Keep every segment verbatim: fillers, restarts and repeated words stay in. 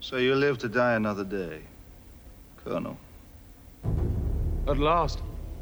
So you live to die another day, Colonel. At last.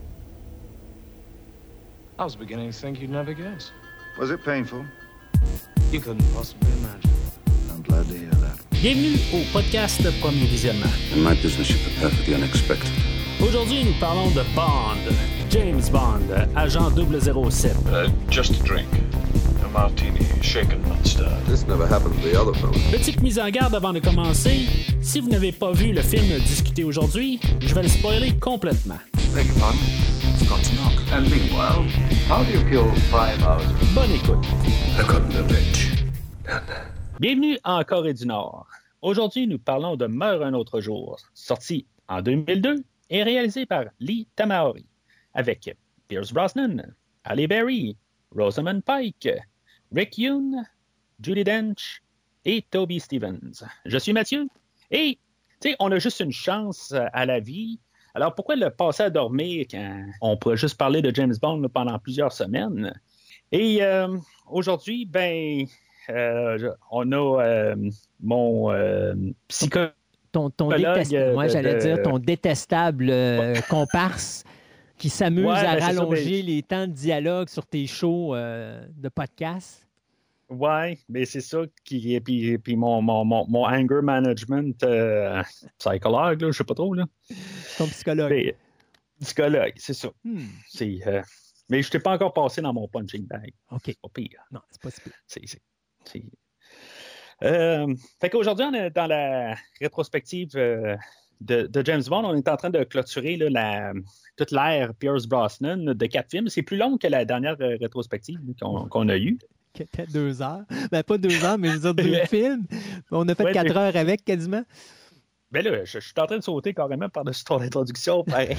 I was beginning to think you'd never guess. Was it painful? You couldn't possibly imagine. I'm glad to hear that. Bienvenue au podcast Premier Visionnement. In my business, you prepare for the unexpected. Aujourd'hui, nous parlons de Bond, James Bond, agent double zéro sept. Uh, just a drink. A martini, shaken, not stirred. This never happened to the other fellow. Petite mise en garde avant de commencer. Si vous n'avez pas vu le film discuté aujourd'hui, je vais le spoiler complètement. Beg your pardon? Forgot to knock. And meanwhile, how do you kill five hours? Bonne écoute. I got the rich. Down there. Bienvenue en Corée du Nord. Aujourd'hui, nous parlons de Meurt un autre jour, sorti en deux mille deux et réalisé par Lee Tamahori, avec Pierce Brosnan, Halle Berry, Rosamund Pike, Rick Yoon, Judi Dench et Toby Stephens. Je suis Mathieu et, tu sais, on a juste une chance à la vie. Alors, pourquoi le passer à dormir quand on pourrait juste parler de James Bond là, pendant plusieurs semaines? Et euh, aujourd'hui, ben, euh, on a euh, mon euh, psychologue. Ton, ton détest... Moi, j'allais de... dire ton détestable euh, comparse qui s'amuse ouais, à ben, rallonger ça, mais... les temps de dialogue sur tes shows euh, de podcast. Oui, mais c'est ça qui. Puis, puis mon, mon, mon, mon anger management euh, psychologue, là, je sais pas trop. Là. Ton psychologue. Mais, psychologue, c'est ça. Hmm. C'est, euh, mais je t'ai pas encore passé dans mon punching bag. OK. C'est pas pire. Non, c'est pas si pire. C'est, c'est, c'est... Euh, fait qu'aujourd'hui, on est dans la rétrospective euh, de, de James Bond. On est en train de clôturer là, la, toute l'ère Pierce Brosnan de quatre films. C'est plus long que la dernière euh, rétrospective qu'on, qu'on a eue. Qui était deux heures. Ben, pas deux heures, mais je veux dire deux films. On a fait ouais, quatre mais... heures avec, quasiment. Ben là, je, je suis en train de sauter carrément par-dessus ton introduction, pareil.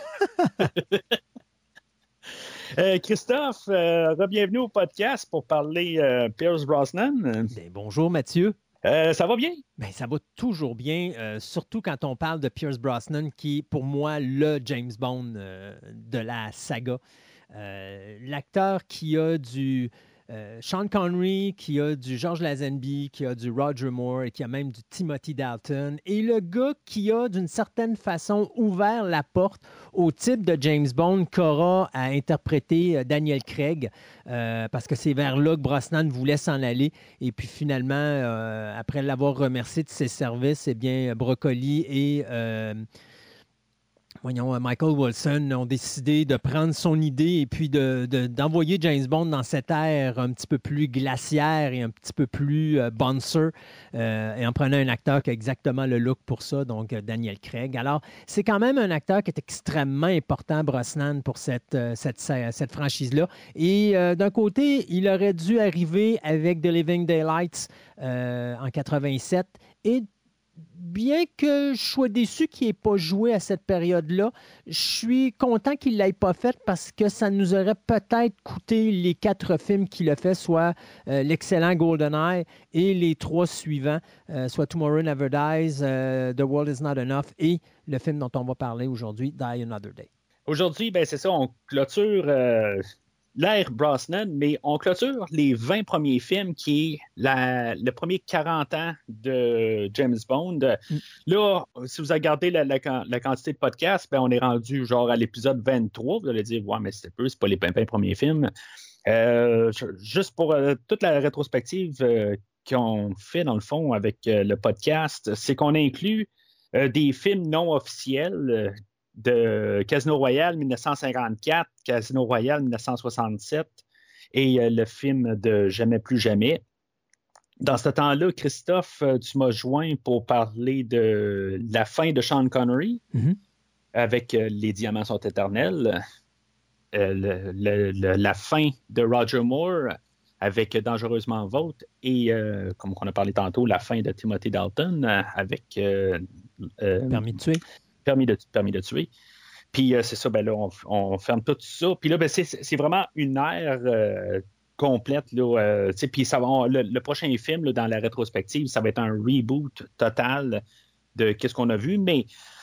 euh, Christophe, euh, re-bienvenue au podcast pour parler euh, Pierce Brosnan. Ben, bonjour, Mathieu. Euh, ça va bien? Ben, ça va toujours bien, euh, surtout quand on parle de Pierce Brosnan, qui est pour moi le James Bond euh, de la saga. Euh, l'acteur qui a du... Euh, Sean Connery, qui a du George Lazenby, qui a du Roger Moore et qui a même du Timothy Dalton. Et le gars qui a, d'une certaine façon, ouvert la porte au type de James Bond qu'aura à interpréter Daniel Craig, euh, parce que c'est vers là que Brosnan voulait s'en aller. Et puis finalement, euh, après l'avoir remercié de ses services, eh bien, Broccoli et... Euh, Voyons, Michael Wilson ont décidé de prendre son idée et puis de, de, d'envoyer James Bond dans cette ère un petit peu plus glaciaire et un petit peu plus euh, bouncer, euh, et en prenant un acteur qui a exactement le look pour ça, donc euh, Daniel Craig. Alors, c'est quand même un acteur qui est extrêmement important, Brosnan, pour cette, euh, cette, cette franchise-là. Et euh, d'un côté, il aurait dû arriver avec The Living Daylights euh, en quatre-vingt-sept et bien que je sois déçu qu'il n'ait pas joué à cette période-là, je suis content qu'il ne l'ait pas fait parce que ça nous aurait peut-être coûté les quatre films qu'il a fait, soit euh, l'excellent GoldenEye et les trois suivants, euh, soit Tomorrow Never Dies, euh, The World Is Not Enough et le film dont on va parler aujourd'hui, Die Another Day. Aujourd'hui, ben c'est ça, on clôture euh, l'ère Brosnan, mais on clôture les vingt premiers films qui est la, le premier quarante ans de James Bond. Mm. Là, si vous regardez la, la, la quantité de podcasts, ben on est rendu genre à l'épisode vingt-trois. Vous allez dire, ouais, mais c'est peu, c'est pas les vingt premiers films. Euh, juste pour euh, toute la rétrospective euh, qu'on fait dans le fond avec euh, le podcast, c'est qu'on inclut euh, des films non officiels euh, de Casino Royale dix-neuf cent cinquante-quatre, Casino Royale dix-neuf cent soixante-sept et euh, le film de Jamais plus jamais. Dans ce temps-là, Christophe, tu m'as joint pour parler de la fin de Sean Connery mm-hmm. avec euh, Les Diamants sont éternels, euh, le, le, le, la fin de Roger Moore avec Dangereusement Vôtre et, euh, comme on a parlé tantôt, la fin de Timothy Dalton avec euh, euh, Permis de tuer. Permis de, permis de tuer. Puis euh, c'est ça, ben là, on, on ferme tout ça. Puis là, ben, c'est, c'est vraiment une ère euh, complète. Là, euh, puis ça va, on, le, le prochain film là, dans la rétrospective, ça va être un reboot total de qu'est-ce qu'on a vu. Mais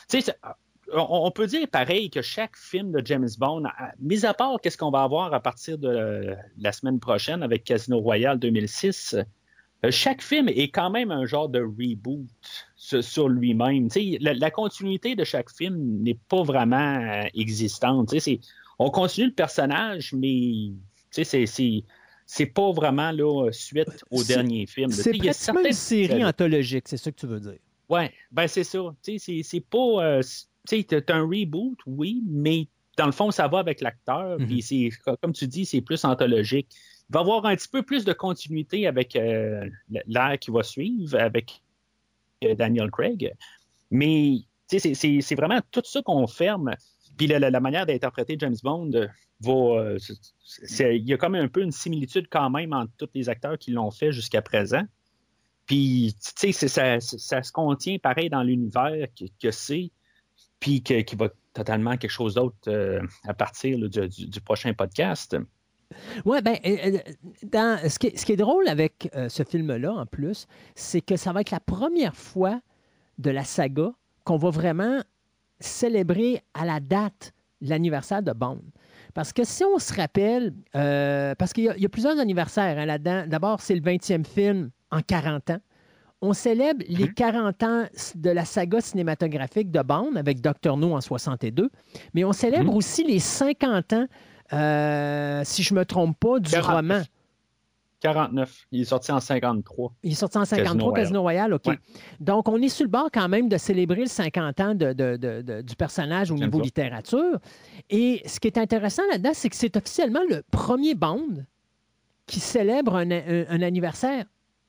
on, on peut dire pareil que chaque film de James Bond, mis à part qu'est-ce qu'on va avoir à partir de la semaine prochaine avec Casino Royale deux mille six, euh, chaque film est quand même un genre de reboot sur, sur lui-même. La, la continuité de chaque film n'est pas vraiment euh, existante. C'est, on continue le personnage, mais c'est, c'est, c'est pas vraiment là, suite au c'est, dernier film. C'est il y a pratiquement une série euh, anthologique, c'est ça que tu veux dire. Oui, ben c'est ça. C'est, c'est pas... Euh, tu sais, t'as un reboot, oui, mais dans le fond, ça va avec l'acteur. Mm-hmm. Puis c'est, comme tu dis, c'est plus anthologique. Il va y avoir un petit peu plus de continuité avec euh, l'ère qui va suivre, avec euh, Daniel Craig. Mais c'est, c'est, c'est vraiment tout ça qu'on ferme. Puis la, la, la manière d'interpréter James Bond va... Euh, c'est, c'est, il y a comme un peu une similitude quand même entre tous les acteurs qui l'ont fait jusqu'à présent. Puis, tu sais, ça, ça, ça se contient pareil dans l'univers que, que c'est, puis que, qui va totalement quelque chose d'autre euh, à partir là, du, du, du prochain podcast. Oui, bien, euh, dans, ce, qui est, ce qui est drôle avec euh, ce film-là, en plus, c'est que ça va être la première fois de la saga qu'on va vraiment célébrer à la date l'anniversaire de Bond. Parce que si on se rappelle, euh, parce qu'il y a, il y a plusieurs anniversaires hein, là-dedans. D'abord, c'est le vingtième film en quarante ans. On célèbre mm-hmm. les quarante ans de la saga cinématographique de Bond avec docteur No en soixante-deux, mais on célèbre mm-hmm. aussi les cinquante ans, euh, si je ne me trompe pas, du quarante-neuf. roman. quarante-neuf. Il est sorti en cinquante-trois. Il est sorti en cinquante-trois, Casino Royale, OK. Ouais. Donc, on est sur le bord quand même de célébrer le cinquante ans de, de, de, de, du personnage au J'aime niveau ça. littérature. Et ce qui est intéressant là-dedans, c'est que c'est officiellement le premier Bond qui célèbre un, un, un anniversaire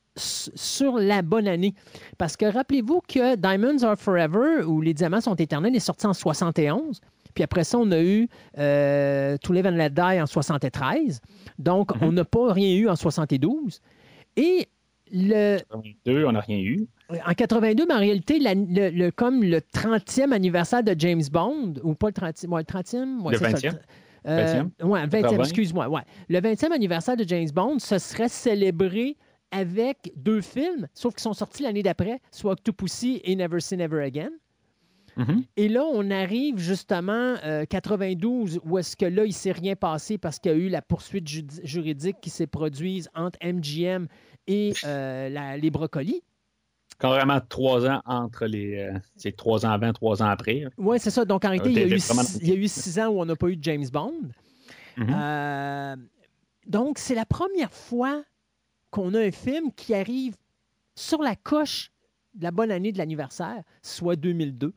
sur la bonne année. Parce que rappelez-vous que Diamonds Are Forever, ou Les Diamants sont éternels, est sorti en soixante et onze. Puis après ça, on a eu euh, To Live and Let Die en soixante-treize. Donc, mm-hmm. on n'a pas rien eu en soixante-douze. Et le... quatre-vingt-deux, on n'a rien eu. En quatre-vingt-deux, mais en réalité, la, le, le, comme le trentième anniversaire de James Bond, ou pas le trentième, ouais, le trentième? Ouais, le vingtième. Ça, euh, vingtième? Oui, vingtième, excuse-moi. Ouais. Le vingtième anniversaire de James Bond, ce serait célébré avec deux films, sauf qu'ils sont sortis l'année d'après, soit Octopussy et Never Say Never Again. Mm-hmm. Et là, on arrive justement euh, quatre-vingt-douze, où est-ce que là, il ne s'est rien passé parce qu'il y a eu la poursuite ju- juridique qui s'est produite entre M G M et euh, la, les Brocolis. Carrément trois ans entre les... Euh, c'est trois ans avant, trois ans après. Oui, c'est ça. Donc, en réalité, il y, a eu six, il y a eu six ans où on n'a pas eu de James Bond. Mm-hmm. Euh, donc, c'est la première fois qu'on a un film qui arrive sur la coche de la bonne année de l'anniversaire, soit deux mille deux,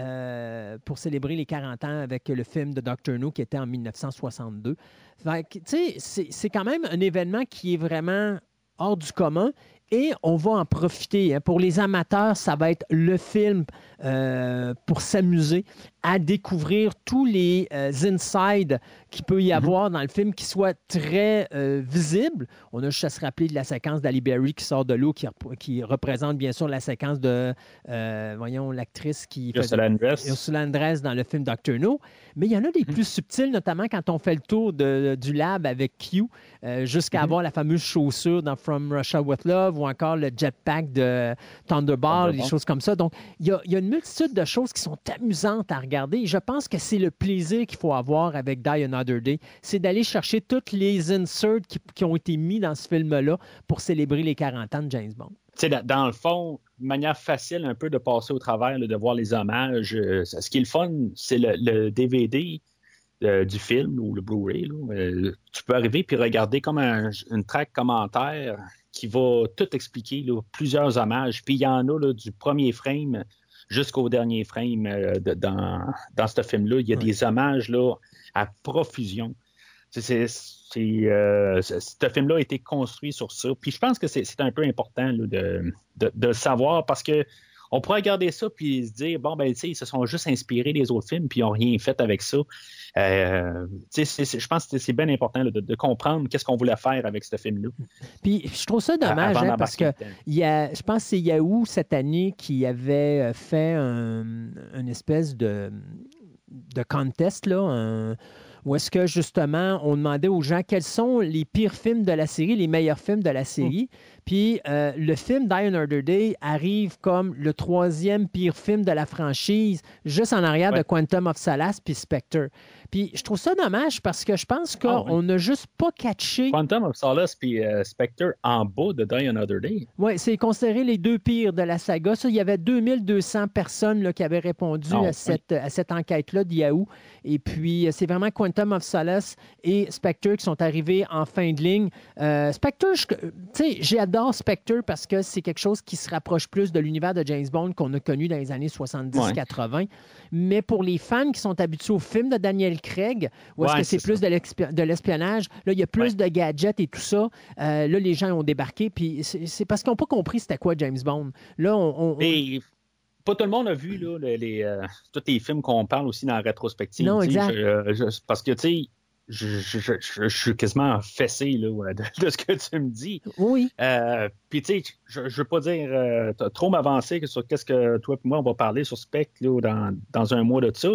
euh, pour célébrer les quarante ans avec le film de docteur No qui était en dix-neuf cent soixante-deux. Fait que, tu sais, c'est, c'est quand même un événement qui est vraiment hors du commun. Et on va en profiter. Hein. Pour les amateurs, ça va être le film euh, pour s'amuser à découvrir tous les euh, insides qu'il peut y avoir mm-hmm. dans le film qui soient très euh, visibles. On a juste à se rappeler de la séquence d'Halle Berry qui sort de l'eau, qui, rep- qui représente bien sûr la séquence de, euh, voyons, l'actrice qui Ursula Andress. Ursula Andress dans le film docteur No. Mais il y en a des mm-hmm. plus subtils, notamment quand on fait le tour de, du lab avec Q, euh, jusqu'à mm-hmm. avoir la fameuse chaussure dans From Russia With Love, ou encore le jetpack de Thunderball, des choses comme ça. Donc, il y, a, il y a une multitude de choses qui sont amusantes à regarder. Et je pense que c'est le plaisir qu'il faut avoir avec Die Another Day. C'est d'aller chercher toutes les inserts qui, qui ont été mis dans ce film-là pour célébrer les quarante ans de James Bond. Tu sais, dans le fond, une manière facile un peu de passer au travers, là, de voir les hommages. Euh, ce qui est le fun, c'est le, le D V D euh, du film ou le Blu-ray. Là. Euh, tu peux arriver puis regarder comme un, une track commentaire qui va tout expliquer, là, plusieurs hommages. Puis il y en a là, du premier frame jusqu'au dernier frame euh, de, dans, dans ce film-là. Il y a oui. des hommages là, à profusion. C'est, c'est, c'est, euh, ce film-là a été construit sur ça. Puis je pense que c'est, c'est un peu important là, de, de, de le savoir parce que on pourrait regarder ça puis se dire, bon, ben, tu sais, ils se sont juste inspirés des autres films puis ils n'ont rien fait avec ça. Euh, c'est, c'est, je pense que c'est bien important là, de, de comprendre qu'est-ce qu'on voulait faire avec ce film-là. Puis je trouve ça dommage hein, parce que il y a, je pense que c'est Yahoo cette année qui avait fait un, une espèce de, de contest, là, un, où est-ce que justement on demandait aux gens quels sont les pires films de la série, les meilleurs films de la série. Mmh. Puis euh, le film Die Another Day arrive comme le troisième pire film de la franchise, juste en arrière ouais. de Quantum of Solace puis Spectre. Puis je trouve ça dommage parce que je pense qu'on n'a ah, oui. juste pas catché... Quantum of Solace puis euh, Spectre en bas de Die Another Day. Oui, c'est considéré les deux pires de la saga. Ça, il y avait deux mille deux cents personnes là, qui avaient répondu ah, à, oui. cette, à cette enquête-là de Yahoo. Et puis, c'est vraiment Quantum of Solace et Spectre qui sont arrivés en fin de ligne. Euh, Spectre, tu sais, j'adore Spectre parce que c'est quelque chose qui se rapproche plus de l'univers de James Bond qu'on a connu dans les années soixante-dix quatre-vingts. Ouais. Mais pour les fans qui sont habitués au film de Daniel Craig, où est-ce ouais, que c'est, c'est plus de, de l'espionnage, là, il y a plus ouais. de gadgets et tout ça. Euh, là, les gens ont débarqué, puis c'est, c'est parce qu'ils n'ont pas compris c'était quoi James Bond. Là, on... on, Et... Pas tout le monde a vu là, les, les, euh, tous les films qu'on parle aussi dans la rétrospective. Non, exact. Je, je, parce que, tu sais, je, je, je, je, je suis quasiment fessé là, de, de ce que tu me dis. Oui. Euh, Puis, tu sais, je ne veux pas dire euh, trop m'avancer sur qu'est-ce que toi et moi, on va parler sur Spectre là, dans, dans un mois de ça,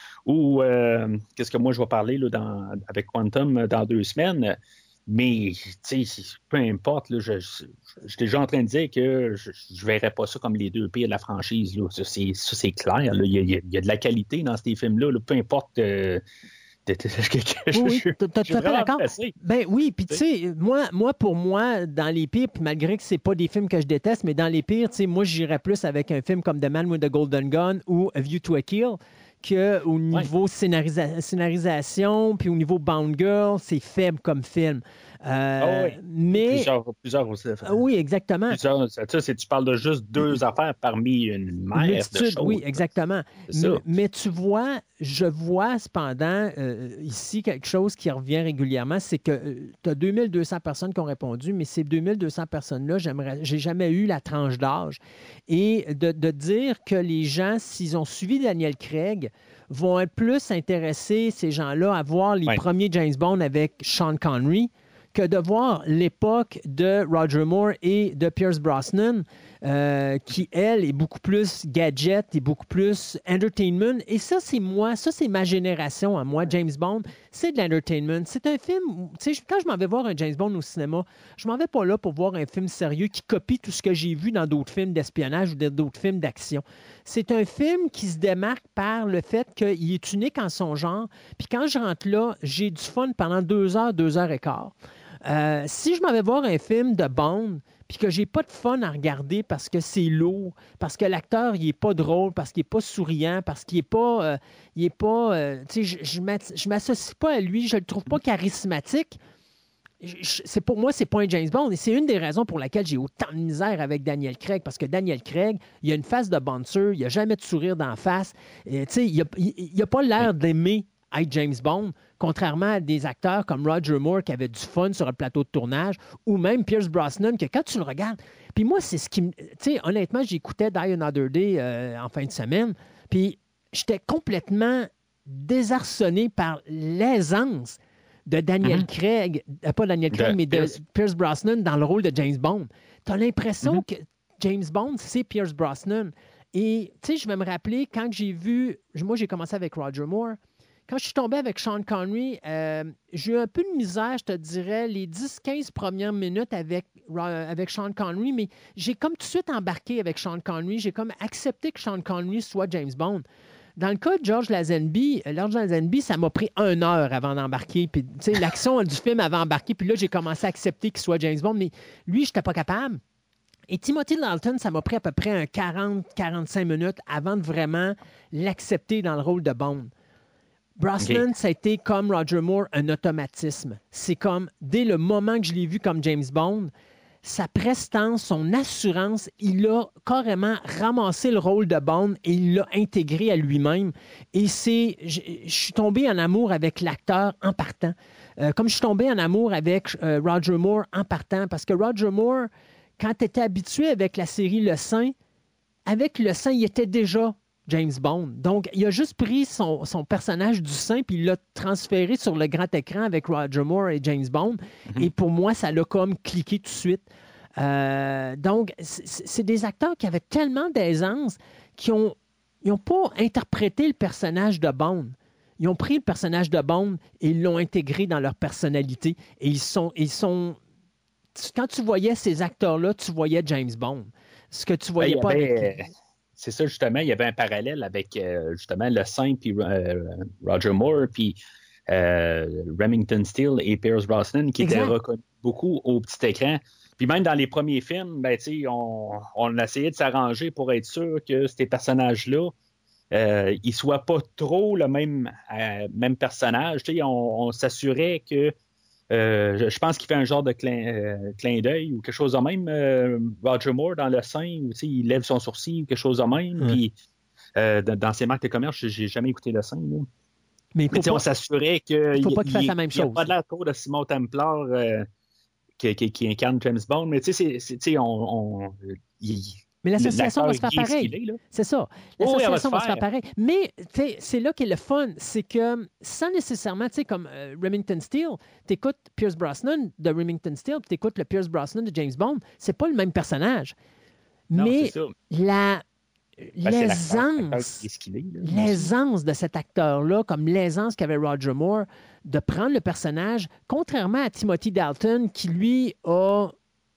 ou euh, qu'est-ce que moi, je vais parler là, dans, avec Quantum dans deux semaines. Mais, tu sais, peu importe, là, je, je, je suis déjà en train de dire que je ne verrais pas ça comme les deux pires de la franchise. Là. Ça, c'est, ça, c'est clair. Là. Il, y a, il y a de la qualité dans ces films-là, là, peu importe. Euh, de, de, de, oui, je, tu es d'accord. Pressé. Ben oui, puis tu sais, moi, moi, pour moi, dans les pires, puis malgré que c'est pas des films que je déteste, mais dans les pires, tu sais, moi, j'irais plus avec un film comme The Man with the Golden Gun ou A View to a Kill, qu'au niveau ouais. scénarisa- scénarisation, puis au niveau Bound Girl, c'est faible comme film. Euh, oh oui. mais... Plusieurs, plusieurs aussi. Oui, exactement. Plusieurs, ça, c'est, tu parles de juste deux affaires parmi une mer de choses. Oui, exactement. Mais, mais tu vois, je vois cependant euh, ici quelque chose qui revient régulièrement, c'est que euh, tu as deux mille deux cents personnes qui ont répondu, mais ces deux mille deux cents personnes-là, j'aimerais, j'ai jamais eu la tranche d'âge. Et de, de dire que les gens, s'ils ont suivi Daniel Craig, vont être plus intéressés, ces gens-là, à voir les ouais. premiers James Bond avec Sean Connery, que de voir l'époque de Roger Moore et de Pierce Brosnan, euh, qui, elle, est beaucoup plus gadget et beaucoup plus entertainment. Et ça, c'est moi, ça, c'est ma génération à moi, James Bond. C'est de l'entertainment. C'est un film, tu sais, quand je m'en vais voir un James Bond au cinéma, je m'en vais pas là pour voir un film sérieux qui copie tout ce que j'ai vu dans d'autres films d'espionnage ou d'autres films d'action. C'est un film qui se démarque par le fait qu'il est unique en son genre. Puis quand je rentre là, j'ai du fun pendant deux heures, deux heures et quart. Euh, si je m'en vais voir un film de Bond puis que j'ai pas de fun à regarder parce que c'est lourd, parce que l'acteur il est pas drôle, parce qu'il est pas souriant, parce qu'il est pas, euh, il est pas, euh, tu sais, je, je, je m'associe pas à lui, je le trouve pas charismatique. Je, je, c'est pour moi, c'est pas un James Bond et c'est une des raisons pour laquelle j'ai autant de misère avec Daniel Craig parce que Daniel Craig, il a une face de bouncer, il a jamais de sourire d'en face, tu sais, il a, il, il a pas l'air d'aimer être James Bond, contrairement à des acteurs comme Roger Moore qui avaient du fun sur le plateau de tournage, ou même Pierce Brosnan, que quand tu le regardes... Puis moi, c'est ce qui me... Tu sais, honnêtement, j'écoutais Die Another Day euh, en fin de semaine, puis j'étais complètement désarçonné par l'aisance de Daniel mm-hmm. Craig, euh, pas Daniel Craig, de mais de Pierce. Pierce Brosnan dans le rôle de James Bond. Tu as l'impression mm-hmm. que James Bond, c'est Pierce Brosnan. Et, tu sais, je vais me rappeler, quand j'ai vu... Moi, j'ai commencé avec Roger Moore. Quand je suis tombé avec Sean Connery, euh, j'ai eu un peu de misère, je te dirais, les dix quinze premières minutes avec, avec Sean Connery, mais j'ai comme tout de suite embarqué avec Sean Connery. J'ai comme accepté que Sean Connery soit James Bond. Dans le cas de George Lazenby, George Lazenby, ça m'a pris une heure avant d'embarquer. Puis, tu sais, l'action du film avait embarqué, puis là, j'ai commencé à accepter qu'il soit James Bond, mais lui, je n'étais pas capable. Et Timothy Dalton, ça m'a pris à peu près un quarante à quarante-cinq minutes avant de vraiment l'accepter dans le rôle de Bond. Brosnan, okay. ça a été comme Roger Moore, un automatisme. C'est comme, dès le moment que je l'ai vu comme James Bond, sa prestance, son assurance, il a carrément ramassé le rôle de Bond et il l'a intégré à lui-même. Et c'est, je, je suis tombé en amour avec l'acteur en partant. Euh, comme je suis tombé en amour avec euh, Roger Moore en partant. Parce que Roger Moore, quand tu étais habitué avec la série Le Saint, avec Le Saint, il était déjà James Bond. Donc, il a juste pris son, son personnage du Saint puis il l'a transféré sur le grand écran avec Roger Moore et James Bond. Mm-hmm. Et pour moi, ça l'a comme cliqué tout de suite. Euh, donc, c'est, c'est des acteurs qui avaient tellement d'aisance qu'ils n'ont ils ont pas interprété le personnage de Bond. Ils ont pris le personnage de Bond et ils l'ont intégré dans leur personnalité. Et ils sont... Ils sont quand tu voyais ces acteurs-là, tu voyais James Bond. Ce que tu voyais ben, pas avait, avec... C'est ça, justement, il y avait un parallèle avec euh, justement le Saint, puis euh, Roger Moore, puis euh, Remington Steele et Pierce Brosnan, qui exact. étaient reconnus beaucoup au petit écran. Puis même dans les premiers films, ben, on, on essayait de s'arranger pour être sûr que ces personnages-là, euh, ils ne soient pas trop le même, euh, même personnage. On, on s'assurait que Euh, je, je pense qu'il fait un genre de clin, euh, clin d'œil ou quelque chose de même. Euh, Roger Moore dans le sein, où, il lève son sourcil ou quelque chose de même. Ouais. Puis euh, dans, dans ses marques de commerce, j'ai jamais écouté le sein. Là. Mais, Mais pas, on s'assurait qu'il il faut pas qu'il fasse la même il, chose. Il n'y a pas de l'air trop de Simon Templar euh, qui, qui, qui incarne James Bond. Mais tu sais, on, on, il, Mais l'association va se faire pareil. Est, c'est ça. L'association oh, oui, va se faire pareil. Mais c'est là qu'est le fun. C'est que sans nécessairement, tu sais, comme euh, Remington Steele, tu écoutes Pierce Brosnan de Remington Steele, puis tu écoutes le Pierce Brosnan de James Bond, c'est pas le même personnage. Non, mais la ben, l'aisance, l'aisance de cet acteur-là, comme l'aisance qu'avait Roger Moore, de prendre le personnage, contrairement à Timothy Dalton, qui lui a...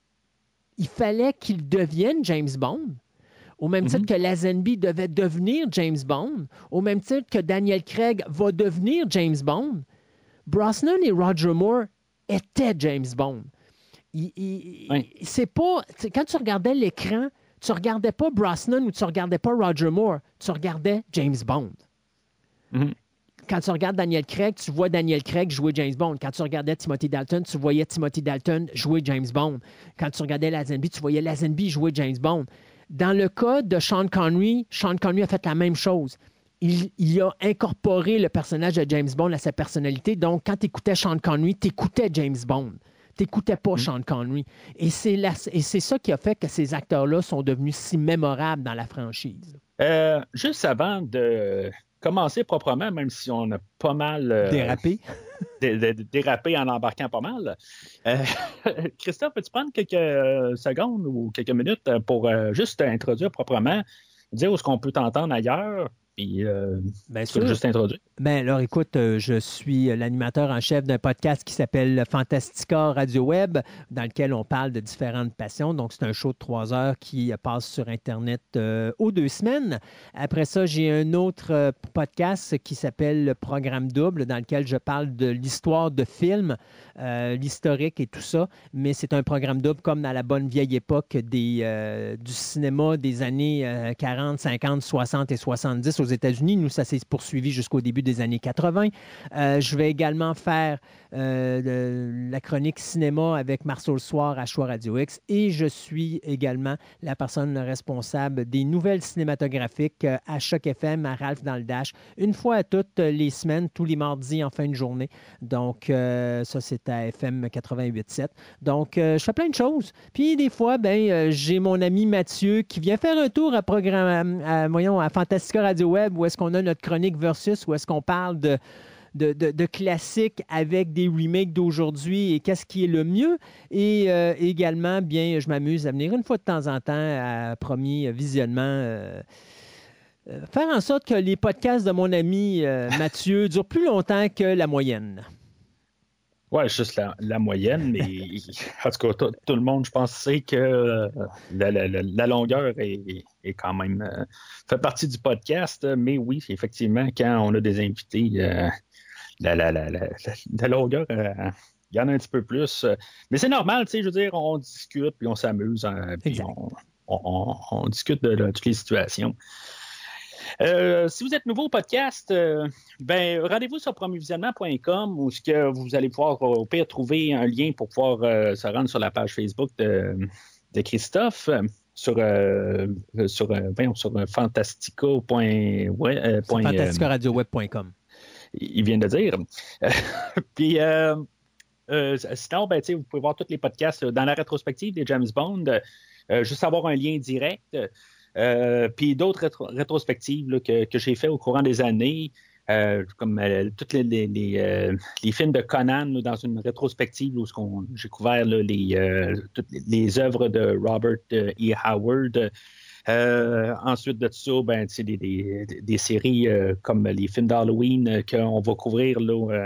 Il fallait qu'il devienne James Bond, au même mm-hmm. titre que Lazenby devait devenir James Bond, au même titre que Daniel Craig va devenir James Bond. Brosnan et Roger Moore étaient James Bond. Il, il, oui. C'est pas... Quand tu regardais l'écran, tu regardais pas Brosnan ou tu regardais pas Roger Moore, tu regardais James Bond. Mm-hmm. Quand tu regardes Daniel Craig, tu vois Daniel Craig jouer James Bond. Quand tu regardais Timothy Dalton, tu voyais Timothy Dalton jouer James Bond. Quand tu regardais Lazenby, tu voyais Lazenby jouer James Bond. Dans le cas de Sean Connery, Sean Connery a fait la même chose. Il, il a incorporé le personnage de James Bond à sa personnalité. Donc, quand tu écoutais Sean Connery, tu écoutais James Bond. Tu n'écoutais pas mmh. Sean Connery. Et c'est, la, et c'est ça qui a fait que ces acteurs-là sont devenus si mémorables dans la franchise. Euh, juste avant de... commencer proprement, même si on a pas mal euh, dérapé. dé, dé, dérapé en embarquant pas mal. Euh, Christophe, peux-tu prendre quelques secondes ou quelques minutes pour euh, juste introduire proprement, dire où est-ce qu'on peut t'entendre ailleurs? Puis, euh, bien sûr. Juste introduire. Bien, alors, écoute, euh, je suis l'animateur en chef d'un podcast qui s'appelle Fantastica Radio Web, dans lequel on parle de différentes passions. Donc, c'est un show de trois heures qui passe sur Internet euh, aux deux semaines. Après ça, j'ai un autre euh, podcast qui s'appelle le Programme Double, dans lequel je parle de l'histoire de films, euh, l'historique et tout ça. Mais c'est un programme double comme dans la bonne vieille époque des, euh, du cinéma des années euh, quarante, cinquante, soixante et soixante-dix aux États-Unis. Nous, ça s'est poursuivi jusqu'au début des années quatre-vingts. Euh, je vais également faire euh, de, la chronique cinéma avec Marceau le soir à Choix Radio X et je suis également la personne responsable des nouvelles cinématographiques euh, à Choc F M, à Ralph dans le Dash, une fois à toutes les semaines, tous les mardis en fin de journée. Donc, euh, ça, c'est à F M quatre-vingt-huit sept. Donc, euh, je fais plein de choses. Puis, des fois, ben, euh, j'ai mon ami Mathieu qui vient faire un tour à, programme, à, à, voyons, à Fantastica Radio Web où est-ce qu'on a notre chronique versus, où est-ce qu'on parle de, de, de, de classiques avec des remakes d'aujourd'hui et qu'est-ce qui est le mieux. Et euh, également, bien, je m'amuse à venir une fois de temps en temps à premier visionnement euh, euh, faire en sorte que les podcasts de mon ami euh, Mathieu durent plus longtemps que la moyenne. Oui, juste la, la moyenne, mais en tout cas, tout le monde, je pense, sait que euh, la, la, la longueur est, est quand même euh, fait partie du podcast. Mais oui, effectivement, quand on a des invités, euh, la, la, la, la, la longueur, euh, il y en a un petit peu plus. Mais c'est normal, tu sais, je veux dire, on discute, puis on s'amuse, hein, puis on, on, on, on discute de, de toutes les situations. Euh, si vous êtes nouveau au podcast, euh, ben, rendez-vous sur premier visionnement point com où que vous allez pouvoir au pire trouver un lien pour pouvoir euh, se rendre sur la page Facebook de, de Christophe sur, euh, sur, euh, ben, sur fantastica point com. fantastica radio web point com. Il vient de dire. Puis, euh, euh, sinon, ben, vous pouvez voir tous les podcasts dans la rétrospective des James Bond, euh, juste avoir un lien direct. Euh, puis d'autres rétro- rétrospectives là, que, que j'ai fait au courant des années, euh, comme euh, tous les, les, les, euh, les films de Conan là, dans une rétrospective où qu'on, j'ai couvert là, les, euh, toutes les, les œuvres de Robert E. Howard. Euh, ensuite de tout ça, ben, des, des, des séries euh, comme les films d'Halloween euh, qu'on va couvrir là, euh,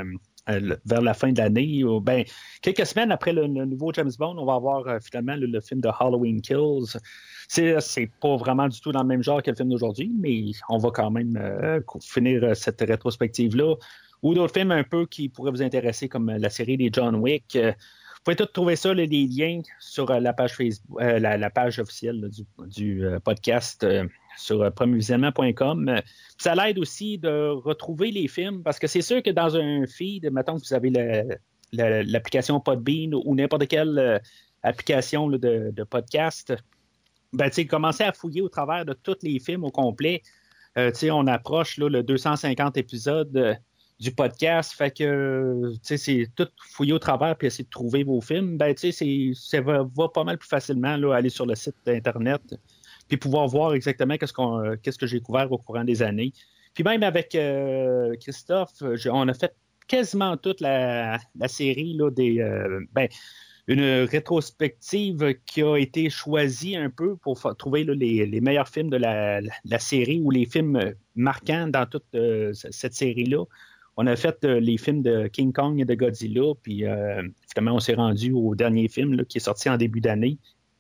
euh, vers la fin de l'année. Ou, ben, quelques semaines après le, le nouveau James Bond, on va avoir euh, finalement le, le film de Halloween Kills. C'est, c'est pas vraiment du tout dans le même genre que le film d'aujourd'hui, mais on va quand même euh, finir cette rétrospective-là. Ou d'autres films un peu qui pourraient vous intéresser, comme la série des John Wick. Euh, vous pouvez tous trouver ça, les, les liens sur euh, la page Facebook, euh, la, la page officielle là, du, du euh, podcast euh, sur euh, premier visionnement point com. Euh, ça l'aide aussi de retrouver les films, parce que c'est sûr que dans un feed, mettons que vous avez le, le, l'application Podbean ou, ou n'importe quelle euh, application là, de, de podcast, ben, tu sais, commencez à fouiller au travers de tous les films au complet. Euh, tu sais, on approche là, le deux cent cinquante épisodes euh, du podcast, fait que tu sais, c'est tout fouiller au travers puis essayer de trouver vos films. Ben, tu sais, c'est, ça va, va pas mal plus facilement là, aller sur le site Internet puis pouvoir voir exactement qu'est-ce, qu'on, euh, qu'est-ce que j'ai couvert au courant des années. Puis même avec euh, Christophe, on a fait quasiment toute la, la série là, des... Euh, ben, une rétrospective qui a été choisie un peu pour fa- trouver là, les, les meilleurs films de la, la série ou les films marquants dans toute euh, cette série-là. On a fait euh, les films de King Kong et de Godzilla, puis euh, finalement, on s'est rendu au dernier film là, qui est sorti en début d'année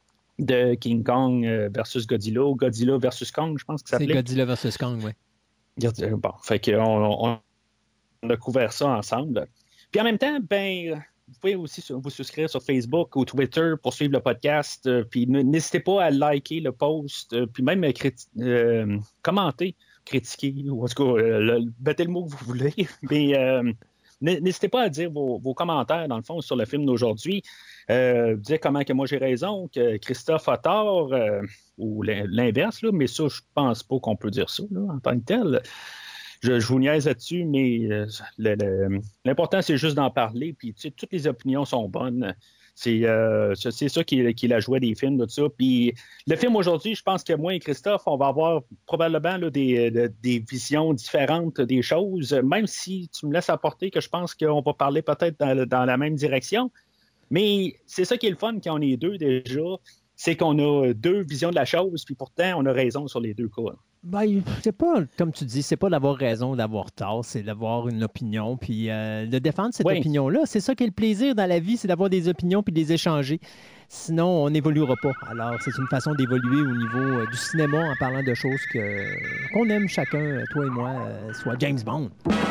de King Kong euh, versus Godzilla, ou Godzilla versus Kong, je pense que ça s'appelait. C'est Godzilla versus Kong, oui. Bon, fait qu'on on, on a couvert ça ensemble. Puis en même temps, ben... vous pouvez aussi vous souscrire sur Facebook ou Twitter pour suivre le podcast. Euh, puis n'hésitez pas à liker le post, euh, puis même criti- euh, commenter, critiquer, ou en tout cas, euh, le, mettez le mot que vous voulez. Mais euh, n'hésitez pas à dire vos, vos commentaires, dans le fond, sur le film d'aujourd'hui. Euh, dire comment que moi j'ai raison, que Christophe a tort, euh, ou l'inverse, là, mais ça, je pense pas qu'on peut dire ça là, en tant que tel. Je, je vous niaise là-dessus, mais euh, le, le, l'important, c'est juste d'en parler. Puis, tu sais, toutes les opinions sont bonnes. C'est, euh, c'est ça qui, qui est la joie des films, de tout ça. Puis, le film aujourd'hui, je pense que moi et Christophe, on va avoir probablement là, des, de, des visions différentes des choses, même si tu me laisses apporter que je pense qu'on va parler peut-être dans, dans la même direction. Mais c'est ça qui est le fun quand on est deux déjà, c'est qu'on a deux visions de la chose, puis pourtant, on a raison sur les deux cas. Ben, c'est pas, comme tu dis, c'est pas d'avoir raison ou d'avoir tort, c'est d'avoir une opinion, puis euh, de défendre cette oui. opinion-là. C'est ça qui est le plaisir dans la vie, c'est d'avoir des opinions puis de les échanger. Sinon, on n'évoluera pas. Alors, c'est une façon d'évoluer au niveau euh, du cinéma en parlant de choses que, qu'on aime chacun, toi et moi, euh, soit James Bond.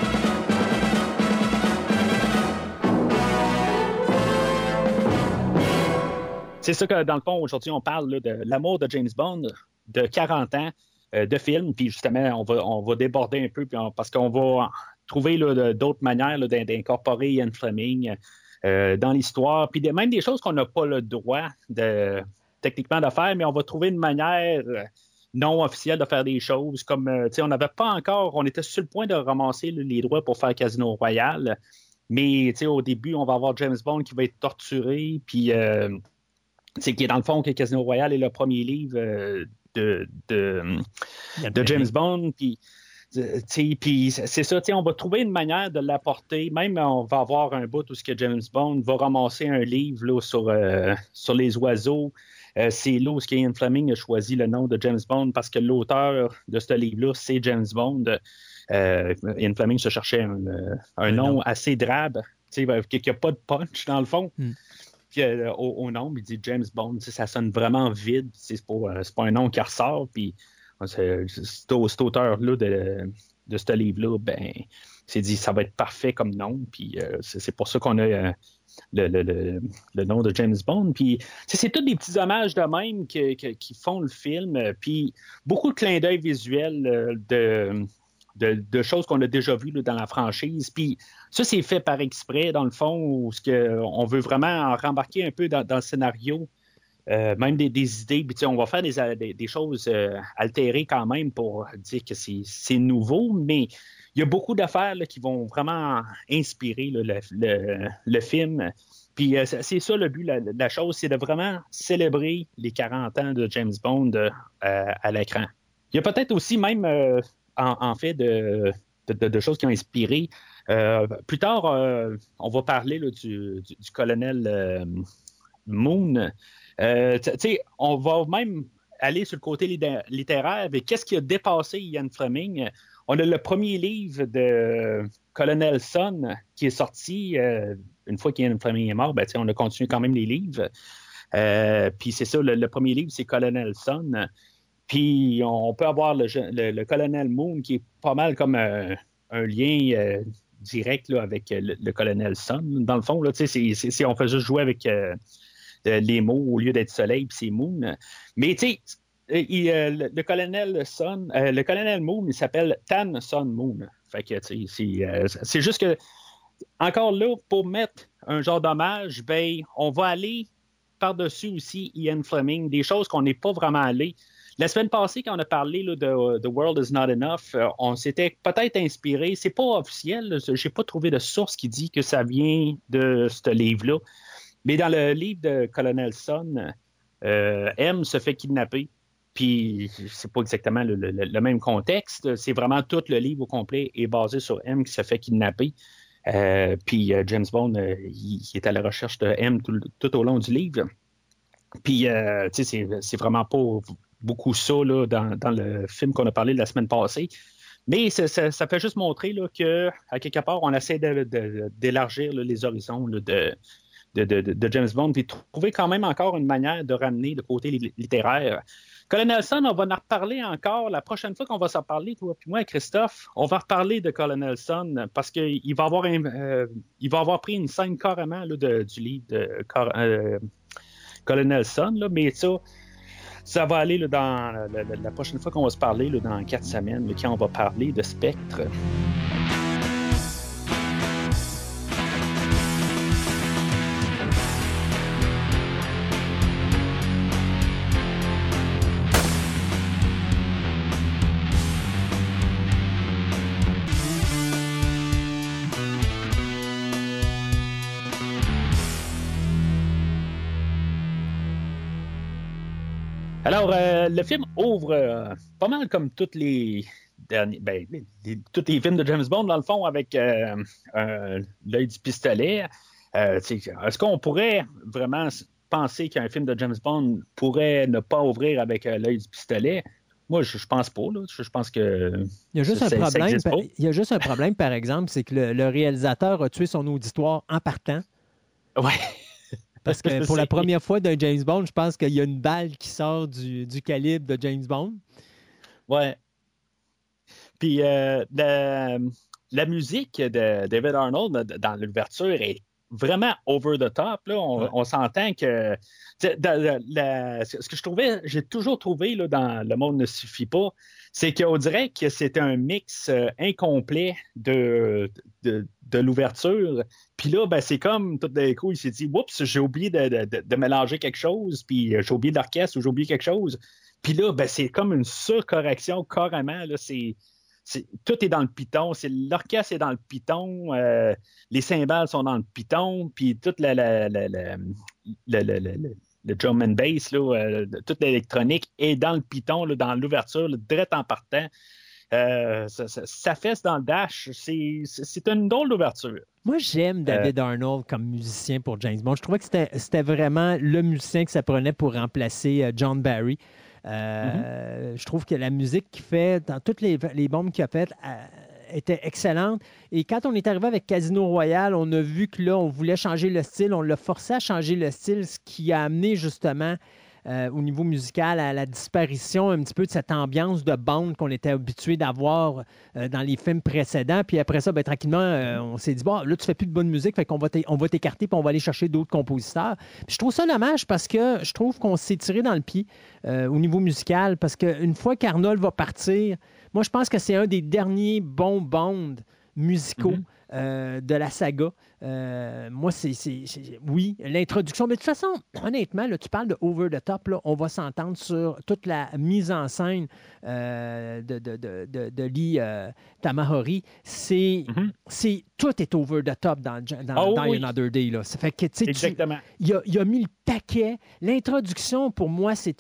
C'est ça que, dans le fond, aujourd'hui, on parle là, de l'amour de James Bond de quarante ans. De films, puis justement, on va, on va déborder un peu puis on, parce qu'on va trouver là, d'autres manières là, d'incorporer Ian Fleming euh, dans l'histoire, puis même des choses qu'on n'a pas le droit de, techniquement de faire, mais on va trouver une manière non officielle de faire des choses, comme, euh, tu sais, on n'avait pas encore, on était sur le point de ramasser là, les droits pour faire Casino Royale, mais tu sais, au début, on va avoir James Bond qui va être torturé, puis euh, c'est qui est dans le fond que Casino Royale est le premier livre euh, de, de, de James Bond, puis puis c'est ça, on va trouver une manière de l'apporter, même on va avoir un bout où ce que James Bond va ramasser un livre là, sur, euh, sur les oiseaux. Euh, c'est là où Ian Fleming a choisi le nom de James Bond parce que l'auteur de ce livre-là, c'est James Bond. Euh, Ian Fleming se cherchait un, un, un nom non. assez drabe, qui n'a pas de punch dans le fond. Mm. Puis euh, au, au nom, il dit James Bond, ça sonne vraiment vide, c'est pas, c'est pas un nom qui ressort, puis c'est, c'est, cet auteur-là de, de ce livre-là, ben, s'est dit ça va être parfait comme nom, puis euh, c'est, c'est pour ça qu'on a euh, le, le, le, le nom de James Bond, puis c'est tous des petits hommages de même que, que, qui font le film, puis beaucoup de clins d'œil visuels euh, de... De, de choses qu'on a déjà vues là, dans la franchise. Puis ça, c'est fait par exprès, dans le fond, où ce que, on veut vraiment rembarquer un peu dans, dans le scénario, euh, même des, des idées. Puis on va faire des, des, des choses euh, altérées quand même pour dire que c'est, c'est nouveau, mais il y a beaucoup d'affaires là, qui vont vraiment inspirer là, le, le, le film. Puis euh, c'est ça le but de la, la chose, c'est de vraiment célébrer les quarante ans de James Bond euh, à l'écran. Il y a peut-être aussi même... Euh, En, en fait, de, de, de choses qui ont inspiré. Euh, plus tard, euh, on va parler là, du, du, du colonel euh, Moon. Euh, tu sais, on va même aller sur le côté littéraire avec qu'est-ce qui a dépassé Ian Fleming. On a le premier livre de, Colonel Sun qui est sorti, euh, une fois qu'Ian Fleming est mort, ben, on a continué quand même les livres. Euh, puis c'est ça, le, le premier livre, c'est Colonel Sun. Puis on peut avoir le, le, le Colonel Moon qui est pas mal comme euh, un lien euh, direct là, avec le, le Colonel Sun. Dans le fond, là, c'est, c'est, c'est, on fait juste jouer avec euh, les mots au lieu d'être soleil, puis c'est Moon. Mais tu sais, il, euh, le, le Colonel Sun, euh, le Colonel Moon, il s'appelle Tan Sun Moon. Fait que tu sais, c'est, euh, c'est juste que encore là, pour mettre un genre d'hommage, ben, on va aller par-dessus aussi Ian Fleming, des choses qu'on n'est pas vraiment allé. La semaine passée, quand on a parlé là, de The World Is Not Enough, euh, on s'était peut-être inspiré, c'est pas officiel, je n'ai pas trouvé de source qui dit que ça vient de ce livre-là, mais dans le livre de Colonel Sun, euh, M se fait kidnapper, puis c'est pas exactement le, le, le même contexte, c'est vraiment tout le livre au complet est basé sur M qui se fait kidnapper. Euh, puis euh, James Bond, euh, il, il est à la recherche de M tout, tout au long du livre. Puis, euh, tu sais, c'est, c'est vraiment pas beaucoup ça là, dans, dans le film qu'on a parlé la semaine passée. Mais ça, ça, ça fait juste montrer là, qu'à quelque part, on essaie de, de, d'élargir là, les horizons là, de, de, de, de James Bond et trouver quand même encore une manière de ramener le côté littéraire. Colonel Sun, on va en reparler encore. La prochaine fois qu'on va s'en parler, toi puis moi, Christophe, on va reparler de Colonel Sun parce qu'il va avoir, un, euh, il va avoir pris une scène carrément là, de, du livre de euh, Colonel Sun. Là, mais ça, ça va aller là, dans la, la, la prochaine fois qu'on va se parler, là, dans quatre semaines, là, quand on va parler de Spectre. Alors, euh, le film ouvre euh, pas mal comme toutes les derniers, ben, les, les, tous les films de James Bond, dans le fond, avec euh, euh, l'œil du pistolet. Euh, est-ce qu'on pourrait vraiment penser qu'un film de James Bond pourrait ne pas ouvrir avec euh, l'œil du pistolet? Moi, je, je pense pas. Là. Je, je pense que il y a juste ça, un problème. ça par, il y a juste un problème, par exemple, c'est que le, le réalisateur a tué son auditoire en partant. Ouais. Parce que pour la première fois d'un James Bond, je pense qu'il y a une balle qui sort du, du calibre de James Bond. Ouais. Puis euh, la, la musique de David Arnold dans l'ouverture est vraiment over the top. Là. On, ouais. on s'entend que la, la, ce que je trouvais, j'ai toujours trouvé là, dans Le Monde ne suffit pas, c'est qu'on dirait que c'était un mix euh, incomplet de, de, de l'ouverture. Puis là, ben, c'est comme tout d'un coup, il s'est dit, oups, j'ai oublié de, de, de mélanger quelque chose, puis j'ai oublié l'orchestre ou j'ai oublié quelque chose. Puis là, ben, c'est comme une surcorrection carrément. Là, c'est, c'est, tout est dans le piton. C'est, l'orchestre est dans le piton, euh, les cymbales sont dans le piton, puis toute la, la, la, la, la, la, la, la le drum and bass, là, euh, toute l'électronique est dans le piton, là, dans l'ouverture, là, direct en partant. Euh, ça, ça, ça fesse dans le dash. C'est, c'est, c'est une drôle d'ouverture. Moi, j'aime David euh, Arnold comme musicien pour James Bond. Je trouvais que c'était, c'était vraiment le musicien que ça prenait pour remplacer euh, John Barry. Euh, mm-hmm. Je trouve que la musique qu'il fait, dans toutes les, les bombes qu'il a faites, euh, était excellente. Et quand on est arrivé avec Casino Royale, on a vu que là, on voulait changer le style. On l'a forcé à changer le style, ce qui a amené justement euh, au niveau musical à la disparition un petit peu de cette ambiance de bande qu'on était habitué d'avoir euh, dans les films précédents. Puis après ça, ben, tranquillement, euh, on s'est dit, bon, là, tu fais plus de bonne musique, fait qu'on va, on va t'écarter puis on va aller chercher d'autres compositeurs. Puis je trouve ça dommage parce que je trouve qu'on s'est tiré dans le pied euh, au niveau musical parce qu'une fois qu'Arnold va partir, moi, je pense que c'est un des derniers bons Bond musicaux mm-hmm. euh, de la saga. Euh, moi, c'est, c'est, c'est... Oui, l'introduction. Mais de toute façon, honnêtement, là, tu parles de over the top. Là, on va s'entendre sur toute la mise en scène euh, de, de, de, de, de Lee euh, Tamahori. C'est, mm-hmm. c'est... Tout est over the top dans, dans, oh, dans oui. Another Day. Là. Ça fait que, tu sais, exactement. Tu, il, a, il a mis le paquet. L'introduction, pour moi, c'est une...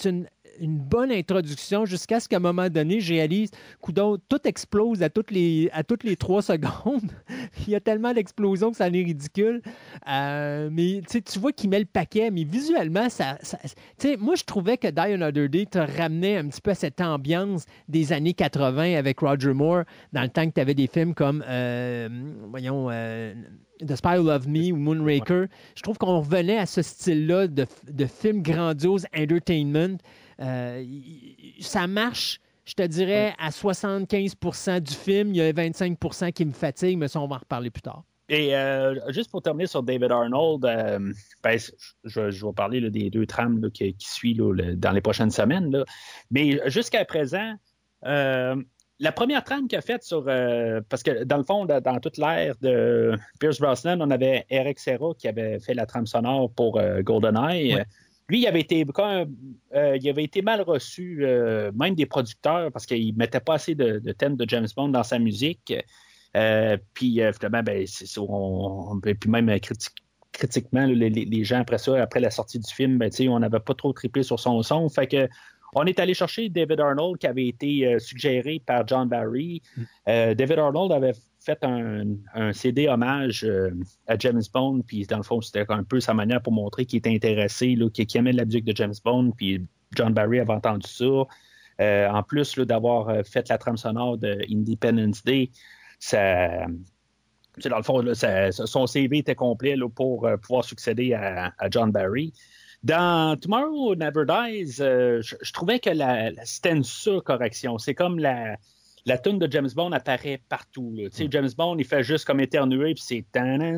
une bonne introduction jusqu'à ce qu'à un moment donné, je réalise, coudonc, tout explose à toutes les, à toutes les trois secondes. Il y a tellement d'explosions que ça en est ridicule. Euh, mais tu vois qu'il met le paquet, mais visuellement, ça, ça moi, je trouvais que Die Another Day te ramenait un petit peu à cette ambiance des années quatre-vingt avec Roger Moore, dans le temps que tu avais des films comme, euh, voyons, euh, The Spy Who Loved Me ou Moonraker. Ouais. Je trouve qu'on revenait à ce style-là de, de film grandiose, entertainment. Euh, ça marche, je te dirais, à soixante-quinze pour cent du film. Il y a vingt-cinq pour cent qui me fatigue, mais ça, on va en reparler plus tard. Et euh, juste pour terminer sur David Arnold, euh, ben, je, je vais parler là, des deux trames là, qui, qui suivent là, le, dans les prochaines semaines. Là. Mais jusqu'à présent, euh, la première trame qu'il a faite sur... Euh, parce que dans le fond, dans, dans toute l'ère de Pierce Brosnan, on avait Eric Serra qui avait fait la trame sonore pour euh, GoldenEye. Ouais. Lui, il avait été, quand, euh, il avait été mal reçu, euh, même des producteurs, parce qu'il ne mettait pas assez de, de thèmes de James Bond dans sa musique. Euh, puis, euh, finalement, ben, c'est, c'est, on, on, puis même critique, critiquement, les, les gens, après ça, après la sortie du film, ben, on n'avait pas trop trippé sur son son. Fait que on est allé chercher David Arnold, qui avait été euh, suggéré par John Barry. Mm. Euh, David Arnold avait fait un, un C D hommage euh, à James Bond, puis dans le fond, c'était un peu sa manière pour montrer qu'il était intéressé, là, qu'il, qu'il aimait la musique de James Bond, puis John Barry avait entendu ça. Euh, en plus là, d'avoir fait la trame sonore de Independence Day, ça, dans le fond, là, ça, son C V était complet là, pour euh, pouvoir succéder à, à John Barry. Dans Tomorrow Never Dies, euh, je, je trouvais que la, la, c'était une surcorrection. C'est comme la... La tune de James Bond apparaît partout. Là. Mm. James Bond, il fait juste comme éternuer, puis c'est...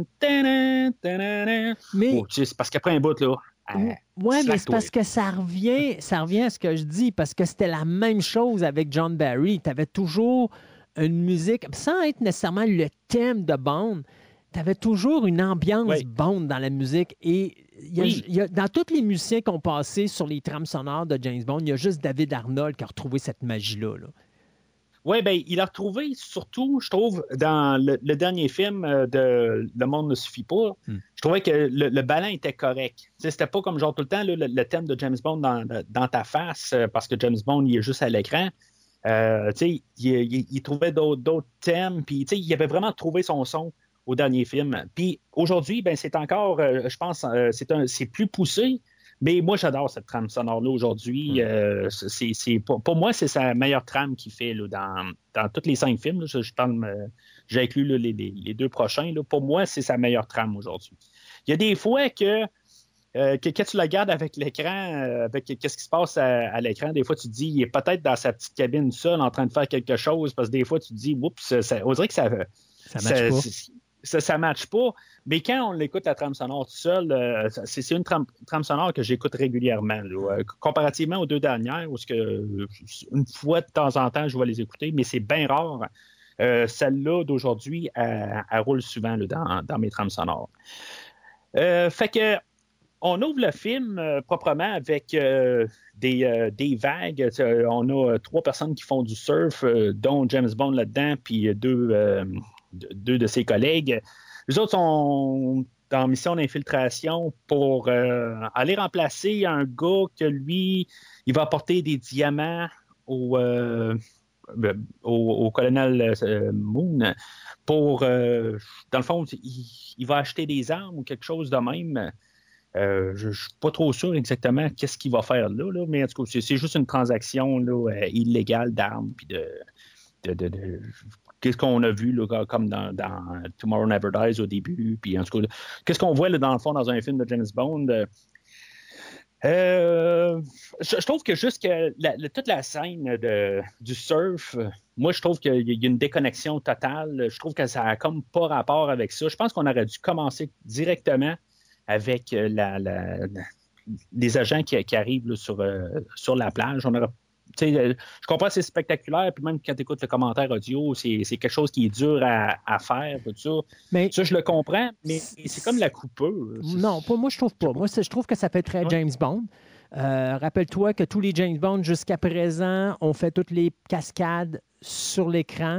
Mais... Oh, c'est parce qu'après un bout, là... Oui, mais c'est parce que ça revient, ça revient à ce que je dis, parce que c'était la même chose avec John Barry. Tu avais toujours une musique, sans être nécessairement le thème de Bond, tu avais toujours une ambiance oui. Bond dans la musique. Et y a, oui. y a, dans tous les musiciens qui ont passé sur les trames sonores de James Bond, il y a juste David Arnold qui a retrouvé cette magie-là. Là. Oui, bien, il a retrouvé surtout, je trouve, dans le, le dernier film de Le Monde ne suffit pas, hmm. je trouvais que le, le ballon était correct. T'sais, c'était pas comme genre tout le temps là, le, le thème de James Bond dans, dans ta face, parce que James Bond, il est juste à l'écran. Euh, il, il, il trouvait d'autres, d'autres thèmes, puis il avait vraiment trouvé son son au dernier film. Puis aujourd'hui, ben, c'est encore, euh, je pense, euh, c'est, un, c'est plus poussé. Mais moi, j'adore cette trame sonore-là aujourd'hui. Mm. Euh, c'est, c'est, pour, pour moi, c'est sa meilleure trame qu'il fait là, dans, dans tous les cinq films. Là, je, je parle, euh, j'ai inclus là, les, les, les deux prochains. Là. Pour moi, c'est sa meilleure trame aujourd'hui. Il y a des fois que, euh, que quand tu la regardes avec l'écran, euh, avec qu'est-ce qui se passe à, à l'écran, des fois, tu te dis, il est peut-être dans sa petite cabine seul en train de faire quelque chose, parce que des fois, tu te dis, oups, ça, on dirait que ça... Ça matche pas. Ça ne matche pas, mais quand on l'écoute la trame sonore tout seul, euh, c'est, c'est une trame, trame sonore que j'écoute régulièrement. Là, euh, comparativement aux deux dernières, où que, euh, une fois de temps en temps, je vais les écouter, mais c'est bien rare. Euh, celle-là d'aujourd'hui, elle, elle roule souvent là, dans, dans mes trames sonores. Euh, fait que on ouvre le film euh, proprement avec euh, des, euh, des vagues. Euh, on a euh, trois personnes qui font du surf, euh, dont James Bond là-dedans, puis deux... Euh, deux de ses collègues. Les autres sont en mission d'infiltration pour euh, aller remplacer un gars que lui, il va apporter des diamants au, euh, au, au colonel euh, Moon pour, euh, dans le fond, il, il va acheter des armes ou quelque chose de même. Euh, je ne suis pas trop sûr exactement qu'est-ce qu'il va faire là, là mais en tout cas, c'est, c'est juste une transaction là, euh, illégale d'armes puis de, de, de, de qu'est-ce qu'on a vu là, comme dans, dans Tomorrow Never Dies au début, puis en tout cas, qu'est-ce qu'on voit là, dans le fond dans un film de James Bond. Euh, je, je trouve que juste que la, la, toute la scène de, du surf, moi je trouve qu'il y a une déconnexion totale. Je trouve que ça n'a comme pas rapport avec ça. Je pense qu'on aurait dû commencer directement avec la, la, la, les agents qui, qui arrivent là, sur, euh, sur la plage. On aurait je comprends que c'est spectaculaire, puis même quand tu écoutes le commentaire audio, c'est, c'est quelque chose qui est dur à, à faire, tout ça. Mais, ça, je le comprends, mais c'est, c'est comme la coupure. Non, pas, moi, je trouve pas. Moi, je trouve que ça fait très ouais. James Bond. Euh, rappelle-toi que tous les James Bond jusqu'à présent ont fait toutes les cascades sur l'écran.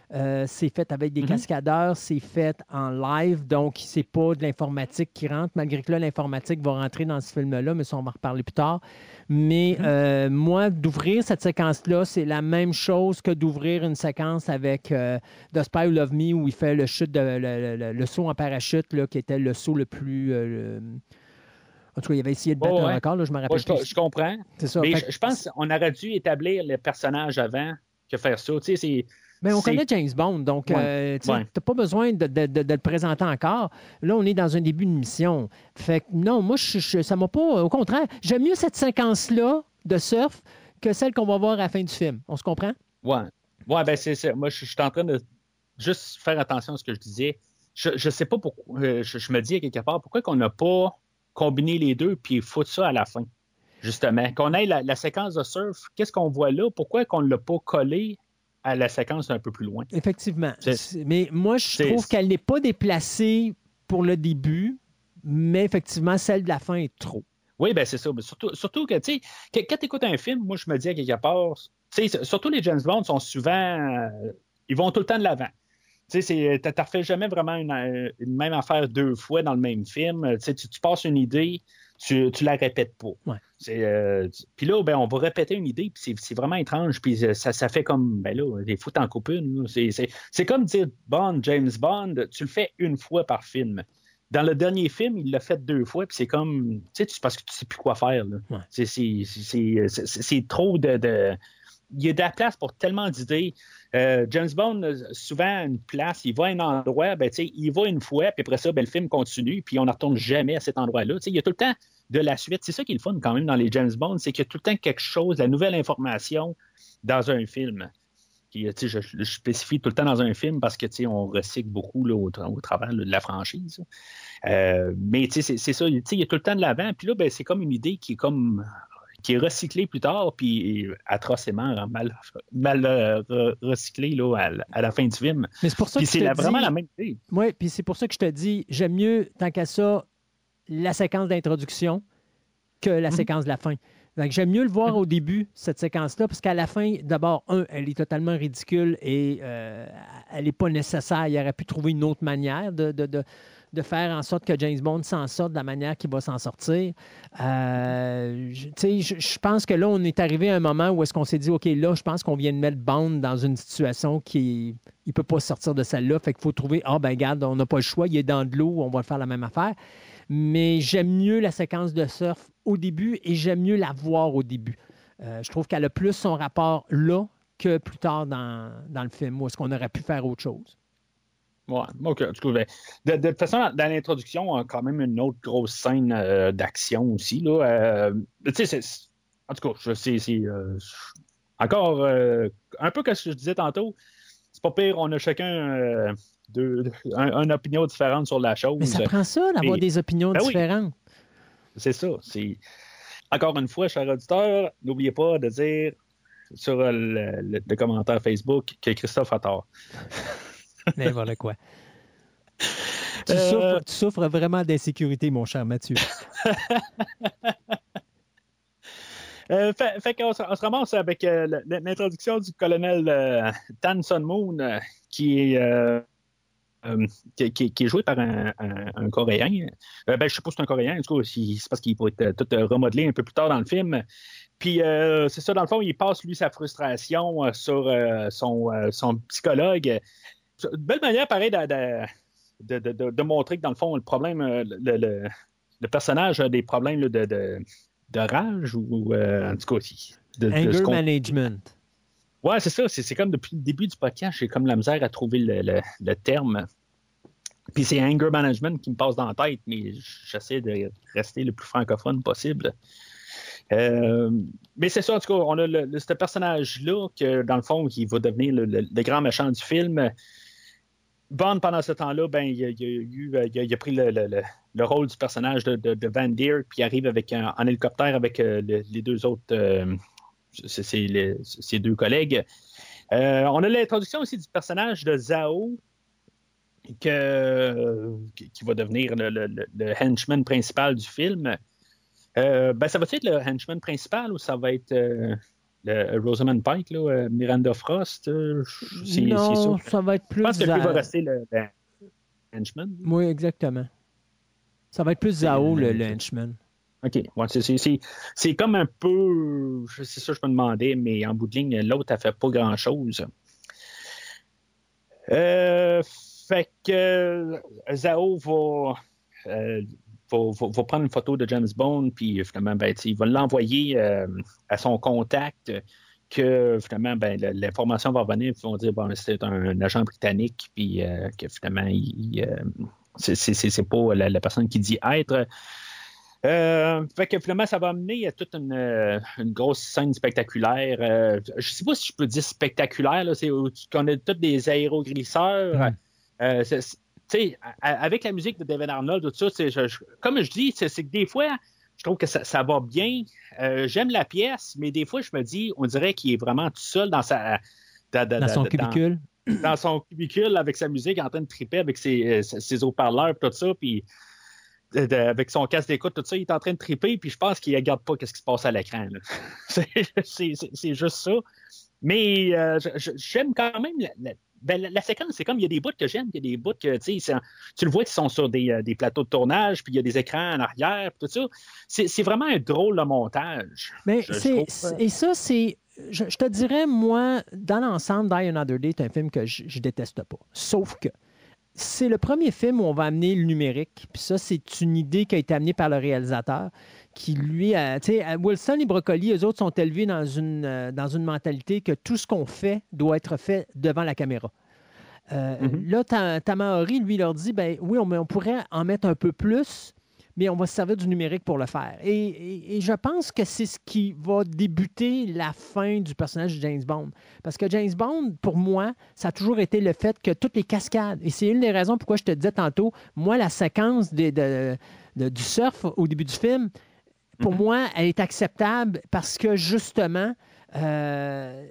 Euh, c'est fait avec des Mm-hmm. cascadeurs, c'est fait en live, donc c'est pas de l'informatique qui rentre, malgré que là, l'informatique va rentrer dans ce film-là, mais ça, on va en reparler plus tard. Mais Mm-hmm. euh, moi, d'ouvrir cette séquence-là, c'est la même chose que d'ouvrir une séquence avec euh, The Spy Who Loved Me, où il fait le, chute de, le, le, le, le saut en parachute, là, qui était le saut le plus... Euh, le... En tout cas, il avait essayé de battre Oh, un ouais. record, là, je me rappelle Ouais, plus. je, je comprends. C'est ça. Mais Fait... je, je pense qu'on aurait dû établir le personnage avant que faire ça. Tu sais, c'est... Mais on c'est... connaît James Bond, donc ouais. euh, tu n'as ouais. pas besoin de, de, de, de le présenter encore. Là, on est dans un début de mission. Fait que non, moi, je, je, ça m'a pas... Au contraire, j'aime mieux cette séquence-là de surf que celle qu'on va voir à la fin du film. On se comprend? Ouais. Ouais, ben c'est ça. Moi, je, je suis en train de juste faire attention à ce que je disais. Je ne sais pas pourquoi... Euh, je, je me dis à quelque part, pourquoi qu'on n'a pas combiné les deux puis foutre ça à la fin, justement. Qu'on ait la, la séquence de surf, qu'est-ce qu'on voit là? Pourquoi qu'on ne l'a pas collé à la séquence un peu plus loin? Effectivement. C'est... Mais moi, je c'est... trouve qu'elle n'est pas déplacée pour le début, mais effectivement, celle de la fin est trop. Oui, ben c'est ça. Mais surtout, surtout que, tu sais, quand tu écoutes un film, moi, je me dis à quelque part, tu sais, surtout les James Bond sont souvent, euh, ils vont tout le temps de l'avant. Tu sais, tu ne refais jamais vraiment une, une même affaire deux fois dans le même film. Tu sais, tu, tu passes une idée, tu ne la répètes pas. Ouais. C'est, euh, puis là, ben, on va répéter une idée, puis c'est, c'est vraiment étrange, puis ça, ça fait comme, ben là, des fois, t'en coupes une. C'est, c'est, c'est comme dire Bond, James Bond, tu le fais une fois par film. Dans le dernier film, il l'a fait deux fois, puis c'est comme, tu sais, parce que tu sais plus quoi faire. Là. Ouais. C'est, c'est, c'est, c'est, c'est, c'est trop de... de il y a de la place pour tellement d'idées. Euh, James Bond, souvent, une place, il va à un endroit, ben, il va une fois, puis après ça, ben, le film continue, puis on ne retourne jamais à cet endroit-là. T'sais, il y a tout le temps de la suite. C'est ça qui est le fun quand même dans les James Bond, c'est qu'il y a tout le temps quelque chose, la nouvelle information dans un film. Puis, je, je spécifie tout le temps dans un film parce que on recycle beaucoup là, au, au travers là, de la franchise. Euh, mais c'est, c'est ça, il y a tout le temps de l'avant, puis là, ben, c'est comme une idée qui est comme... qui est recyclé plus tard, puis atrocement mal, mal euh, recyclé là, à, à la fin du film. Mais c'est pour ça puis que c'est je te la, dis... vraiment la même idée. Oui, puis c'est pour ça que je te dis, j'aime mieux, tant qu'à ça, la séquence d'introduction que la mm-hmm. séquence de la fin. Donc, j'aime mieux le voir mm-hmm. au début, cette séquence-là, parce qu'à la fin, d'abord, un, elle est totalement ridicule et euh, elle n'est pas nécessaire. Il aurait pu trouver une autre manière de... de, de de faire en sorte que James Bond s'en sorte de la manière qu'il va s'en sortir. Euh, je, je pense que là, on est arrivé à un moment où est-ce qu'on s'est dit, OK, là, je pense qu'on vient de mettre Bond dans une situation qui ne peut pas sortir de celle-là. Fait qu'il faut trouver, ah, ben regarde, on n'a pas le choix, il est dans de l'eau, on va faire la même affaire. Mais j'aime mieux la séquence de surf au début et j'aime mieux la voir au début. Euh, je trouve qu'elle a plus son rapport là que plus tard dans, dans le film, où est-ce qu'on aurait pu faire autre chose. Ouais, OK. En tout cas, de, de toute façon, dans l'introduction, on a quand même une autre grosse scène euh, d'action aussi. Là. Euh, tu sais, en tout cas, c'est, c'est euh, encore euh, un peu comme ce que je disais tantôt. C'est pas pire, on a chacun euh, deux, un, une opinion différente sur la chose. Mais ça prend ça, d'avoir Et, des opinions ben différentes. Oui, c'est ça. C'est... Encore une fois, cher auditeur, n'oubliez pas de dire sur le, le, le commentaire Facebook que Christophe a tort. N'importe quoi. Tu, euh... souffres, tu souffres vraiment d'insécurité, mon cher Mathieu. euh, fait, fait qu'on se, on se ramasse avec euh, l'introduction du colonel euh, Tan Sun Moon, euh, qui, est, euh, euh, qui, qui, qui est joué par un, un, un Coréen. Euh, ben, je ne sais pas si c'est un Coréen, en tout cas, c'est parce qu'il va être tout remodelé un peu plus tard dans le film. Puis, euh, c'est ça, dans le fond, il passe, lui, sa frustration euh, sur euh, son, euh, son psychologue. Une belle manière, pareil, de, de, de, de, de montrer que, dans le fond, le problème, le, le, le personnage a des problèmes là, de, de, de rage ou, euh, en tout cas, de, Anger de ce qu'on... management. Ouais, c'est ça. C'est, c'est comme depuis le début du podcast, j'ai comme la misère à trouver le, le, le terme. Puis c'est anger management qui me passe dans la tête, mais j'essaie de rester le plus francophone possible. Euh, mais c'est ça, en tout cas, on a le, le, ce personnage-là, que dans le fond, qui va devenir le, le, le grand méchant du film. Bond, pendant ce temps-là, ben, il, a, il, a eu, il, a, il a pris le, le, le rôle du personnage de, de, de Van Deer, puis il arrive avec un, en hélicoptère avec euh, le, les deux autres, euh, c'est, c'est les, ses deux collègues. Euh, on a l'introduction aussi du personnage de Zhao, que, qui va devenir le, le, le henchman principal du film. Euh, ben, ça va être le henchman principal ou ça va être... Euh, le Rosamund Pike, là, euh, Miranda Frost, euh, c'est, non, c'est ça. ça va être plus... Je pense que Za- lui va rester le, le henchman. Oui, exactement. Ça va être plus Zao, le, le henchman. OK. Ouais, c'est, c'est, c'est, c'est comme un peu... C'est ça que je me demandais, mais en bout de ligne, l'autre, elle fait pas grand-chose. Euh, fait que euh, Zao va, euh, va, va, va prendre une photo de James Bond, puis finalement, ben, il va l'envoyer euh, à son contact, que finalement, ben, l'information va revenir, puis ils vont dire bon, c'est un, un agent britannique, puis euh, que finalement, il, euh, c'est, c'est, c'est pas la, la personne qui dit être. Euh, fait que finalement, ça va amener à toute une, euh, une grosse scène spectaculaire. Euh, je sais pas si je peux dire spectaculaire, là, c'est où on a tous des aéroglisseurs. Mm. Euh, c'est, c'est, t'sais, avec la musique de David Arnold, tout ça, c'est, je, je, comme je dis, c'est, c'est que des fois, je trouve que ça, ça va bien. Euh, j'aime la pièce, mais des fois, je me dis, on dirait qu'il est vraiment tout seul dans sa... Dans, dans, dans son dans, cubicule. Dans, dans son cubicule, avec sa musique, en train de triper avec ses, ses haut-parleurs, tout ça, puis... De, de, avec son casque d'écoute, tout ça, il est en train de triper, puis je pense qu'il ne regarde pas ce qui se passe à l'écran. c'est, c'est, c'est, c'est juste ça. Mais euh, je, j'aime quand même la, la, ben, la, la séquence. C'est comme il y a des bouts que j'aime, il y a des bouts que tu sais, tu le vois qu'ils sont sur des, des plateaux de tournage, puis il y a des écrans en arrière, tout ça. C'est, c'est vraiment un drôle de montage. Mais je, c'est, je trouve... Et ça, c'est. Je, je te dirais, moi, dans l'ensemble, Die Another Day, c'est un film que je, je déteste pas. Sauf que c'est le premier film où on va amener le numérique. Puis ça, c'est une idée qui a été amenée par le réalisateur, qui lui a... Tu sais, Wilson et Broccoli, eux autres sont élevés dans une, euh, dans une mentalité que tout ce qu'on fait doit être fait devant la caméra. Euh, mm-hmm. Là, Tamahori, lui, leur dit, ben oui, on, on pourrait en mettre un peu plus, mais on va se servir du numérique pour le faire. Et, et, et je pense que c'est ce qui va débuter la fin du personnage de James Bond. Parce que James Bond, pour moi, ça a toujours été le fait que toutes les cascades, et c'est une des raisons pourquoi je te disais tantôt, moi, la séquence de, de, de, du surf au début du film, pour mm-hmm. moi, elle est acceptable parce que, justement, euh,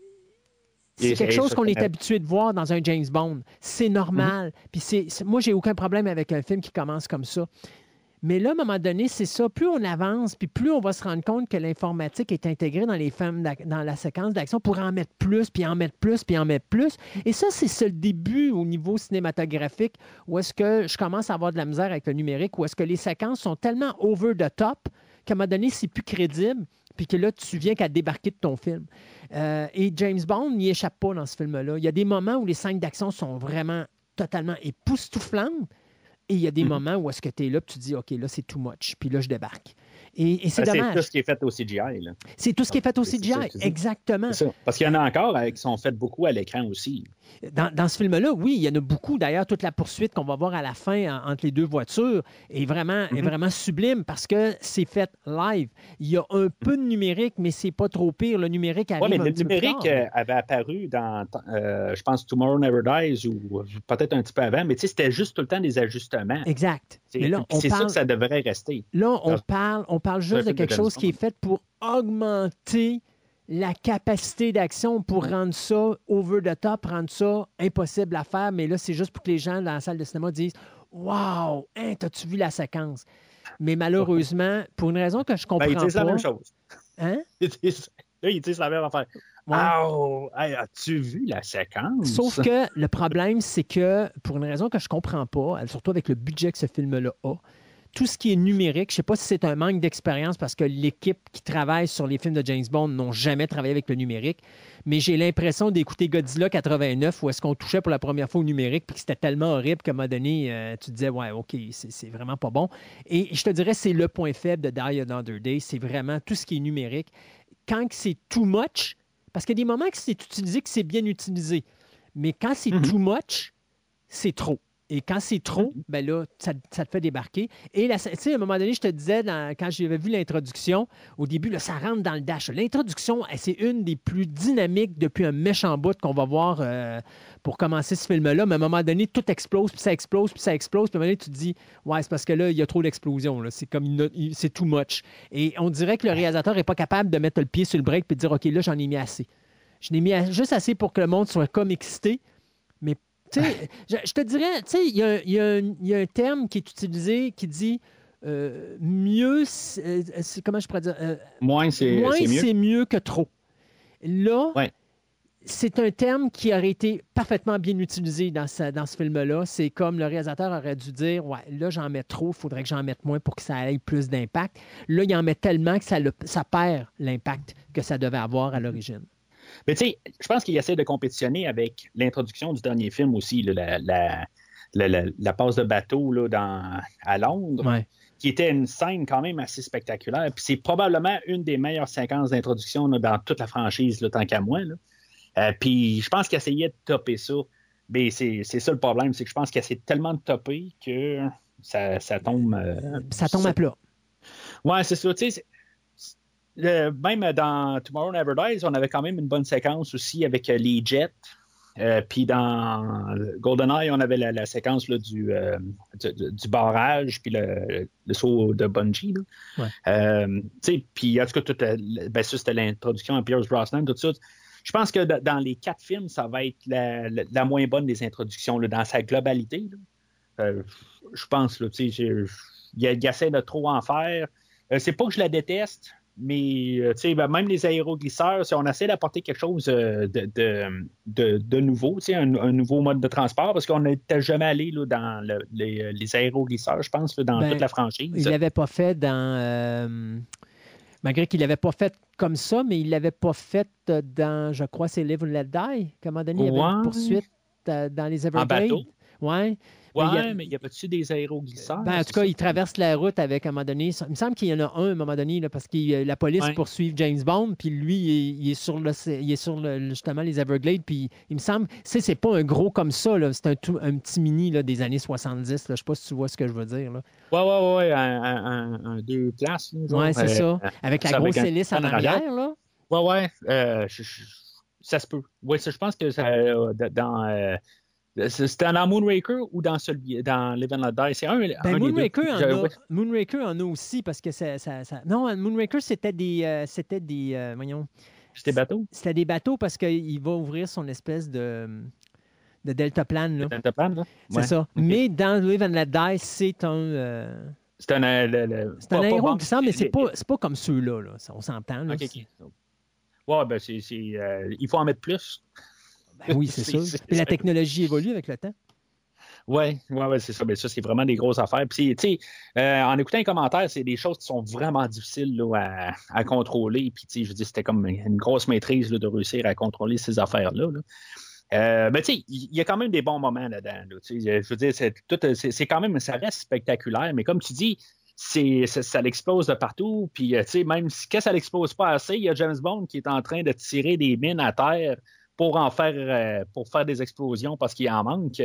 c'est quelque chose qu'on est habitué de voir dans un James Bond. C'est normal. Mm-hmm. Puis c'est, c'est, moi, j'ai aucun problème avec un film qui commence comme ça. Mais là, à un moment donné, c'est ça. Plus on avance, puis plus on va se rendre compte que l'informatique est intégrée dans les films, dans la séquence d'action pour en mettre plus, puis en mettre plus, puis en mettre plus. Et ça, c'est ça le début au niveau cinématographique où est-ce que je commence à avoir de la misère avec le numérique, où est-ce que les séquences sont tellement over the top qu'à un moment donné, c'est plus crédible, puis que là, tu viens qu'à débarquer de ton film. Euh, et James Bond n'y échappe pas dans ce film-là. Il y a des moments où les scènes d'action sont vraiment totalement époustouflantes. Et il y a des mm-hmm. moments où est-ce que tu es là et tu dis, OK, là, c'est too much. Puis là, je débarque. Et, et c'est ben, dommage. C'est tout ce qui est fait au C G I. Là. C'est tout ce qui est fait au C G I, exactement. C'est ça. Parce qu'il y en a encore qui sont faits beaucoup à l'écran aussi. Dans, dans ce film-là, oui, il y en a beaucoup. D'ailleurs, toute la poursuite qu'on va voir à la fin en, entre les deux voitures est vraiment, mm-hmm. est vraiment sublime parce que c'est fait live. Il y a un peu de numérique, mais c'est pas trop pire. Le numérique arrive ouais, mais un le petit numérique peu plus tard. avait apparu dans, euh, je pense, Tomorrow Never Dies ou peut-être un petit peu avant, mais tu sais, c'était juste tout le temps des ajustements. Exact. Mais là, on c'est parle... ça que ça devrait rester. Là, on, Alors, parle, on parle juste de quelque chose qui est fait pour augmenter la capacité d'action pour rendre ça over the top, rendre ça impossible à faire. Mais là, c'est juste pour que les gens dans la salle de cinéma disent « Wow! Hein, t'as-tu vu la séquence? » Mais malheureusement, pour une raison que je comprends ben, ils disent pas... la même chose. Hein? Ils disent, là, ils disent la même affaire. Ouais. Oh, hey, as-tu vu la séquence? Sauf que le problème, c'est que, pour une raison que je comprends pas, surtout avec le budget que ce film-là a, tout ce qui est numérique, je ne sais pas si c'est un manque d'expérience parce que l'équipe qui travaille sur les films de James Bond n'ont jamais travaillé avec le numérique, mais j'ai l'impression d'écouter Godzilla quatre-vingt-neuf où est-ce qu'on touchait pour la première fois au numérique puis que c'était tellement horrible qu'à un moment donné, euh, tu te disais « Ouais, OK, c'est, c'est vraiment pas bon. » Et je te dirais c'est le point faible de Die Another Day, c'est vraiment tout ce qui est numérique. Quand c'est too much, parce qu'il y a des moments que c'est utilisé, que c'est bien utilisé, mais quand c'est mm-hmm. too much, c'est trop. Et quand c'est trop, ben là, ça, ça te fait débarquer. Et tu sais, à un moment donné, je te disais, dans, quand j'avais vu l'introduction, au début, là, ça rentre dans le dash. L'introduction, c'est une des plus dynamiques depuis un méchant bout qu'on va voir euh, pour commencer ce film-là. Mais à un moment donné, tout explose, puis ça explose, puis ça explose. Puis à un moment donné, tu te dis, ouais, c'est parce que là, il y a trop d'explosions. Là. C'est comme, c'est too much. Et on dirait que le réalisateur n'est pas capable de mettre le pied sur le break et de dire, OK, là, j'en ai mis assez. Je n'ai mis juste assez pour que le monde soit comme excité, mais je, je te dirais, tu sais, il y, y, y a un terme qui est utilisé qui dit euh, mieux, c'est, c'est, comment je pourrais dire? Euh, moins, c'est, moins c'est, mieux. c'est mieux que trop. Là, ouais. c'est un terme qui aurait été parfaitement bien utilisé dans ce, dans ce film-là. C'est comme le réalisateur aurait dû dire « Ouais, là, j'en mets trop, il faudrait que j'en mette moins pour que ça ait plus d'impact. » Là, il en met tellement que ça, le, ça perd l'impact que ça devait avoir à l'origine. Mais tu sais, je pense qu'il essaie de compétitionner avec l'introduction du dernier film aussi, là, la, la, la, la, la passe de bateau là, dans, à Londres, ouais. qui était une scène quand même assez spectaculaire. Puis c'est probablement une des meilleures séquences d'introduction là, dans toute la franchise, là, tant qu'à moi. Là. Euh, puis je pense qu'il essayait de topper ça. Mais c'est, c'est ça le problème, c'est que je pense qu'il essaie tellement de topper que ça, ça tombe... Euh, ça tombe ça... à plat. Ouais, c'est ça. Tu sais, Euh, même dans Tomorrow Never Dies, on avait quand même une bonne séquence aussi avec euh, les jets. Euh, puis dans GoldenEye, on avait la, la séquence là, du, euh, du, du barrage, puis le, le saut de bungee. Ouais. Euh, puis en tout cas, tout, ben, ça, c'était l'introduction à Pierce Brosnan, tout ça. Je pense que d- dans les quatre films, ça va être la, la, la moins bonne des introductions, là, dans sa globalité. Euh, je pense, là, tu sais, il essaie de trop en faire. Euh, c'est pas que je la déteste, mais euh, ben, même les aéroglisseurs, si on essaie d'apporter quelque chose de, de, de, de nouveau, un, un nouveau mode de transport, parce qu'on n'était jamais allé là, dans le, les, les aéroglisseurs, je pense, là, dans ben, toute la franchise. Il l'avait pas fait dans... Euh, malgré qu'il l'avait pas fait comme ça, mais il l'avait pas fait dans, je crois, c'est Live and Let Die. À un moment donné, il y avait ouais. une poursuite euh, dans les Everglades. En bateau. Ouais. Ouais, mais il y, a... mais y avait-tu des aéroglisseurs? Ben, en tout cas, ça? il traverse la route avec, à un moment donné... Il me semble qu'il y en a un, à un moment donné, là, parce que la police ouais. poursuit James Bond, puis lui, il est, il est sur, le, il est sur le, justement les Everglades, puis il me semble... C'est, c'est pas un gros comme ça, là, c'est un, tout, un petit mini là, des années soixante-dix. Là, je sais pas si tu vois ce que je veux dire. Là. Ouais, ouais, ouais, un, un, un deux places. Là, ouais, c'est euh, ça. Avec la grosse hélice en arrière, arrière, là. Ouais, ouais. Euh, je, je, ça se peut. Oui, je pense que ça, euh, dans... Euh, C'était dans Moonraker ou dans, celui, dans Live and Let Die? C'est un, ben, un Moonraker, des en deux. a, Moonraker en a aussi parce que ça... ça, ça... Non, Moonraker, c'était des... Euh, c'était des euh, voyons... C'était des bateaux? C'était des bateaux parce qu'il va ouvrir son espèce de, de deltaplane. Là. Deltaplane, là? C'est ouais. ça. Okay. Mais dans Live and Let Die, c'est un... Euh... C'est un, euh, le, le... C'est un aéroglissant, mais c'est pas, c'est pas comme ceux-là. Là. On s'entend. Là. OK, OK. Ouais, ben c'est... c'est euh, il faut en mettre plus. Ben oui, c'est, c'est sûr. Et la technologie évolue avec le temps. Oui, ouais, ouais, c'est ça. Mais ça, c'est vraiment des grosses affaires. Puis, tu sais, euh, en écoutant les commentaires, c'est des choses qui sont vraiment difficiles là, à, à contrôler. Puis, tu sais, je dis, c'était comme une grosse maîtrise là, de réussir à contrôler ces affaires-là. Là. Euh, mais tu sais, il y a quand même des bons moments là-dedans. Là, je veux dire, c'est, tout, c'est, c'est quand même, ça reste spectaculaire. Mais comme tu dis, c'est, ça, ça l'explose de partout. Puis, tu sais, même si que ça l'explose pas assez, il y a James Bond qui est en train de tirer des mines à terre pour en faire, euh, pour faire des explosions parce qu'il en manque.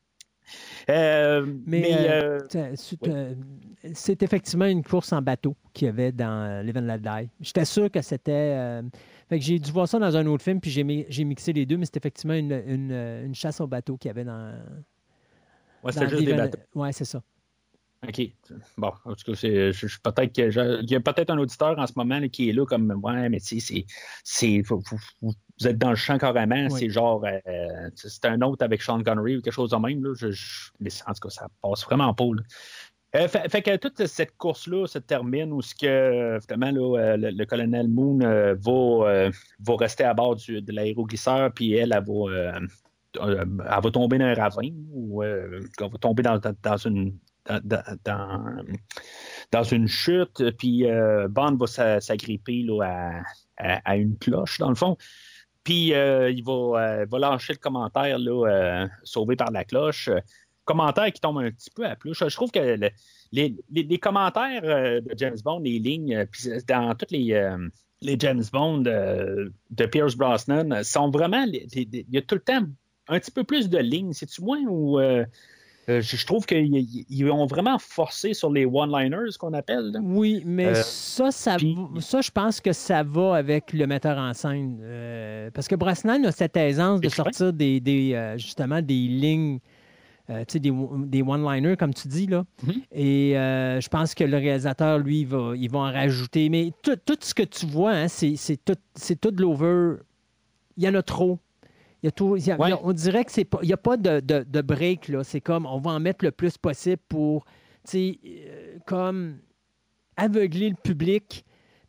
Euh, mais mais euh, euh, c'est, oui. euh, c'est effectivement une course en bateau qu'il y avait dans euh, Live and Let Die. J'étais sûr que c'était... Euh, fait que j'ai dû voir ça dans un autre film, puis j'ai, j'ai mixé les deux, mais c'était effectivement une, une, une chasse au bateau qu'il y avait dans... Ouais, c'était dans juste Live des bateaux. Oui, c'est ça. OK. Bon, en tout cas, c'est, je, je, peut-être que je, il y a peut-être un auditeur en ce moment là, qui est là comme ouais, mais tu sais, c'est, c'est vous, vous, vous êtes dans le champ carrément, oui. C'est genre euh, c'est un autre avec Sean Connery ou quelque chose de même. Là, je, je, mais en tout cas, ça passe vraiment pas. Là. Euh, fait, fait que toute cette course-là se termine où ce que finalement là, le, le colonel Moon euh, va, euh, va rester à bord du, de l'aéroglisseur, puis elle, elle va, euh, elle va tomber dans un ravin ou euh, elle va tomber dans, dans, dans une Dans, dans, dans une chute, puis euh, Bond va s'agripper là, à, à, à une cloche, dans le fond. Puis euh, il va, euh, va lâcher le commentaire là, euh, sauvé par la cloche. Commentaire qui tombe un petit peu à plus. Je, je trouve que le, les, les, les commentaires euh, de James Bond, les lignes, puis dans toutes les, euh, les James Bond euh, de Pierce Brosnan, sont vraiment. Il y a tout le temps un petit peu plus de lignes. C'est-tu moins ou. Euh, Euh, je, je trouve qu'ils ont vraiment forcé sur les one-liners, qu'on appelle. Là. Oui, mais euh, ça, ça, puis... ça, je pense que ça va avec le metteur en scène. Euh, parce que Brosnan a cette aisance de sortir des, des, euh, justement des lignes, euh, tu sais, des, des one-liners, comme tu dis. Là. Mm-hmm. Et euh, je pense que le réalisateur, lui, il va, il va en rajouter. Mais tout, tout ce que tu vois, hein, c'est, c'est, tout, c'est tout de l'over. Il y en a trop. Il y a tout, il y a, ouais. il y a, on dirait que c'est pas, il n'y a pas de, de, de break, là. C'est comme, on va en mettre le plus possible pour, tu sais, euh, comme aveugler le public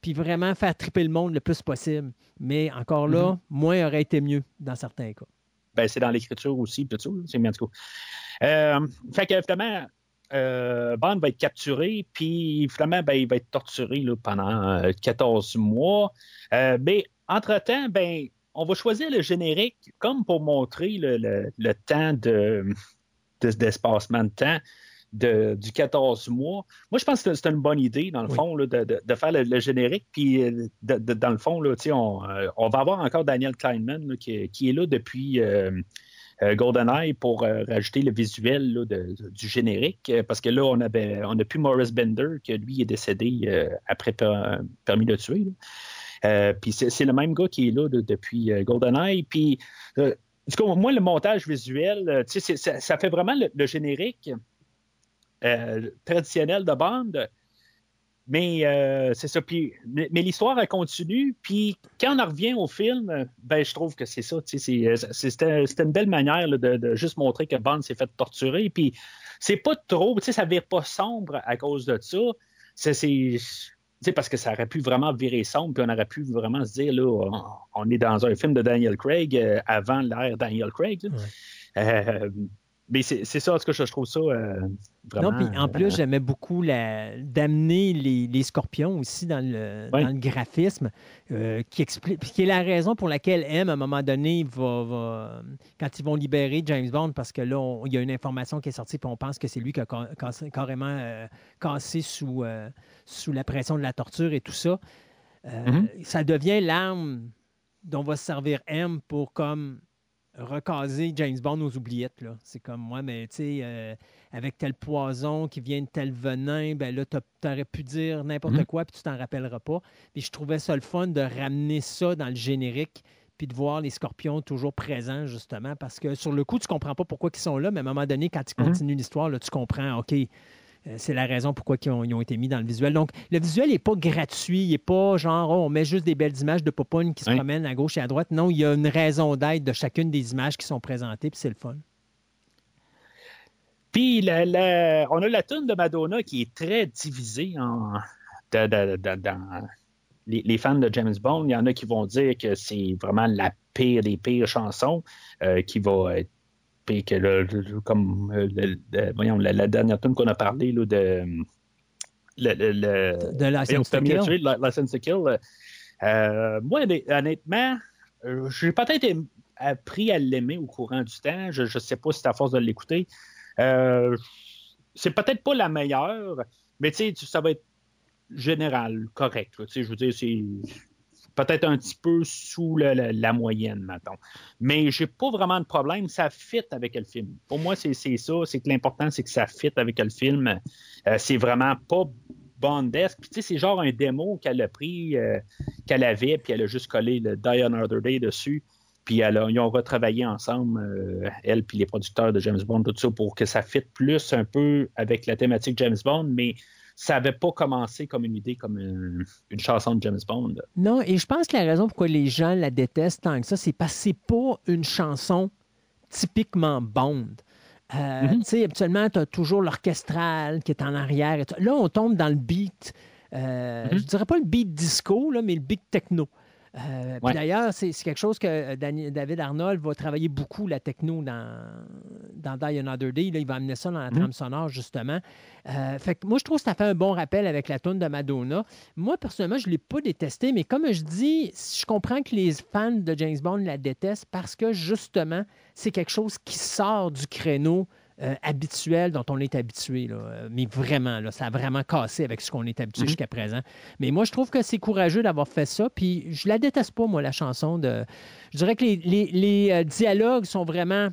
puis vraiment faire triper le monde le plus possible. Mais encore là, mm-hmm. moins aurait été mieux dans certains cas. Ben, c'est dans l'écriture aussi, tout ça. C'est bien, en tout cas. Euh, fait que, finalement, euh, Bond va être capturé, puis finalement, ben, il va être torturé là, pendant euh, quatorze mois. Euh, mais, entre-temps, ben, on va choisir le générique comme pour montrer le, le, le temps de, de, d'espacement de temps de, du quatorze mois. Moi, je pense que c'est une bonne idée, dans le oui. fond, là, de, de, de faire le, le générique. Puis, de, de, dans le fond, là, on, euh, on va avoir encore Daniel Kleinman là, qui, qui est là depuis euh, euh, GoldenEye pour euh, rajouter le visuel là, de, de, du générique. Parce que là, on avait, on n'a plus Maurice Bender, que lui est décédé euh, après per, Permis de tuer. Euh, puis, c'est, c'est le même gars qui est là de, depuis euh, GoldenEye. Puis, euh, du coup, moi, le montage visuel, euh, c'est, ça, ça fait vraiment le, le générique Euh, traditionnel de Bond, mais euh, c'est ça. Puis, mais, mais l'histoire elle continue. Puis quand on en revient au film, ben je trouve que c'est ça. C'est, c'est, c'était, c'était une belle manière là, de, de juste montrer que Bond s'est fait torturer. Puis c'est pas trop, tu sais, ça vire pas sombre à cause de ça. C'est, c'est c'est parce que ça aurait pu vraiment virer sombre, puis on aurait pu vraiment se dire là, on, on est dans un film de Daniel Craig euh, avant l'ère Daniel Craig. Ouais. Euh, Mais c'est, c'est ça, en tout cas, je trouve ça euh, vraiment... Non, puis en plus, euh, j'aimais beaucoup la, d'amener les, les scorpions aussi dans le, oui. dans le graphisme, euh, qui explique, qui est la raison pour laquelle M, à un moment donné, va, va quand ils vont libérer James Bond, parce que là, on, il y a une information qui est sortie, puis on pense que c'est lui qui a cassé, carrément euh, cassé sous, euh, sous la pression de la torture et tout ça. Euh, mm-hmm. Ça devient l'arme dont va se servir M pour comme... recaser James Bond aux oubliettes. Là. C'est comme moi, mais tu sais, euh, avec tel poison qui vient de tel venin, ben là, tu aurais pu dire n'importe mm-hmm. quoi, puis tu t'en rappelleras pas. Puis je trouvais ça le fun de ramener ça dans le générique, puis de voir les scorpions toujours présents, justement, parce que sur le coup, tu comprends pas pourquoi ils sont là, mais à un moment donné, quand ils mm-hmm. continuent l'histoire, là, tu comprends, OK, c'est la raison pourquoi ils ont, ils ont été mis dans le visuel. Donc, le visuel n'est pas gratuit. Il n'est pas genre, oh, on met juste des belles images de popounes qui se oui. promènent à gauche et à droite. Non, il y a une raison d'être de chacune des images qui sont présentées, puis c'est le fun. Puis, la, la, on a la tune de Madonna qui est très divisée en, de, de, de, dans les, les fans de James Bond. Il y en a qui vont dire que c'est vraiment la pire des pires chansons euh, qui va être puis que le, le, comme le, le, voyons, la, la dernière tune qu'on a parlé là, de le, le, le, de License to Kill. Tuer, la, License to Kill. Euh, moi, honnêtement, euh, j'ai peut-être appris à l'aimer au courant du temps. Je ne sais pas si c'est à force de l'écouter. Euh, c'est peut-être pas la meilleure, mais tu sais, ça va être général, correct. Tu sais, je veux dire, c'est peut-être un petit peu sous le, le, la moyenne, mettons. Mais j'ai pas vraiment de problème. Ça fit avec le film. Pour moi, c'est, c'est ça. C'est que l'important, c'est que ça fit avec le film. Euh, c'est vraiment pas Bondesque. Puis, tu sais, c'est genre un démo qu'elle a pris, euh, qu'elle avait, puis elle a juste collé le Die Another Day dessus. Puis, elle a, ils ont retravaillé ensemble, euh, elle puis les producteurs de James Bond, tout ça, pour que ça fit plus un peu avec la thématique James Bond, mais ça n'avait pas commencé comme une idée, comme une, une chanson de James Bond. Non, et je pense que la raison pourquoi les gens la détestent tant que ça, c'est parce que c'est pas une chanson typiquement Bond. Euh, mm-hmm. Tu sais, habituellement, tu as toujours l'orchestral qui est en arrière. Et là, on tombe dans le beat, euh, mm-hmm. je dirais pas le beat disco, là, mais le beat techno. Euh, puis ouais. D'ailleurs, c'est, c'est quelque chose que David Arnold va travailler beaucoup, la techno, dans, dans Die Another Day. Là, il va amener ça dans la trame mm. sonore, justement. Euh, fait que moi, je trouve que ça fait un bon rappel avec la tune de Madonna. Moi, personnellement, je ne l'ai pas détesté, mais comme je dis, je comprends que les fans de James Bond la détestent parce que, justement, c'est quelque chose qui sort du créneau Euh, habituel dont on est habitué. Là. Mais vraiment, là, ça a vraiment cassé avec ce qu'on est habitué mm-hmm. jusqu'à présent. Mais moi, je trouve que c'est courageux d'avoir fait ça. Puis je la déteste pas, moi, la chanson. de. Je dirais que les, les, les euh, dialogues sont vraiment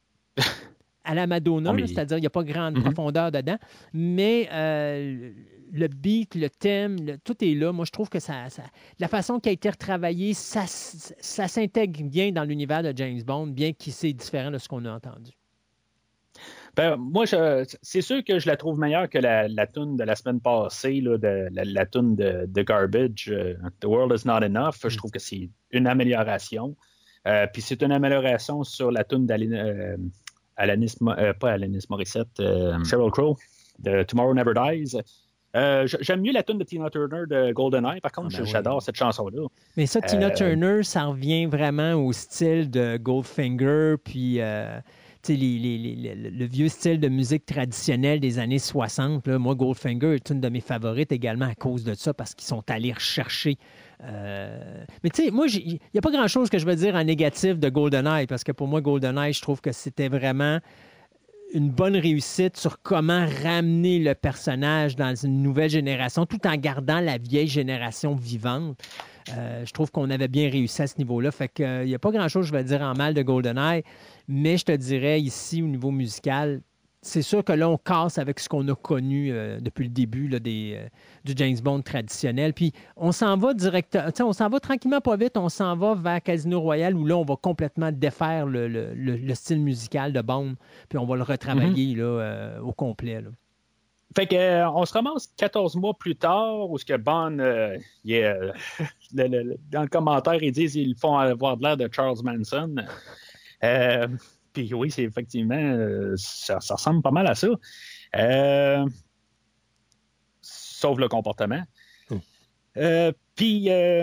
à la Madonna, oh, mais... là, c'est-à-dire qu'il n'y a pas grande mm-hmm. profondeur dedans. Mais euh, le beat, le thème, le, tout est là. Moi, je trouve que ça, ça la façon qui a été retravaillée, ça, ça s'intègre bien dans l'univers de James Bond, bien qu'il c'est différent de ce qu'on a entendu. Ben, moi, je, c'est sûr que je la trouve meilleure que la, la toune de la semaine passée, là, de, la, la toune de, de Garbage, uh, The World Is Not Enough. Mm. Je trouve que c'est une amélioration. Euh, puis c'est une amélioration sur la toune d'Alanis, euh, Alanis, euh, pas Alanis Morissette, euh, mm. Sheryl Crow, de Tomorrow Never Dies. Euh, j'aime mieux la tune de Tina Turner de GoldenEye. Par contre, ah ben j'adore oui. cette chanson-là. Mais ça, Tina euh... Turner, ça revient vraiment au style de Goldfinger, puis euh, les, les, les, le, le vieux style de musique traditionnelle des années soixante. Là. Moi, Goldfinger est une de mes favorites également à cause de ça, parce qu'ils sont allés rechercher. Euh... Mais tu sais, moi, il n'y a pas grand-chose que je veux dire en négatif de GoldenEye, parce que pour moi, GoldenEye, je trouve que c'était vraiment une bonne réussite sur comment ramener le personnage dans une nouvelle génération tout en gardant la vieille génération vivante. Euh, je trouve qu'on avait bien réussi à ce niveau-là. Fait qu'il n'y euh, a pas grand-chose, je vais dire, en mal de GoldenEye, mais je te dirais ici, au niveau musical, c'est sûr que là, on casse avec ce qu'on a connu euh, depuis le début là, des, euh, du James Bond traditionnel. Puis on s'en va direct, on s'en va tranquillement, pas vite, on s'en va vers Casino Royale où là, on va complètement défaire le, le, le, le style musical de Bond, puis on va le retravailler mm-hmm. là, euh, au complet. Là. Fait que euh, on se ramasse quatorze mois plus tard où ce que Bond, euh, yeah, le, le, le, dans le commentaire, ils disent qu'ils font avoir de l'air de Charles Manson. Euh, Puis oui, c'est effectivement, euh, ça, ça ressemble pas mal à ça. Euh, sauf le comportement. Mm. Euh, puis, euh,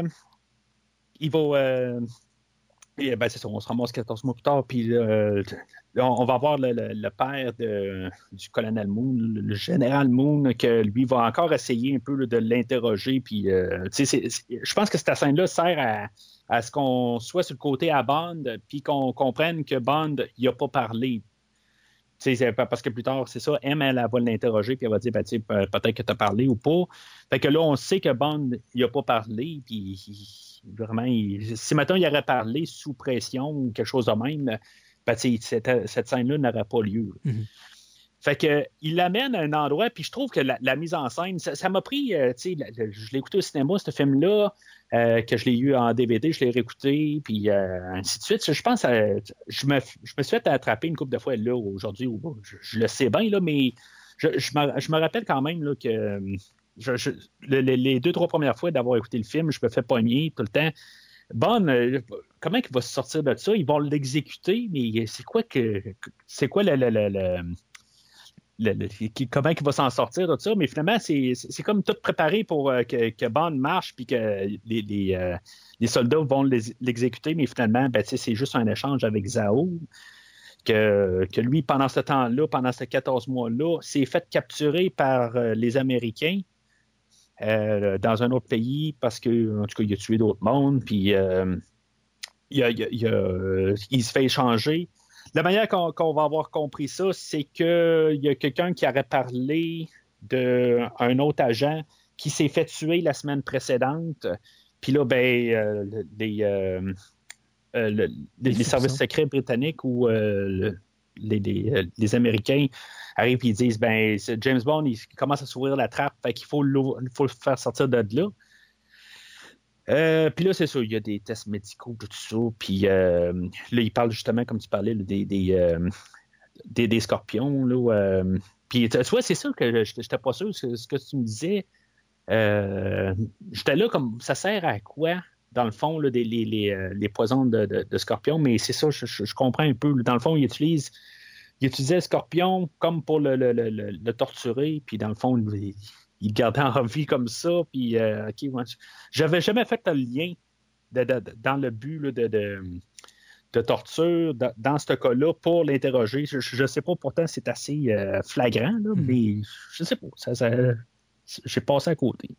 il va... Euh, et, ben, c'est ça, on se ramasse quatorze mois plus tard, puis euh, on, on va voir le, le, le père de, du colonel Moon, le, le général Moon, que lui va encore essayer un peu là, de l'interroger. Puis, euh, c'est, c'est, je pense que cette scène-là sert à... à ce qu'on soit sur le côté à Bond, puis qu'on comprenne que Bond, il n'a pas parlé. C'est parce que plus tard, c'est ça, M, elle, elle va l'interroger, puis elle va dire, ben, peut-être que tu as parlé ou pas. Fait que là, on sait que Bond, il n'a pas parlé, puis il, vraiment, il, si maintenant il aurait parlé sous pression ou quelque chose de même, ben, cette, cette scène-là n'aurait pas lieu. Mm-hmm. Fait que il l'amène à un endroit, puis je trouve que la, la mise en scène, ça, ça m'a pris, euh, tu sais, je l'ai écouté au cinéma, ce film-là, euh, que je l'ai eu en D V D, je l'ai réécouté, puis euh, ainsi de suite. Je pense, euh, je, me, je me suis fait attraper une couple de fois là, aujourd'hui, je, je le sais bien, là, mais je, je, me, je me rappelle quand même là, que je, je, le, les deux, trois premières fois d'avoir écouté le film, je me fais pogner tout le temps. Bon, euh, comment il va se sortir de ça? Ils vont l'exécuter, mais c'est quoi que c'est quoi le, le, le, le Le, le, comment il va s'en sortir de ça, mais finalement, c'est, c'est, c'est comme tout préparé pour euh, que, que Bond marche puis que les, les, euh, les soldats vont les, l'exécuter, mais finalement, ben, c'est juste un échange avec Zhao, que, que lui, pendant ce temps-là, pendant ces quatorze mois-là, s'est fait capturer par euh, les Américains euh, dans un autre pays parce que, en tout cas, il a tué d'autres mondes, puis euh, il, a, il, a, il, a, il se fait échanger. La manière qu'on, qu'on va avoir compris ça, c'est qu'il y a quelqu'un qui aurait parlé d'un autre agent qui s'est fait tuer la semaine précédente. Puis là, ben, euh, les, euh, euh, le, les, les services secrets britanniques ou euh, le, les, les, les Américains arrivent et ils disent, ben, c'est James Bond, il commence à s'ouvrir la trappe, fait qu'il faut, il faut le faire sortir de là. Euh, puis là, c'est ça, il y a des tests médicaux, tout ça. Puis euh, là, il parle justement, comme tu parlais, là, des, des, euh, des, des scorpions. Là, euh, puis tu vois, c'est ça que je n'étais pas sûr, ce, ce que tu me disais. Euh, j'étais là comme, ça sert à quoi, dans le fond, là, des, les, les, les poisons de, de, de scorpions? Mais c'est ça, je, je, je comprends un peu. Dans le fond, il utilise, il utilisait le scorpion comme pour le, le, le, le, le torturer. Puis dans le fond, il... il gardait en vie comme ça, puis euh, OK, ouais, j'avais jamais fait le lien de, de, de, dans le but là, de, de, de torture de, dans ce cas-là pour l'interroger. Je ne sais pas, pourtant c'est assez euh, flagrant, là, mm. mais je sais pas, ça, ça, j'ai passé à côté.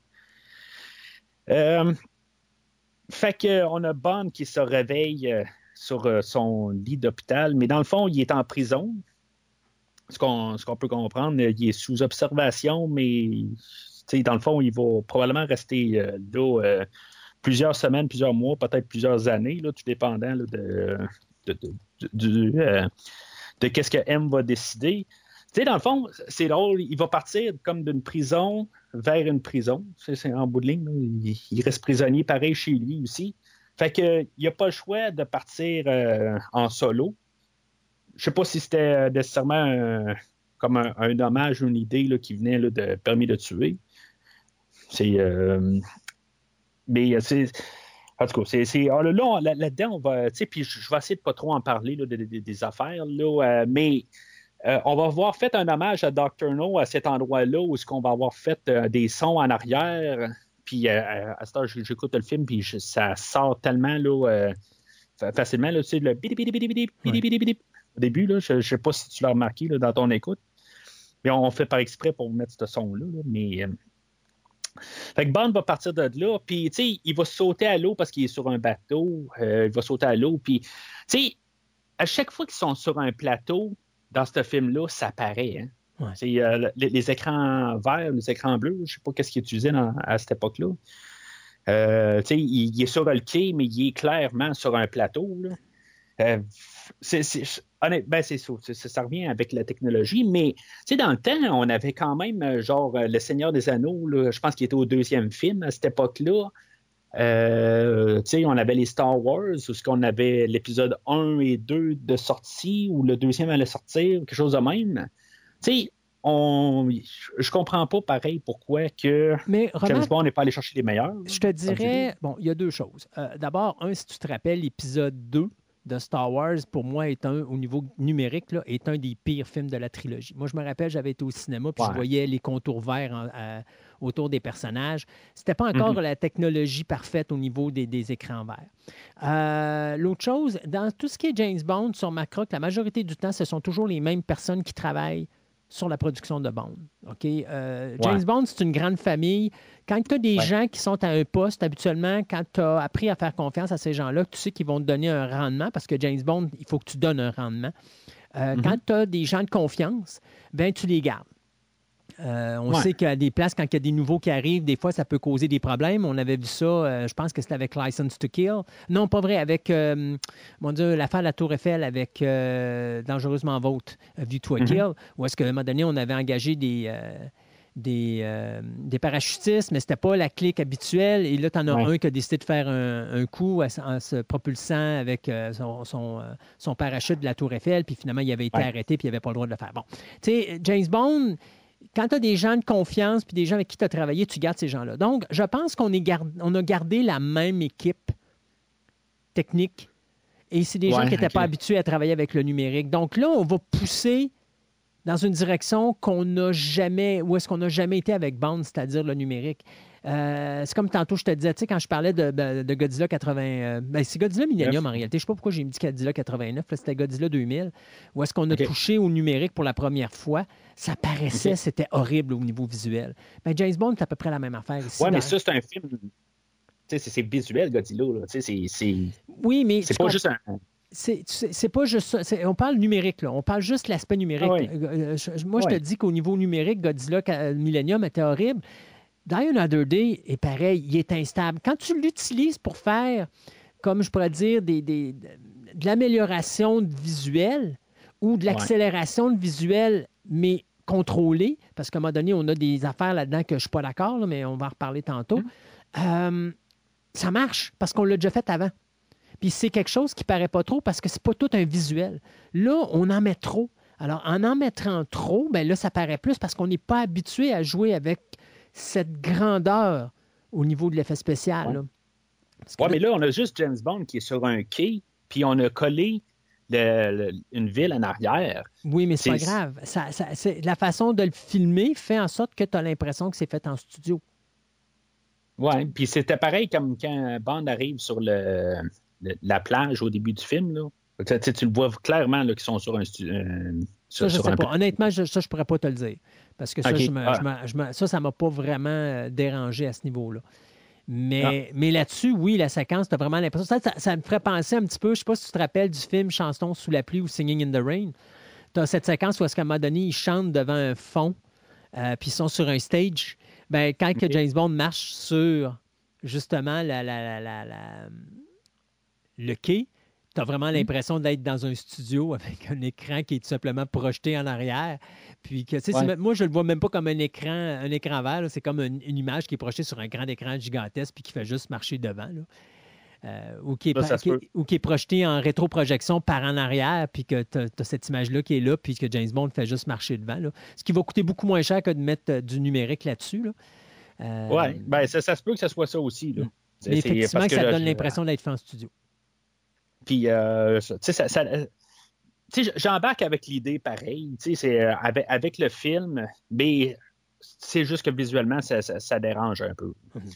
Euh, fait qu'on a Bond qui se réveille euh, sur euh, son lit d'hôpital, mais dans le fond, il est en prison. Ce qu'on, ce qu'on peut comprendre, il est sous observation, mais dans le fond, il va probablement rester euh, là euh, plusieurs semaines, plusieurs mois, peut-être plusieurs années, là, tout dépendant là, de, de, de, de, de, euh, de qu'est-ce que M va décider. T'sais, dans le fond, c'est drôle, il va partir comme d'une prison vers une prison. C'est, c'est en bout de ligne, il, il reste prisonnier pareil chez lui aussi. Fait qu'il n'a pas le choix de partir euh, en solo. Je ne sais pas si c'était nécessairement un, comme un, un hommage ou une idée là, qui venait là, de permis de tuer. C'est. Euh, mais c'est. En tout cas, c'est. c'est alors là, on, là, là-dedans, on va. Tu sais, puis je vais essayer de pas trop en parler là, des, des, des affaires, là, euh, mais Euh, on va avoir fait un hommage à docteur No à cet endroit-là où est-ce qu'on va avoir fait euh, des sons en arrière. Puis euh, à cette heure, j'écoute le film, puis je, ça sort tellement là, euh, facilement. Là, tu sais, le bidi bidi bidi bidi bidi bidi bidi. Au début, là, je ne sais pas si tu l'as remarqué là, dans ton écoute. Mais on fait par exprès pour mettre ce son-là. Là, mais. Euh... Fait que Bond va partir de là, puis tu sais, il va sauter à l'eau parce qu'il est sur un bateau. Euh, il va sauter à l'eau, puis tu sais, à chaque fois qu'ils sont sur un plateau, dans ce film-là, ça paraît. Hein? Ouais. C'est, euh, les, les écrans verts, les écrans bleus, je ne sais pas qu'est-ce qu'ils utilisaient dans, à cette époque-là. Euh, il, il est sur le quai, mais il est clairement sur un plateau. Là. Euh, c'est, c'est, honnêtement, ben c'est ça, c'est, ça revient avec la technologie, mais dans le temps, on avait quand même genre Le Seigneur des Anneaux, là, je pense qu'il était au deuxième film à cette époque-là. Euh, on avait les Star Wars, où on avait l'épisode un et deux de sortie, ou le deuxième allait sortir, quelque chose de même. T'sais, on, je comprends pas pareil pourquoi que Mais, James remarque, Bond n'est pas allé chercher les meilleurs. Je te dirais, bon, il y a deux choses. Euh, d'abord, un, si tu te rappelles, l'épisode deux de Star Wars, pour moi, est un, au niveau numérique, là, est un des pires films de la trilogie. Moi, je me rappelle, j'avais été au cinéma, puis ouais. je voyais les contours verts en, à, autour des personnages. C'était pas encore mm-hmm. la technologie parfaite au niveau des, des écrans verts. Euh, l'autre chose, dans tout ce qui est James Bond, sur Macroc, la majorité du temps, ce sont toujours les mêmes personnes qui travaillent sur la production de Bond. Okay? Euh, James ouais. Bond, c'est une grande famille. Quand tu as des ouais. gens qui sont à un poste, habituellement, quand tu as appris à faire confiance à ces gens-là, tu sais qu'ils vont te donner un rendement, parce que James Bond, il faut que tu donnes un rendement. Euh, mm-hmm. Quand tu as des gens de confiance, ben tu les gardes. Euh, on ouais. sait qu'à des places, quand il y a des nouveaux qui arrivent, des fois, ça peut causer des problèmes. On avait vu ça, euh, je pense que c'était avec License to Kill. Non, pas vrai, avec, euh, mon Dieu, l'affaire de la Tour Eiffel avec euh, Dangereusement Vôtre, View to a mm-hmm. Kill, où est-ce qu'à un moment donné, on avait engagé des, euh, des, euh, des parachutistes, mais c'était pas la clique habituelle. Et là, tu en as ouais. un qui a décidé de faire un, un coup en se propulsant avec euh, son, son, euh, son parachute de la Tour Eiffel, puis finalement, il avait été ouais. arrêté, puis il n'avait pas le droit de le faire. Bon, tu sais, James Bond... Quand tu as des gens de confiance puis des gens avec qui tu as travaillé, tu gardes ces gens-là. Donc, je pense qu'on est gard... on a gardé la même équipe technique et c'est des ouais, gens qui n'étaient okay. pas habitués à travailler avec le numérique. Donc là, on va pousser dans une direction qu'on n'a jamais, où est-ce qu'on n'a jamais été avec Bond, c'est-à-dire le numérique. Euh, c'est comme tantôt, je te disais, tu sais, quand je parlais de, de, de Godzilla quatre-vingts... Euh, ben, c'est Godzilla Millennium, en réalité. Je ne sais pas pourquoi j'ai dit Godzilla quatre-vingt-neuf. Là, c'était Godzilla deux mille. Où est-ce qu'on a okay. touché au numérique pour la première fois? Ça paraissait, okay. c'était horrible au niveau visuel. Ben, James Bond, c'est à peu près la même affaire ici. Oui, mais ça, c'est un film... Tu sais, c'est, c'est visuel, Godzilla. Là. Tu sais, c'est, c'est... Oui, mais... C'est pas comp... juste un... C'est, c'est, c'est pas juste ça. C'est, on parle numérique, là. On parle juste de l'aspect numérique. Ah oui. euh, je, moi, oui. je te dis qu'au niveau numérique, Godzilla Millennium était horrible. Die Another Day est pareil, il est instable. Quand tu l'utilises pour faire, comme je pourrais dire, des, des, de l'amélioration visuelle ou de l'accélération de visuel, mais contrôlée, parce qu'à un moment donné, on a des affaires là-dedans que je ne suis pas d'accord, là, mais on va en reparler tantôt, mmh. euh, ça marche parce qu'on l'a déjà fait avant. Puis c'est quelque chose qui ne paraît pas trop parce que c'est pas tout un visuel. Là, on en met trop. Alors, en en mettant trop, bien là, ça paraît plus parce qu'on n'est pas habitué à jouer avec cette grandeur au niveau de l'effet spécial. Oui, ouais, là... mais là, on a juste James Bond qui est sur un quai, puis on a collé le, le, une ville en arrière. Oui, mais c'est, c'est... pas grave. Ça, ça, c'est... La façon de le filmer fait en sorte que tu as l'impression que c'est fait en studio. Oui, puis c'était pareil comme quand Bond arrive sur le, le, la plage au début du film. Là. Tu, tu, tu le vois clairement là, qu'ils sont sur un studio. Euh, ça, je ne sais pas. Honnêtement, je, ça, je ne pourrais pas te le dire. Parce que ça, okay. je me, ah. je me, je me, ça, ça ne m'a pas vraiment dérangé à ce niveau-là. Mais, mais là-dessus, oui, la séquence, tu as vraiment l'impression... Ça, ça, ça me ferait penser un petit peu, je ne sais pas si tu te rappelles du film Chanson sous la pluie ou Singing in the Rain. Tu as cette séquence où, à un moment donné, ils chantent devant un fond, euh, puis ils sont sur un stage. Ben, quand okay. que James Bond marche sur, justement, la, la, la, la, la, le quai, tu as vraiment l'impression d'être dans un studio avec un écran qui est tout simplement projeté en arrière. Puis que, ouais. c'est, moi, je le vois même pas comme un écran, un écran vert. Là. C'est comme une, une image qui est projetée sur un grand écran gigantesque puis qui fait juste marcher devant. Là. Euh, ou, qui est, ça, qui, ou qui est projeté en rétroprojection par en arrière, puis que tu as cette image-là qui est là, puis que James Bond fait juste marcher devant. Là. Ce qui va coûter beaucoup moins cher que de mettre euh, du numérique là-dessus. Là. Euh, oui, bien, ça, ça se peut que ce soit ça aussi. Là. C'est, mais effectivement, que, que ça te donne l'impression d'être fait en studio. Puis, euh, tu sais, ça, ça, tu sais, j'embarque avec l'idée pareil, tu sais, c'est euh, avec, avec le film, mais c'est juste que visuellement, ça, ça, ça dérange un peu. Mm-hmm.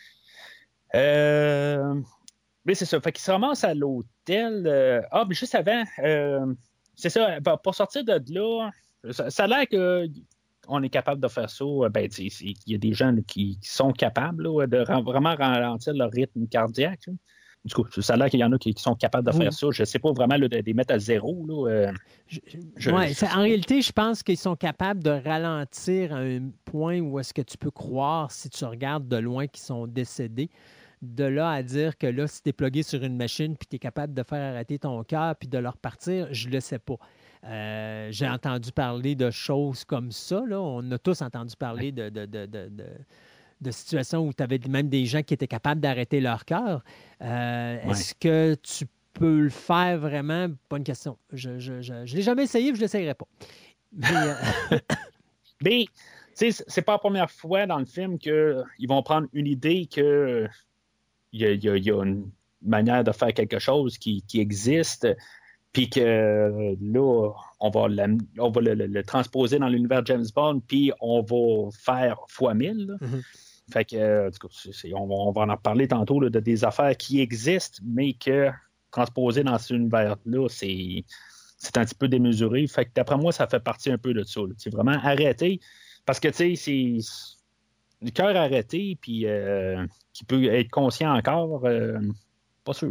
Euh, mais c'est ça, fait qu'il se ramasse à l'hôtel. Euh, ah, mais juste avant, euh, c'est ça, pour sortir de là, ça, ça a l'air qu'on est capable de faire ça. Ben, il y a des gens là, qui, qui sont capables là, de ra- vraiment ralentir leur rythme cardiaque. Là. Du coup, ça a l'air qu'il y en a qui, qui sont capables de oui. faire ça. Je ne sais pas vraiment là, de, de les mettre à zéro. Là, euh, je, je, ouais, je, en réalité, je pense qu'ils sont capables de ralentir à un point où est-ce que tu peux croire, si tu regardes de loin, qu'ils sont décédés. De là à dire que là, si tu es plugué sur une machine puis tu es capable de faire arrêter ton cœur puis de le repartir, je ne le sais pas. Euh, j'ai entendu parler de choses comme ça. Là. On a tous entendu parler de, de, de, de, de, de situations où tu avais même des gens qui étaient capables d'arrêter leur cœur. Euh, ouais. Est-ce que tu peux le faire vraiment? Bonne question. Je ne je, je, je l'ai jamais essayé et je ne l'essayerai pas. Mais, euh... Mais c'est pas la première fois dans le film qu'ils vont prendre une idée que il y, y, y a une manière de faire quelque chose qui, qui existe, puis que là, on va, la, on va le, le, le transposer dans l'univers de James Bond, puis on va faire fois mille. Mm-hmm. Fait que, du coup, c'est, c'est, on, va, on va en reparler tantôt là, de des affaires qui existent, mais que transposer dans cet univers-là, c'est, c'est un petit peu démesuré. Fait que d'après moi, ça fait partie un peu de ça. Là. C'est vraiment arrêter, parce que, tu sais, c'est... le cœur arrêté, puis euh, qui peut être conscient encore, euh, pas sûr.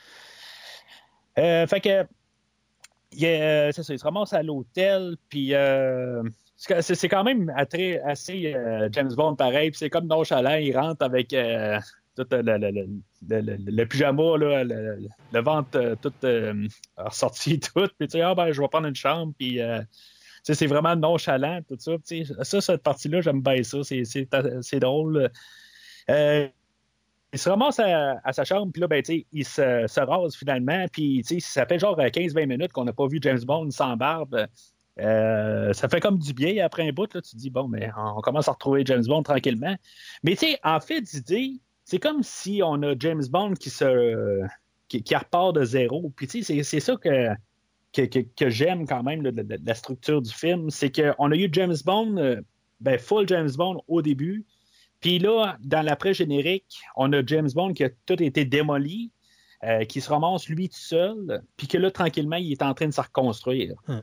Euh, fait que, il, euh, c'est ça, il se ramasse à l'hôtel, puis euh, c'est, c'est quand même assez, assez euh, James Bond pareil, puis c'est comme nonchalant, il rentre avec euh, tout le, le, le, le, le, le pyjama, là, le, le ventre tout euh, ressorti, tout, puis tu sais, ah ben, je vais prendre une chambre, puis... Euh, Tu sais, c'est vraiment nonchalant, tout ça. Tu sais, ça, cette partie-là, j'aime bien ça. C'est, c'est, c'est drôle. Euh, il se ramasse à, à sa chambre, puis là, ben, tu sais, il se, se rase finalement. Puis, tu sais, ça fait genre quinze vingt minutes qu'on n'a pas vu James Bond sans barbe. Euh, ça fait comme du bien après un bout. Là, tu te dis, bon, mais on commence à retrouver James Bond tranquillement. Mais, tu sais, en fait d'idée, c'est comme si on a James Bond qui se qui, qui repart de zéro. Puis, tu sais, c'est, c'est ça que. Que, que, que j'aime quand même là, de, de, de la structure du film, c'est qu'on a eu James Bond, euh, ben, full James Bond au début, puis là, dans l'après-générique, on a James Bond qui a tout été démoli, euh, qui se ramasse lui tout seul, puis que là, tranquillement, il est en train de se reconstruire. Hum.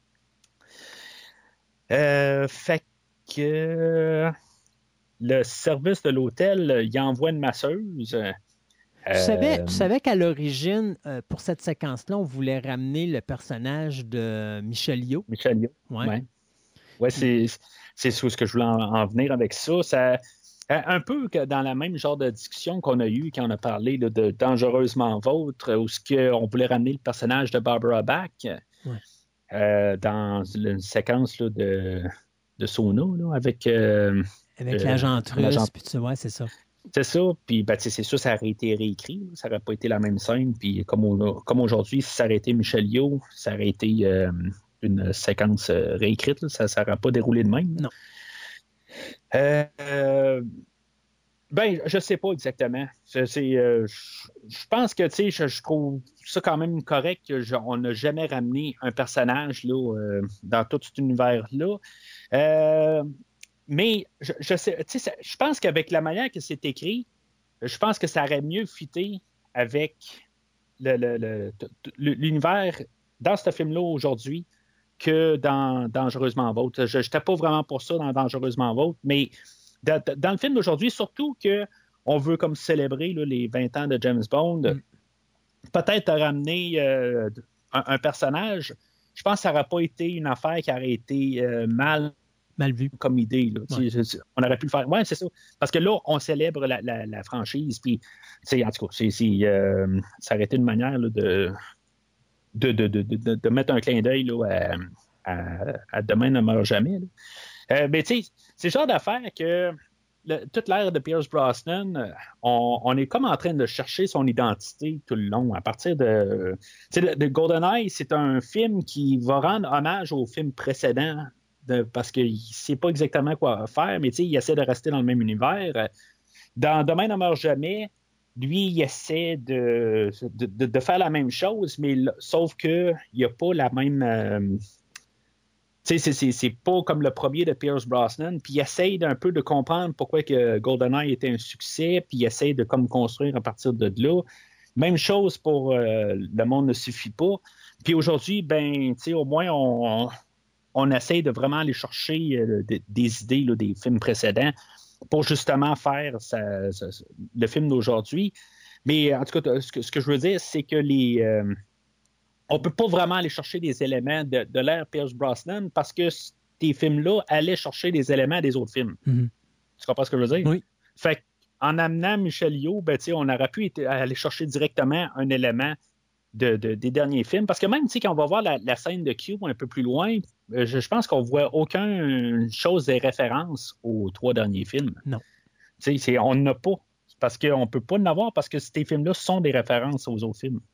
Euh, fait que le service de l'hôtel, il envoie une masseuse. Tu savais, tu savais qu'à l'origine, euh, pour cette séquence-là, on voulait ramener le personnage de Michel Yeoh. Michel Yeoh, oui. Ouais. Ouais, c'est, c'est ce que je voulais en, en venir avec ça. ça. Un peu que dans la même genre de discussion qu'on a eue quand on a parlé là, de Dangereusement Vôtre, où ce que on voulait ramener le personnage de Barbara Bach ouais. euh, dans une séquence là, de, de Sono là, avec... Euh, avec euh, l'agent russe, puis tu vois, c'est ça. C'est ça, puis ben, c'est sûr, ça aurait été réécrit, ça n'aurait pas été la même scène, puis comme, on, comme aujourd'hui, si ça aurait été Michel Yeoh, ça aurait été euh, une séquence euh, réécrite, là, ça n'aurait pas déroulé de même. Non. Euh, euh, ben, je sais pas exactement. C'est, c'est, euh, je pense que, tu sais, je, je trouve ça quand même correct qu'on n'a jamais ramené un personnage là, euh, dans tout cet univers-là. Euh, Mais je, je, sais, je pense qu'avec la manière que c'est écrit, je pense que ça aurait mieux fité avec le, le, le, l'univers dans ce film-là aujourd'hui que dans Dangereusement Vôtre. Je n'étais pas vraiment pour ça dans Dangereusement Vôtre, mais dans, dans le film d'aujourd'hui, surtout qu'on veut comme célébrer là, les vingt ans de James Bond, mm. peut-être ramener euh, un, un personnage, je pense que ça n'aurait pas été une affaire qui aurait été euh, mal mal vu comme idée. Là. Ouais. On aurait pu le faire. Oui, c'est ça. Parce que là, on célèbre la, la, la franchise. Puis, en tout cas, c'est, c'est, euh, ça aurait été une manière là, de, de, de, de, de, de mettre un clin d'œil là, à, à, à Demain ne meurt jamais. Euh, mais tu sais, c'est le genre d'affaire que le, toute l'ère de Pierce Brosnan, on, on est comme en train de chercher son identité tout le long. À partir de... Tu sais, de GoldenEye, c'est un film qui va rendre hommage au film précédent. De, parce qu'il ne sait pas exactement quoi faire, mais il essaie de rester dans le même univers. Dans Demain ne meurt jamais, lui, il essaie de, de, de, de faire la même chose, mais là, sauf qu'il n'y a pas la même... Euh, tu sais, c'est, c'est, c'est pas comme le premier de Pierce Brosnan, puis il essaye d'un peu de comprendre pourquoi que GoldenEye était un succès, puis il essaye de comme construire à partir de là. Même chose pour euh, Le Monde ne suffit pas. Puis aujourd'hui, ben, tu sais, au moins, on, on essaye de vraiment aller chercher euh, des, des idées là, des films précédents pour justement faire sa, sa, le film d'aujourd'hui. Mais en tout cas, ce que, ce que je veux dire, c'est que les... Euh, on ne peut pas vraiment aller chercher des éléments de, de l'ère Pierce Brosnan parce que ces films-là allaient chercher des éléments des autres films. Mm-hmm. Tu comprends ce que je veux dire? Oui. Fait qu'en amenant Michel Yeoh, ben, on aurait pu être, aller chercher directement un élément de, de, des derniers films. Parce que même quand on va voir la, la scène de Q un peu plus loin, je, je pense qu'on ne voit aucune chose de référence aux trois derniers films. Non. C'est, on n'en a pas. Parce qu'on ne peut pas en avoir parce que ces films-là sont des références aux autres films.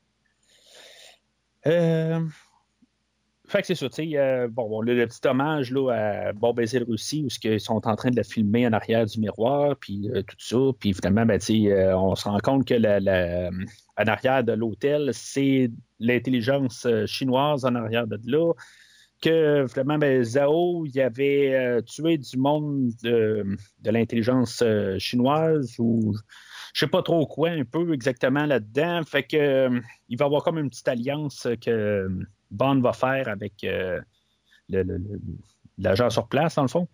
Euh... Fait que c'est ça, tu sais, euh, bon, bon le, le petit hommage là, à Bon baiser de Russie, où ils sont en train de la filmer en arrière du miroir, puis euh, tout ça, puis finalement, ben, euh, on se rend compte que la, la, en arrière de l'hôtel, c'est l'intelligence chinoise en arrière de là, que finalement, ben, Zhao, il avait euh, tué du monde de, de l'intelligence euh, chinoise, ou je sais pas trop quoi, un peu exactement là-dedans, fait que euh, il va y avoir comme une petite alliance que Bond va faire avec euh, le, le, le, l'agent sur place, dans le fond.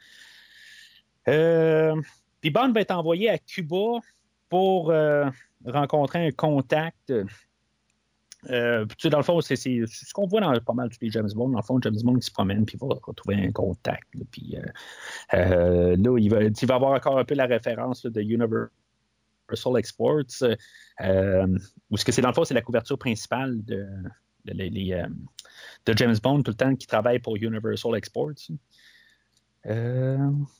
Euh, puis Bond va être envoyé à Cuba pour euh, rencontrer un contact. Euh, puis, tu sais, dans le fond, c'est, c'est, c'est ce qu'on voit dans pas mal tous les James Bond. Dans le fond, James Bond qui se promène puis va retrouver un contact. Là, puis euh, euh, là, il va, il va avoir encore un peu la référence là, de Universal Exports, euh, où ce que c'est dans le fond, c'est la couverture principale de, de, les, les, euh, de James Bond tout le temps qui travaille pour Universal Exports. Euh,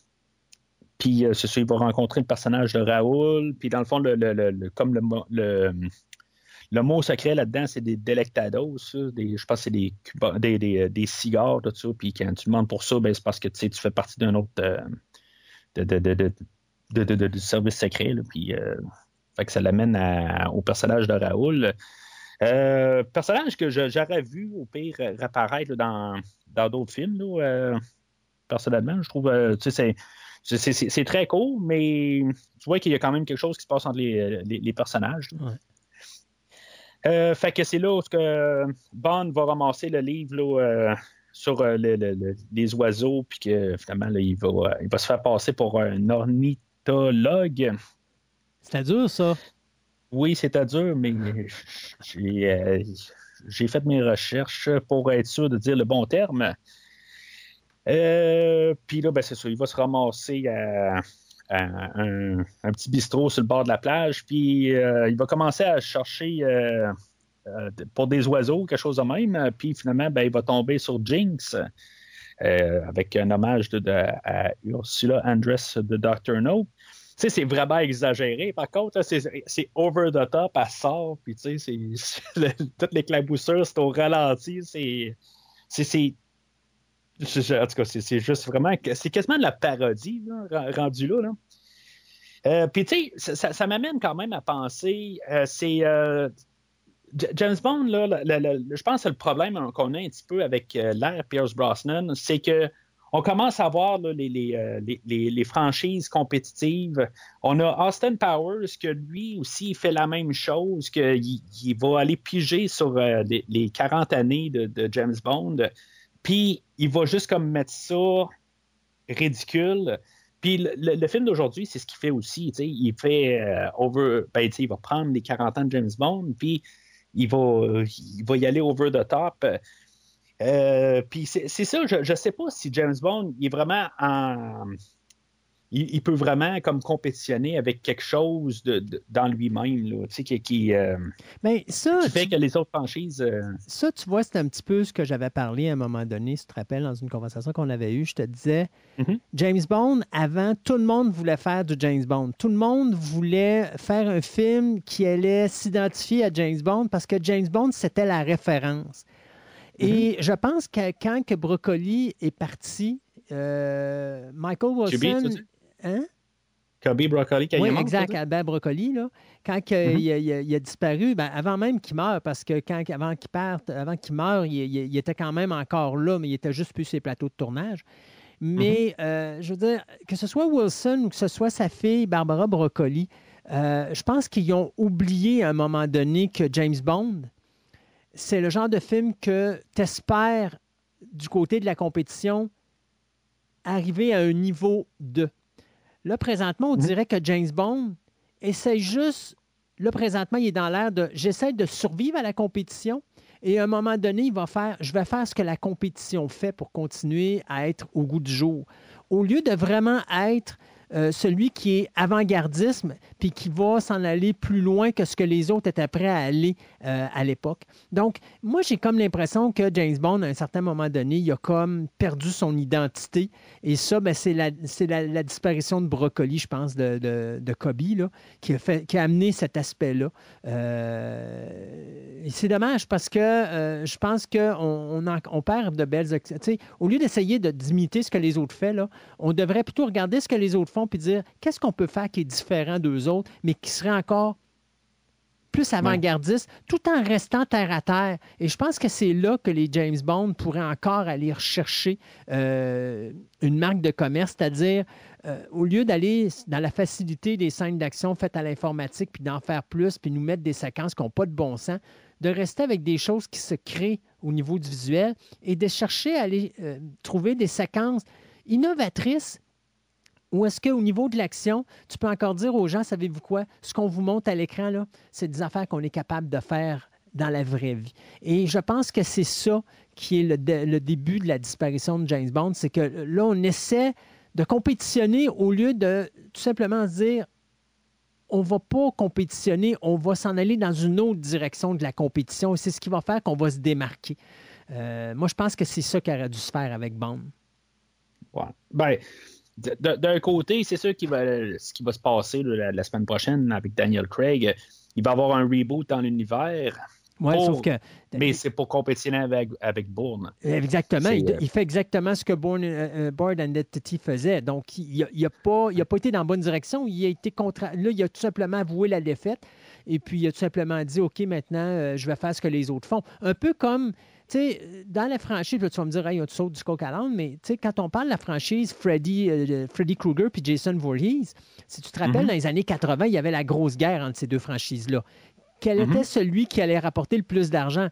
puis euh, c'est ça, il va rencontrer le personnage de Raoul. Puis dans le fond, le, le, le, le, comme le, le, le mot secret là-dedans, c'est des delectados. Des, je pense que c'est des, des, des, des cigares, tout ça. Puis quand tu demandes pour ça, ben, c'est parce que tu fais partie d'un autre euh, de, de, de, de De, de, de, de service secret. Là, puis, euh, fait que ça l'amène à, au personnage de Raoul. Euh, personnage que je, j'aurais vu au pire réapparaître là, dans, dans d'autres films. Là, euh, personnellement, je trouve euh, tu sais, c'est, c'est, c'est, c'est très court, mais tu vois qu'il y a quand même quelque chose qui se passe entre les, les, les personnages. Ouais. Euh, fait que c'est là où que Bond va ramasser le livre là, euh, sur euh, le, le, le, les oiseaux, puis que finalement, là, il, va, il va se faire passer pour un ornithologue. C'était dur, ça? Oui, c'était dur, mais j'ai, euh, j'ai fait mes recherches pour être sûr de dire le bon terme. Euh, puis là, ben, c'est ça, il va se ramasser à, à un, un petit bistrot sur le bord de la plage, puis euh, il va commencer à chercher... Euh, Euh, pour des oiseaux, quelque chose de même. Puis finalement, ben, il va tomber sur Jinx euh, avec un hommage de, de, à Ursula Andress de docteur No. Tu sais, c'est vraiment exagéré. Par contre, là, c'est, c'est over the top, elle sort, puis tu sais, c'est, c'est le, toutes les claboussures, c'est au ralenti. C'est, c'est, c'est, c'est en tout cas, c'est, c'est juste vraiment, c'est quasiment de la parodie, là, rendu là. là. Euh, puis tu sais, ça, ça m'amène quand même à penser, euh, c'est... Euh, James Bond, là, le, le, le, je pense que le problème qu'on a un petit peu avec euh, l'ère Pierce Brosnan, c'est que on commence à voir là, les, les, euh, les, les, les franchises compétitives. On a Austin Powers, que lui aussi il fait la même chose, qu'il il va aller piger sur euh, les, les quarante années de, de James Bond, puis il va juste comme mettre ça ridicule. Puis le, le, le film d'aujourd'hui, c'est ce qu'il fait aussi. Il fait euh, over, ben, il va prendre les quarante ans de James Bond, puis il va, il va y aller over the top. Euh, puis c'est, c'est ça, je ne sais pas si James Bond, il est vraiment en... Il, il peut vraiment comme compétitionner avec quelque chose de, de, dans lui-même, là, tu sais, qui, qui, euh, Mais ça, qui fait tu... que les autres franchises... Euh... Ça, tu vois, c'est un petit peu ce que j'avais parlé à un moment donné, si tu te rappelles, dans une conversation qu'on avait eue. Je te disais, mm-hmm. James Bond, avant, tout le monde voulait faire du James Bond. Tout le monde voulait faire un film qui allait s'identifier à James Bond parce que James Bond, c'était la référence. Mm-hmm. Et je pense que quand que Broccoli est parti, euh, Michael Wilson... Hein? Cubby Broccoli, quand oui, il est mort, exact, peut-être? Albert Broccoli, là, quand que, Mm-hmm. il, a, il a- il a disparu, ben, avant même qu'il meure, parce que quand, avant qu'il parte, avant qu'il meure, il, il- il était quand même encore là, mais il était juste plus sur les plateaux de tournage. Mais, euh, je veux dire, que ce soit Wilson ou que ce soit sa fille, Barbara Broccoli, euh, je pense qu'ils ont oublié à un moment donné que James Bond, c'est le genre de film que tu espères, du côté de la compétition, arriver à un niveau deux. Là, présentement, on dirait que James Bond essaie juste... Là, présentement, il est dans l'air de... J'essaie de survivre à la compétition et à un moment donné, il va faire... Je vais faire ce que la compétition fait pour continuer à être au goût du jour. Au lieu de vraiment être euh, celui qui est avant-gardisme puis qui va s'en aller plus loin que ce que les autres étaient prêts à aller euh, à l'époque. Donc, moi, j'ai comme l'impression que James Bond, à un certain moment donné, il a comme perdu son identité. Et ça, ben, c'est, la, c'est la, la disparition de Broccoli, je pense, de, de, de Cubby, là, qui, a fait, qui a amené cet aspect-là. Euh, et c'est dommage parce que euh, je pense qu'on on, en- on perd de belles... Tu sais, au lieu d'essayer de, d'imiter ce que les autres font, là, on devrait plutôt regarder ce que les autres font puis dire qu'est-ce qu'on peut faire qui est différent d'eux autres, mais qui serait encore plus avant-gardiste, tout en restant terre à terre. Et je pense que c'est là que les James Bond pourraient encore aller rechercher euh, une marque de commerce, c'est-à-dire, euh, au lieu d'aller dans la facilité des scènes d'action faites à l'informatique, puis d'en faire plus, puis nous mettre des séquences qui n'ont pas de bon sens, de rester avec des choses qui se créent au niveau du visuel et de chercher à aller euh, trouver des séquences innovatrices. Ou est-ce qu'au niveau de l'action, tu peux encore dire aux gens, savez-vous quoi, ce qu'on vous montre à l'écran, là, c'est des affaires qu'on est capable de faire dans la vraie vie. Et je pense que c'est ça qui est le, dé- le début de la disparition de James Bond, c'est que là, on essaie de compétitionner au lieu de tout simplement se dire, on ne va pas compétitionner, on va s'en aller dans une autre direction de la compétition. Et c'est ce qui va faire qu'on va se démarquer. Euh, moi, je pense que c'est ça qui aurait dû se faire avec Bond. Ouais. Ben, d- d- d'un côté, c'est sûr qu'il va, ce qui va se passer là, la, la semaine prochaine avec Daniel Craig. Il va y avoir un reboot dans l'univers. Oui, pour- sauf que... Mais c'est pour compétitionner avec, avec Bourne. Exactement. C'est, Il, euh, il fait exactement ce que Bourne, euh, Board Identity faisait. Donc, il n'a pas, il a pas été dans la bonne direction. Il a été contra... Là, il a tout simplement avoué la défaite. Et puis, il a tout simplement dit, OK, maintenant, euh, je vais faire ce que les autres font. Un peu comme, tu sais, dans la franchise, là, tu vas me dire, hey, on te saute du coq à l'âne, mais tu sais, quand on parle de la franchise Freddy, euh, Freddy Krueger puis Jason Voorhees, si tu te rappelles, Mm-hmm. dans les années quatre-vingt, il y avait la grosse guerre entre ces deux franchises-là. Quel Mm-hmm. était celui qui allait rapporter le plus d'argent?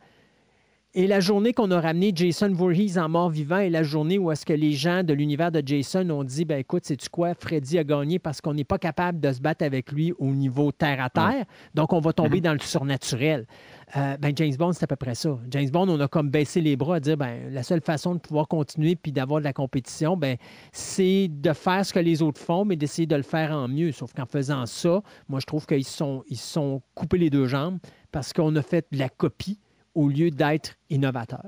Et la journée qu'on a ramené Jason Voorhees en mort-vivant est la journée où est-ce que les gens de l'univers de Jason ont dit, ben écoute, sais-tu quoi, Freddy a gagné parce qu'on n'est pas capable de se battre avec lui au niveau terre-à-terre, donc on va tomber Mm-hmm. dans le surnaturel. Euh, ben James Bond, c'est à peu près ça. James Bond, on a comme baissé les bras à dire, ben la seule façon de pouvoir continuer puis d'avoir de la compétition, ben c'est de faire ce que les autres font, mais d'essayer de le faire en mieux. Sauf qu'en faisant ça, moi je trouve qu'ils se sont, ils se sont coupés les deux jambes parce qu'on a fait de la copie au lieu d'être innovateur.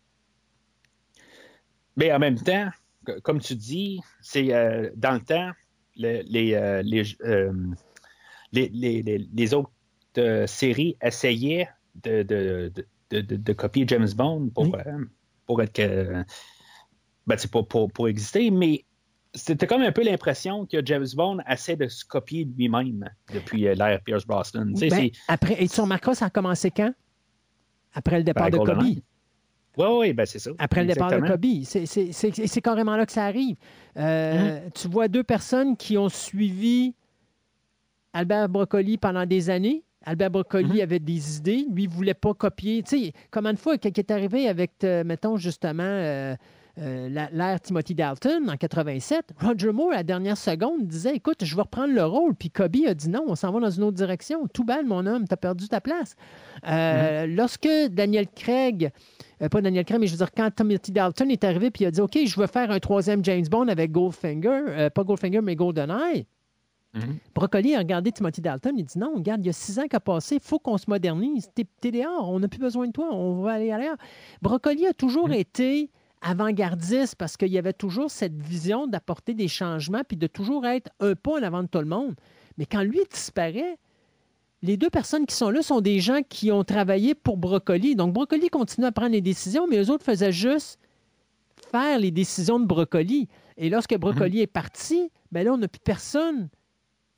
Mais en même temps, c- comme tu dis, c'est euh, dans le temps, le- les, euh, les, euh, les, les, les- les autres euh, séries essayaient de, de, de, de, de- de copier James Bond pour, Oui. euh, pour être que, ben, c'est pour, pour, pour exister, mais c'était comme un peu l'impression que James Bond essaie de se copier lui-même depuis euh, l'ère Pierce Brosnan. Tu sais, Ben, c'est- après, et tu remarqueras, ça a commencé quand? Après le départ Ben, de GoldenEye. Kobe. Oui, oui, ben c'est ça. Après le départ de Exactement. Kobe. C'est, c'est, c'est, c'est carrément là que ça arrive. Euh, Mm-hmm. Tu vois deux personnes qui ont suivi Albert Broccoli pendant des années. Albert Broccoli Mm-hmm. avait des idées. Lui, il ne voulait pas copier. Tu sais, combien de fois, quand il est arrivé avec, euh, mettons, justement, euh, euh, la- l'ère Timothy Dalton en quatre-vingt-sept, Roger Moore, à la dernière seconde, disait, écoute, je vais reprendre le rôle. Puis Kobe a dit non, on s'en va dans une autre direction. Tout bad, mon homme, tu as perdu ta place. Euh, Lorsque Daniel Craig, euh, pas Daniel Craig, mais je veux dire, quand Timothy Dalton est arrivé puis il a dit, OK, je veux faire un troisième James Bond avec Goldfinger, euh, pas Goldfinger, mais GoldenEye. Mhm. Broccoli a regardé Timothy Dalton, il dit non, regarde, il y a six ans qu'a passé, il faut qu'on se modernise. T'es, t'es dehors, on n'a plus besoin de toi, on va aller ailleurs. Broccoli a toujours Mhm. été avant-gardiste parce qu'il y avait toujours cette vision d'apporter des changements puis de toujours être un pas en avant de tout le monde. Mais quand lui disparaît, les deux personnes qui sont là sont des gens qui ont travaillé pour Broccoli. Donc, Broccoli continue à prendre les décisions, mais eux autres faisaient juste faire les décisions de Broccoli. Et lorsque Broccoli est parti, ben là, on n'a plus personne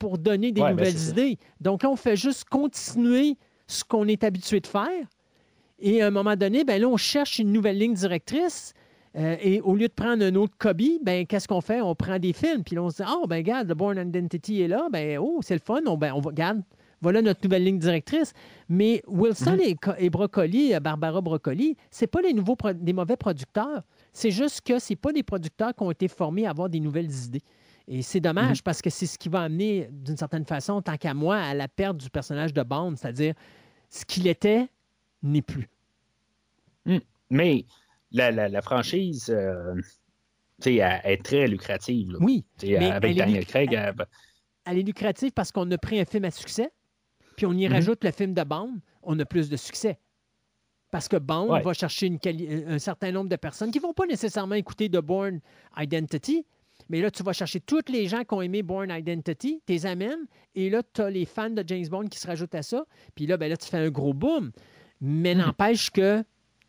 pour donner des Ouais, nouvelles ben, idées. Donc là, on fait juste continuer ce qu'on est habitué de faire. Et à un moment donné, ben là, on cherche une nouvelle ligne directrice. Euh, et au lieu de prendre un autre Kobe, ben, qu'est-ce qu'on fait? On prend des films. Puis là, on se dit, oh, ben, regarde, le Bourne Identity est là. Ben, oh, c'est le fun. On, ben, on va, regarde, voilà notre nouvelle ligne directrice. Mais Wilson mm-hmm. et, et Broccoli, Barbara Broccoli, c'est pas les nouveaux, pro- des mauvais producteurs. C'est juste que c'est pas des producteurs qui ont été formés à avoir des nouvelles idées. Et c'est dommage mm-hmm. parce que c'est ce qui va amener, d'une certaine façon, tant qu'à moi, à la perte du personnage de Bond, c'est-à-dire ce qu'il était n'est plus. Mm. Mais la, la, la franchise, euh, elle, elle est très lucrative. Là. Oui. Mais avec Daniel luc- Craig. Elle, elle, elle est lucrative parce qu'on a pris un film à succès, puis on y mm-hmm. rajoute le film de Bond, on a plus de succès. Parce que Bond ouais. va chercher une quali- un certain nombre de personnes qui ne vont pas nécessairement écouter The Bourne Identity, mais là, tu vas chercher tous les gens qui ont aimé Bourne Identity, tu les amènes, et là, tu as les fans de James Bond qui se rajoutent à ça, puis là, ben là tu fais un gros boom. Mais mm-hmm. n'empêche que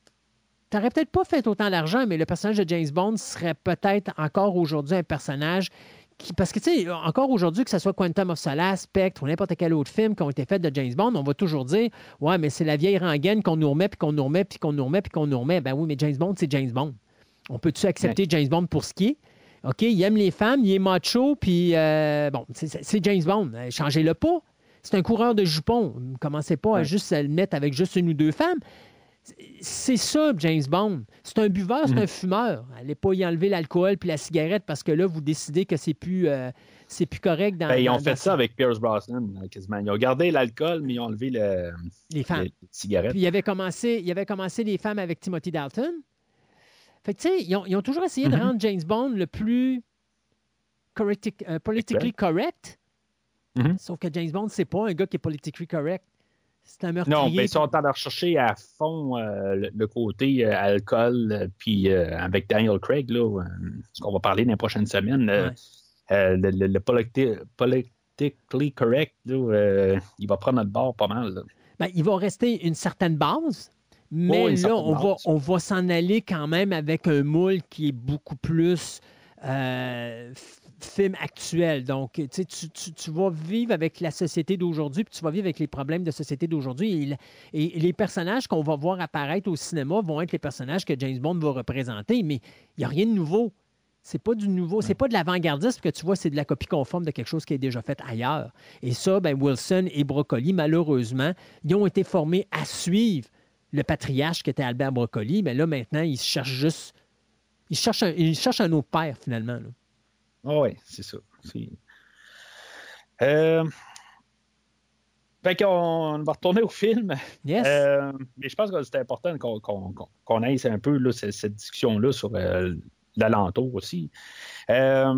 tu n'aurais peut-être pas fait autant d'argent, mais le personnage de James Bond serait peut-être encore aujourd'hui un personnage qui... Parce que, tu sais, encore aujourd'hui, que ce soit Quantum of Solace, Spectre ou n'importe quel autre film qui ont été faits de James Bond, on va toujours dire « Ouais, mais c'est la vieille rengaine qu'on nous remet, puis qu'on nous remet, puis qu'on nous remet, puis qu'on nous remet. » Ben oui, mais James Bond, c'est James Bond. On peut-tu accepter ouais. James Bond pour ce qui est? OK, il aime les femmes, il est macho, puis euh, bon, c'est, c'est James Bond. Changez-le pas. C'est un coureur de jupons. Ne commencez pas ouais. à juste à le mettre avec juste une ou deux femmes. C'est ça, James Bond. C'est un buveur, c'est mmh. un fumeur. Allez pas y enlever l'alcool puis la cigarette parce que là, vous décidez que c'est plus, euh, c'est plus correct. Dans, ben, ils ont dans, fait dans... ça avec Pierce Brosnan, quasiment. Ils ont gardé l'alcool, mais ils ont enlevé le... les femmes. Les cigarettes. Puis il avait commencé, il avait commencé les femmes avec Timothy Dalton. Fait que, tu sais, ils ont, ils ont toujours essayé mmh. de rendre James Bond le plus correcti- uh, politically correct. Mmh. Sauf que James Bond, c'est pas un gars qui est politically correct. C'est un meurtrier. Non, mais ils sont en train de rechercher à fond euh, le, le côté euh, alcool, euh, puis euh, avec Daniel Craig, là, euh, ce qu'on va parler dans les prochaines semaines, euh, ouais. euh, le, le, le politi- politically correct, là, euh, il va prendre notre bord pas mal. Ben, il va rester une certaine base, mais oh, là, on base. va, on va s'en aller quand même avec un moule qui est beaucoup plus euh, film actuel. Donc, tu, tu, tu vas vivre avec la société d'aujourd'hui, puis tu vas vivre avec les problèmes de société d'aujourd'hui. Et, et les personnages qu'on va voir apparaître au cinéma vont être les personnages que James Bond va représenter, mais il n'y a rien de nouveau. C'est pas du nouveau, c'est pas de l'avant-gardisme que tu vois, c'est de la copie conforme de quelque chose qui est déjà fait ailleurs. Et ça, ben Wilson et Broccoli, malheureusement, ils ont été formés à suivre le patriarche qui était Albert Broccoli, mais là, maintenant, ils cherchent juste... Ils cherchent un, ils cherchent un autre père, finalement, là. Oh oui, c'est ça. C'est... Euh... Fait qu'on va retourner au film. Yes. Euh, mais je pense que c'est important qu'on, qu'on, qu'on aille un peu là, cette, cette discussion-là sur euh, l'alentour aussi. Euh...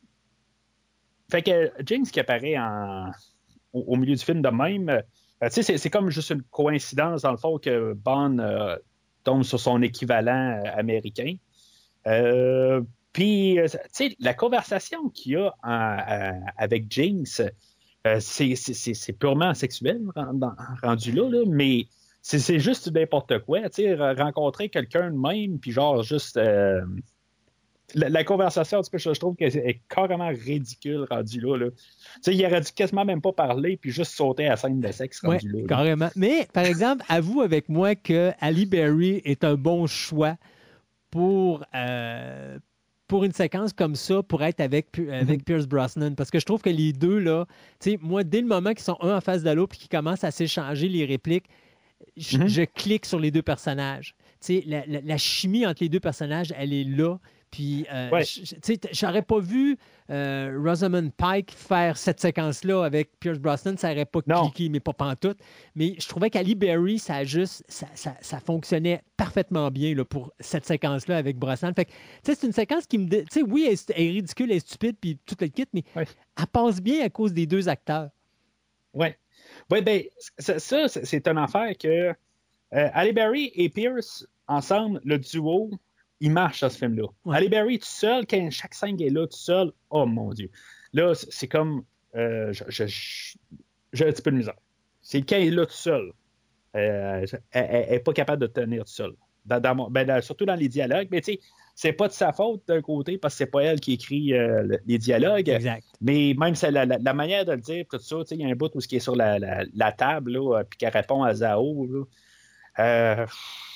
Fait que James qui apparaît en... au, au milieu du film de même, euh, tu sais, c'est, c'est comme juste une coïncidence dans le fond que Bond euh, tombe sur son équivalent euh, américain. Euh... Puis, tu sais, la conversation qu'il y a en, en, avec James, euh, c'est, c'est, c'est, c'est purement sexuel rendu là, là mais c'est, c'est juste n'importe quoi. Tu sais, rencontrer quelqu'un de même, puis genre juste... Euh, la, la conversation, en tout cas, je, je trouve qu'elle est carrément ridicule rendu là. là. Tu sais, il aurait dû quasiment même pas parler, puis juste sauter à la scène de sexe rendu ouais, là. Carrément. Là. Mais, par exemple, avoue avec moi que Halle Berry est un bon choix pour... Euh, pour une séquence comme ça, pour être avec, avec mm-hmm. Pierce Brosnan. Parce que je trouve que les deux, là, tu sais, moi, dès le moment qu'ils sont un en face de l'autre et qu'ils commencent à s'échanger les répliques, je, mm-hmm. je clique sur les deux personnages. Tu sais, la, la, la chimie entre les deux personnages, elle est là. Puis, euh, ouais. tu sais, j'aurais pas vu euh, Rosamund Pike faire cette séquence-là avec Pierce Brosnan, ça n'aurait pas non. cliqué, mais pas pantoute. Mais je trouvais qu'Halle Berry, ça a juste, ça, ça, ça fonctionnait parfaitement bien là, pour cette séquence-là avec Brosnan. Fait que, tu sais, c'est une séquence qui me, tu sais, oui, elle est, elle est ridicule, elle est stupide, puis tout le kit, mais ouais. elle passe bien à cause des deux acteurs. Oui. Oui, bien, ça, ça, c'est une affaire que euh, Halle Berry et Pierce, ensemble, le duo, il marche dans ce film-là. Ouais. Halle Berry tout seul, quand chaque scène est là tout seul, oh mon Dieu. Là, c'est, c'est comme... Euh, je, je, je, j'ai un petit peu de misère. C'est quand il est là tout seul. Euh, elle n'est pas capable de tenir tout seul. dans, dans mon, ben, dans, surtout dans les dialogues. Mais tu sais, c'est pas de sa faute d'un côté parce que c'est pas elle qui écrit euh, les dialogues. Exact. Mais même c'est la, la, la manière de le dire, tout ça, il y a un bout où ce qui est sur la, la, la table, là, puis qu'elle répond à Zao. Là, euh,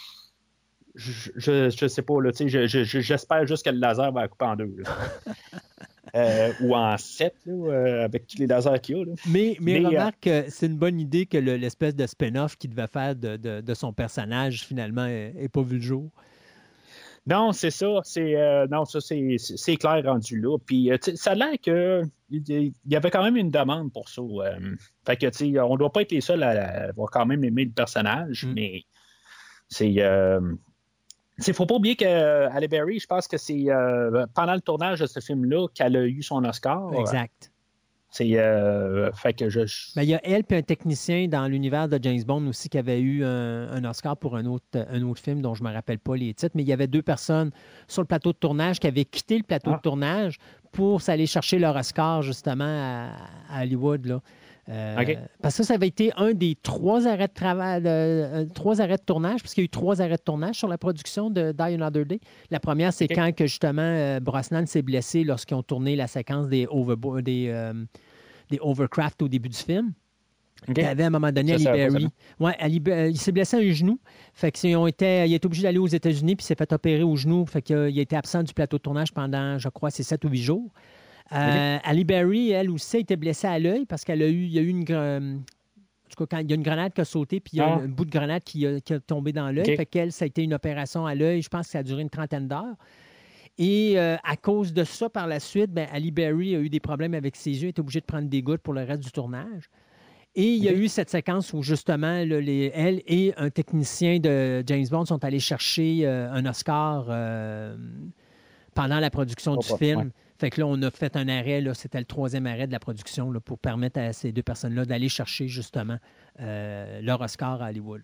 je, je, je sais pas, là, je, je, j'espère juste que le laser va la couper en deux. Là. euh, ou en sept, là, euh, avec tous les lasers qu'il y a. Là. Mais, mais, mais remarque euh, que c'est une bonne idée que le, l'espèce de spin-off qu'il devait faire de, de, de son personnage, finalement, n'ait pas vu le jour. Non, c'est ça. C'est, euh, non, ça, c'est, c'est clair rendu là. Puis, euh, ça a l'air qu'il y avait quand même une demande pour ça. Euh, fait que, tu sais, on ne doit pas être les seuls à, à avoir quand même aimé le personnage, mm. mais c'est. Euh, Il ne faut pas oublier que Halle Berry, je pense que c'est euh, pendant le tournage de ce film-là qu'elle a eu son Oscar. Exact. C'est euh, fait que je. Ben, il y a elle et un technicien dans l'univers de James Bond aussi qui avait eu un, un Oscar pour un autre, un autre film dont je ne me rappelle pas les titres, mais il y avait deux personnes sur le plateau de tournage qui avaient quitté le plateau ah. de tournage pour s'aller chercher leur Oscar justement à, à Hollywood. Là. Euh, okay. Parce que ça avait été un des trois arrêts de travail, euh, trois arrêts de tournage, puisqu'il y a eu trois arrêts de tournage sur la production de Die Another Day. La première, c'est okay. quand que justement euh, Brosnan s'est blessé lorsqu'ils ont tourné la séquence des, overbo- des, euh, des Overcraft au début du film. Okay. Il y avait à un moment donné Ali Berry. Ouais, Ali, il s'est blessé à un genou. Fait qu'ils ont été, il est obligé d'aller aux États-Unis puis il s'est fait opérer au genou. Fait qu'il a été absent du plateau de tournage pendant, je crois, c'est sept ou huit jours. Euh, Ali Berry, elle aussi, a été blessée à l'œil parce qu'elle a eu, il y a eu une, euh, en tout cas, quand il y a une grenade qui a sauté, puis il y a ah. un, un bout de grenade qui a, qui a tombé dans l'œil. Okay. Fait qu'elle, ça a été une opération à l'œil. Je pense que ça a duré une trentaine d'heures. Et euh, à cause de ça, par la suite, ben, Ali Berry a eu des problèmes avec ses yeux, elle était obligée de prendre des gouttes pour le reste du tournage. Et il y a okay. eu cette séquence où, justement, là, les, elle et un technicien de James Bond sont allés chercher euh, un Oscar euh, pendant la production oh, du film. Ouais. Fait que là, on a fait un arrêt, là, c'était le troisième arrêt de la production là, pour permettre à ces deux personnes-là d'aller chercher justement euh, leur Oscar à Hollywood.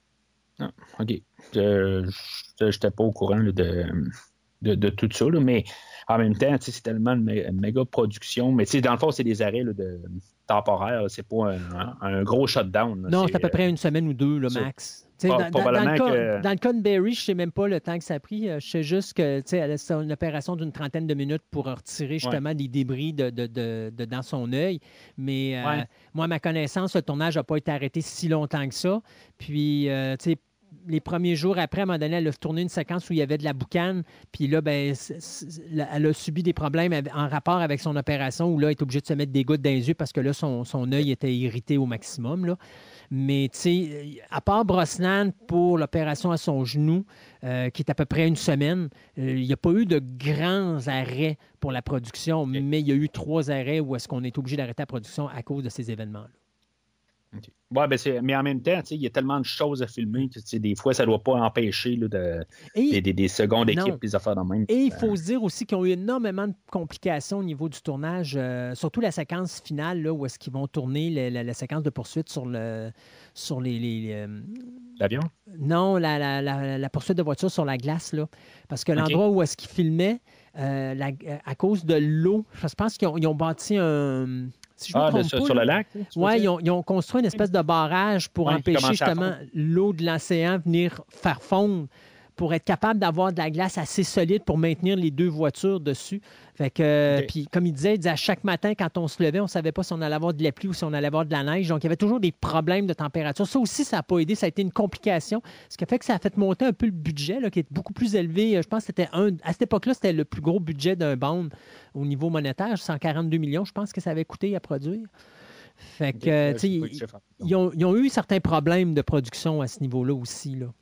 Ah, OK. Je n'étais pas au courant là, de, de, de tout ça, là, mais en même temps, c'est tellement une, une méga production. Mais dans le fond, c'est des arrêts là, de, temporaires. Là, c'est pas un, un, un gros shutdown. Là, non, c'est, c'est à peu près une semaine ou deux, là, max. Dans, dans, dans, le cas, que... dans le cas de Berry, je ne sais même pas le temps que ça a pris. Je sais juste que elle a une opération d'une trentaine de minutes pour retirer justement ouais. des débris de, de, de, de dans son œil. Mais euh, ouais. moi, à ma connaissance, le tournage n'a pas été arrêté si longtemps que ça. Puis, euh, tu sais, les premiers jours après, à un moment donné, elle a tourné une séquence où il y avait de la boucane. Puis là, ben, c'est, c'est, elle a subi des problèmes en rapport avec son opération où là, elle est obligée de se mettre des gouttes dans les yeux parce que là, son, son œil était irrité au maximum, là. Mais, tu sais, à part Brosnan pour l'opération à son genou, euh, qui est à peu près une semaine, euh, il n'y a pas eu de grands arrêts pour la production, okay. mais il y a eu trois arrêts où est-ce qu'on est obligé d'arrêter la production à cause de ces événements-là. Okay. Ouais, ben c'est, mais en même temps, il y a tellement de choses à filmer que des fois, ça ne doit pas empêcher là, de, et, des, des, des secondes équipes, des affaires de même. Et il faut euh... se dire aussi qu'ils ont eu énormément de complications au niveau du tournage, euh, surtout la séquence finale, là, où est-ce qu'ils vont tourner la, la, la séquence de poursuite sur, le, sur les... les, les euh... L'avion? Non, la, la, la, la poursuite de voiture sur la glace, là. Parce que l'endroit okay. où est-ce qu'ils filmaient, euh, la, à cause de l'eau, je pense qu'ils ont, ils ont bâti un... Si je ah, me de, pas, sur là, le lac? Oui, ils ont, ils ont construit une espèce de barrage pour ouais, empêcher justement l'eau de l'océan venir faire fondre pour être capable d'avoir de la glace assez solide pour maintenir les deux voitures dessus. Fait que, okay. Puis comme il disait, il disait, à chaque matin, quand on se levait, on ne savait pas si on allait avoir de la pluie ou si on allait avoir de la neige. Donc, il y avait toujours des problèmes de température. Ça aussi, ça n'a pas aidé. Ça a été une complication. Ce qui a fait que ça a fait monter un peu le budget, là, qui est beaucoup plus élevé. Je pense que c'était un... À cette époque-là, c'était le plus gros budget d'un Bond au niveau monétaire. cent quarante-deux millions, je pense que ça avait coûté à produire. Fait que, euh, tu sais, ils, ils, ont, ils ont eu certains problèmes de production à ce niveau-là aussi, là.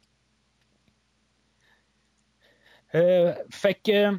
Euh, fait que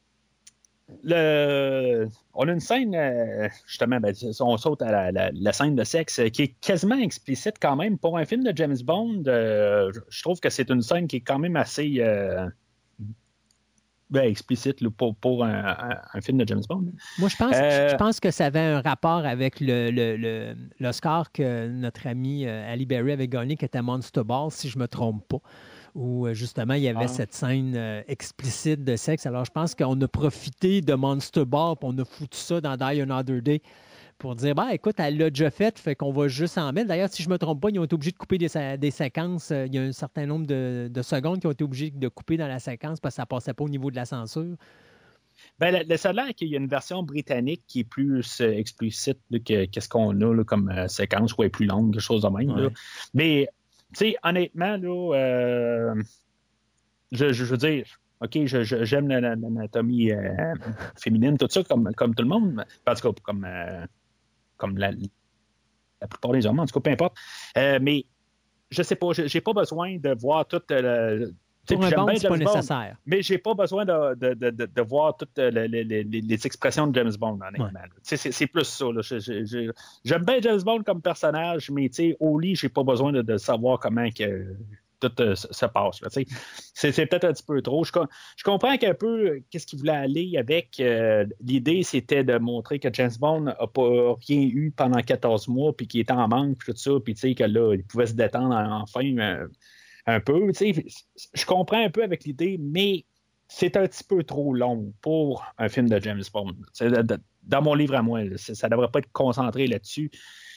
le, on a une scène, euh, justement, ben, on saute à la, la, la scène de sexe qui est quasiment explicite quand même. Pour un film de James Bond, euh, je trouve que c'est une scène qui est quand même assez euh, ben, explicite là, pour, pour un, un, un film de James Bond. Moi, je pense, euh, je pense que ça avait un rapport avec le, le, le, l'Oscar que notre ami euh, Halle Berry avait gagné, qui était Monster Ball, si je ne me trompe pas, où justement il y avait ah. cette scène euh, explicite de sexe. Alors je pense qu'on a profité de Monster Ball et on a foutu ça dans Die Another Day pour dire, bah, écoute, elle l'a déjà fait, fait qu'on va juste en mettre. D'ailleurs, si je ne me trompe pas, ils ont été obligés de couper des, des séquences. Il y a un certain nombre de, de secondes qui ont été obligés de couper dans la séquence parce que ça ne passait pas au niveau de la censure. Ben, le, le seul qu'il y a une version britannique qui est plus euh, explicite là, que qu'est-ce qu'on a là, comme euh, séquence, ou est plus longue, quelque chose de même. Ouais. Là. Mais, tu sais, honnêtement, là, euh, je, je, je veux dire, OK, je, je, j'aime l'anatomie euh, féminine, tout ça, comme, comme tout le monde, en tout cas, comme, euh, comme la, la plupart des hommes, en tout cas, peu importe. Euh, mais, je sais pas, j'ai pas besoin de voir toute la. Pour un Bond, c'est pas nécessaire. Bond, mais j'ai pas besoin de, de, de, de, de voir toutes les, les, les, les expressions de James Bond, honnêtement. Ouais. C'est, c'est plus ça. Là. Je, je, je, j'aime bien James Bond comme personnage, mais au lit, j'ai pas besoin de, de savoir comment que tout euh, se passe. Là, c'est, c'est peut-être un petit peu trop. Je, je comprends qu'un peu qu'est-ce qu'il voulait aller avec. Euh, l'idée, c'était de montrer que James Bond n'a pas rien eu pendant quatorze mois, puis qu'il était en manque, puis tout ça, puis que là, il pouvait se détendre enfin. Euh, un peu, tu sais, je comprends un peu avec l'idée, mais c'est un petit peu trop long pour un film de James Bond. Dans mon livre à moi, ça ne devrait pas être concentré là-dessus.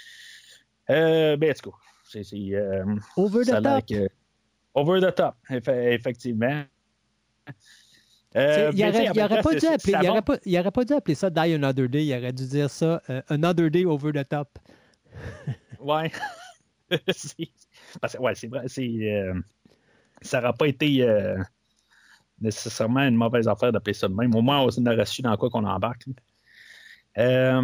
Euh, ben, en tout cas, c'est... c'est euh, over the top. Que, over the top, effectivement. Euh, il n'aurait pas, pas, pas dû appeler ça Die Another Day, il aurait dû dire ça uh, Another Day Over the Top. Ouais. c'est, parce que, ouais, c'est vrai, c'est, euh, ça n'aurait pas été euh, nécessairement une mauvaise affaire d'appeler ça de même. Au moins, on aurait su dans quoi qu'on embarque. Euh,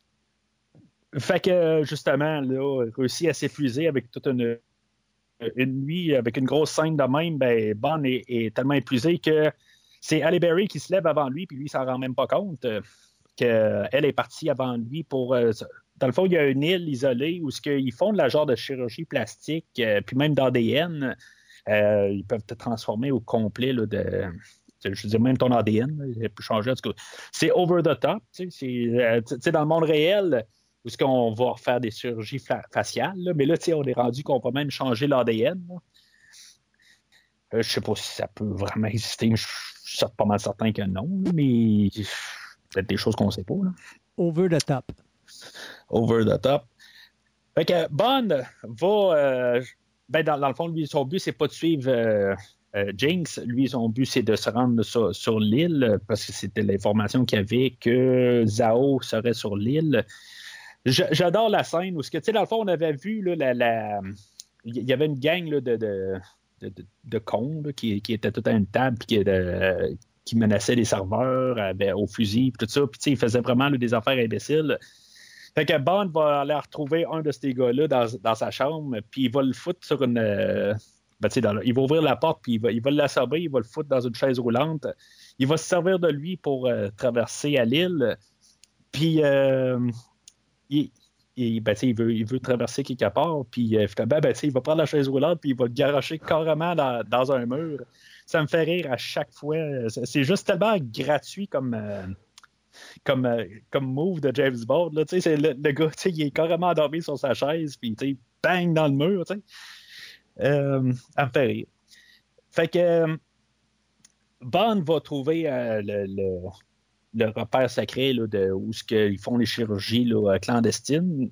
fait que, justement, là, réussi à s'épuiser avec toute une, une nuit, avec une grosse scène de même, ben, Bond est, est tellement épuisé que c'est Halle Berry qui se lève avant lui, puis lui, il s'en rend même pas compte euh, qu'elle est partie avant lui pour... Euh, Dans le fond, il y a une île isolée où ils font de la genre de chirurgie plastique, euh, puis même d'A D N. Euh, ils peuvent te transformer au complet là, de. Je veux dire, même ton A D N, là, il peut changer. En tout cas, c'est over the top. C'est, euh, dans le monde réel, où est-ce qu'on va refaire des chirurgies fa- faciales, là, mais là, on est rendu qu'on peut même changer l'A D N. Euh, je ne sais pas si ça peut vraiment exister. Je suis pas mal certain que non, mais peut-être des choses qu'on ne sait pas. Là. Over the top. Over the top. Fait que Bond va... Euh, ben dans, dans le fond, lui, son but, c'est pas de suivre euh, euh, Jinx. Lui, son but, c'est de se rendre sur, sur l'île, parce que c'était l'information qu'il y avait que Zhao serait sur l'île. Je, j'adore la scène où, tu sais, dans le fond, on avait vu, là, la, la... il y avait une gang là, de, de, de, de, de cons là, qui, qui étaient tout à une table et qui, de, qui menaçaient les serveurs avec, au fusil, puis tout ça. Puis, tu sais, ils faisaient vraiment là, des affaires imbéciles. Fait que Bond va aller retrouver un de ces gars-là dans, dans sa chambre, puis il va le foutre sur une... Euh, ben, tu sais, dans le, il va ouvrir la porte, puis il va, il va l'assommer, il va le foutre dans une chaise roulante. Il va se servir de lui pour euh, traverser à l'île. Puis, euh, il, il, ben, il, veut, il veut traverser quelque part, puis euh, ben, ben, il va prendre la chaise roulante, puis il va le garocher carrément dans, dans un mur. Ça me fait rire à chaque fois. C'est, c'est juste tellement gratuit comme... Euh, Comme, euh, comme move de James Bond. Là, c'est le, le gars, il est carrément endormi sur sa chaise, puis bang dans le mur. Euh, ça me fait rire. Fait que euh, Bond va trouver euh, le, le, le repère sacré là, de, où ils font les chirurgies là, clandestines.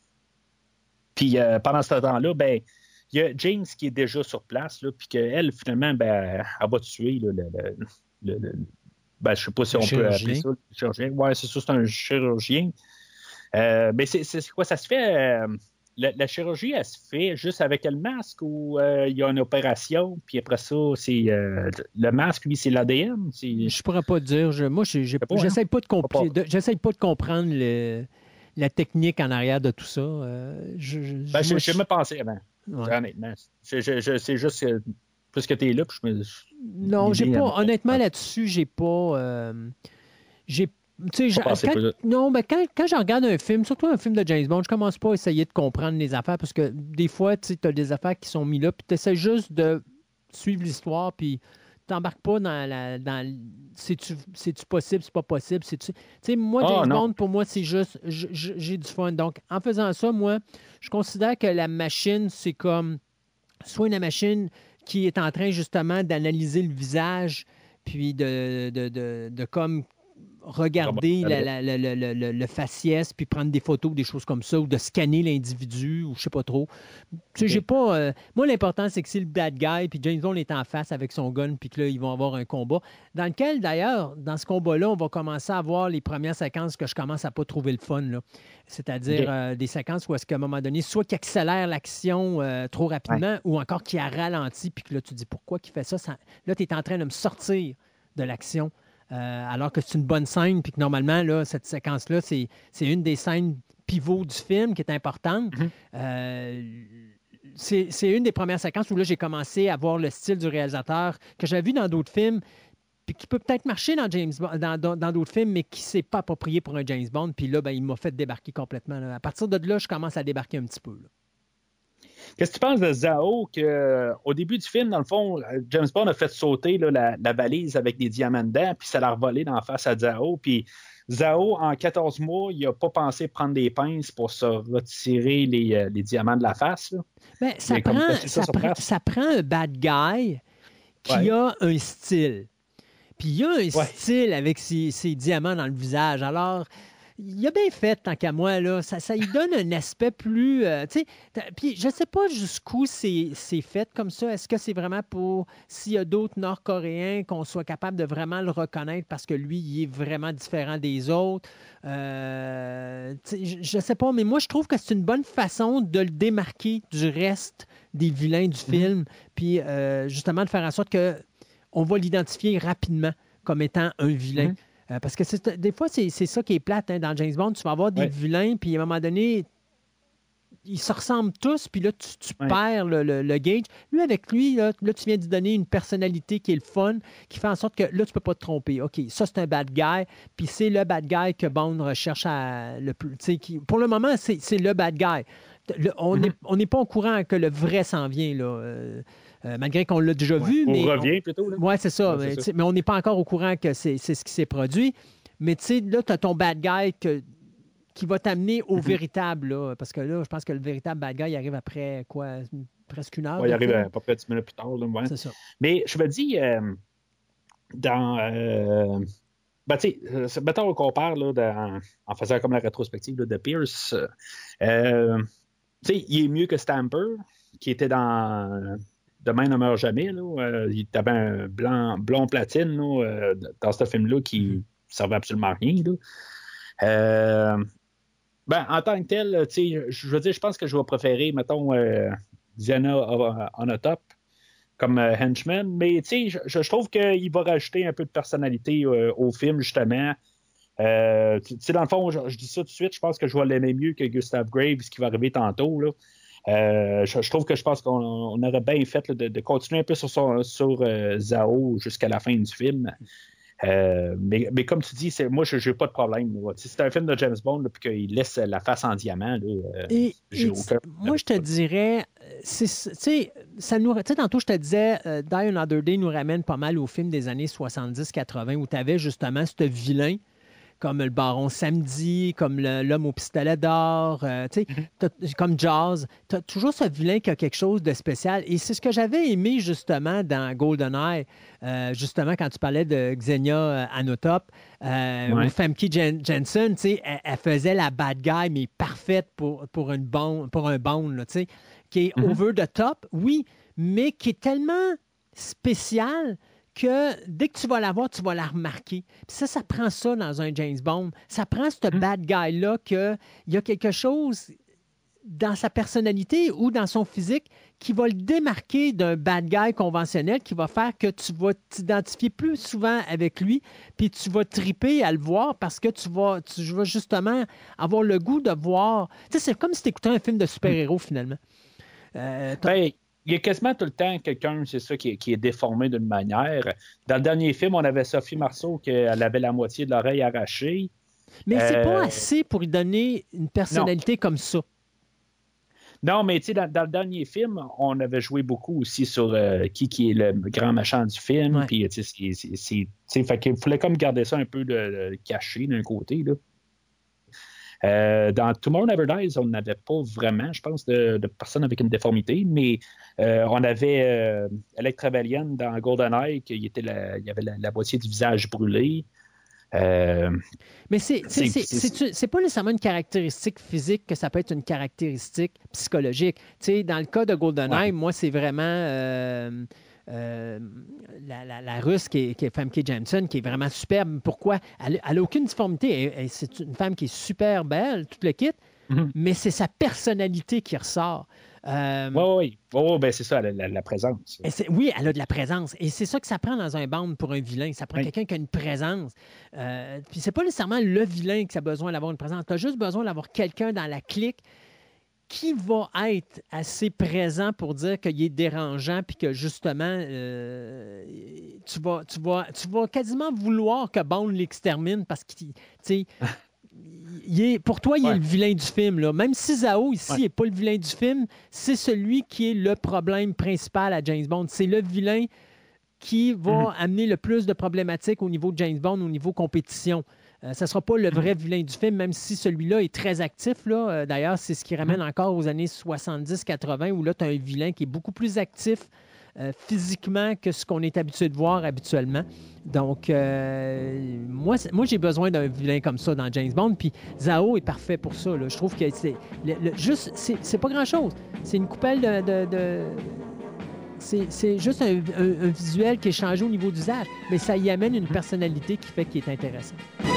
Puis euh, pendant ce temps-là, ben, il y a James qui est déjà sur place, puis qu'elle, finalement, ben, elle va tuer là, le, le, le, le Ben, je ne sais pas si on chirurgien. peut appeler ça le chirurgien. Oui, c'est ça, c'est un chirurgien. Euh, mais c'est, c'est quoi, ça se fait... Euh, la, la chirurgie, elle se fait juste avec le masque ou euh, il y a une opération, puis après ça, c'est euh, le masque, lui, c'est l'A D N? C'est... Je ne pourrais pas dire. Je, moi, j'ai, j'ai, j'essaie, pas de compli- de, j'essaie pas de comprendre le, la technique en arrière de tout ça. Euh, je je, ben, je, je, je me pensais avant, ouais. Honnêtement. Je, je, je, c'est juste... que plus que tu es là, puis je me... Non, j'ai pas... Honnêtement, ouais. Là-dessus, j'ai pas... Euh, j'ai... Tu sais, quand, non, mais quand, quand je regarde un film, surtout un film de James Bond, je commence pas à essayer de comprendre les affaires parce que des fois, tu sais, as des affaires qui sont mises là, puis tu essaies juste de suivre l'histoire, puis t'embarques pas dans la... Dans, c'est-tu, c'est-tu possible, c'est pas possible, c'est-tu... Tu sais, moi, James oh, Bond, pour moi, c'est juste... J'ai du fun. Donc, en faisant ça, moi, je considère que la machine, c'est comme... Soit une machine... qui est en train justement d'analyser le visage, puis de, de, de, de comme regarder la, la, la, la, la, le, le faciès, puis prendre des photos, des choses comme ça, ou de scanner l'individu, ou je sais pas trop. Tu sais, okay. j'ai pas... Euh, moi, l'important, c'est que si le bad guy, puis James Bond est en face avec son gun, puis que là, ils vont avoir un combat, dans lequel, d'ailleurs, dans ce combat-là, on va commencer à voir les premières séquences que je commence à pas trouver le fun, là. C'est-à-dire okay. euh, des séquences où est-ce qu'à un moment donné, soit qu'il accélère l'action euh, trop rapidement, ouais. ou encore qu'il a ralenti, puis que là, tu te dis, pourquoi qu'il fait ça? ça... Là, tu es en train de me sortir de l'action. Euh, alors que c'est une bonne scène, puis que normalement, là, cette séquence-là, c'est, c'est une des scènes pivots du film qui est importante. Mm-hmm. Euh, c'est, c'est une des premières séquences où là, j'ai commencé à voir le style du réalisateur que j'avais vu dans d'autres films, puis qui peut peut-être marcher dans, James Bond, dans, dans, dans d'autres films, mais qui ne s'est pas approprié pour un James Bond. Puis là, ben, il m'a fait débarquer complètement. Là. À partir de là, je commence à débarquer un petit peu. Là. Qu'est-ce que tu penses de Zao, qu'au début du film, dans le fond, James Bond a fait sauter là, la, la valise avec des diamants dedans, puis ça l'a revolé d'en face à Zao. Puis Zao, en quatorze mois, il n'a pas pensé prendre des pinces pour se retirer les, les diamants de la face. Là. Ben, ça, prend, ça, ça, prend, ça prend un bad guy qui ouais. a un style. Puis il y a un ouais. style avec ses, ses diamants dans le visage. Alors... il a bien fait, tant qu'à moi, là. Ça, ça lui donne un aspect plus... Euh, tu sais, puis je ne sais pas jusqu'où c'est, c'est fait comme ça. Est-ce que c'est vraiment pour... S'il y a d'autres Nord-Coréens, qu'on soit capable de vraiment le reconnaître parce que lui, il est vraiment différent des autres? Euh, je ne sais pas, mais moi, je trouve que c'est une bonne façon de le démarquer du reste des vilains du film, mmh. puis euh, justement de faire en sorte qu'on va l'identifier rapidement comme étant un vilain. Mmh. Euh, parce que c'est, des fois, c'est, c'est ça qui est plate hein, dans James Bond. Tu vas avoir des ouais. vilains, puis à un moment donné, ils se ressemblent tous, puis là, tu, tu ouais. perds le, le, le gauge. Lui, avec lui, là, là, tu viens de lui donner une personnalité qui est le fun, qui fait en sorte que là, tu ne peux pas te tromper. OK, ça, c'est un bad guy, puis c'est le bad guy que Bond recherche à le plus. Qui, pour le moment, c'est, c'est le bad guy. Le, on n'est mm-hmm. pas au courant que le vrai s'en vient, là. Euh, Euh, malgré qu'on l'a déjà ouais, vu. On mais revient on... plutôt. Oui, c'est ça. Ouais, c'est mais, ça. mais on n'est pas encore au courant que c'est, c'est ce qui s'est produit. Mais tu sais, là, tu as ton bad guy que, qui va t'amener au mm-hmm. véritable. Là, parce que là, je pense que le véritable bad guy, il arrive après quoi? Presque une heure? Oui, il arrive à peu près dix minutes plus tard. Là, ouais. C'est ça. Mais je me dis, euh, dans... Euh... Ben, tu sais, mettons qu'on compare là, dans, en faisant comme la rétrospective là, de Pierce. Euh, tu sais, il est mieux que Stamper, qui était dans... Demain ne meurt jamais. Là. Euh, il avait un blanc, blond platine là, euh, dans ce film-là qui ne servait absolument à rien. Là. Euh, ben, en tant que tel, je veux dire, je pense que je vais préférer, mettons, euh, Diana on a top comme euh, henchman, mais je, je trouve qu'il va rajouter un peu de personnalité euh, au film, justement. Euh, dans le fond, je, je dis ça tout de suite, je pense que je vais l'aimer mieux que Gustav Graves, qui va arriver tantôt, là. Euh, je, je trouve que je pense qu'on on aurait bien fait là, de, de continuer un peu sur, son, sur euh, Zao jusqu'à la fin du film. Euh, mais, mais comme tu dis, c'est, moi, je n'ai pas de problème. Là. C'est un film de James Bond puis qu'il laisse la face en diamant. Là, euh, et, j'ai et aucun... Moi, je te dirais, c'est, ça nous, tantôt, je te disais, uh, Die Another Day nous ramène pas mal au film des années soixante-dix quatre-vingt où tu avais justement ce vilain comme le Baron Samedi, comme le, l'homme au pistolet d'or, euh, mm-hmm. comme Jaws. Tu as toujours ce vilain qui a quelque chose de spécial. Et c'est ce que j'avais aimé justement dans GoldenEye, euh, justement quand tu parlais de Xenia Anotop, euh, ouais. ou Famke Jen- Jensen, elle, elle faisait la bad guy, mais parfaite pour, pour, une bond, pour un Bond, là, qui est mm-hmm. over the top, oui, mais qui est tellement spécial que dès que tu vas la voir, tu vas la remarquer. Puis ça, ça prend ça dans un James Bond. Ça prend ce mm. bad guy-là qu'il y a quelque chose dans sa personnalité ou dans son physique qui va le démarquer d'un bad guy conventionnel, qui va faire que tu vas t'identifier plus souvent avec lui, puis tu vas triper à le voir parce que tu vas, tu vas justement avoir le goût de voir... Tu sais, c'est comme si tu écoutais un film de super-héros, mm. finalement. Euh, ben, il y a quasiment tout le temps quelqu'un, c'est ça, qui est, qui est déformé d'une manière. Dans le dernier film, on avait Sophie Marceau qui elle avait la moitié de l'oreille arrachée. Mais c'est euh... pas assez pour lui donner une personnalité non. comme ça. Non, mais tu sais, dans, dans le dernier film, on avait joué beaucoup aussi sur euh, qui, qui est le grand méchant du film. Ouais. Puis, tu sais, c'est, c'est, c'est, fait qu'il fallait comme garder ça un peu de, de caché d'un côté, là. Euh, dans Tomorrow Never Dies, on n'avait pas vraiment, je pense, de, de personnes avec une déformité, mais euh, on avait euh, Electra Valiant dans GoldenEye, qui était la, il y avait la, la moitié du visage brûlé. Euh, Mais c'est, c'est, c'est, c'est, c'est, c'est, c'est pas nécessairement une caractéristique physique que ça peut être une caractéristique psychologique. Tu sais, dans le cas de GoldenEye, ouais. moi, c'est vraiment euh, euh, la, la, la Russe qui est, qui est Famke Janssen, qui est vraiment superbe. Pourquoi? Elle n'a aucune difformité. Elle, elle, c'est une femme qui est super belle, tout le kit, mm-hmm. mais c'est sa personnalité qui ressort. Euh, oui, oui, oui. Ben c'est ça, la, la, la présence. Et c'est, oui, elle a de la présence. Et c'est ça que ça prend dans un Bond pour un vilain. Ça prend oui. quelqu'un qui a une présence. Euh, puis c'est pas nécessairement le vilain qui a besoin d'avoir une présence. Tu as juste besoin d'avoir quelqu'un dans la clique qui va être assez présent pour dire qu'il est dérangeant puis que justement, euh, tu, vas, tu, vas, tu vas quasiment vouloir que Bond l'extermine parce qu'il... Il est, pour toi, il ouais. est le vilain du film. Là. Même si Zao, ici, n'est ouais. pas le vilain du film, c'est celui qui est le problème principal à James Bond. C'est le vilain qui va mm-hmm. amener le plus de problématiques au niveau de James Bond, au niveau compétition. Euh, ça ne sera pas le vrai mm-hmm. vilain du film, même si celui-là est très actif. Là. Euh, d'ailleurs, c'est ce qui ramène mm-hmm. encore aux années soixante-dix quatre-vingt, où là, tu as un vilain qui est beaucoup plus actif euh, physiquement que ce qu'on est habitué de voir habituellement. Donc, euh, moi, moi, j'ai besoin d'un vilain comme ça dans James Bond, puis Zao est parfait pour ça. Là. Je trouve que c'est le, le, juste, c'est, c'est pas grand-chose. C'est une coupelle de... de, de c'est, c'est juste un, un, un visuel qui est changé au niveau d'usage, mais ça y amène une personnalité qui fait qu'il est intéressant.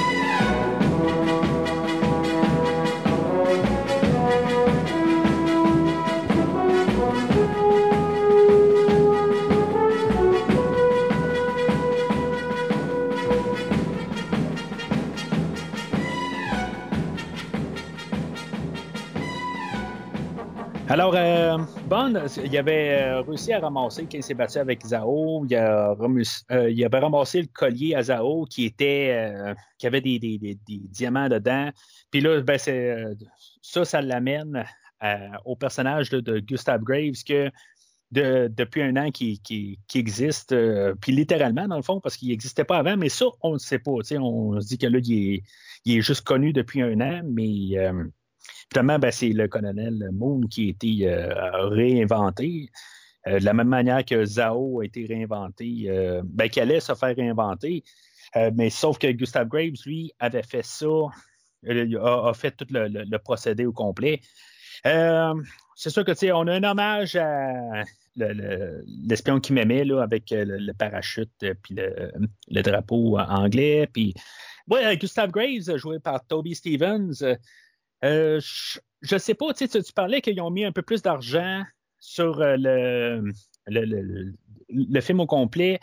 Alors, euh, Bond, il avait euh, réussi à ramasser, quand il s'est battu avec Zao, il, a remus, euh, il avait ramassé le collier à Zao qui était, euh, qui avait des, des, des, des diamants dedans. Puis là, ben, c'est, euh, ça, ça l'amène euh, au personnage là, de Gustav Graves que de, depuis un an qui, qui, qui existe, euh, puis littéralement dans le fond, parce qu'il n'existait pas avant, mais ça, on ne sait pas. On se dit que là, il est, il est juste connu depuis un an, mais... Euh, Finalement, ben, c'est le colonel Moon qui a été euh, réinventé. Euh, de la même manière que Zao a été réinventé, euh, ben, qu'il allait se faire réinventer. Euh, mais sauf que Gustav Graves, lui, avait fait ça, euh, a, a fait tout le, le, le procédé au complet. Euh, c'est sûr que, tu sais, on a un hommage à le, le, l'espion qui m'aimait, là, avec le, le parachute puis le, le drapeau anglais. Puis, ouais, Gustav Graves, joué par Toby Stephens, Euh, je ne sais pas, tu, tu parlais qu'ils ont mis un peu plus d'argent sur euh, le, le, le, le film au complet.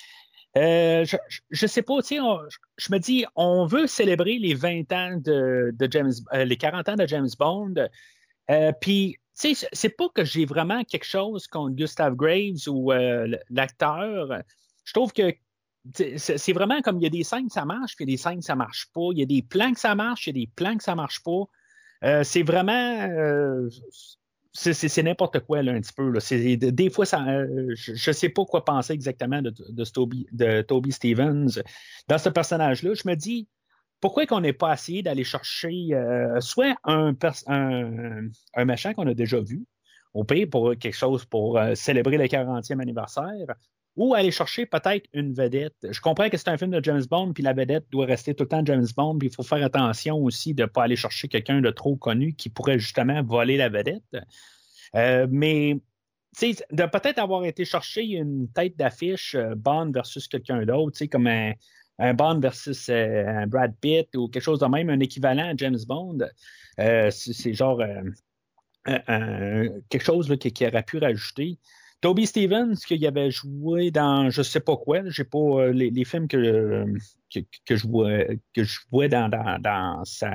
Euh, je ne sais pas, tu sais, je me dis, on veut célébrer les vingt ans de, de James, euh, les quarante ans de James Bond. Euh, Puis, tu sais, c'est pas que j'ai vraiment quelque chose contre Gustav Graves ou euh, l'acteur. Je trouve que c'est vraiment comme il y a des scènes que ça marche, puis il y a des scènes que ça marche pas. Il y a des plans que ça marche, il y a des plans que ça marche pas. Euh, c'est vraiment... Euh, c'est, c'est, c'est n'importe quoi, là, un petit peu. Là. C'est, des fois, ça, euh, je ne sais pas quoi penser exactement de, de, de, Toby, de Toby Stephens dans ce personnage-là. Je me dis, pourquoi qu'on n'ait pas essayé d'aller chercher euh, soit un, un, un méchant qu'on a déjà vu, au pire, pour quelque chose pour euh, célébrer le quarantième anniversaire, ou aller chercher peut-être une vedette. Je comprends que c'est un film de James Bond, puis la vedette doit rester tout le temps James Bond, puis il faut faire attention aussi de ne pas aller chercher quelqu'un de trop connu qui pourrait justement voler la vedette. Euh, mais, tu sais, de peut-être avoir été chercher une tête d'affiche euh, Bond versus quelqu'un d'autre, tu sais, comme un, un Bond versus euh, un Brad Pitt ou quelque chose de même, un équivalent à James Bond, euh, c'est, c'est genre euh, un, un, quelque chose là, qui, qui aurait pu rajouter. Toby Stephens, qu'il avait joué dans je sais pas quoi, j'ai pas euh, les, les films que, que, que je vois que je vois dans, dans, dans sa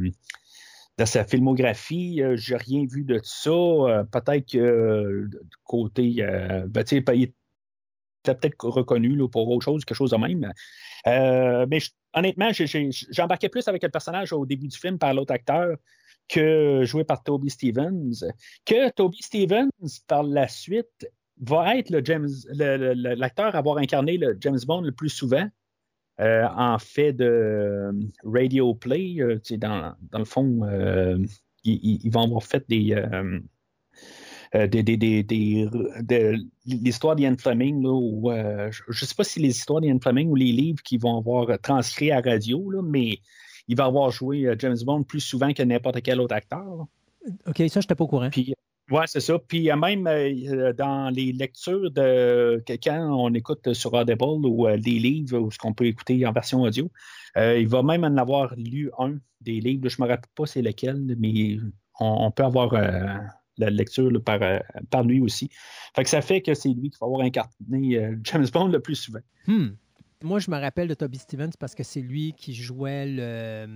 dans sa filmographie, euh, j'ai rien vu de ça. Euh, peut-être que euh, côté euh, ben, tu sais, il était peut-être reconnu là, pour autre chose, quelque chose de même. Euh, mais je, honnêtement, j'ai, j'ai, j'embarquais plus avec le personnage au début du film par l'autre acteur que joué par Toby Stephens, que Toby Stephens, par la suite, va être le James, le, le, l'acteur à avoir incarné le James Bond le plus souvent, euh, en fait de euh, Radio Play. Euh, dans, dans le fond, euh, ils, ils vont avoir fait des... Euh, euh, des, des, des, des, de l'histoire d'Ian Fleming, là, où, euh, je ne sais pas si les histoires d'Ian Fleming ou les livres qui vont avoir transcrit à radio, là, mais il va avoir joué euh, James Bond plus souvent que n'importe quel autre acteur. Là. OK, ça, je n'étais pas au courant. Puis, ouais, c'est ça. Puis euh, même euh, dans les lectures de quand on écoute sur Audible ou euh, des livres ou ce qu'on peut écouter en version audio, euh, il va même en avoir lu un des livres. Je ne me rappelle pas c'est lequel, mais on, on peut avoir euh, la lecture là, par, euh, par lui aussi. Fait que ça fait que c'est lui qui va avoir incarné euh, James Bond le plus souvent. Hmm. Moi, je me rappelle de Toby Stevens parce que c'est lui qui jouait le,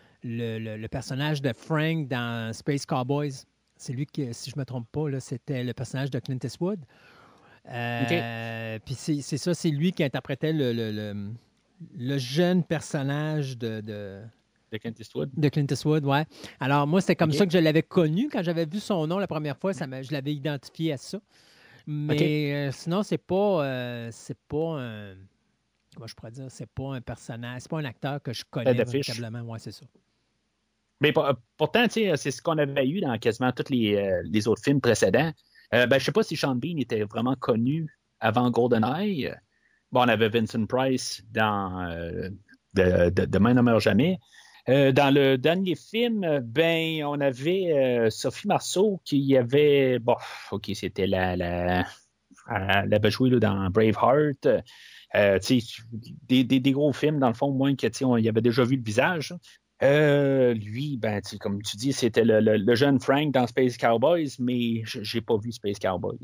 le, le, le personnage de Frank dans Space Cowboys. C'est lui qui, si je ne me trompe pas, là, c'était le personnage de Clint Eastwood. Euh, okay. Puis c'est, c'est ça, c'est lui qui interprétait le, le, le, le jeune personnage de, de, de Clint Eastwood. De Clint Eastwood, ouais. Alors moi, c'était comme okay. ça que je l'avais connu. Quand j'avais vu son nom la première fois, ça me, je l'avais identifié à ça. Mais okay. euh, sinon, c'est pas, euh, c'est pas un... Comment je pourrais dire? C'est pas un personnage, c'est pas un acteur que je connais véritablement. Ouais, c'est ça. Mais pourtant, c'est ce qu'on avait eu dans quasiment tous les, euh, les autres films précédents. Euh, ben, je ne sais pas si Sean Bean était vraiment connu avant GoldenEye. Bon, on avait Vincent Price dans euh, de, de, Demain ne meurt jamais. Euh, dans le dernier film, ben, on avait euh, Sophie Marceau qui avait... Bon, OK, c'était la... la elle avait joué là, dans Braveheart. Euh, des, des, des gros films, dans le fond, moins que on y avait déjà vu le visage. Euh, lui, ben, comme tu dis, c'était le, le, le jeune Frank dans Space Cowboys, mais j'ai pas vu Space Cowboys.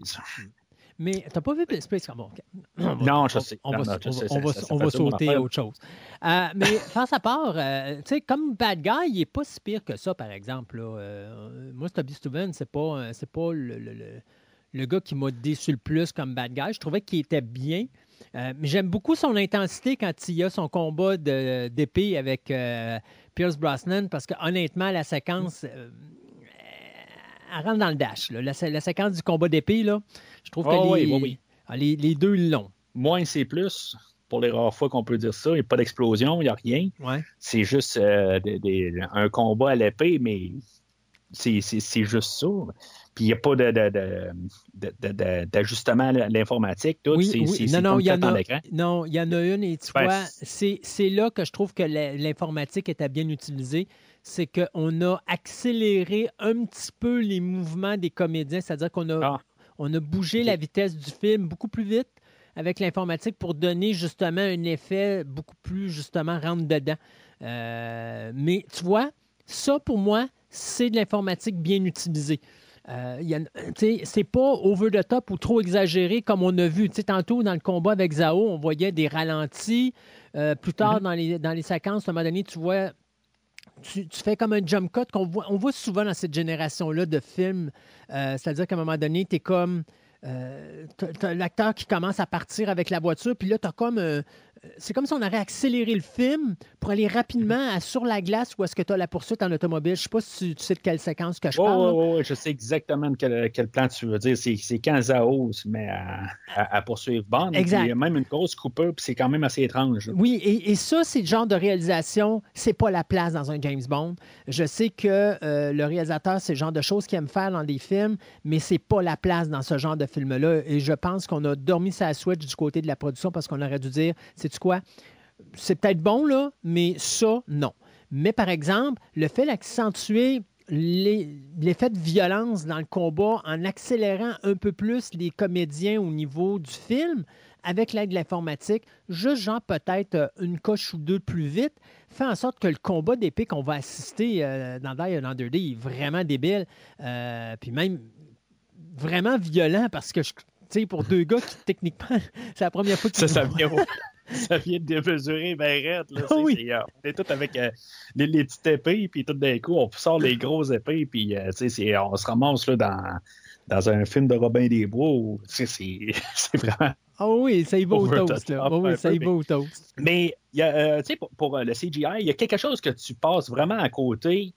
Mais t'as pas vu Space Cowboys? Va, non, je sais. On non, va, non, je on sais, va, ça, on ça va sauter à à autre chose. Euh, mais face à part, euh, tu sais, comme Bad Guy, il est pas si pire que ça, par exemple. Là. Euh, moi, Toby Stevens, c'est pas, c'est pas le, le, le, le gars qui m'a déçu le plus comme Bad Guy. Je trouvais qu'il était bien. Euh, mais j'aime beaucoup son intensité quand il y a son combat de, d'épée avec euh, Pierce Brosnan, parce que honnêtement, la séquence, euh, elle rentre dans le dash. Là. La, la séquence du combat d'épée, là, je trouve que oh, les, oui, oui, oui. Les, les deux l'ont. Moins c'est plus, pour les rares fois qu'on peut dire ça. Il n'y a pas d'explosion, il n'y a rien. Ouais. C'est juste euh, des, des, un combat à l'épée, mais c'est, c'est, c'est juste ça. Puis il n'y a pas de, de, de, de, de, d'ajustement à l'informatique. Tout. Oui, c'est, oui. c'est, non, c'est non, il y en a, l'écran. non, il y en a une et tu ben, vois, c'est, c'est là que je trouve que la, l'informatique était bien utilisée. C'est qu'on a accéléré un petit peu les mouvements des comédiens, c'est-à-dire qu'on a, ah. on a bougé okay. la vitesse du film beaucoup plus vite avec l'informatique pour donner justement un effet beaucoup plus, justement, rentre-dedans. Euh, mais tu vois, ça, pour moi, c'est de l'informatique bien utilisée. Euh, y a, c'est pas over the top ou trop exagéré comme on a vu. T'sais, tantôt, dans le combat avec Zao, on voyait des ralentis. Euh, plus tard, mm-hmm. dans, les, dans les séquences, à un moment donné, tu vois... Tu, tu fais comme un jump cut qu'on voit, on voit souvent dans cette génération-là de films. Euh, c'est-à-dire qu'à un moment donné, tu es comme... Euh, t'as, t'as l'acteur qui commence à partir avec la voiture, puis là, tu as comme... Euh, c'est comme si on aurait accéléré le film pour aller rapidement à, sur la glace où est-ce que tu as la poursuite en automobile. Je ne sais pas si tu, tu sais de quelle séquence que je oh, parle. Oui, oui, je sais exactement de quel, quel plan tu veux dire. C'est, c'est quand Zao se met à, à, à poursuivre Bond. Exact. Il y a même une grosse coupure, puis c'est quand même assez étrange. Là. Oui, et, et ça, c'est le genre de réalisation, c'est pas la place dans un James Bond. Je sais que euh, le réalisateur, c'est le genre de choses qu'il aime faire dans des films, mais c'est pas la place dans ce genre de film-là. Et je pense qu'on a dormi sa switch du côté de la production parce qu'on aurait dû dire, sais-tu quoi? C'est peut-être bon, là, mais ça, non. Mais par exemple, le fait d'accentuer les, l'effet de violence dans le combat en accélérant un peu plus les comédiens au niveau du film, avec l'aide de l'informatique, juste genre peut-être une coche ou deux plus vite, fait en sorte que le combat d'épée qu'on va assister euh, dans Die Another Day est vraiment débile. Euh, puis même vraiment violent parce que, tu sais, pour deux gars qui, techniquement, c'est la première fois qu'ils... Ça, ça vient... Ça vient de démesurer bien raide. Là, oh oui. c'est, euh, on est tous avec euh, les, les petites épées, puis tout d'un coup, on sort les grosses épées, puis euh, c'est, on se ramasse là, dans, dans un film de Robin des Bois où c'est, c'est vraiment... Ah oh oui, ça y va au toast. Là. Oh oui, ça y va au toast. Mais euh, pour, pour le C G I, il y a quelque chose que tu passes vraiment à côté.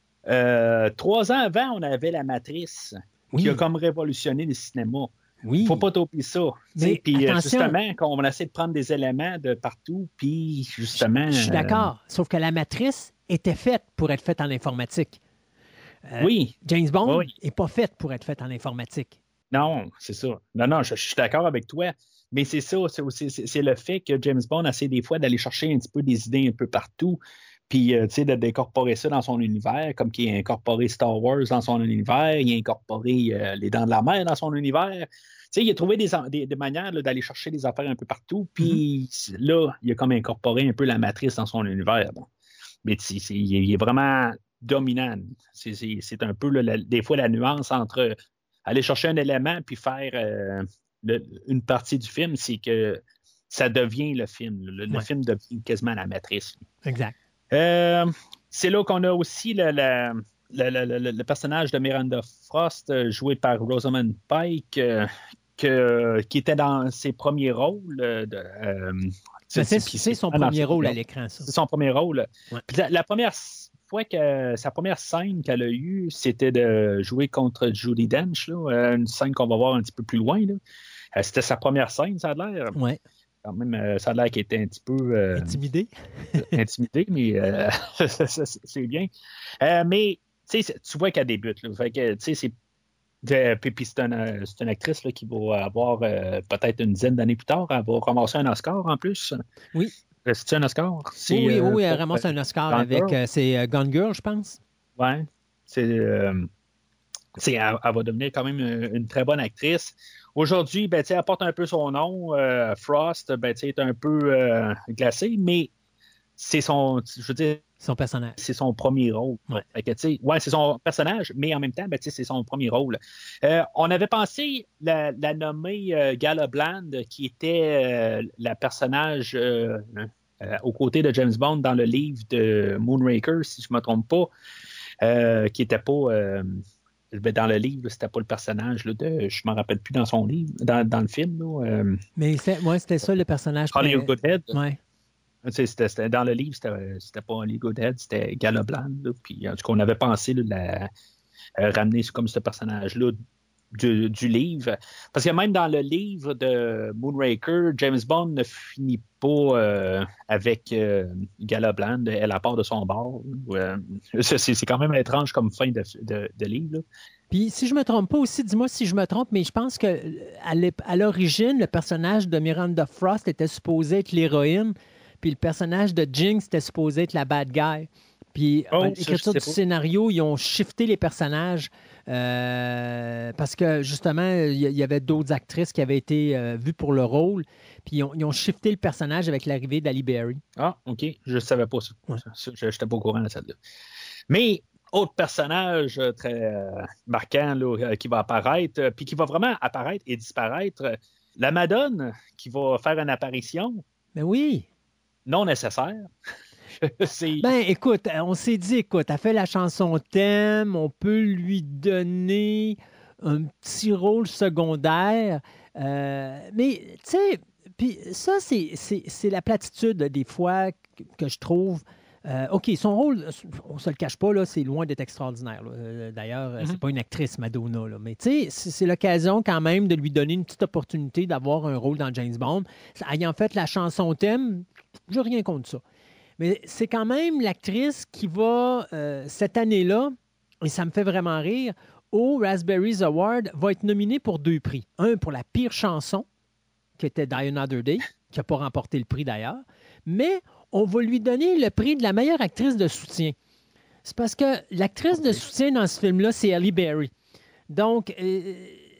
Euh, trois ans avant, on avait La Matrice, oui. qui a comme révolutionné le cinéma. Oui. Faut pas toper ça. Puis justement, quand on essaie de prendre des éléments de partout, puis justement... Je, je suis d'accord. Euh... Sauf que la matrice était faite pour être faite en informatique. Euh, oui. James Bond oui. n'est pas fait pour être fait en informatique. Non, c'est ça. Non, non, je, je suis d'accord avec toi. Mais c'est ça, c'est, c'est, c'est le fait que James Bond essaie des fois d'aller chercher un petit peu des idées un peu partout, puis euh, tu sais, d'incorporer ça dans son univers, comme qu'il a incorporé Star Wars dans son univers, il a incorporé euh, Les Dents de la Mer dans son univers. Tu sais, il a trouvé des, des, des manières là, d'aller chercher des affaires un peu partout, puis mm-hmm. là, il a comme incorporé un peu la matrice dans son univers. Bon. Mais c'est, c'est, il est vraiment dominant. C'est, c'est, c'est un peu, là, la, des fois, la nuance entre aller chercher un élément puis faire... Euh, Le, une partie du film, c'est que ça devient le film. Le, le ouais. film devient quasiment la matrice. Exact. Euh, c'est là qu'on a aussi le, le, le, le, le personnage de Miranda Frost, joué par Rosamund Pike, euh, que, qui était dans ses premiers rôles. De, euh, c'est, c'est, c'est, c'est son premier rôle à l'écran, ça. C'est son premier rôle. Ouais. La, la première fois que sa première scène qu'elle a eue, c'était de jouer contre Judi Dench, là, une scène qu'on va voir un petit peu plus loin. Là. C'était sa première scène, ça a l'air. Ouais. Quand même, ça a l'air qu'elle était un petit peu... Euh, intimidée. intimidée, mais euh, c'est bien. Euh, mais, tu sais, tu vois qu'elle débute. Là. Fait que, tu sais, c'est... De, puis c'est une, c'est une actrice là, qui va avoir euh, peut-être une dizaine d'années plus tard, elle va ramasser un Oscar en plus. Oui. C'est-tu un Oscar? C'est, oui, oui, euh, oui, elle ramasse un Oscar avec... Euh, c'est euh, Gone Girl, je pense. Oui. C'est... Euh, c'est elle, elle va devenir quand même une, une très bonne actrice. Aujourd'hui, ben, elle porte un peu son nom. Euh, Frost ben, est un peu euh, glacé, mais c'est son, je veux dire, son personnage. C'est son premier rôle. Ouais. Fait que, ouais, c'est son personnage, mais en même temps, ben, c'est son premier rôle. Euh, on avait pensé la, la nommer euh, Gala Bland, qui était euh, la personnage euh, euh, aux côtés de James Bond dans le livre de Moonraker, si je ne me trompe pas, euh, qui n'était pas... Euh, dans le livre, c'était pas le personnage là, de. Je ne me rappelle plus dans son livre, dans, dans le film. Là, euh, mais c'est, ouais, c'était ça le personnage. Holly mais... Goodhead. Ouais. C'était, c'était, dans le livre, c'était, c'était pas Holly Goodhead, c'était Gala Bland. Là, puis, en tout cas, on avait pensé là, la, euh, ramener comme ce personnage-là du, du livre. Parce que même dans le livre de Moonraker, James Bond ne finit pas euh, avec euh, Gala Bland, elle à part de son bord. Euh, c'est, c'est quand même étrange comme fin de, de, de livre. Là. Puis, si je me trompe pas aussi, dis-moi si je me trompe, mais je pense qu'à à l'origine, le personnage de Miranda Frost était supposé être l'héroïne, puis le personnage de Jinx était supposé être la bad guy. Puis, oh, à l'écriture du scénario, ils ont shifté les personnages euh, parce que, justement, il y, y avait d'autres actrices qui avaient été euh, vues pour le rôle. Puis, ils ont, ils ont shifté le personnage avec l'arrivée d'Halle Berry. Ah, OK. Je ne savais pas ça. Ouais. Je n'étais pas au courant de ça. Mais, autre personnage très euh, marquant là, qui va apparaître, euh, puis qui va vraiment apparaître et disparaître, euh, la Madone qui va faire une apparition. Mais oui. Non nécessaire. C'est... Ben, écoute, on s'est dit, écoute, elle fait la chanson thème, on peut lui donner un petit rôle secondaire. Euh, mais, tu sais, puis ça, c'est, c'est, c'est la platitude là, des fois que, que je trouve. Euh, OK, son rôle, on ne se le cache pas, là, c'est loin d'être extraordinaire. Là. D'ailleurs, mm-hmm. c'est pas une actrice, Madonna. Là. Mais tu sais, c'est, c'est l'occasion quand même de lui donner une petite opportunité d'avoir un rôle dans James Bond. Ayant fait la chanson thème, je n'ai rien contre ça. Mais c'est quand même l'actrice qui va, euh, cette année-là, et ça me fait vraiment rire, au Raspberries Award, va être nominée pour deux prix. Un pour la pire chanson, qui était Die Another Day, qui n'a pas remporté le prix d'ailleurs, mais on va lui donner le prix de la meilleure actrice de soutien. C'est parce que l'actrice de soutien dans ce film-là, c'est Halle Berry. Donc, euh,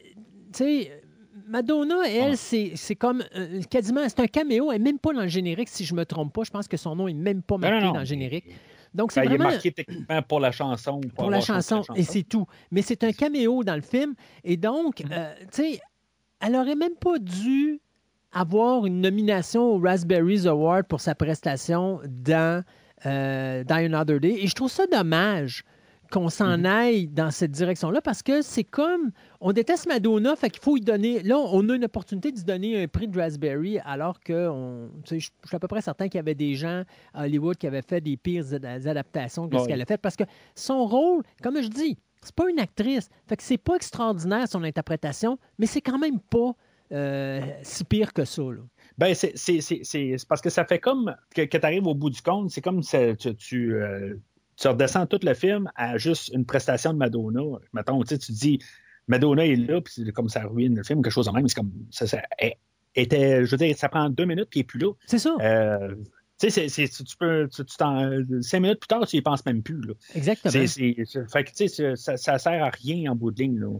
tu sais... Madonna, elle, c'est, c'est comme euh, quasiment, c'est un caméo, elle n'est même pas dans le générique, si je ne me trompe pas. Je pense que son nom n'est même pas marqué non, non, dans le générique. Donc, c'est ben, vraiment... Il est marqué techniquement pour la chanson. Pour, pour la chanson, la chanson, et c'est tout. Mais c'est un caméo dans le film. Et donc, mm-hmm. euh, tu sais, elle n'aurait même pas dû avoir une nomination au Raspberries Award pour sa prestation dans euh, Die Another Day. Et je trouve ça dommage qu'on s'en mm-hmm. aille dans cette direction-là, parce que c'est comme... On déteste Madonna, fait qu'il faut lui donner... Là, on a une opportunité de lui donner un prix de Raspberry, alors que on, je suis à peu près certain qu'il y avait des gens à Hollywood qui avaient fait des pires adaptations que oh, ce qu'elle a fait, parce que son rôle, comme je dis, c'est pas une actrice, fait que c'est pas extraordinaire son interprétation, mais c'est quand même pas euh, si pire que ça, là. Ben, c'est, c'est, c'est, c'est, c'est parce que ça fait comme que, que tu arrives au bout du compte, c'est comme ça, tu... tu euh... tu redescends tout le film à juste une prestation de Madonna. Mettons, tu te dis, Madonna est là, puis c'est comme ça ruine le film, quelque chose de même. C'est comme, ça, ça était, je veux dire, ça prend deux minutes, puis il n'est plus là. C'est ça. Euh, tu sais, c'est, c'est, tu peux, tu, tu t'en, cinq minutes plus tard, tu n'y penses même plus. Là. Exactement. C'est, c'est, c'est, fait que, tu sais, ça, ça sert à rien en bout de ligne. Là.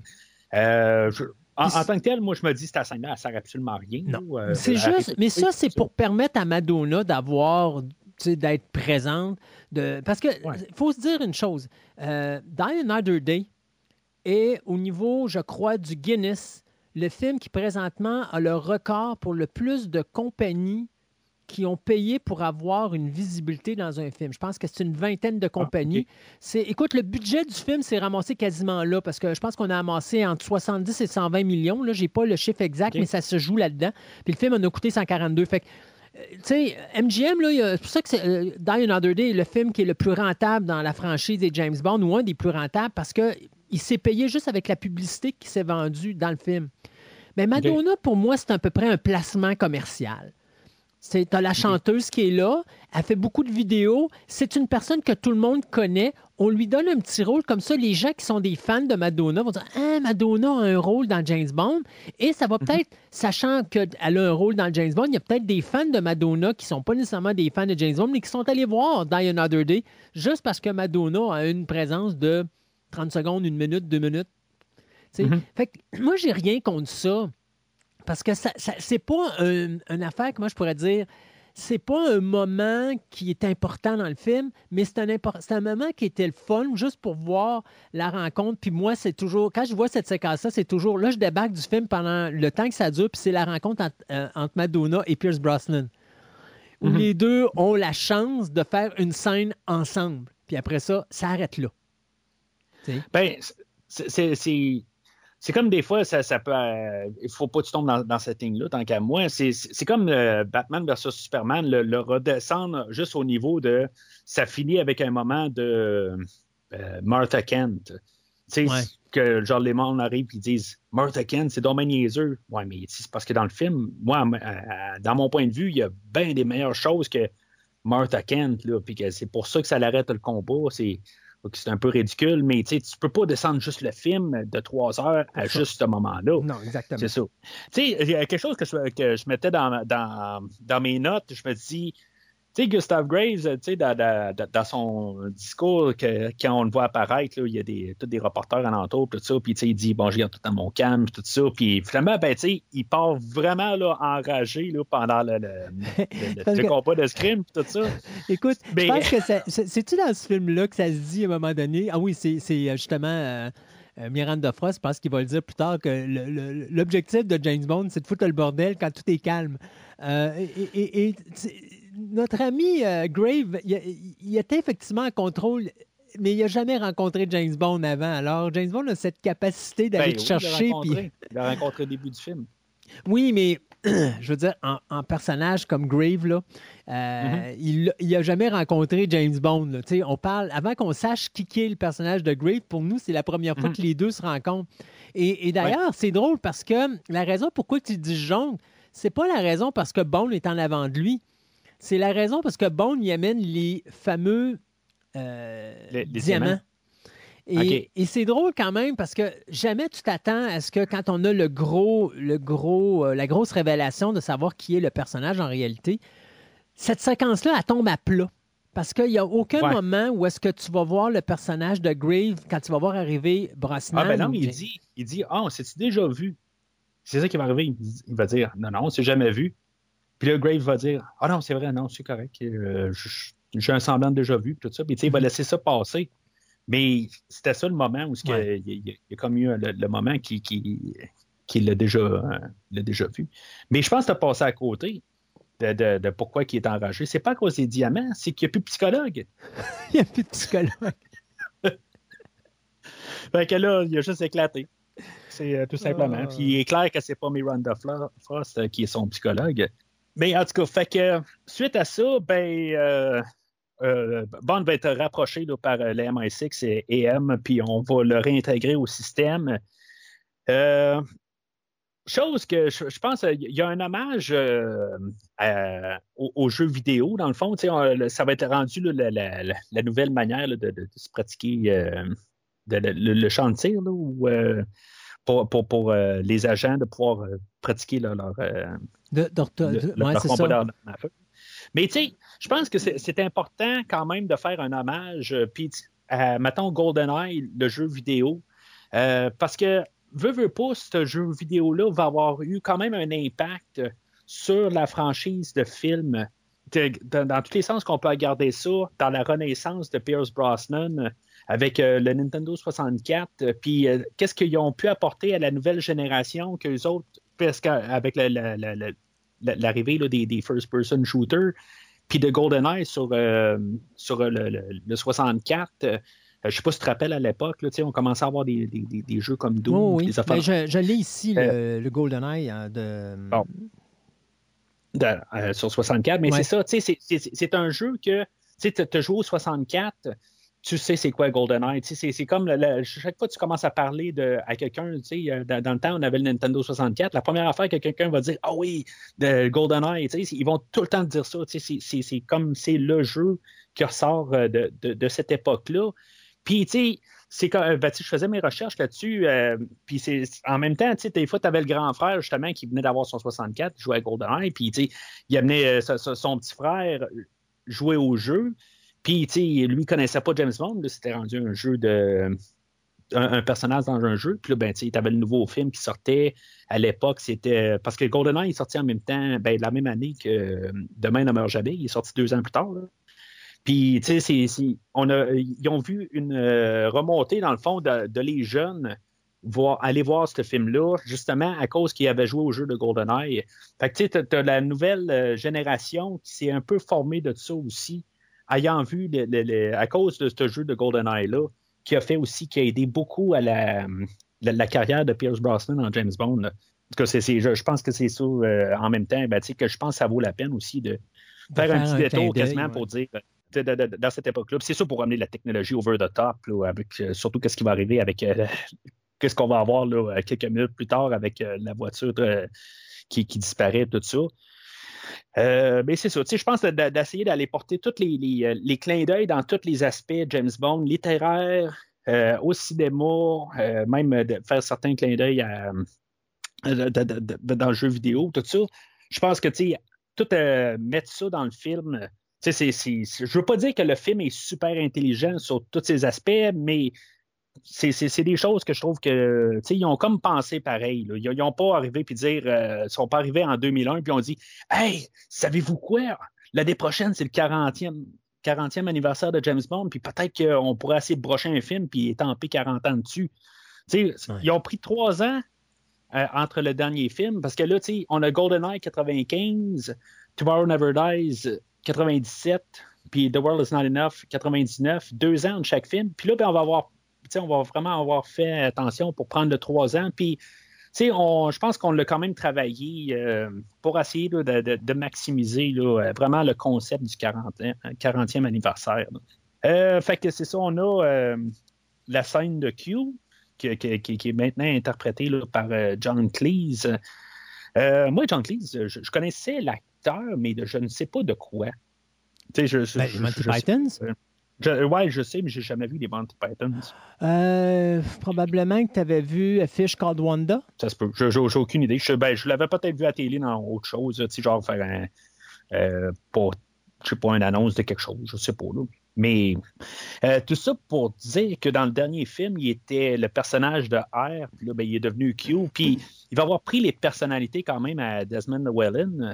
Euh, je, en, en tant que tel, moi, je me dis, cette scène-là, elle sert absolument à rien. Non. Là, c'est euh, juste, mais ça, c'est pour permettre à Madonna d'avoir, d'être présente. De, parce que, il ouais. faut se dire une chose. Euh, Die Another Day est, au niveau, je crois, du Guinness, le film qui, présentement, a le record pour le plus de compagnies qui ont payé pour avoir une visibilité dans un film. Je pense que c'est une vingtaine de compagnies. Ah, okay. C'est, écoute, le budget du film s'est ramassé quasiment là, parce que je pense qu'on a amassé entre soixante-dix et cent vingt millions. Là, j'ai pas le chiffre exact, okay. mais ça se joue là-dedans. Puis le film en a coûté cent quarante-deux. Fait que, tu sais, M G M, là, c'est pour ça que c'est, euh, Die Another Day est le film qui est le plus rentable dans la franchise des James Bond, ou un des plus rentables, parce qu'il s'est payé juste avec la publicité qui s'est vendue dans le film. Mais Madonna, okay. pour moi, c'est à peu près un placement commercial. Tu as la chanteuse qui est là, elle fait beaucoup de vidéos, c'est une personne que tout le monde connaît, on lui donne un petit rôle, comme ça, les gens qui sont des fans de Madonna vont dire « Ah, Madonna a un rôle dans James Bond », et ça va peut-être, mm-hmm. sachant qu'elle a un rôle dans James Bond, il y a peut-être des fans de Madonna qui ne sont pas nécessairement des fans de James Bond, mais qui sont allés voir Die Another Day, juste parce que Madonna a une présence de trente secondes, une minute, deux minutes. Mm-hmm. Fait que moi, j'ai rien contre ça. Parce que ça, ça, c'est pas un, une affaire que moi je pourrais dire, c'est pas un moment qui est important dans le film, mais c'est un, import, c'est un moment qui était le fun juste pour voir la rencontre. Puis moi, c'est toujours, quand je vois cette séquence-là, c'est toujours, là, je débarque du film pendant le temps que ça dure, puis c'est la rencontre entre, euh, entre Madonna et Pierce Brosnan, où mm-hmm. les deux ont la chance de faire une scène ensemble. Puis après ça, ça arrête là. T'sais? Ben, c'est... c'est, c'est... C'est comme des fois, ça, ça peut. Euh, il ne faut pas que tu tombes dans, dans cette ligne-là, tant qu'à moi. C'est, c'est, c'est comme euh, Batman versus Superman, le, le redescendre juste au niveau de. Ça finit avec un moment de euh, Martha Kent. Tu sais, ouais. que genre les mondes arrivent et disent Martha Kent, c'est dommage niaiseux. Ouais, mais c'est parce que dans le film, moi, euh, dans mon point de vue, il y a bien des meilleures choses que Martha Kent, là, puis que c'est pour ça que ça l'arrête le combat. C'est. C'est un peu ridicule, mais tu ne peux pas descendre juste le film de trois heures à juste ce moment-là. Non, exactement. C'est ça. Tu sais, il y a quelque chose que je, que je mettais dans, dans, dans mes notes, je me dis, tu sais, Gustav Graves, tu sais, dans, dans, dans son discours, que, quand on le voit apparaître, là, il y a des, tous des reporters alentour, tout ça, puis tu sais, il dit, bon, je garde tout dans mon calme, tout ça, puis finalement, ben, tu sais, il part vraiment là, enragé là, pendant le, le, le, le, le combat de scrim, tout ça. Écoute, mais... je pense que ça, c'est, c'est-tu dans ce film-là que ça se dit à un moment donné? Ah oui, c'est, c'est justement euh, euh, Miranda Frost, je pense qu'il va le dire plus tard, que le, le, l'objectif de James Bond, c'est de foutre le bordel quand tout est calme. Euh, et, et, et notre ami euh, Grave, il, il était effectivement en contrôle, mais il n'a jamais rencontré James Bond avant. Alors, James Bond a cette capacité d'aller ben, te oui, chercher. Il l'a rencontré, puis... il l'a rencontré au début du film. Oui, mais je veux dire, en, en personnage comme Grave, là, euh, mm-hmm. il n'a jamais rencontré James Bond. Là. On parle, avant qu'on sache qui est le personnage de Grave, pour nous, c'est la première fois mm-hmm. que les deux se rencontrent. Et, et d'ailleurs, ouais. c'est drôle parce que la raison pourquoi tu dis jongle, c'est pas la raison parce que Bond est en avant de lui. C'est la raison parce que Bond y amène les fameux euh, les, les diamants. diamants. Et, okay. et c'est drôle quand même parce que jamais tu t'attends à ce que quand on a le gros, le gros, euh, la grosse révélation de savoir qui est le personnage en réalité, cette séquence-là, elle tombe à plat. Parce qu'il n'y a aucun ouais. moment où est-ce que tu vas voir le personnage de Grave quand tu vas voir arriver Brosnan. Ah ben non, mais il dit, il dit, ah, oh, c'est-tu déjà vu? C'est ça qui va arriver. Il va dire, non, non, on s'est jamais vu. Puis là, Grave va dire, ah oh non, c'est vrai, non, c'est correct. Euh, j'ai un semblant de déjà vu, tout ça. Puis tu sais, il va laisser ça passer. Mais c'était ça le moment où ouais. il, il, il y a comme eu le, le moment qui, qui, qui l'a, déjà, euh, l'a déjà vu. Mais je pense que tu as passé à côté de, de, de pourquoi il est enragé. C'est pas à cause des diamants, c'est qu'il n'y a plus de psychologue. Il n'y a plus de psychologue. Fait que là, il a juste éclaté. C'est euh, tout simplement. Oh. Puis il est clair que c'est pas Miranda Frost euh, qui est son psychologue. Mais en tout cas, fait que suite à ça, ben euh, euh, Bond va être rapproché là, par euh, les M I six et, et M, puis on va le réintégrer au système. Euh, chose que je, je pense, il y a un hommage euh, à, aux, aux jeux vidéo, dans le fond. On, ça va être rendu là, la, la, la, la nouvelle manière là, de, de, de se pratiquer euh, de, de, le, le champ de tir, là, où, euh, pour, pour, pour euh, les agents de pouvoir euh, pratiquer là, leur, euh, de, de, de, le, le, ouais, leur c'est combat ça. d'armes à feu. Mais tu sais, je pense que c'est, c'est important quand même de faire un hommage, euh, puis euh, mettons GoldenEye, le jeu vidéo, euh, parce que veux, veux pas, ce jeu vidéo-là va avoir eu quand même un impact sur la franchise de films, de, de, dans tous les sens qu'on peut regarder ça, dans la renaissance de Pierce Brosnan avec euh, le Nintendo soixante-quatre, puis euh, qu'est-ce qu'ils ont pu apporter à la nouvelle génération qu'eux autres, parce qu'avec la, la, la, la, l'arrivée là, des, des first-person shooters, puis de GoldenEye sur, euh, sur le, le, le soixante-quatre, euh, je ne sais pas si tu te rappelles à l'époque, là, on commençait à avoir des, des, des, des jeux comme Doom. Oh, oui, des affaires... ben, je, je l'ai ici, euh, le, le GoldenEye hein, de... Bon. De, euh, sur soixante-quatre, mais ouais. c'est ça, c'est, c'est, c'est un jeu que tu as joué au soixante-quatre, tu sais c'est quoi GoldenEye. C'est, c'est comme le, le, chaque fois que tu commences à parler de, à quelqu'un, dans, dans le temps, on avait le Nintendo soixante-quatre, la première affaire que quelqu'un va dire, ah oui, de GoldenEye, ils vont tout le temps te dire ça. C'est, c'est, c'est comme c'est le jeu qui ressort de, de, de cette époque-là. Puis, tu sais, c'est quand ben, je faisais mes recherches là-dessus, euh, puis c'est en même temps, tu sais, des fois, tu avais le grand frère, justement, qui venait d'avoir son soixante-quatre, jouait à GoldenEye, puis, tu sais, il amenait euh, son, son petit frère jouer au jeu, puis, tu sais, lui, il connaissait pas James Bond, là, c'était rendu un jeu de... Un, un personnage dans un jeu, puis là, ben, tu sais, tu avais le nouveau film qui sortait à l'époque, c'était... Parce que GoldenEye est sorti en même temps, ben, la même année que Demain ne meurt jamais, il est sorti deux ans plus tard, là. Puis, tu sais, c'est, c'est, on a, ils ont vu une euh, remontée, dans le fond, de, de les jeunes voir, aller voir ce film-là, justement à cause qu'ils avaient joué au jeu de GoldenEye. Fait que, tu sais, t'as la nouvelle euh, génération qui s'est un peu formée de ça aussi, ayant vu, le, le, le, à cause de ce jeu de GoldenEye-là, qui a fait aussi, qui a aidé beaucoup à la, la, la carrière de Pierce Brosnan en James Bond. Là. En tout cas, c'est, c'est, je, je pense que c'est ça, euh, en même temps, ben, tu sais, que je pense que ça vaut la peine aussi de, de faire, faire un petit un détour quasiment ouais. pour dire... De, de, de, dans cette époque-là. Puis c'est ça pour amener la technologie over the top, là, avec euh, surtout qu'est-ce qui va arriver avec euh, qu'est-ce qu'on va avoir là, quelques minutes plus tard avec euh, la voiture euh, qui, qui disparaît, tout ça. Euh, mais c'est ça. Je pense de, de, d'essayer d'aller porter tous les, les, les clins d'œil dans tous les aspects de James Bond, littéraire, euh, au cinéma, euh, même de faire certains clins d'œil à, de, de, de, de, dans le jeu vidéo, tout ça. Je pense que tout euh, mettre ça dans le film. C'est, c'est, c'est, je ne veux pas dire que le film est super intelligent sur tous ces aspects, mais c'est, c'est, c'est des choses que je trouve que ils ont comme pensé pareil. Là. Ils n'ont pas arrivé puis dire euh, ils sont pas arrivés en deux mille un puis ont dit hey, savez-vous quoi? L'année prochaine, c'est le quarantième, quarantième anniversaire de James Bond, puis peut-être qu'on pourrait essayer de brocher un film puis étamper quarante ans dessus. Ouais. Ils ont pris trois ans euh, entre le dernier film, parce que là, on a GoldenEye quatre-vingt-quinze, Tomorrow Never Dies quatre-vingt-dix-sept, puis The World Is Not Enough quatre-vingt-dix-neuf, deux ans de chaque film. Puis là, ben, on va avoir, on va vraiment avoir fait attention pour prendre le trois ans. Puis, on, je pense qu'on l'a quand même travaillé euh, pour essayer là, de, de, de maximiser là, vraiment le concept du quarantième anniversaire. Euh, fait que c'est ça, on a euh, la scène de Q qui, qui, qui est maintenant interprétée là, par euh, John Cleese. Euh, moi, John Cleese, je, je connaissais l'acteur, mais de, je ne sais pas de quoi. Tu sais, je, je, ben, je, Monty je, Pythons? Je, ouais, je sais, mais je n'ai jamais vu les Monty Pythons. Euh, probablement que tu avais vu A Fish Called Wanda. Ça se peut. Je n'ai aucune idée. Je, ben, je l'avais peut-être vu à la télé dans autre chose, tu sais, genre faire un... Euh, pour, je sais pas, une annonce de quelque chose, je sais pas, là. Mais euh, tout ça pour dire que dans le dernier film, il était le personnage de R, puis là, ben, il est devenu Q, puis il va avoir pris les personnalités quand même à Desmond Llewellyn.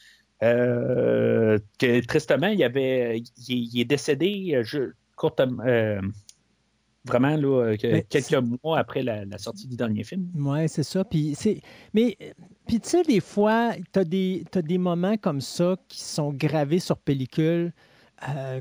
Euh, que tristement, il, avait, il, il est décédé je, court, euh, vraiment là, que, quelques c'est... mois après la, la sortie du dernier film. Oui, c'est ça. Puis c'est... Mais puis tu sais, des fois, tu as des, t'as des moments comme ça qui sont gravés sur pellicule. Euh,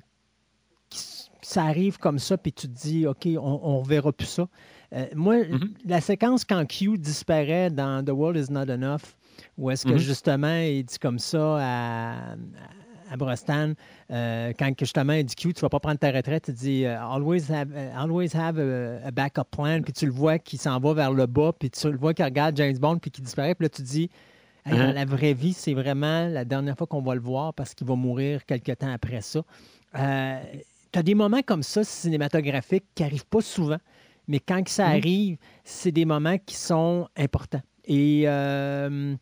ça arrive comme ça, puis tu te dis, OK, on ne verra plus ça. Euh, moi, mm-hmm. la séquence quand Q disparaît dans The World Is Not Enough, où est-ce que mm-hmm. justement il dit comme ça à, à Brosnan, euh, quand justement il dit Q, tu vas pas prendre ta retraite, il dit uh, always have, uh, always have a, a backup plan, puis tu le vois qui s'en va vers le bas, puis tu le vois qui regarde James Bond, puis qui disparaît, puis là tu dis, hey, uh-huh. dans la vraie vie, c'est vraiment la dernière fois qu'on va le voir parce qu'il va mourir quelques temps après ça. Euh, tu as des moments comme ça cinématographiques qui n'arrivent pas souvent, mais quand ça mm-hmm. arrive, c'est des moments qui sont importants. Et euh,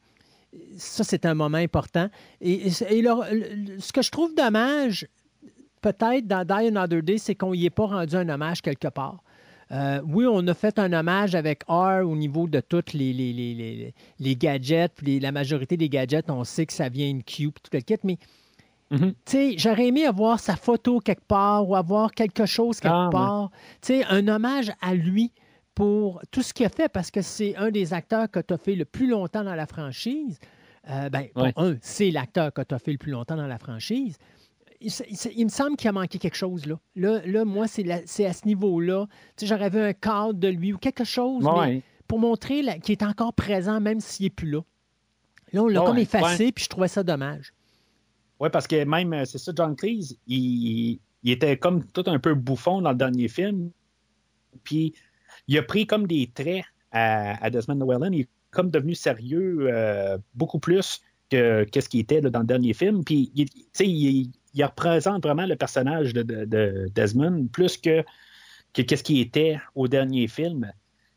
ça, c'est un moment important. Et, et le, le, ce que je trouve dommage, peut-être dans Die Another Day, c'est qu'on n'y ait pas rendu un hommage quelque part. Euh, oui, on a fait un hommage avec R au niveau de tous les, les, les, les, les gadgets. Les, la majorité des gadgets, on sait que ça vient une Q, puis tout le kit, mais mm-hmm. tu sais, j'aurais aimé avoir sa photo quelque part ou avoir quelque chose quelque ah, part. Tu sais, un hommage à lui pour tout ce qu'il a fait, parce que c'est un des acteurs que tu as fait le plus longtemps dans la franchise. Euh, ben, ouais. bon, un, c'est l'acteur que tu as fait le plus longtemps dans la franchise. Il, il, il me semble qu'il a manqué quelque chose, là. Là, là moi, c'est, la, c'est à ce niveau-là. Tu sais, j'aurais vu un cadre de lui ou quelque chose, ouais. mais pour montrer la, qu'il est encore présent, même s'il n'est plus là. Là, on l'a ouais, comme effacé, ouais. puis je trouvais ça dommage. Oui, parce que même, c'est ça, John Cleese, il, il était comme tout un peu bouffon dans le dernier film. Puis, il a pris comme des traits à, à Desmond Llewellyn. Il est comme devenu sérieux euh, beaucoup plus que qu'est-ce qu'il était là, dans le dernier film. Puis, il, il, il représente vraiment le personnage de, de, de Desmond plus que, que qu'est-ce qu'il était au dernier film.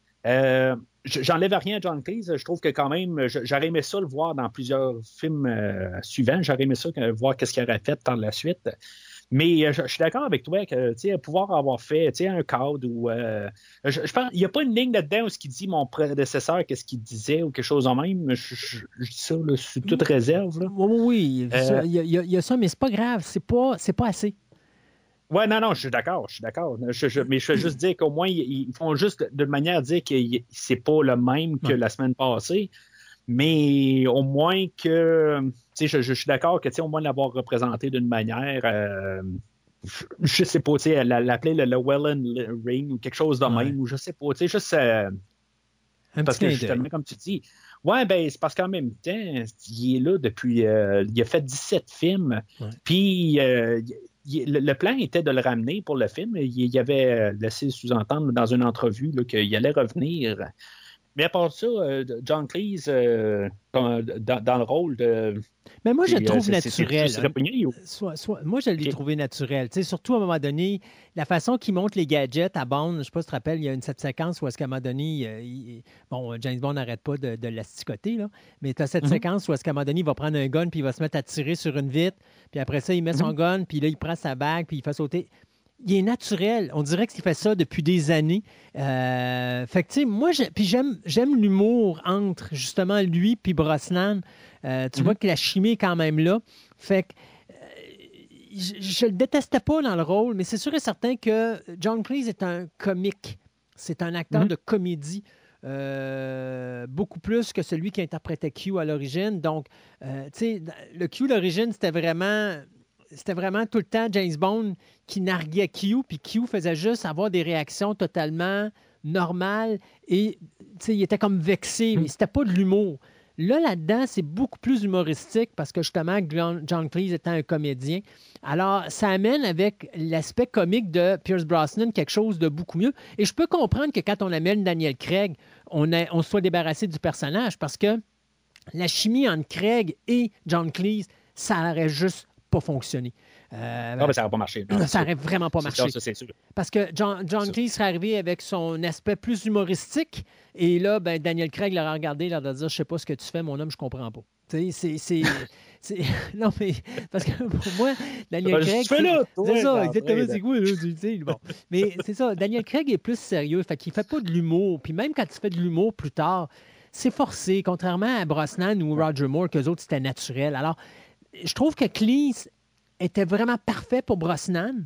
Euh, J'enlève rien à John Cleese. Je trouve que quand même, j'aurais aimé ça le voir dans plusieurs films euh, suivants. J'aurais aimé ça voir qu'est-ce qu'il aurait fait par la suite. Mais je, je suis d'accord avec toi que pouvoir avoir fait un cadre ou euh, je, je pense il n'y a pas une ligne là-dedans où ce qui dit mon prédécesseur, qu'est-ce qu'il disait ou quelque chose en même. Je, je, je dis ça là, sous toute réserve. Là. Oui, oui, il euh, y, y, y a ça, mais c'est pas grave. C'est pas, c'est pas assez. Oui, non, non, je suis d'accord, je suis d'accord. Je, je, mais je veux juste dire qu'au moins, ils, ils font juste de manière à dire que c'est pas le même que ouais. la semaine passée. Mais au moins que, tu sais, je, je suis d'accord que, tu sais, au moins l'avoir représenté d'une manière, euh, je, je sais pas, tu sais, l'appeler le Llewellyn Ring ou quelque chose de ouais. même, ou je sais pas, tu sais, juste, euh, parce que justement, comme tu dis, ouais, ben, c'est parce qu'en même temps, il est là depuis, euh, il a fait dix-sept films, ouais. puis euh, il, le, le plan était de le ramener pour le film, il, il avait laissé sous-entendre dans une entrevue là, qu'il allait revenir. Mais à part ça, euh, John Cleese, euh, dans, dans le rôle de... Mais moi, je le trouve euh, naturel. C'est, c'est, c'est hein. soit, soit, moi, je l'ai okay. trouvé naturel. Tu sais, surtout, à un moment donné, la façon qu'il montre les gadgets à Bond, je ne sais pas si tu te rappelles, il y a une cette séquence où, à un moment donné, euh, il, bon, James Bond n'arrête pas de, de l'asticoter, là, mais tu as cette mm-hmm. séquence où, à un moment donné, il va prendre un gun puis il va se mettre à tirer sur une vitre, puis après ça, il met mm-hmm. son gun, puis là, il prend sa bague, puis il fait sauter... Il est naturel. On dirait qu'il fait ça depuis des années. Euh, fait que, tu sais, moi, j'ai, puis j'aime, j'aime l'humour entre, justement, lui puis Brosnan. Euh, tu mm-hmm. vois que la chimie est quand même là. Fait que euh, je ne le détestais pas dans le rôle, mais c'est sûr et certain que John Cleese est un comique. C'est un acteur mm-hmm. de comédie. Euh, beaucoup plus que celui qui interprétait Q à l'origine. Donc, euh, tu sais, le Q d'origine, c'était vraiment... C'était vraiment tout le temps James Bond qui narguait Q, puis Q faisait juste avoir des réactions totalement normales et il était comme vexé, mais c'était pas de l'humour. Là, là-dedans, c'est beaucoup plus humoristique parce que justement, John Cleese étant un comédien. Alors, ça amène avec l'aspect comique de Pierce Brosnan quelque chose de beaucoup mieux. Et je peux comprendre que quand on amène Daniel Craig, on, a, on soit débarrassé du personnage parce que la chimie entre Craig et John Cleese, ça aurait juste pas fonctionné. Euh, non, mais ça n'aurait pas marché. Non, ça n'aurait vraiment pas marché. Ça, c'est sûr. Parce que John, John Cleese serait arrivé avec son aspect plus humoristique et là, ben, Daniel Craig l'aurait regardé, il aurait dit « Je sais pas ce que tu fais, mon homme, je comprends pas. » Tu sais, c'est, c'est, c'est... Non, mais... Parce que pour moi, Daniel Craig... C'est, là, c'est ça, exactement, c'est quoi, là, tu sais, bon. Mais c'est ça, Daniel Craig est plus sérieux, fait qu'il fait pas de l'humour. Puis même quand il fait de l'humour plus tard, c'est forcé, contrairement à Brosnan ou Roger Moore, qu'eux autres, c'était naturel. Alors, je trouve que Cleese était vraiment parfait pour Brosnan,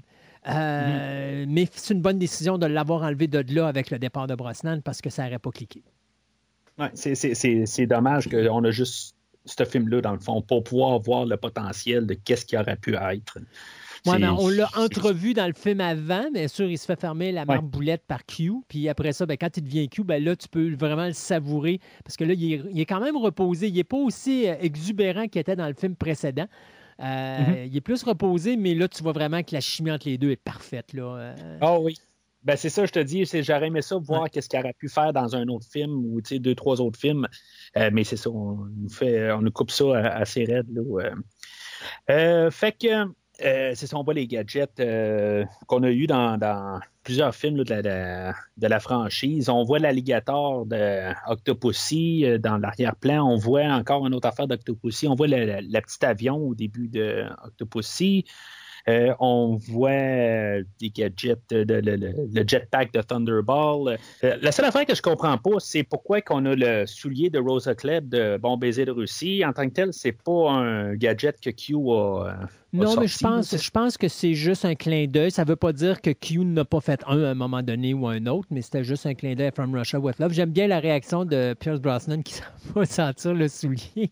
euh, mm. mais c'est une bonne décision de l'avoir enlevé de là avec le départ de Brosnan parce que ça n'aurait pas cliqué. Ouais, c'est, c'est, c'est, c'est dommage qu'on a juste ce film-là, dans le fond, pour pouvoir voir le potentiel de qu'est-ce qui aurait pu être. Ouais, mais on l'a entrevu dans le film avant, bien sûr, il se fait fermer la marque ouais. boulette par Q, puis après ça, bien, quand il devient Q, bien, là, tu peux vraiment le savourer, parce que là, il est, il est quand même reposé, il n'est pas aussi exubérant qu'il était dans le film précédent. Euh, Mm-hmm. Il est plus reposé, mais là, tu vois vraiment que la chimie entre les deux est parfaite. Là. Euh, Ah oui. Ben, c'est ça, je te dis, c'est, j'aurais aimé ça, voir Ouais. qu'est-ce qu'il aurait pu faire dans un autre film ou tu sais, deux, trois autres films. Euh, mais c'est ça, on nous fait, on nous coupe ça euh, assez raide. Là, ouais. Euh, fait que euh, c'est ça, on voit les gadgets euh, qu'on a eu dans, dans plusieurs films là, de, la, de, de la franchise. On voit l'alligator de Octopussy euh, dans l'arrière-plan. On voit encore une autre affaire d'Octopussy. On voit le, le, le petit avion au début de Octopussy. Euh, on voit euh, des gadgets, de, de, de, de, le jetpack de Thunderball. Euh, la seule affaire que je comprends pas, c'est pourquoi qu'on a le soulier de Rosa Klebb de Bon baiser de Russie. En tant que tel, c'est pas un gadget que Q a. a Non, sorti, mais je pense, là. je pense que c'est juste un clin d'œil. Ça ne veut pas dire que Q n'a pas fait un à un moment donné ou un autre, mais c'était juste un clin d'œil à From Russia with Love. J'aime bien la réaction de Pierce Brosnan qui s'en va sentir le soulier.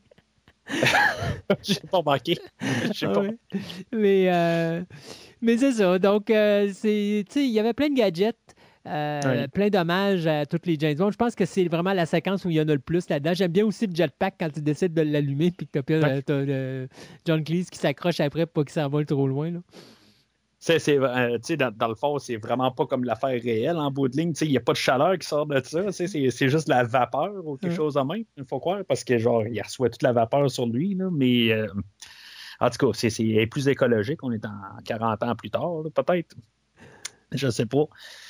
J'ai pas manqué. Je sais pas. Ouais. Mais, euh, mais c'est ça. Donc, euh, c'est, tu sais, il y avait plein de gadgets, euh, Ouais. plein d'hommages à tous les James Bond. Je pense que c'est vraiment la séquence où il y en a le plus là-dedans. J'aime bien aussi le jetpack quand tu décides de l'allumer puis que tu as, Ouais. euh, John Cleese qui s'accroche après pour pas qu'il s'envole trop loin. Là. C'est, c'est, euh, tu sais, dans, dans le fond, c'est vraiment pas comme l'affaire réelle en bout de ligne. Tu sais, il n'y a pas de chaleur qui sort de ça. Tu sais, c'est, c'est juste de la vapeur ou quelque Ouais. chose de même, il faut croire, parce que genre, il reçoit toute la vapeur sur lui. Là, mais euh, en tout cas, c'est, c'est plus écologique. On est en quarante ans plus tard, là, peut-être. Je sais pas.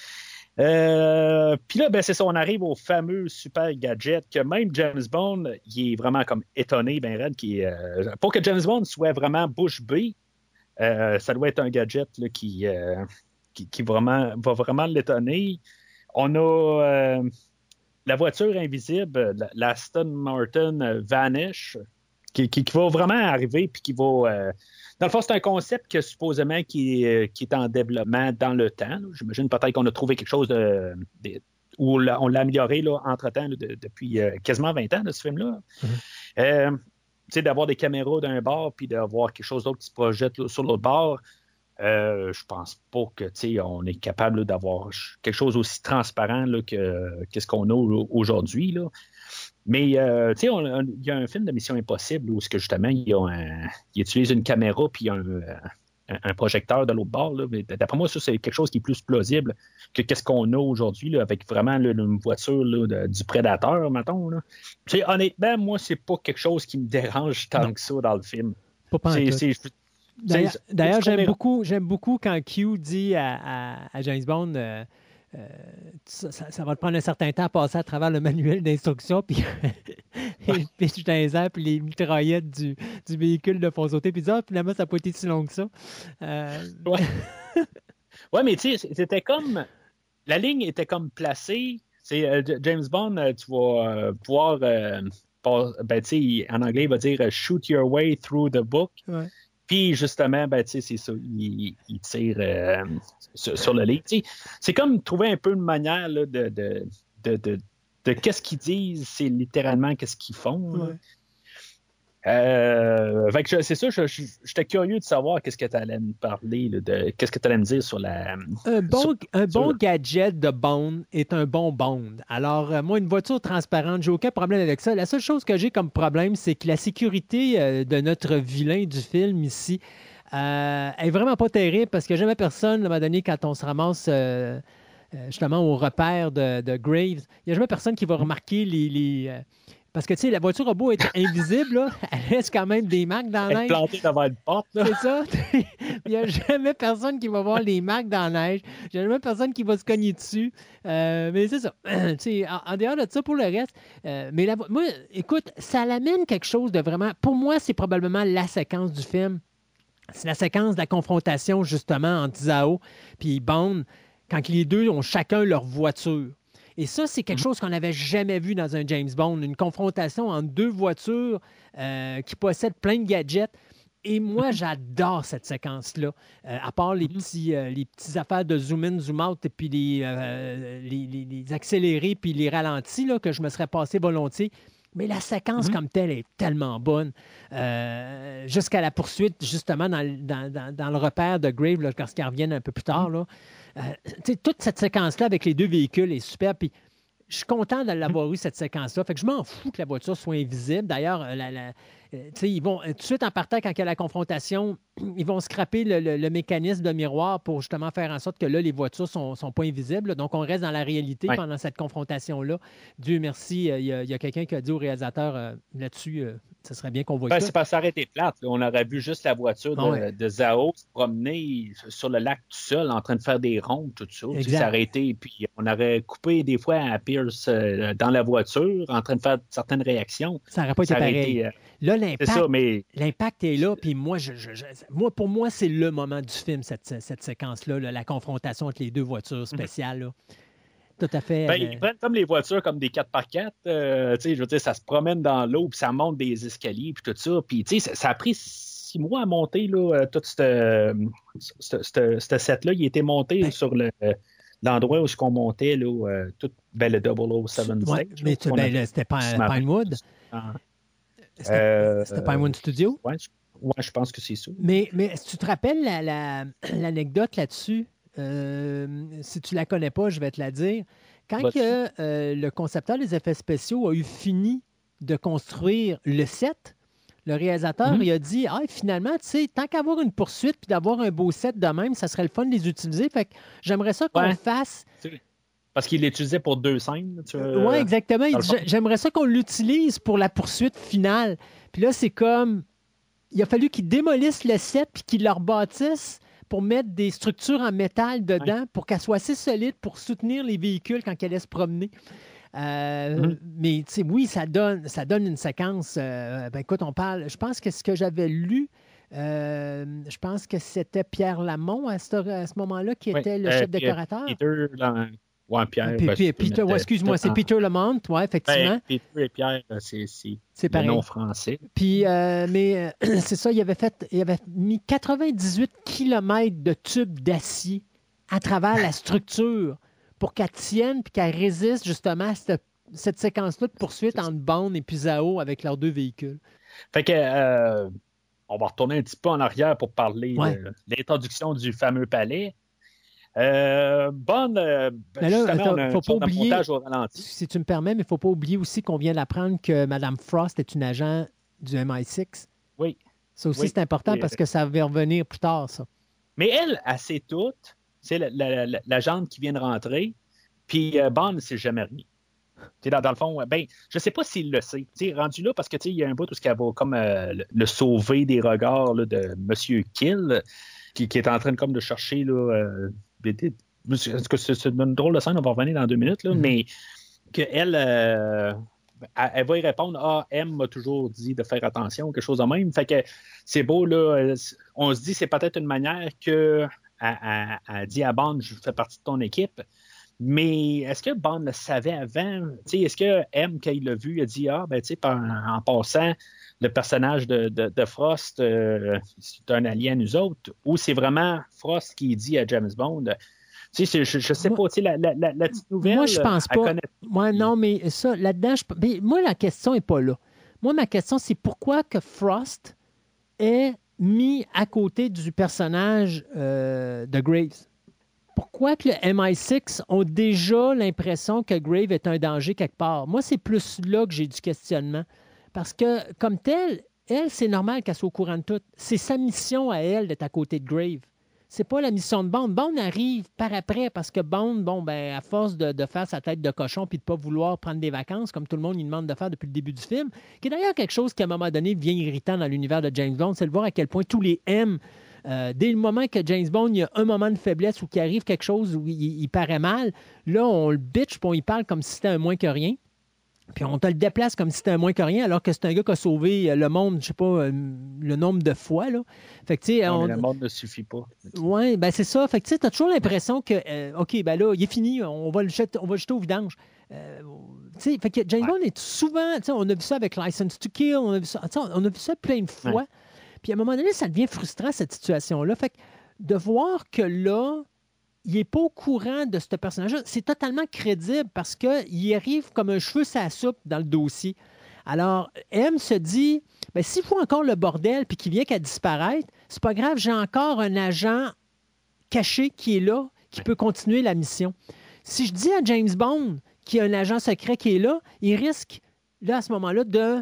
Euh, Puis là, ben, c'est ça, on arrive au fameux super gadget que même James Bond, il est vraiment comme étonné, ben raide, qui, euh, pour que James Bond soit vraiment bouche bée, euh, ça doit être un gadget là, qui, euh, qui, qui vraiment, va vraiment l'étonner. On a euh, la voiture invisible, la, la Aston Martin euh, Vanish, qui, qui, qui va vraiment arriver puis qui va... Euh, dans le fond, c'est un concept que supposément qui, est- qui est en développement dans le temps. là. J'imagine peut-être qu'on a trouvé quelque chose de, de- où on l'a, on l'a amélioré là, entre-temps là, de- depuis euh, quasiment vingt ans de ce film-là. Mhm. Euh, tu sais, d'avoir des caméras d'un bord puis d'avoir quelque chose d'autre qui se projette là, sur l'autre bord, euh, je pense pas que tu sais, on est capable là, d'avoir quelque chose aussi transparent là, que, que ce qu'on a au- aujourd'hui. Là. Mais euh, tu sais, on- on- il y a un film de Mission Impossible où ce que justement, il, y a un- il utilise une caméra puis un, euh, un, un projecteur de l'autre bord. Là. Mais d'après moi, ça, c'est quelque chose qui est plus plausible que qu'est-ce qu'on a aujourd'hui là, avec vraiment là, une voiture là, de- du prédateur, mettons. Là. Tu sais, honnêtement, moi, c'est pas quelque chose qui me dérange tant Non. que ça dans le film. Pas C'est, pantoute. c'est, D'ailleurs, c'est- d'ailleurs, c'est- j'aime beaucoup, j'aime beaucoup quand Q dit à, à- à James Bond euh, euh, ça, ça- ça va te prendre un certain temps à passer à travers le manuel d'instruction, puis il pitche dans les airs, puis les mitraillettes du, du véhicule le font sauter, puis il dit ah, finalement, ça n'a pas été si long que ça. Euh, Ouais. Ouais, mais tu sais, c'était comme. La ligne était comme placée. C'est euh, J- James Bond, euh, tu vas euh, pouvoir. euh, pas- ben, tu sais, en anglais, il va dire euh, shoot your way through the book. ouais. Puis, justement, ben, tu sais, c'est ça. Il, il tire euh, sur, sur le livre. Tu sais, c'est comme trouver un peu une manière là, de, de, de, de, de qu'est-ce qu'ils disent, c'est littéralement qu'est-ce qu'ils font. là. Ouais. Euh, fait que je- c'est ça, je- je- j'étais curieux de savoir qu'est-ce que tu allais me parler, là, de, qu'est-ce que tu allais me dire sur la. Un bon, sur- un bon sur- gadget de Bond est un bon Bond. Alors, euh, moi, une voiture transparente, j'ai aucun problème avec ça. La seule chose que j'ai comme problème, c'est que la sécurité euh, de notre vilain du film ici euh, est vraiment pas terrible parce que jamais personne, à un moment donné, quand on se ramasse euh, euh, justement au repère de, de Graves, il n'y a jamais personne qui va remarquer les. les, euh, parce que, tu sais, la voiture robot est invisible, là. Elle laisse quand même des marques dans la Être neige. planté devant une porte, là. C'est ça. Il n'y a jamais personne qui va voir les marques dans la neige. Il n'y a jamais personne qui va se cogner dessus. Euh, mais c'est ça. Tu sais, en, en dehors de ça, pour le reste, euh, mais la, vo- moi, écoute, ça l'amène quelque chose de vraiment. Pour moi, c'est probablement la séquence du film. C'est la séquence de la confrontation, justement, entre Zhao et Bond, quand les deux ont chacun leur voiture. Et ça, c'est quelque chose qu'on n'avait jamais vu dans un James Bond, une confrontation entre deux voitures euh, qui possèdent plein de gadgets. Et moi, j'adore cette séquence-là. Euh, à part les petits, euh, les petits affaires de zoom-in, zoom-out, et puis les, euh, les, les- les accélérés, puis les ralentis, là, que je me serais passé volontiers. Mais la séquence comme telle est tellement bonne. Euh, jusqu'à la poursuite, justement, dans, le- dans- dans- dans le repère de Grave, là, quand ils reviennent un peu plus tard. Là. Euh, tu sais, toute cette séquence-là avec les deux véhicules est super. Puis je suis content de l'avoir eu, cette séquence-là. Fait que je m'en fous que la voiture soit invisible. D'ailleurs, la, la, euh, ils vont tout de suite en partant, quand il y a la confrontation, ils vont scraper le, le, le mécanisme de miroir pour justement faire en sorte que là, les voitures ne sont, sont pas invisibles. Là. Donc, on reste dans la réalité ouais. pendant cette confrontation-là. Dieu merci, il euh, y a, y a quelqu'un qui a dit au réalisateur euh, là-dessus, euh, ce serait bien qu'on voit ben, ça. C'est parce que ça aurait été plate. Là. On aurait vu juste la voiture de, ouais. de Zao se promener sur le lac tout seul, en train de faire des rondes, tout ça. Ça aurait été, puis on aurait coupé des fois à Pierce euh, dans la voiture, en train de faire certaines réactions. Ça n'aurait pas été pareil. Été, euh, là, l'impact, ça, mais... l'impact est là, puis moi, je, je, je, moi, pour moi, c'est le moment du film, cette, cette séquence-là, là, la confrontation entre les deux voitures spéciales. Là. Tout à fait. Ben, euh... Ils prennent comme les voitures comme des quatre par quatre. Euh, je veux dire, ça se promène dans l'eau, puis ça monte des escaliers, puis tout ça. Puis ça, ça a pris six mois à monter, là, tout ce set-là. Il était monté ben... sur le, l'endroit où on montait, là, euh, tout ben, le double oh sept ouais, six. Mais tu, ben, là, c'était pas Pinewood. Ah. C'était, euh, c'était Pinewood Studio? Oui, ouais, je pense que c'est ça. Mais, mais si tu te rappelles la, la, l'anecdote là-dessus, Euh, si tu ne la connais pas, je vais te la dire. Quand que, euh, le concepteur des effets spéciaux a eu fini de construire le set, le réalisateur mm-hmm. il a dit ah, finalement, tu sais, tant qu'avoir une poursuite puis d'avoir un beau set de même, ça serait le fun de les utiliser. Fait que j'aimerais ça qu'on ouais. fasse. Parce qu'il l'utilisait pour deux scènes. Tu vois, oui, exactement. Il dit, j'aimerais ça qu'on l'utilise pour la poursuite finale. Puis là, c'est comme. Il a fallu qu'ils démolissent le set puis qu'ils le rebâtissent pour mettre des structures en métal dedans oui. pour qu'elle soit assez solide pour soutenir les véhicules quand elle allait se promener. Euh, mm-hmm. Mais oui, ça donne, ça donne une séquence. Euh, ben, écoute, on parle. Je pense que ce que j'avais lu, euh, je pense que c'était Pierre Lamont à ce, à ce moment-là qui oui. était le euh, chef décorateur. Peter, dans... Ouais, Pierre. Puis, ben, puis, Peter, ouais, excuse-moi, c'est Peter Lamont, oui, effectivement. Ben, Peter et Pierre, c'est, c'est, c'est le nom français. Puis, euh, mais euh, c'est ça, il avait fait, il avait mis quatre-vingt-dix-huit kilomètres de tubes d'acier à travers la structure pour qu'elle tienne puis qu'elle résiste justement à cette, cette séquence-là de poursuite entre Bond et puis Zao avec leurs deux véhicules. Fait que, euh, on va retourner un petit peu en arrière pour parler ouais. de l'introduction du fameux palais. Euh, bonne. Euh, mais là, attends, on faut pas oublier, au ralenti. Si tu me permets, mais il ne faut pas oublier aussi qu'on vient d'apprendre que Mme Frost est une agent du M I six. Oui. Ça aussi, oui. c'est important oui. parce que ça va revenir plus tard, ça. Mais elle, elle sait tout. C'est la, la, la, l'agente qui vient de rentrer. Puis euh, Bond ne sait jamais rien. Dans, dans le fond, ben, je ne sais pas s'il le sait. T'sais, rendu là, parce qu'il y a un bout où elle va comme euh, le, le sauver des regards là, de M. Kill, qui, qui est en train comme de chercher. Là, euh, Est-ce que c'est une drôle de scène, on va revenir dans deux minutes, là, mm-hmm. mais qu'elle euh, elle va y répondre Ah, M m'a toujours dit de faire attention, quelque chose de même. Fait que c'est beau, là, on se dit c'est peut-être une manière que elle, elle, elle dit à Bond je fais partie de ton équipe. Mais est-ce que Bond le savait avant? T'sais, est-ce que M, quand il l'a vu, il a dit Ah, ben tu sais, en, en passant, le personnage de, de, de Frost, euh, c'est un allié à nous autres, ou c'est vraiment Frost qui dit à James Bond, tu sais, je, je sais pas, tu sais, la, la, la, la petite nouvelle. Moi, je pense pas. Connaît... Moi, non, mais ça, là-dedans, je... mais moi, la question n'est pas là. Moi, ma question, c'est pourquoi que Frost est mis à côté du personnage euh, de Graves? Pourquoi que le M I six ont déjà l'impression que Graves est un danger quelque part? Moi, c'est plus là que j'ai du questionnement. Parce que, comme telle, elle, c'est normal qu'elle soit au courant de tout. C'est sa mission à elle d'être à côté de Graves. C'est pas la mission de Bond. Bond arrive par après parce que Bond, bon, ben, à force de, de faire sa tête de cochon puis de pas vouloir prendre des vacances, comme tout le monde lui demande de faire depuis le début du film, qui est d'ailleurs quelque chose qui, à un moment donné, devient irritant dans l'univers de James Bond, c'est de voir à quel point tous les M, euh, dès le moment que James Bond, il y a un moment de faiblesse ou qu'il arrive quelque chose où il, il paraît mal, là, on le bitch puis on y parle comme si c'était un moins que rien. Puis on te le déplace comme si c'était un moins que rien, alors que c'est un gars qui a sauvé le monde, je sais pas, le nombre de fois. Là. Fait que, tu sais, on... Le monde ne suffit pas. Oui, ben c'est ça. Fait que tu sais, as toujours l'impression que, euh, OK, ben là, il est fini, on va le jeter, on va le jeter au vidange. Euh, tu sais, fait que James Bond est souvent, tu sais, on a vu ça avec License to Kill, on a vu ça, on a vu ça plein de fois. Ouais. Puis à un moment donné, ça devient frustrant, cette situation-là. Fait que de voir que là, il n'est pas au courant de ce personnage-là. C'est totalement crédible parce qu'il arrive comme un cheveu sur la soupe dans le dossier. Alors, M se dit, ben, s'il faut encore le bordel puis qu'il vient qu'à disparaître, c'est pas grave, j'ai encore un agent caché qui est là, qui peut continuer la mission. Si je dis à James Bond qu'il y a un agent secret qui est là, il risque, là, à ce moment-là, de,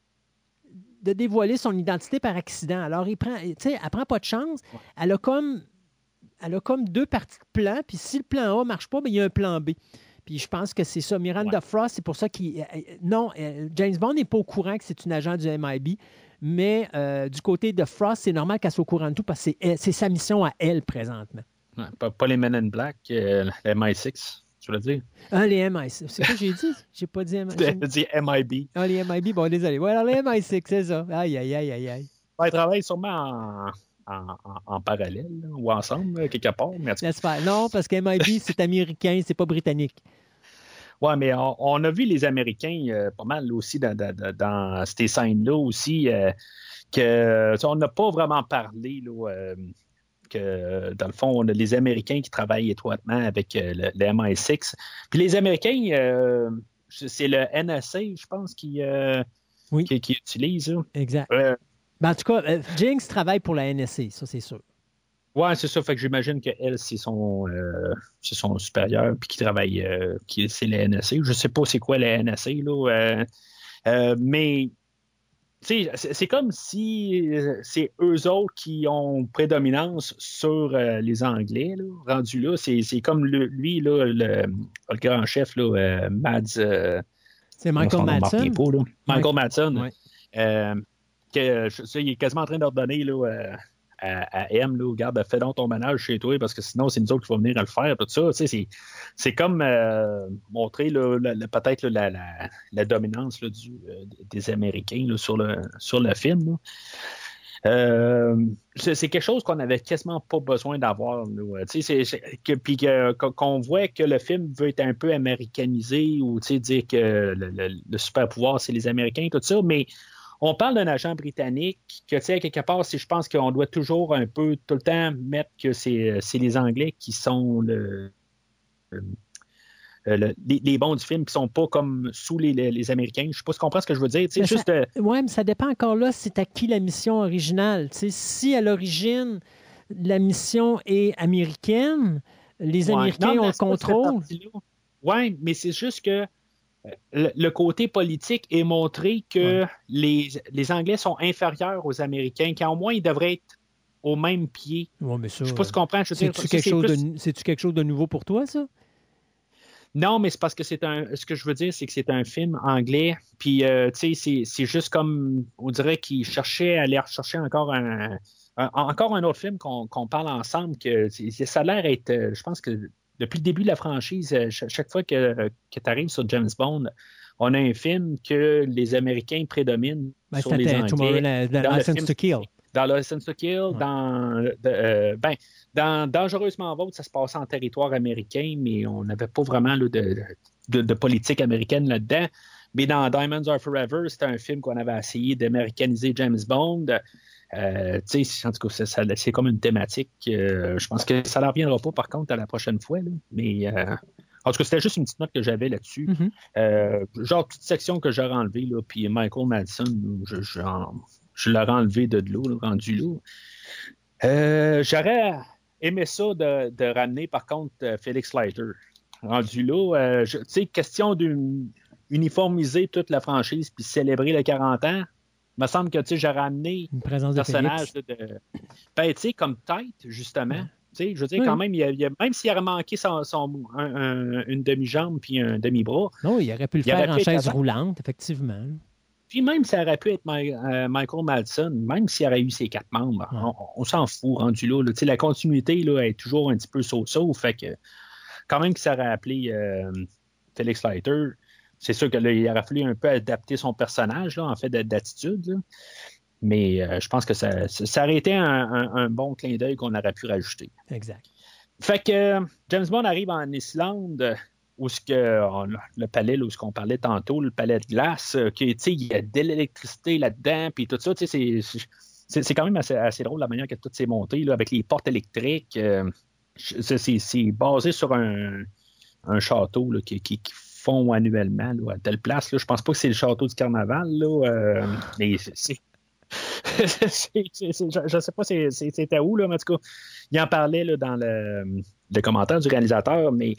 de dévoiler son identité par accident. Alors, il prend, tu sais, elle prend pas de chance. Elle a comme, elle a comme deux parties de plan, puis si le plan A ne marche pas, bien, il y a un plan B. Puis je pense que c'est ça. Miranda ouais. Frost, c'est pour ça qu'il... Non, James Bond n'est pas au courant que c'est une agent du M I B, mais euh, du côté de Frost, c'est normal qu'elle soit au courant de tout parce que c'est, c'est sa mission à elle, présentement. Ouais, pas, pas les Men in Black, euh, les M I six, tu veux dire? Ah, les M I six. C'est quoi que j'ai dit? J'ai pas dit M I six. J'ai dit M I B. Ah, les M I B, bon, désolé. Ouais, alors les M I six, c'est ça. Aïe, aïe, aïe, aïe, aïe. Ouais, ils travaillent sûrement en... En, en, en parallèle, là, ou ensemble, là, quelque part. Mais j'espère. Non, parce que M I B, c'est américain, c'est pas britannique. Oui, mais on, on a vu les Américains euh, pas mal là, aussi dans, dans, dans ces scènes-là aussi, euh, que on n'a pas vraiment parlé là, euh, que dans le fond, on a les Américains qui travaillent étroitement avec euh, le, le M I six. Puis les Américains, euh, c'est le N S A, je pense, qui, euh, oui. qui, qui utilise. Là. Exact. Euh, Ben, en tout cas, euh, Jinx travaille pour la N S A, ça c'est sûr. Oui, c'est ça. Fait que j'imagine qu'elle, c'est son, euh, c'est son supérieur, puis qui travaille, euh, qui, c'est la N S A. Je ne sais pas c'est quoi la N S A, là. Euh, euh, mais, tu sais, c'est, c'est comme si c'est eux autres qui ont prédominance sur euh, les Anglais, là. Rendu là, c'est, c'est comme le, lui, là, le, le grand chef, là, euh, Mads. Euh, c'est Michael Madsen. Pas, là. Michael Madsen. Ouais. Euh, que, je, il est quasiment en train d'ordonner là, euh, à, à M, là, regarde, fais donc ton ménage chez toi, parce que sinon, c'est nous autres qui vont venir à le faire, tout ça. Tu sais, c'est, c'est comme euh, montrer là, la, la, peut-être là, la, la, la dominance là, du, euh, des Américains là, sur, le, sur le film. Là. Euh, c'est, c'est quelque chose qu'on n'avait quasiment pas besoin d'avoir. Là. Tu sais, c'est, c'est, que, puis que, qu'on voit que le film veut être un peu américanisé ou tu sais, dire que le, le, le super pouvoir, c'est les Américains, tout ça, mais on parle d'un agent britannique que, tu sais, quelque part, je pense qu'on doit toujours un peu, tout le temps, mettre que c'est, c'est les Anglais qui sont le, le, le, les, les bons du film, qui ne sont pas comme sous les, les, les Américains. Je ne sais pas si tu comprends ce que je veux dire. Tu sais, juste, euh... Oui, mais ça dépend encore là, c'est à qui la mission originale. Tu sais, si à l'origine, la mission est américaine, les ouais. Américains non, ont le contrôle. Oui, mais c'est juste que Le, le côté politique est montré que ouais. les, les Anglais sont inférieurs aux Américains, qu'au moins ils devraient être au même pied. Ouais, mais ça, je ne sais pas si tu comprends. Je c'est-tu, quelque c'est, chose plus... de, c'est-tu quelque chose de nouveau pour toi, ça? Non, mais c'est parce que c'est un. Ce que je veux dire, c'est que c'est un film anglais. Puis, euh, tu sais, c'est, c'est juste comme. On dirait qu'ils cherchaient à aller rechercher encore un, un, encore un autre film qu'on, qu'on parle ensemble. Que ça a l'air être. Je pense que. Depuis le début de la franchise, chaque, chaque fois que, que tu arrives sur James Bond, on a un film que les Américains prédominent ben, sur les Anglais. La, la, dans, License to Kill. Dans License to Kill. Ouais. Dans, euh, ben, dans Dangereusement Vôtre, ça se passait en territoire américain, mais on n'avait pas vraiment là, de, de, de politique américaine là-dedans. Mais dans Diamonds Are Forever, c'était un film qu'on avait essayé d'américaniser James Bond. Euh, tu sais, en tout cas, ça, ça, c'est comme une thématique. Euh, je pense que ça ne reviendra pas, par contre, à la prochaine fois. Là. Mais euh, en tout cas, c'était juste une petite note que j'avais là-dessus. Mm-hmm. Euh, genre, petite section que j'aurais enlevée, là, puis Michael Madsen, je, je, je l'aurais enlevé de l'eau, là, rendu là. Euh, j'aurais aimé ça de, de ramener, par contre, Felix Leiter. Rendu là, euh, tu sais, question d'uniformiser toute la franchise puis célébrer les quarante ans. Il me semble que tu sais, j'ai ramené un personnage de, de ben, tu sais, comme tête, justement. Ouais. Tu sais, je veux dire, oui. quand même, il y a, il y a, même s'il aurait manqué son, son, un, un, une demi-jambe puis un demi-bras. Non, il aurait pu le faire en chaise roulante, effectivement. Puis même s'il aurait pu être My, euh, Michael Madsen, même s'il aurait eu ses quatre membres, ouais. on, on s'en fout rendu là. là. Tu sais, la continuité là, est toujours un petit peu so-so. Fait que quand même qu'il s'aurait appelé euh, Felix Leiter, c'est sûr qu'il aurait fallu un peu adapter son personnage, là, en fait, d'attitude. Là. Mais euh, je pense que ça, ça aurait été un, un, un bon clin d'œil qu'on aurait pu rajouter. Exact. Fait que euh, James Bond arrive en Islande, où ce que on, le palais, là, où ce qu'on parlait tantôt, le palais de glace, euh, qui, il y a de l'électricité là-dedans, puis tout ça, c'est, c'est, c'est quand même assez, assez drôle la manière que tout s'est monté, là, avec les portes électriques. Euh, c'est, c'est, c'est basé sur un, un château là, qui, qui, qui font annuellement là, à telle place. Là. Je pense pas que c'est le château du Carnaval, là, euh, mais c'est... c'est... c'est, c'est, c'est, je ne sais pas c'est, c'est, c'était où, là, mais en tout cas, il en parlait là, dans le, le commentaire du réalisateur, mais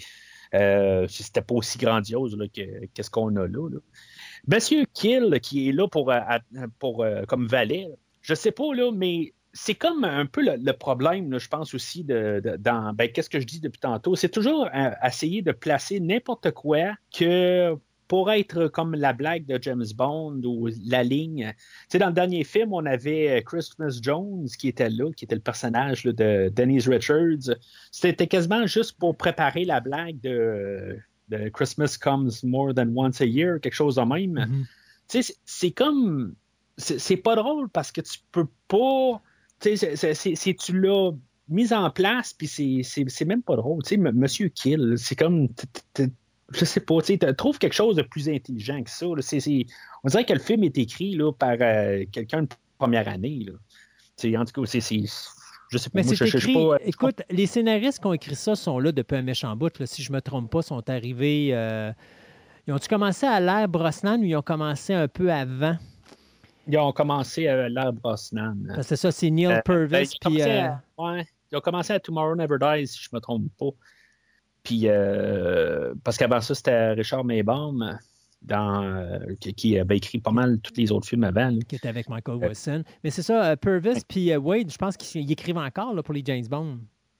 Euh, c'était pas aussi grandiose là, que, que ce qu'on a là, là. Monsieur Kill, qui est là pour, pour, comme valet, je sais pas, là, mais c'est comme un peu le, le problème, là, je pense aussi, de, de, dans ben, qu'est-ce que je dis depuis tantôt. C'est toujours euh, essayer de placer n'importe quoi que pour être comme la blague de James Bond ou la ligne. Tu sais, dans le dernier film, on avait Christmas Jones qui était là, qui était le personnage là, de Denise Richards. C'était quasiment juste pour préparer la blague de, de Christmas Comes More Than Once a Year, quelque chose de même. Mm-hmm. Tu sais, c'est, c'est comme... C'est, c'est pas drôle parce que tu peux pas... Tu sais, c'est, c'est, c'est, tu l'as mis en place, puis c'est, c'est, c'est même pas drôle. Tu sais, M- Monsieur Kill, c'est comme... T- t- t- je sais pas, tu sais, trouve quelque chose de plus intelligent que ça. Là. C'est, c'est, on dirait que le film est écrit là, par euh, quelqu'un de première année. Là. Tu sais, en tout cas, c'est, c'est, je sais pas. Mais moi, c'est je, écrit, je, je pas, écoute, les scénaristes qui ont écrit ça sont là depuis un méchant bout. Là, si je me trompe pas, sont arrivés... Euh, ils ont-tu commencé à l'ère Brosnan ou ils ont commencé un peu avant? Ils ont commencé à l'ère Brosnan. Ben, c'est ça, c'est Neil euh, Purvis. Ben, ils, ont puis, euh... à, ouais, ils ont commencé à Tomorrow Never Dies, si je me trompe pas. Puis, euh, parce qu'avant ça, c'était Richard Maybaum dans, euh, qui, qui avait écrit pas mal tous les autres films avant. Là. Qui était avec Michael Wilson. Euh, Mais c'est ça, euh, Purvis puis euh, Wade, je pense qu'ils écrivent encore là, pour les James Bond.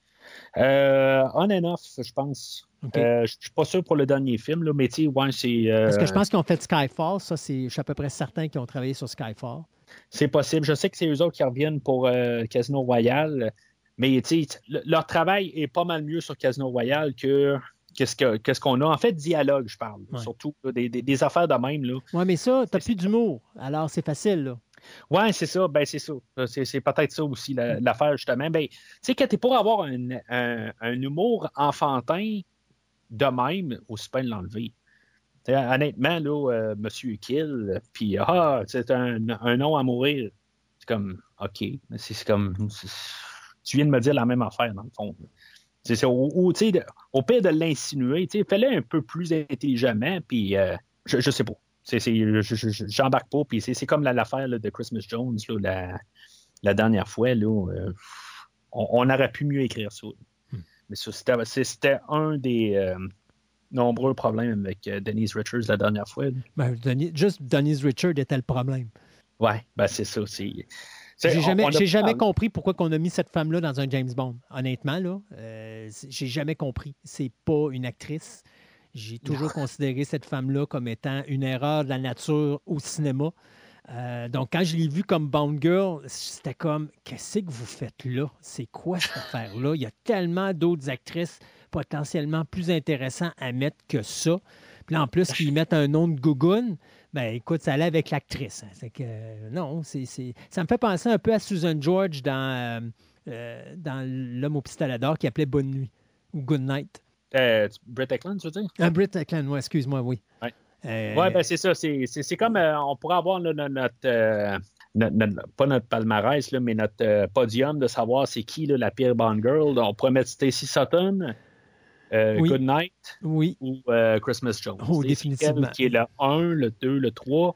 Euh, on and off, je pense. Okay. Euh, je suis pas sûr pour le dernier film, là, mais tu sais, ouais, c'est... Euh... Parce que je pense qu'ils ont fait Skyfall. Ça, c'est, je suis à peu près certain qu'ils ont travaillé sur Skyfall. C'est possible. Je sais que c'est eux autres qui reviennent pour euh, Casino Royale. Mais le, leur travail est pas mal mieux sur Casino Royale que, que, ce, que, que ce qu'on a. En fait, dialogue, je parle. Ouais. Surtout là, des, des, des affaires de même. Oui, mais ça, t'as plus d'humour. Alors, c'est facile. Là. Oui, c'est ça. Ben, c'est ça. C'est, c'est peut-être ça aussi, la, l'affaire, justement. Ben, tu sais, quand t'es pour avoir un, un, un humour enfantin de même, aussi bien l'enlever. T'sais, honnêtement, là, euh, Monsieur Kill, puis ah, c'est un, un nom à mourir. C'est comme, OK. C'est, c'est comme... C'est, tu viens de me dire la même affaire, dans le fond. C'est, c'est, au, au, au pire de l'insinuer, fais-le un peu plus intelligemment, puis euh, je, je sais pas. C'est, c'est, je, je, j'embarque pas, puis c'est, c'est comme la, l'affaire là, de Christmas Jones, là, la, la dernière fois. Là, euh, on, on aurait pu mieux écrire ça. Hmm. Mais ça, c'était, c'était un des euh, nombreux problèmes avec euh, Denise Richards la dernière fois. Ben, Denis, juste Denise Richards était le problème. Ouais, ben c'est ça. C'est... J'ai jamais, j'ai jamais compris pourquoi on a mis cette femme-là dans un James Bond. Honnêtement, là, euh, j'ai jamais compris. C'est pas une actrice. J'ai toujours non. considéré cette femme-là comme étant une erreur de la nature au cinéma. Euh, donc, quand je l'ai vue comme Bond Girl, c'était comme, qu'est-ce que vous faites là? C'est quoi cette affaire-là? Il y a tellement d'autres actrices potentiellement plus intéressantes à mettre que ça. Puis là, en plus, qu'ils mettent un nom de gougoune, ben écoute, ça allait avec l'actrice. Hein. C'est que, euh, non, c'est, c'est... ça me fait penser un peu à Susan George dans, euh, euh, dans L'Homme au pistolet d'or qui appelait Bonne nuit ou Good Night. Euh, Britt Eklund, tu veux dire? Ah, Britt Eklund, oui, excuse-moi, oui. Oui, euh... ouais, ben c'est ça. C'est, c'est, c'est comme, euh, on pourrait avoir là, notre, euh, notre, notre, pas notre palmarès, là, mais notre euh, podium de savoir c'est qui là, la pire Bond Girl. On pourrait mettre Stacey Sutton, euh, oui. Good Night oui. ou euh, Christmas Jones. Oh, définitivement. Qui est le un, le deux, le trois.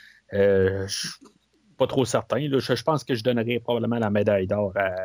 Euh, je suis pas trop certain. Là. Je, je pense que je donnerais probablement la médaille d'or à,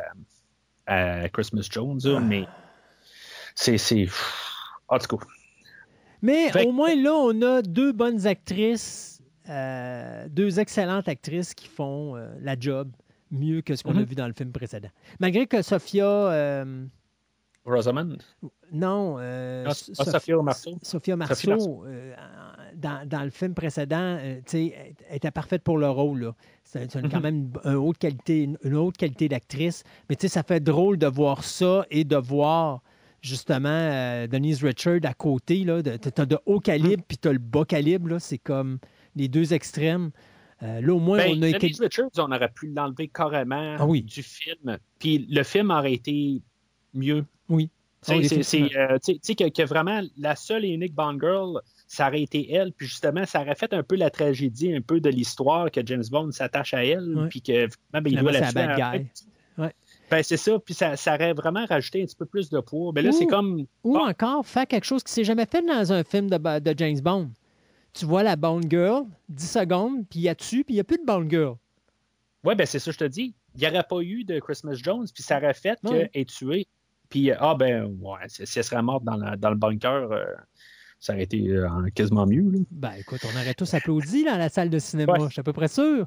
à Christmas Jones, là, mais c'est, c'est... En tout cas. Mais fait... au moins, là, on a deux bonnes actrices, euh, deux excellentes actrices qui font euh, la job mieux que ce qu'on mm-hmm. a vu dans le film précédent. Malgré que Sophia... Euh... Rosamund? Non. Euh, ah, Sophia, Sophia Marceau. Sophia Marceau, euh, dans, dans le film précédent, euh, elle était parfaite pour le rôle. Là. C'est, c'est mm-hmm. quand même une haute qualité, une haute qualité d'actrice. Mais ça fait drôle de voir ça et de voir justement euh, Denise Richards à côté. Là, de, t'as de haut calibre puis t'as le bas calibre. Là, c'est comme les deux extrêmes. Euh, là, au moins, ben, on a... Denise Richards, on aurait pu l'enlever carrément ah, oui. du film. Puis le film aurait été mieux. Oui. Tu sais, c'est, c'est, euh, que, que vraiment, la seule et unique Bond Girl, ça aurait été elle. Puis justement, ça aurait fait un peu la tragédie, un peu de l'histoire que James Bond s'attache à elle. Oui. Puis que ben, il doit la tuer. Bad guy. Ouais. Ben, c'est ça. Puis ça, ça aurait vraiment rajouté un petit peu plus de poids. Mais là, ou, c'est comme... Ou bon. encore, faire quelque chose qui ne s'est jamais fait dans un film de, de James Bond. Tu vois la Bond Girl, dix secondes, puis il y a dessus, puis il n'y a plus de Bond Girl. Oui, ben c'est ça, je te dis. Il n'y aurait pas eu de Christmas Jones, puis ça aurait fait oui. qu'elle est tuée. Puis, ah ben, ouais, si, si elle serait morte dans, la, dans le bunker, euh, ça aurait été euh, quasiment mieux. Là. Ben, écoute, on aurait tous applaudi dans la salle de cinéma, ouais. Je suis à peu près sûr.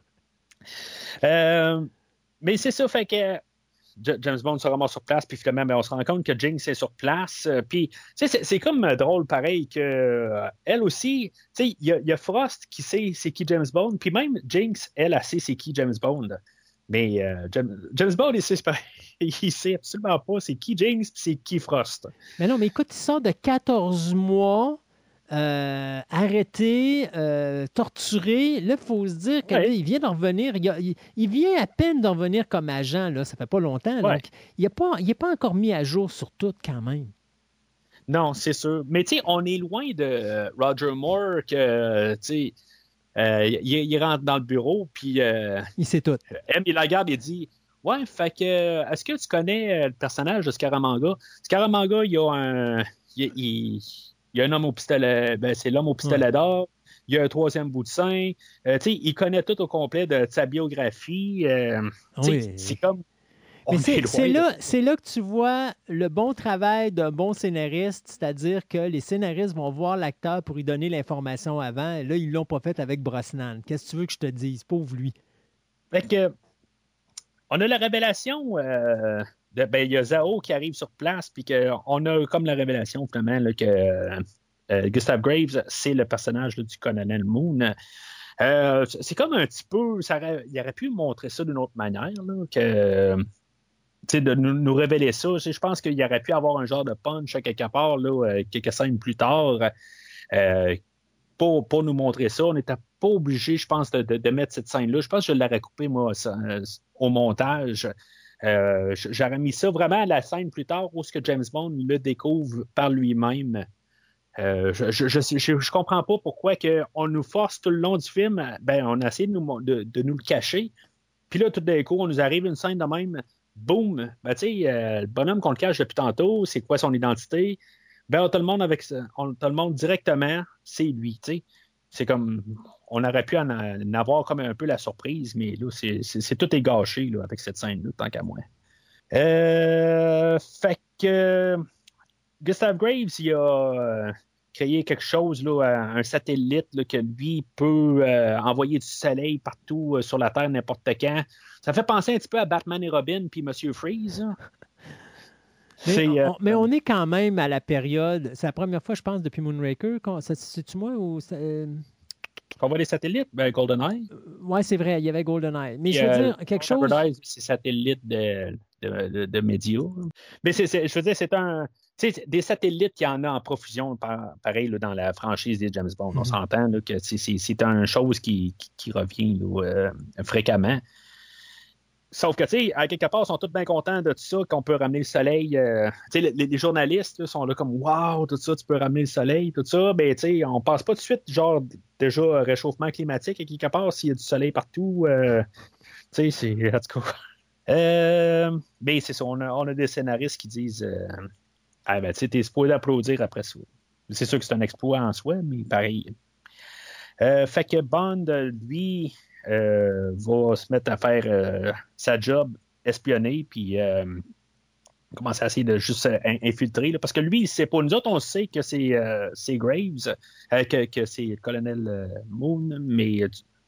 Euh, mais c'est ça, fait que James Bond se ramasse sur place, puis finalement, ben, on se rend compte que Jinx est sur place. Euh, puis, c'est, c'est comme euh, drôle, pareil, que euh, elle aussi, tu sais, il y, y a Frost qui sait c'est qui James Bond, puis même Jinx, elle, elle sait c'est qui James Bond. Mais euh, James, James Bond, il sait, il sait absolument pas c'est qui Jinx, puis c'est qui Frost. Mais non, mais écoute, il sort de quatorze mois. Euh, arrêté, euh, torturé. Là, il faut se dire qu'il ouais. vient d'en revenir. Il, a, il, il vient à peine d'en revenir comme agent. Là, ça fait pas longtemps. Ouais. Donc, il n'est pas, pas encore mis à jour sur tout quand même. Non, c'est sûr. Mais tu sais, on est loin de euh, Roger Moore que, tu sais, euh, il, il rentre dans le bureau, puis... Euh, il sait tout. M. il la regarde et dit... Ouais, fait que, est-ce que tu connais le personnage de Scaramanga? Scaramanga, il y a un... Il, il, Il y a un homme au pistolet, ben c'est l'homme au pistolet ouais. d'or. Il y a un troisième bout de sein. Euh, il connaît tout au complet de sa biographie. Euh, oui. C'est comme. Mais c'est, c'est, là, c'est là que tu vois le bon travail d'un bon scénariste, c'est-à-dire que les scénaristes vont voir l'acteur pour lui donner l'information avant. Et là, ils ne l'ont pas fait avec Brosnan. Qu'est-ce que tu veux que je te dise? Pauvre lui. Fait que, on a la révélation. Euh... De, ben, il y a Zao qui arrive sur place, puis qu'on a comme la révélation, finalement, là, que euh, Gustav Graves, c'est le personnage là, du colonel Moon. Euh, c'est comme un petit peu... Ça aurait, il aurait pu montrer ça d'une autre manière, là, que, de nous, nous révéler ça. Je pense qu'il aurait pu avoir un genre de punch à quelque part, là, quelques scènes plus tard, euh, pour, pour nous montrer ça. On n'était pas obligé, je pense, de, de, de mettre cette scène-là. Je pense que je l'aurais coupé, moi, ça, au montage. Euh, j'aurais mis ça vraiment à la scène plus tard où ce que James Bond le découvre par lui-même. Euh, je, je, je, je, je comprends pas pourquoi que on nous force tout le long du film, ben on a essayé de nous, de, de nous le cacher. Puis là, tout d'un coup, on nous arrive une scène de même, boum, ben tu sais, euh, le bonhomme qu'on le cache depuis tantôt, c'est quoi son identité? Ben on te le montre avec on te le montre directement, c'est lui, tu sais. C'est comme, on aurait pu en, en avoir comme un peu la surprise, mais là, c'est, c'est, c'est tout est gâché là, avec cette scène-là, tant qu'à moi. Euh, fait que Gustav Graves, il a euh, créé quelque chose, là, un satellite là, que lui peut euh, envoyer du soleil partout euh, sur la Terre n'importe quand. Ça fait penser un petit peu à Batman et Robin puis Monsieur Freeze. Hein. Mais, c'est, on, euh, mais on est quand même à la période, c'est la première fois, je pense, depuis Moonraker, c'est, c'est-tu moi ou... Euh... On voit les satellites, ben GoldenEye. Euh, oui, c'est vrai, il y avait GoldenEye. Mais Et, je veux euh, dire, quelque chose... C'est satellite de, de, de, de médias. Mais c'est, c'est, je veux dire, c'est un... Tu sais, des satellites, il y en a en profusion, par, pareil, là, dans la franchise des James Bond. Mm-hmm. On s'entend là, que c'est, c'est, c'est une chose qui, qui, qui revient là, euh, fréquemment. Sauf que, tu sais, à quelque part, ils sont tous bien contents de tout ça, qu'on peut ramener le soleil. Euh, tu sais, les, les journalistes là, sont là comme « Wow, tout ça, tu peux ramener le soleil, tout ça. » Ben, tu sais, on passe pas tout de suite, genre, déjà, réchauffement climatique, à quelque part, s'il y a du soleil partout. Euh, tu sais, c'est... En tout cas... Euh, ben, c'est ça, on a, on a des scénaristes qui disent euh, « Ah, ben, tu sais, t'es supposé applaudir après ça. » C'est sûr que c'est un exploit en soi, mais pareil. Euh, fait que Bond, lui... Euh, va se mettre à faire euh, sa job, espionner, puis euh, commencer à essayer de juste euh, infiltrer. Là, parce que lui, c'est pas nous autres, on sait que c'est, euh, c'est Graves, euh, que, que c'est le colonel euh, Moon, mais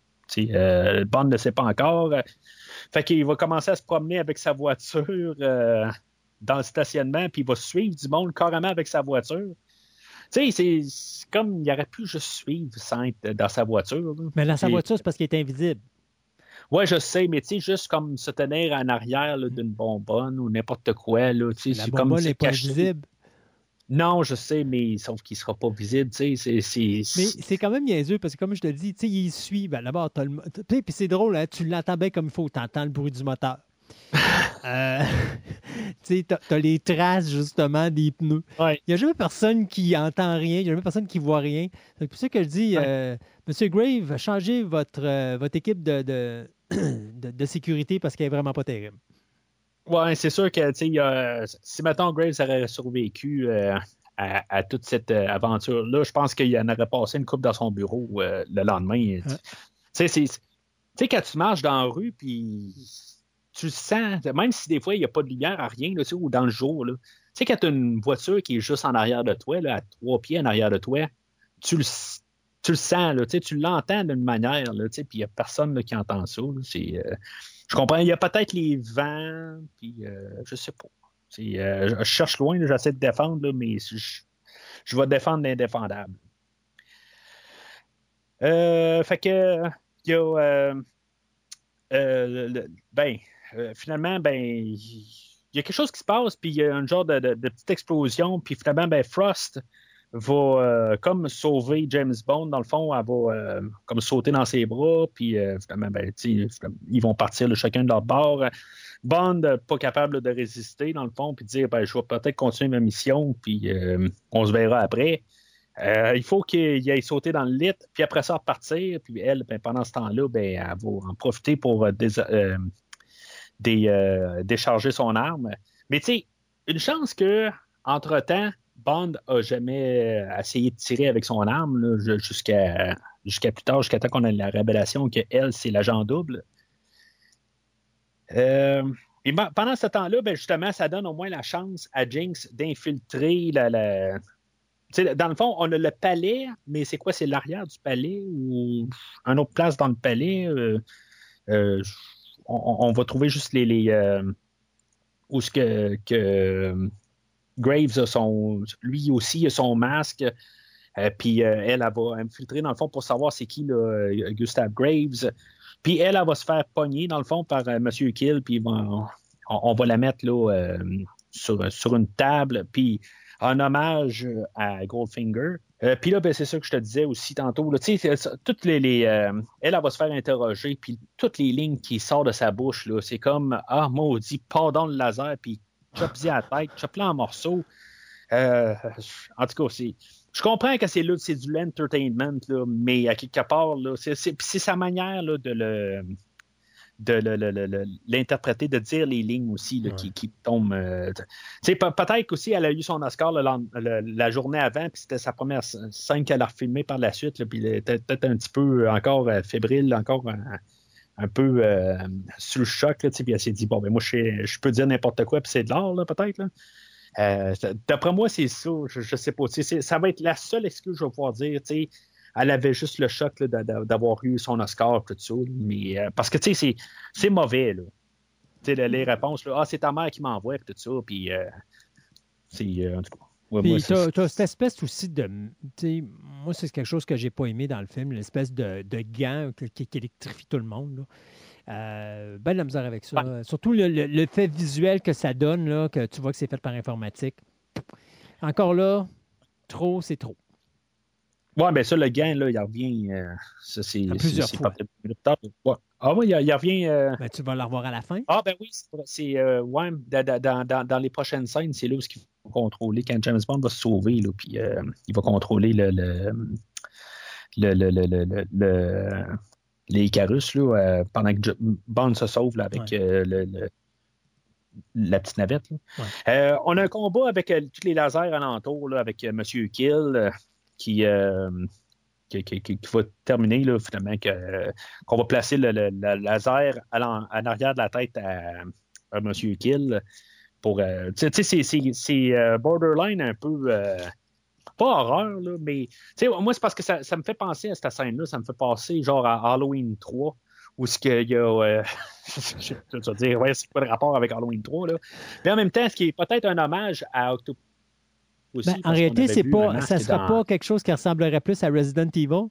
euh, Bond ne sait pas encore. Fait qu'il va commencer à se promener avec sa voiture euh, dans le stationnement, puis il va suivre du monde carrément avec sa voiture. Tu sais, c'est, c'est comme il aurait pu juste suivre sans être dans sa voiture. Là. Mais dans sa voiture, c'est parce qu'il est invisible. Oui, je sais, mais tu sais, juste comme se tenir en arrière là, d'une bonbonne ou n'importe quoi. Là, la c'est bonbonne comme n'est pas visible. Non, je sais, mais sauf qu'il ne sera pas visible. C'est, c'est, c'est... Mais c'est quand même niaiseux, parce que comme je te dis, il suit. Ben, d'abord, t'as le... puis c'est drôle, hein, tu l'entends bien comme il faut, tu entends le bruit du moteur. euh, tu sais, t'as, t'as les traces, justement, des pneus. Ouais. Il n'y a jamais personne qui entend rien, il n'y a jamais personne qui voit rien. C'est pour ça que je dis, ouais. euh, Monsieur Grave, changez votre, euh, votre équipe de, de, de, de sécurité parce qu'elle n'est vraiment pas terrible. Oui, c'est sûr que, tu sais, euh, si, mettons, Graves aurait survécu euh, à, à toute cette euh, aventure-là, je pense qu'il en aurait passé une coupe dans son bureau euh, le lendemain. Tu sais, c'est... Tu sais, quand tu marches dans la rue, puis tu sens, même si des fois, il n'y a pas de lumière à rien, là, tu sais, ou dans le jour, là. Tu sais, quand tu as une voiture qui est juste en arrière de toi, là, à trois pieds en arrière de toi, tu le, tu le sens, là, tu sais, tu l'entends d'une manière, là, tu sais, puis il n'y a personne là, qui entend ça. Là, c'est, euh, je comprends, il y a peut-être les vents, puis euh, je sais pas. C'est, euh, je cherche loin, là, j'essaie de défendre, là, mais je, je vais défendre l'indéfendable. Euh, fait que, il y a, euh, euh, le, ben, euh, finalement, ben, il y a quelque chose qui se passe, puis il y a un genre de, de, de petite explosion, puis finalement, ben, Frost va euh, comme sauver James Bond. Dans le fond, elle va euh, comme sauter dans ses bras, puis euh, finalement, ben, ils vont partir là, chacun de leur bord. Bond, pas capable de résister, dans le fond, puis dire, ben, je vais peut-être continuer ma mission, puis euh, on se verra après. Euh, il faut qu'il aille sauter dans le lit, puis après ça, repartir, puis elle, ben, pendant ce temps-là, ben, elle va en profiter pour euh, dés- euh, des, euh, décharger son arme. Mais tu sais, une chance que, entre-temps, Bond a jamais essayé de tirer avec son arme là, jusqu'à, jusqu'à plus tard, jusqu'à temps qu'on ait la révélation qu'elle, c'est l'agent double. Euh, et ben, pendant ce temps-là, ben, justement, ça donne au moins la chance à Jinx d'infiltrer la... la... T'sais, dans le fond, on a le palais, mais c'est quoi? C'est l'arrière du palais ou une autre place dans le palais? Euh, euh, on, on va trouver juste les... les euh, où ce que... que Graves a son, lui aussi a son masque, euh, puis euh, elle, elle va infiltrer dans le fond pour savoir c'est qui là, Gustav Graves. Puis elle, elle va se faire pogner dans le fond par euh, Monsieur Kill, puis on, on va la mettre là euh, sur, sur une table, puis en hommage à Goldfinger. Euh, puis là, ben, c'est ça que je te disais aussi tantôt. Là, toutes les, les euh, elle, elle va se faire interroger, puis toutes les lignes qui sortent de sa bouche, là, c'est comme ah maudit, pardon le laser, puis chop-y à la tête, chop-le en morceaux. Euh, en tout cas, c'est, je comprends que c'est, là, c'est du l'entertainment, là, mais à quelque part, là, c'est, c'est, c'est sa manière là, de, le, de le, le, le, le, l'interpréter, de dire les lignes aussi là, ouais. qui, qui tombent. Euh, pe- peut-être qu'aussi, elle a eu son Oscar le, le, la journée avant, puis c'était sa première scène qu'elle a refilmée par la suite, là, puis elle était peut-être un petit peu encore euh, fébrile, encore... Euh, un peu euh, sous le choc, là, puis elle s'est dit, bon, ben moi, je, je peux dire n'importe quoi, puis c'est de l'art, là, peut-être. Là. Euh, d'après moi, c'est ça, je, je sais pas. C'est, ça va être la seule excuse que je vais pouvoir dire, tu sais, elle avait juste le choc là, d'avoir eu son Oscar, tout ça, mais, euh, parce que, tu sais, c'est, c'est mauvais, là. Tu sais, les réponses, là, ah, c'est ta mère qui m'envoie, puis tout ça, puis euh, c'est, euh, en tout cas. Ouais, puis moi, tu as cette espèce aussi de... Moi, c'est quelque chose que j'ai pas aimé dans le film, l'espèce de, de gant qui, qui électrifie tout le monde. Là. Euh, ben de la misère avec ça. Ouais. Surtout le, le, le fait visuel que ça donne, là, que tu vois que c'est fait par informatique. Encore là, trop, c'est trop. Oui, bien ça, le gant, là, il revient. Euh, ça, c'est, à plusieurs c'est, fois. C'est pas... ouais. Ah oui, il, il revient. Euh... Ben, tu vas le revoir à la fin? Ah ben oui, c'est, c'est euh, ouais, dans, dans, dans, dans les prochaines scènes, c'est là où il faut contrôler, quand James Bond va se sauver, là, puis euh, il va contrôler le, le, le, le, le, le, le les Icarus, là, euh, pendant que Bond se sauve là, avec ouais. euh, le, le, la petite navette. Là. Ouais. Euh, on a un combat avec euh, tous les lasers alentours, là, avec euh, Monsieur Kill, euh, qui... Euh, Qui, qui, qui va terminer, là, finalement, que, euh, qu'on va placer le, le, le laser à l'en, en arrière de la tête à, à M. Kill pour... Euh, tu sais, c'est, c'est, c'est euh, borderline un peu... Euh, pas horreur, là, mais... Moi, c'est parce que ça, ça me fait penser à cette scène-là, ça me fait passer genre à Halloween trois, où ce qu'il y a... Euh, je vais dire, ouais, c'est quoi le rapport avec Halloween trois, là? Mais en même temps, ce qui est peut-être un hommage à Octopus. Aussi, ben, en réalité, c'est pas, ça ne sera dans... pas quelque chose qui ressemblerait plus à Resident Evil?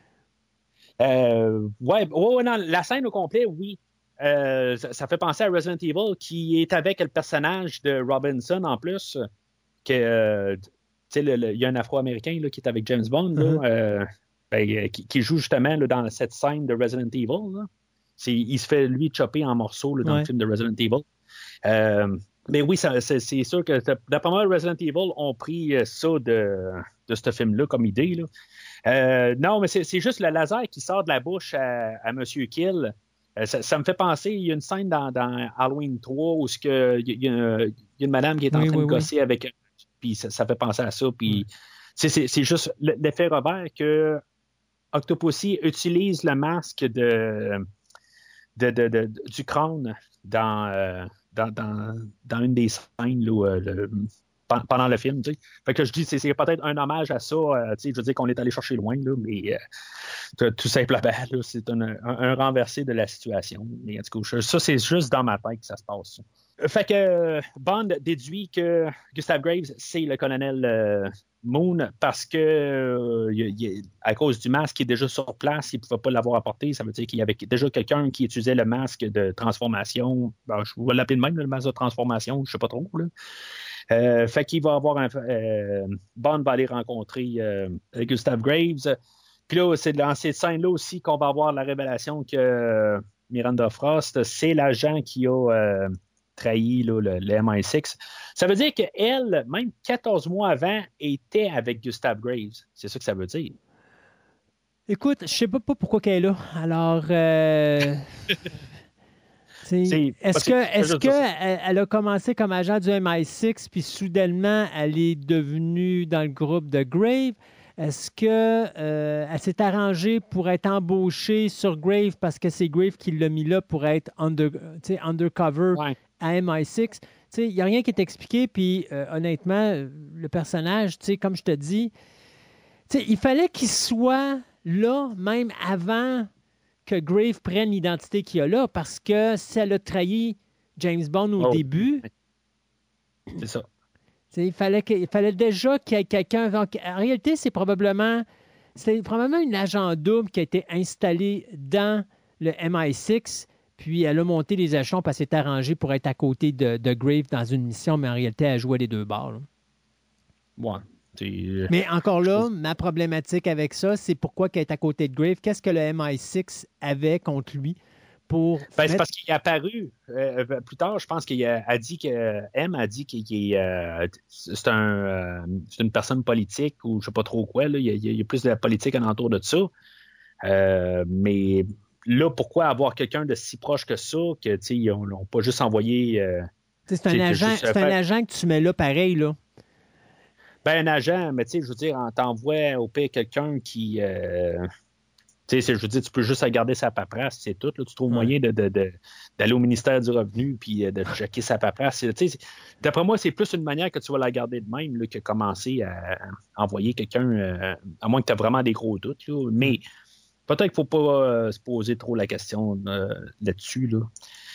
Euh, ouais, ouais, non, la scène au complet, oui. Euh, ça, ça fait penser à Resident Evil, qui est avec le personnage de Robinson en plus. Que, euh, il y a un Afro-Américain là, qui est avec James Bond, là, mm-hmm. euh, ben, qui, qui joue justement là, dans cette scène de Resident Evil. Là. C'est, il se fait, lui, chopper en morceaux là, dans ouais. le film de Resident Evil. Euh, Mais oui, ça, c'est, c'est sûr que d'après moi, Resident Evil ont pris ça de, de ce film-là comme idée. Là. Euh, non, mais c'est, c'est juste le laser qui sort de la bouche à, à M. Kill. Euh, ça, ça me fait penser, il y a une scène dans, dans Halloween trois où il y, y, y a une madame qui est en oui, train oui, de gosser oui. avec... Puis ça, ça fait penser à ça. Puis oui. c'est, c'est, c'est juste l'effet revers que Octopussy utilise le masque de, de, de, de, du crâne dans, euh, dans, dans, dans une des scènes là, euh, le, pendant le film. Tu sais. Fait que je dis, c'est, c'est peut-être un hommage à ça. Euh, tu sais, je veux dire qu'on est allé chercher loin, là, mais euh, tout simplement, là, c'est un, un, un renversé de la situation. Mais en tout cas, ça, c'est juste dans ma tête que ça se passe. Ça. Fait que Bond déduit que Gustav Graves, c'est le colonel euh, Moon parce que euh, y a, y a, à cause du masque qui est déjà sur place, il ne pouvait pas l'avoir apporté. Ça veut dire qu'il y avait déjà quelqu'un qui utilisait le masque de transformation. Ben, je vais l'appeler de même, le masque de transformation, je ne sais pas trop. Là. Euh, fait qu'il va avoir un, euh, Bond va aller rencontrer euh, Gustav Graves. Puis là, c'est dans cette scène-là aussi qu'on va avoir la révélation que euh, Miranda Frost, c'est l'agent qui a euh, trahi là, le, le M I six. Ça veut dire qu'elle, même quatorze mois avant, était avec Gustav Graves. C'est ça que ça veut dire. Écoute, je sais pas, pas pourquoi qu'elle est là. Alors, euh... C'est, est-ce que, est-ce qu'elle elle a commencé comme agent du M I six, puis soudainement, elle est devenue dans le groupe de Grave? Est-ce qu'elle euh, s'est arrangée pour être embauchée sur Grave parce que c'est Grave qui l'a mis là pour être under, undercover ouais. à M I six? Il n'y a rien qui est expliqué, puis euh, honnêtement, le personnage, comme je te dis, il fallait qu'il soit là même avant que Grave prenne l'identité qu'il a là, parce que si elle a trahi James Bond au oh. début... C'est ça. Il fallait, que, il fallait déjà qu'il y ait quelqu'un... Donc, en réalité, c'est probablement, c'est probablement une agent double qui a été installée dans le M I six, puis elle a monté les échelons parce qu'elle s'est arrangée pour être à côté de, de Grave dans une mission, mais en réalité, elle jouait les deux bords. Là. Ouais. C'est... Mais encore là, ma problématique avec ça, c'est pourquoi qu'elle est à côté de Grave. Qu'est-ce que le M I six avait contre lui pour... Ben, mettre... C'est parce qu'il est apparu. Euh, plus tard, je pense qu'il a, a dit que M a dit qu'il est, euh, c'est, un, euh, c'est une personne politique ou je ne sais pas trop quoi. Là. Il, y a, il y a plus de la politique alentour de ça. Euh, mais là, pourquoi avoir quelqu'un de si proche que ça que ils n'ont pas juste envoyé... Euh, c'est un, agent, juste, c'est euh, un fait... agent que tu mets là pareil, là. Ben, un agent, mais tu sais, je veux dire, on t'envoie au pire quelqu'un qui. Euh, tu sais, je veux dire, tu peux juste regarder sa paperasse, c'est tout. Là, tu trouves ouais. moyen de, de, de, d'aller au ministère du Revenu puis de checker sa paperasse. Tu sais, d'après moi, c'est plus une manière que tu vas la garder de même là, que commencer à, à envoyer quelqu'un, euh, à moins que tu aies vraiment des gros doutes. Là, mais peut-être qu'il ne faut pas euh, se poser trop la question euh, là-dessus. Là.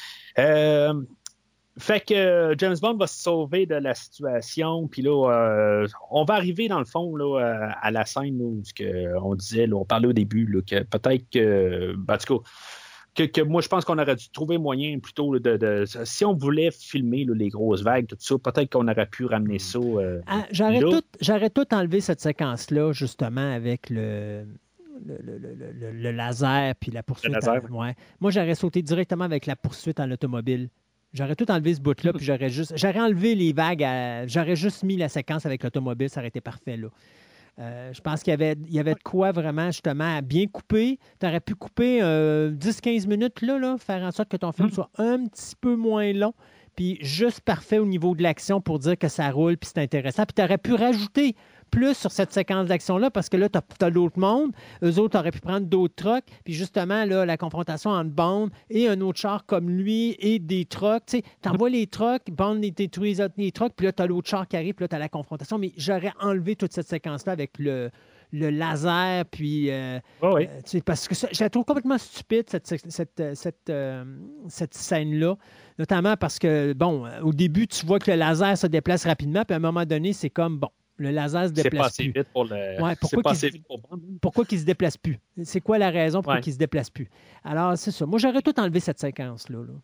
Euh, Fait que euh, James Bond va se sauver de la situation, puis là, euh, on va arriver dans le fond là, à, à la scène là, où que, on disait, là, on parlait au début, là, que peut-être que, ben, en tout cas, que, que moi je pense qu'on aurait dû trouver moyen plutôt là, de, de, si on voulait filmer là, les grosses vagues, tout ça, peut-être qu'on aurait pu ramener ça. Euh, ah, j'aurais, tout, j'aurais tout enlevé cette séquence-là, justement, avec le. Le, le, le, le, le laser puis la poursuite. Le laser. À, ouais. Moi, j'aurais sauté directement avec la poursuite en automobile. J'aurais tout enlevé ce bout-là, puis j'aurais juste. J'aurais enlevé les vagues, à, j'aurais juste mis la séquence avec l'automobile, ça aurait été parfait, là. Euh, je pense qu'il y avait, il y avait de quoi vraiment, justement, à bien couper. Tu aurais pu couper euh, dix à quinze minutes, là, là, faire en sorte que ton film soit un petit peu moins long, puis juste parfait au niveau de l'action pour dire que ça roule, puis c'est intéressant. Puis tu aurais pu rajouter plus sur cette séquence d'action-là, parce que là, tu as l'autre monde. Eux autres auraient pu prendre d'autres trucks. Puis justement, là, la confrontation entre Bond et un autre char comme lui et des trucks. Tu sais, t'envoies les trucks, Bond les détruit les, les trucks, puis là, tu as l'autre char qui arrive, puis là, tu as la confrontation. Mais j'aurais enlevé toute cette séquence-là avec le, le laser, puis... Euh, oh oui. euh, tu sais, parce que ça, je la trouve complètement stupide, cette, cette, cette, cette, euh, cette scène-là. Notamment parce que, bon, au début, tu vois que le laser se déplace rapidement, puis à un moment donné, c'est comme, bon, le laser se déplace c'est pas assez plus. Vite pour le... ouais, pourquoi, pas qu'il assez se... vite pour Bond. pourquoi qu'il ne se déplace plus? C'est quoi la raison pourquoi ouais. qu'il ne se déplace plus? Alors, c'est ça. Moi, j'aurais tout enlevé cette séquence-là. Là.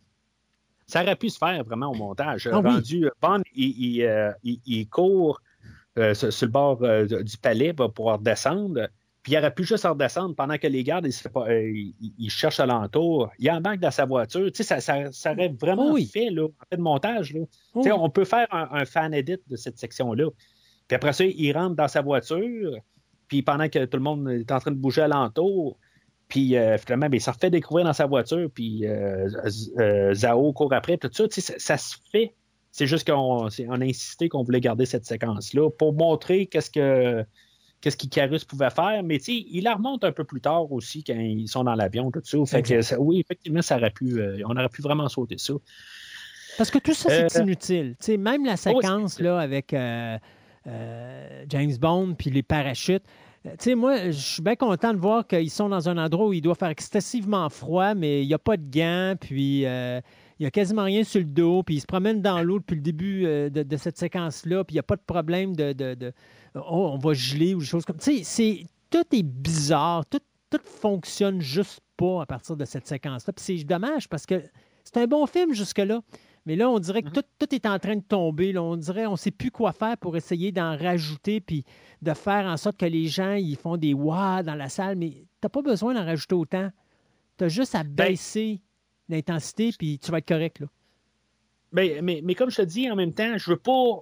Ça aurait pu se faire vraiment au montage. Ah, Rendu, oui. Bond, il, il, euh, il, il court euh, sur, sur le bord euh, du palais pour pouvoir descendre. Puis il aurait pu juste redescendre pendant que les gardes, ils, pas, euh, ils, ils cherchent alentour. Il embarque dans sa voiture. Tu sais, ça, ça, ça aurait vraiment oh, oui. fait, là, en fait, de montage. Là. Oh, tu sais, oui. on peut faire un, un fan edit de cette section-là. Puis après ça, il rentre dans sa voiture, puis pendant que tout le monde est en train de bouger alentour, puis euh, finalement, bien, il s'en refait découvrir dans sa voiture, puis euh, euh, Zao court après, tout ça, tu sais, ça, ça se fait. C'est juste qu'on on a insisté qu'on voulait garder cette séquence-là pour montrer qu'est-ce que qu'est-ce qu'Icarus pouvait faire, mais il la remonte un peu plus tard aussi quand ils sont dans l'avion, tout ça. Fait que, ça, oui, effectivement, ça aurait pu, euh, on aurait pu vraiment sauter ça. Parce que tout ça, c'est euh, inutile. T'sais, même la séquence oh, là, avec euh, euh, James Bond puis les parachutes, t'sais, moi, je suis bien content de voir qu'ils sont dans un endroit où il doit faire excessivement froid, mais il n'y a pas de gants, puis euh, il n'y a quasiment rien sur le dos, puis ils se promènent dans l'eau depuis le début euh, de, de cette séquence-là, puis il n'y a pas de problème de, de, de oh, on va geler ou des choses comme ça. C'est, tout est bizarre, tout, tout fonctionne juste pas à partir de cette séquence-là. Puis c'est dommage parce que c'est un bon film jusque-là. Mais là, on dirait que tout, tout est en train de tomber. Là. On dirait qu'on ne sait plus quoi faire pour essayer d'en rajouter puis de faire en sorte que les gens ils font des « wow » dans la salle. Mais tu n'as pas besoin d'en rajouter autant. Tu as juste à baisser ben, l'intensité puis tu vas être correct. Là. Ben, mais, mais comme je te dis, en même temps, je veux pas...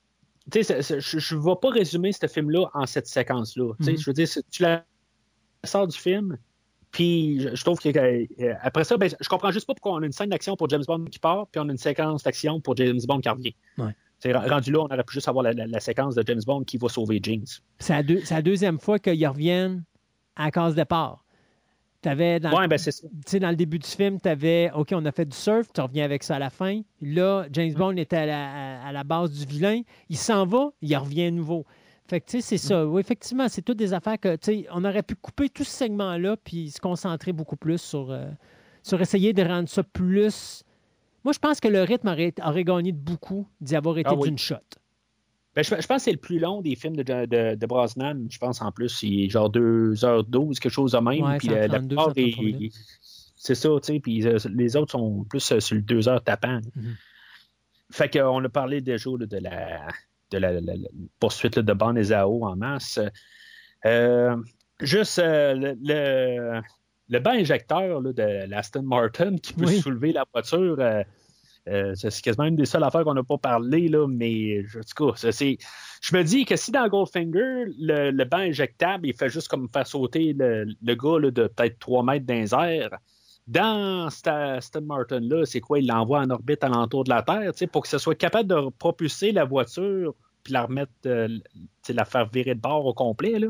Tu sais, je ne vais pas résumer ce film-là en cette séquence-là. Mm-hmm. Je veux dire, tu la sors du film... Puis, je, je trouve qu'après ça, ben, je comprends juste pas pourquoi on a une scène d'action pour James Bond qui part, puis on a une séquence d'action pour James Bond qui revient. Ouais. C'est rendu là, on aurait pu juste avoir la, la, la séquence de James Bond qui va sauver Jinx. C'est la, deux, c'est la deuxième fois qu'ils reviennent à la case départ. T'avais dans, ouais, ben c'est ça. Dans le début du film, tu avais OK, on a fait du surf, tu reviens avec ça à la fin. Là, James Bond était à la, à, à la base du vilain. Il s'en va, il revient à nouveau. Fait que, tu sais, c'est ça. Oui, effectivement, c'est toutes des affaires que, tu sais, on aurait pu couper tout ce segment-là puis se concentrer beaucoup plus sur, euh, sur essayer de rendre ça plus... Moi, je pense que le rythme aurait, aurait gagné de beaucoup d'y avoir été ah, oui. d'une shot. Ben, je, je pense que c'est le plus long des films de, de, de Brosnan. Je pense, en plus, il est genre deux heures douze, quelque chose de même. Ouais, puis la plupart des... C'est ça, tu sais, puis les autres sont plus euh, sur le deux heures tapant. Mm-hmm. Fait qu'on a parlé déjà là, de la... de la, la, la poursuite là, de Bond et Zao en masse. Euh, juste euh, le, le, le banc injecteur là, de l'Aston Martin qui peut oui. soulever la voiture, euh, euh, c'est quasiment une des seules affaires qu'on n'a pas parlé, là, mais en tout cas, c'est, je me dis que si dans Goldfinger, le, le banc injectable, il fait juste comme faire sauter le, le gars là, de peut-être trois mètres dans les airs, dans cette Aston Martin-là, c'est quoi? Il l'envoie en orbite alentour de la Terre, pour que ce soit capable de propulser la voiture puis la remettre, euh, la faire virer de bord au complet. Là.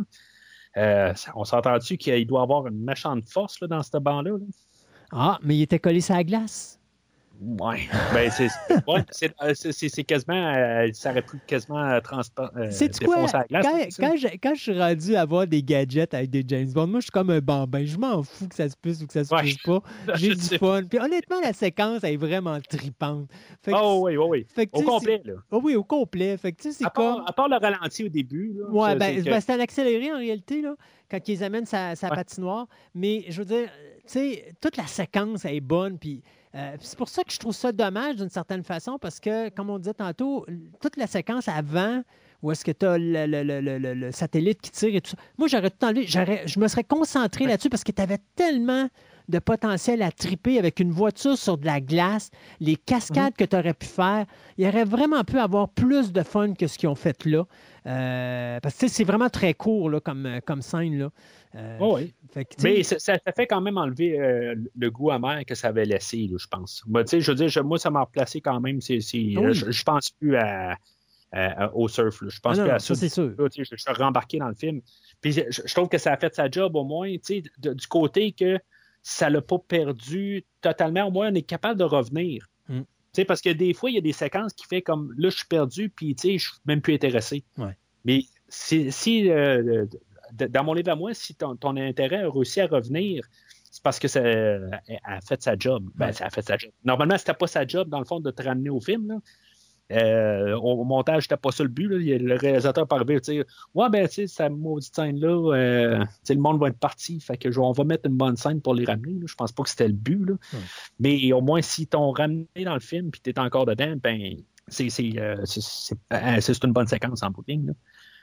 Euh, on s'entend-tu qu'il doit avoir une méchante force là, dans ce banc-là? Là? Ah, mais il était collé sur la glace. Oui, ben c'est, ouais, c'est, c'est, c'est, c'est quasiment, euh, ça aurait pu quasiment transpa- euh, c'est défoncer la glace. Quand, quand, je, quand je suis rendu à avoir des gadgets avec des James Bond, moi je suis comme un bambin, je m'en fous que ça se puisse ou que ça se puisse ouais. pas. J'ai du fun. Puis honnêtement, la séquence elle est vraiment tripante. Fait que, oh oui, oui, oui. Fait que, au complet, là. Oh oui, au complet. Fait que, c'est à, comme... part, à part le ralenti au début. Là, ouais, ça, ben, c'est, ben, que... c'est un accéléré en réalité, là, quand ils amènent sa, sa ouais. patinoire. Mais je veux dire, tu sais, toute la séquence elle est bonne. Puis Euh, c'est pour ça que je trouve ça dommage d'une certaine façon parce que, comme on disait tantôt, toute la séquence avant où est-ce que tu as le, le, le, le, le satellite qui tire et tout ça, moi, j'aurais tout enlevé, j'aurais, je me serais concentré ouais. là-dessus parce que tu avais tellement de potentiel à triper avec une voiture sur de la glace, les cascades mm-hmm. que tu aurais pu faire. Il aurait vraiment pu avoir plus de fun que ce qu'ils ont fait là. Euh, parce que c'est vraiment très court là, comme, comme scène. Là. Euh, oh oui. Fait que, mais ça, ça fait quand même enlever euh, le goût amer que ça avait laissé, là, je pense. Ben, je veux dire, je, moi, ça m'a replacé quand même. C'est, c'est, oui. Je ne pense plus à, à, à, au surf. Là. Je pense ah non, plus à ça. ça c'est sûr. Là, je, je suis rembarqué dans le film. Puis je, je trouve que ça a fait sa job au moins, de, du côté que ça ne l'a pas perdu totalement. Au moins, on est capable de revenir. Mm. Parce que des fois, il y a des séquences qui fait comme là, je suis perdu, puis je ne suis même plus intéressé. Ouais. Mais si, si euh, dans mon livre à moi, si ton, ton intérêt a réussi à revenir, c'est parce que ça a fait sa job. Ben, ouais. ça a fait sa job. Normalement, c'était pas sa job, dans le fond, de te ramener au film. Là. Euh, au montage, c'était pas ça le but. Là. Le réalisateur par arrivé, tu sais, ouais, ben, tu sais, cette maudite scène-là, euh, le monde va être parti. Fait que on va mettre une bonne scène pour les ramener. Là. Je pense pas que c'était le but. Là. Ouais. Mais au moins, si t'ont ramené dans le film et t'es encore dedans, ben, c'est, c'est, euh, c'est, c'est, c'est, c'est une bonne séquence en bout de ligne. Là.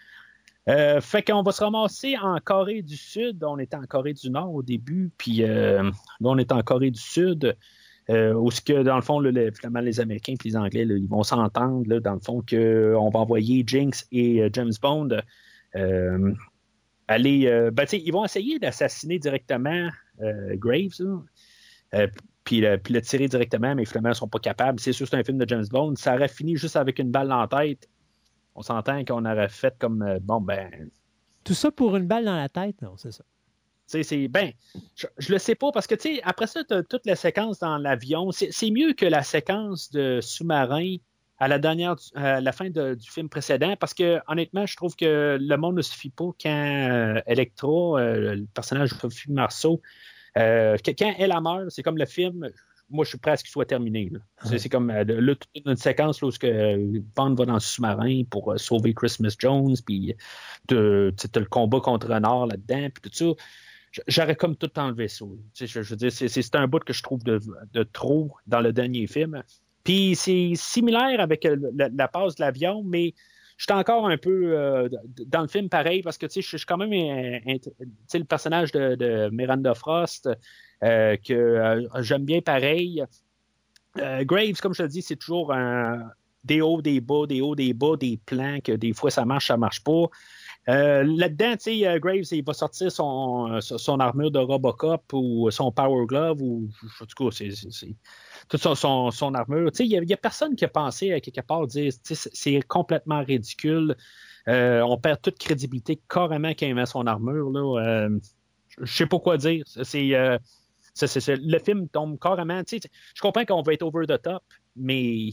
Euh, fait qu'on va se ramasser en Corée du Sud. On était en Corée du Nord au début, puis euh, là, on est en Corée du Sud. Euh, où ce que, dans le fond, là, le, finalement, les Américains et les Anglais, là, ils vont s'entendre, là, dans le fond, qu'on va envoyer Jinx et euh, James Bond euh, aller... Euh, ben, ils vont essayer d'assassiner directement euh, Graves, euh, puis, le, puis le tirer directement, mais finalement, ils ne sont pas capables. C'est sûr, c'est un film de James Bond. Ça aurait fini juste avec une balle dans la tête. On s'entend qu'on aurait fait comme, euh, bon, ben... Tout ça pour une balle dans la tête? Non, c'est ça. C'est, c'est, ben, je, je le sais pas, parce que, tu sais, après ça, tu as toute la séquence dans l'avion. C'est, c'est mieux que la séquence de sous-marin à la dernière, à la fin de, du film précédent, parce que, honnêtement, je trouve que le monde ne suffit pas quand euh, Electra, euh, le personnage de Sophie Marceau, euh, quand elle a meurt, c'est comme le film, moi, je suis prêt à ce qu'il soit terminé. Là. Ouais. C'est, c'est comme euh, là, toute une séquence là, où euh, Bond va dans le sous-marin pour euh, sauver Christmas Jones, puis tu as le combat contre Renard là-dedans, puis tout ça. J'aurais comme tout enlevé ça. Je, je veux dire, c'est, c'est un bout que je trouve de, de trop dans le dernier film. Puis c'est similaire avec la, la passe de l'avion, mais j'étais encore un peu euh, dans le film pareil, parce que je suis quand même un, un, le personnage de, de Miranda Frost euh, que euh, j'aime bien pareil. Euh, Graves, comme je te dis, c'est toujours un, des hauts, des bas, des hauts, des bas, des plans que des fois ça marche, ça marche pas. Euh, là-dedans, tu sais, uh, Graves, il va sortir son, son armure de Robocop ou son Power Glove ou, en tout cas, c'est, c'est, c'est toute son, son, son armure. Tu sais, il n'y a, a personne qui a pensé à quelque part dire, tu sais, c'est complètement ridicule. Euh, on perd toute crédibilité carrément quand il met son armure, là. Euh, je sais pas quoi dire. C'est, euh, c'est, c'est, c'est, le film tombe carrément, tu sais, je comprends qu'on va être over the top, mais...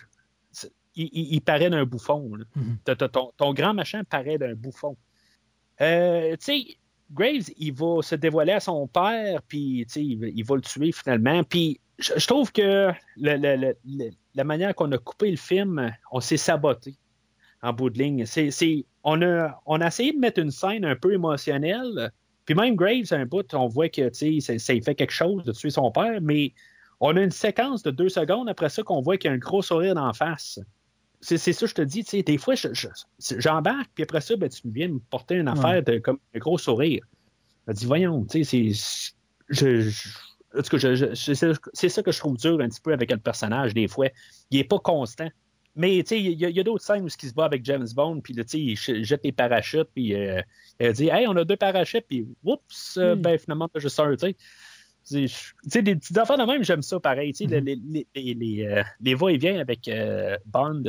Il, il, il paraît d'un bouffon. Mm-hmm. Ton, ton grand machin paraît d'un bouffon. Euh, tu sais, Graves, il va se dévoiler à son père, puis il, il va le tuer finalement. Puis je, je trouve que le, le, le, le, la manière qu'on a coupé le film, on s'est saboté en bout de ligne. C'est, c'est, on, a, on a essayé de mettre une scène un peu émotionnelle. Puis même Graves, un bout, on voit que ça, ça fait quelque chose de tuer son père, mais on a une séquence de deux secondes après ça qu'on voit qu'il y a un gros sourire d'en face. C'est, c'est ça, je te dis, tu sais, des fois, je, je, j'embarque, puis après ça, ben, tu viens me porter une affaire de, comme un gros sourire. Je me dis, voyons, tu sais, c'est. Je, je, en tout cas, je, je, c'est, c'est ça que je trouve dur un petit peu avec le personnage, des fois. Il n'est pas constant. Mais, tu sais, il y, y a d'autres scènes où il se bat avec James Bond, puis, tu sais, il jette les parachutes, puis euh, il dit, hey, on a deux parachutes, puis, oups, mm. euh, ben, finalement, je sors, tu sais. Tu sais, des petites affaires de même, j'aime ça pareil. Tu sais, mm-hmm. les, les, les, les, euh, les va-et-vient avec euh, Bond,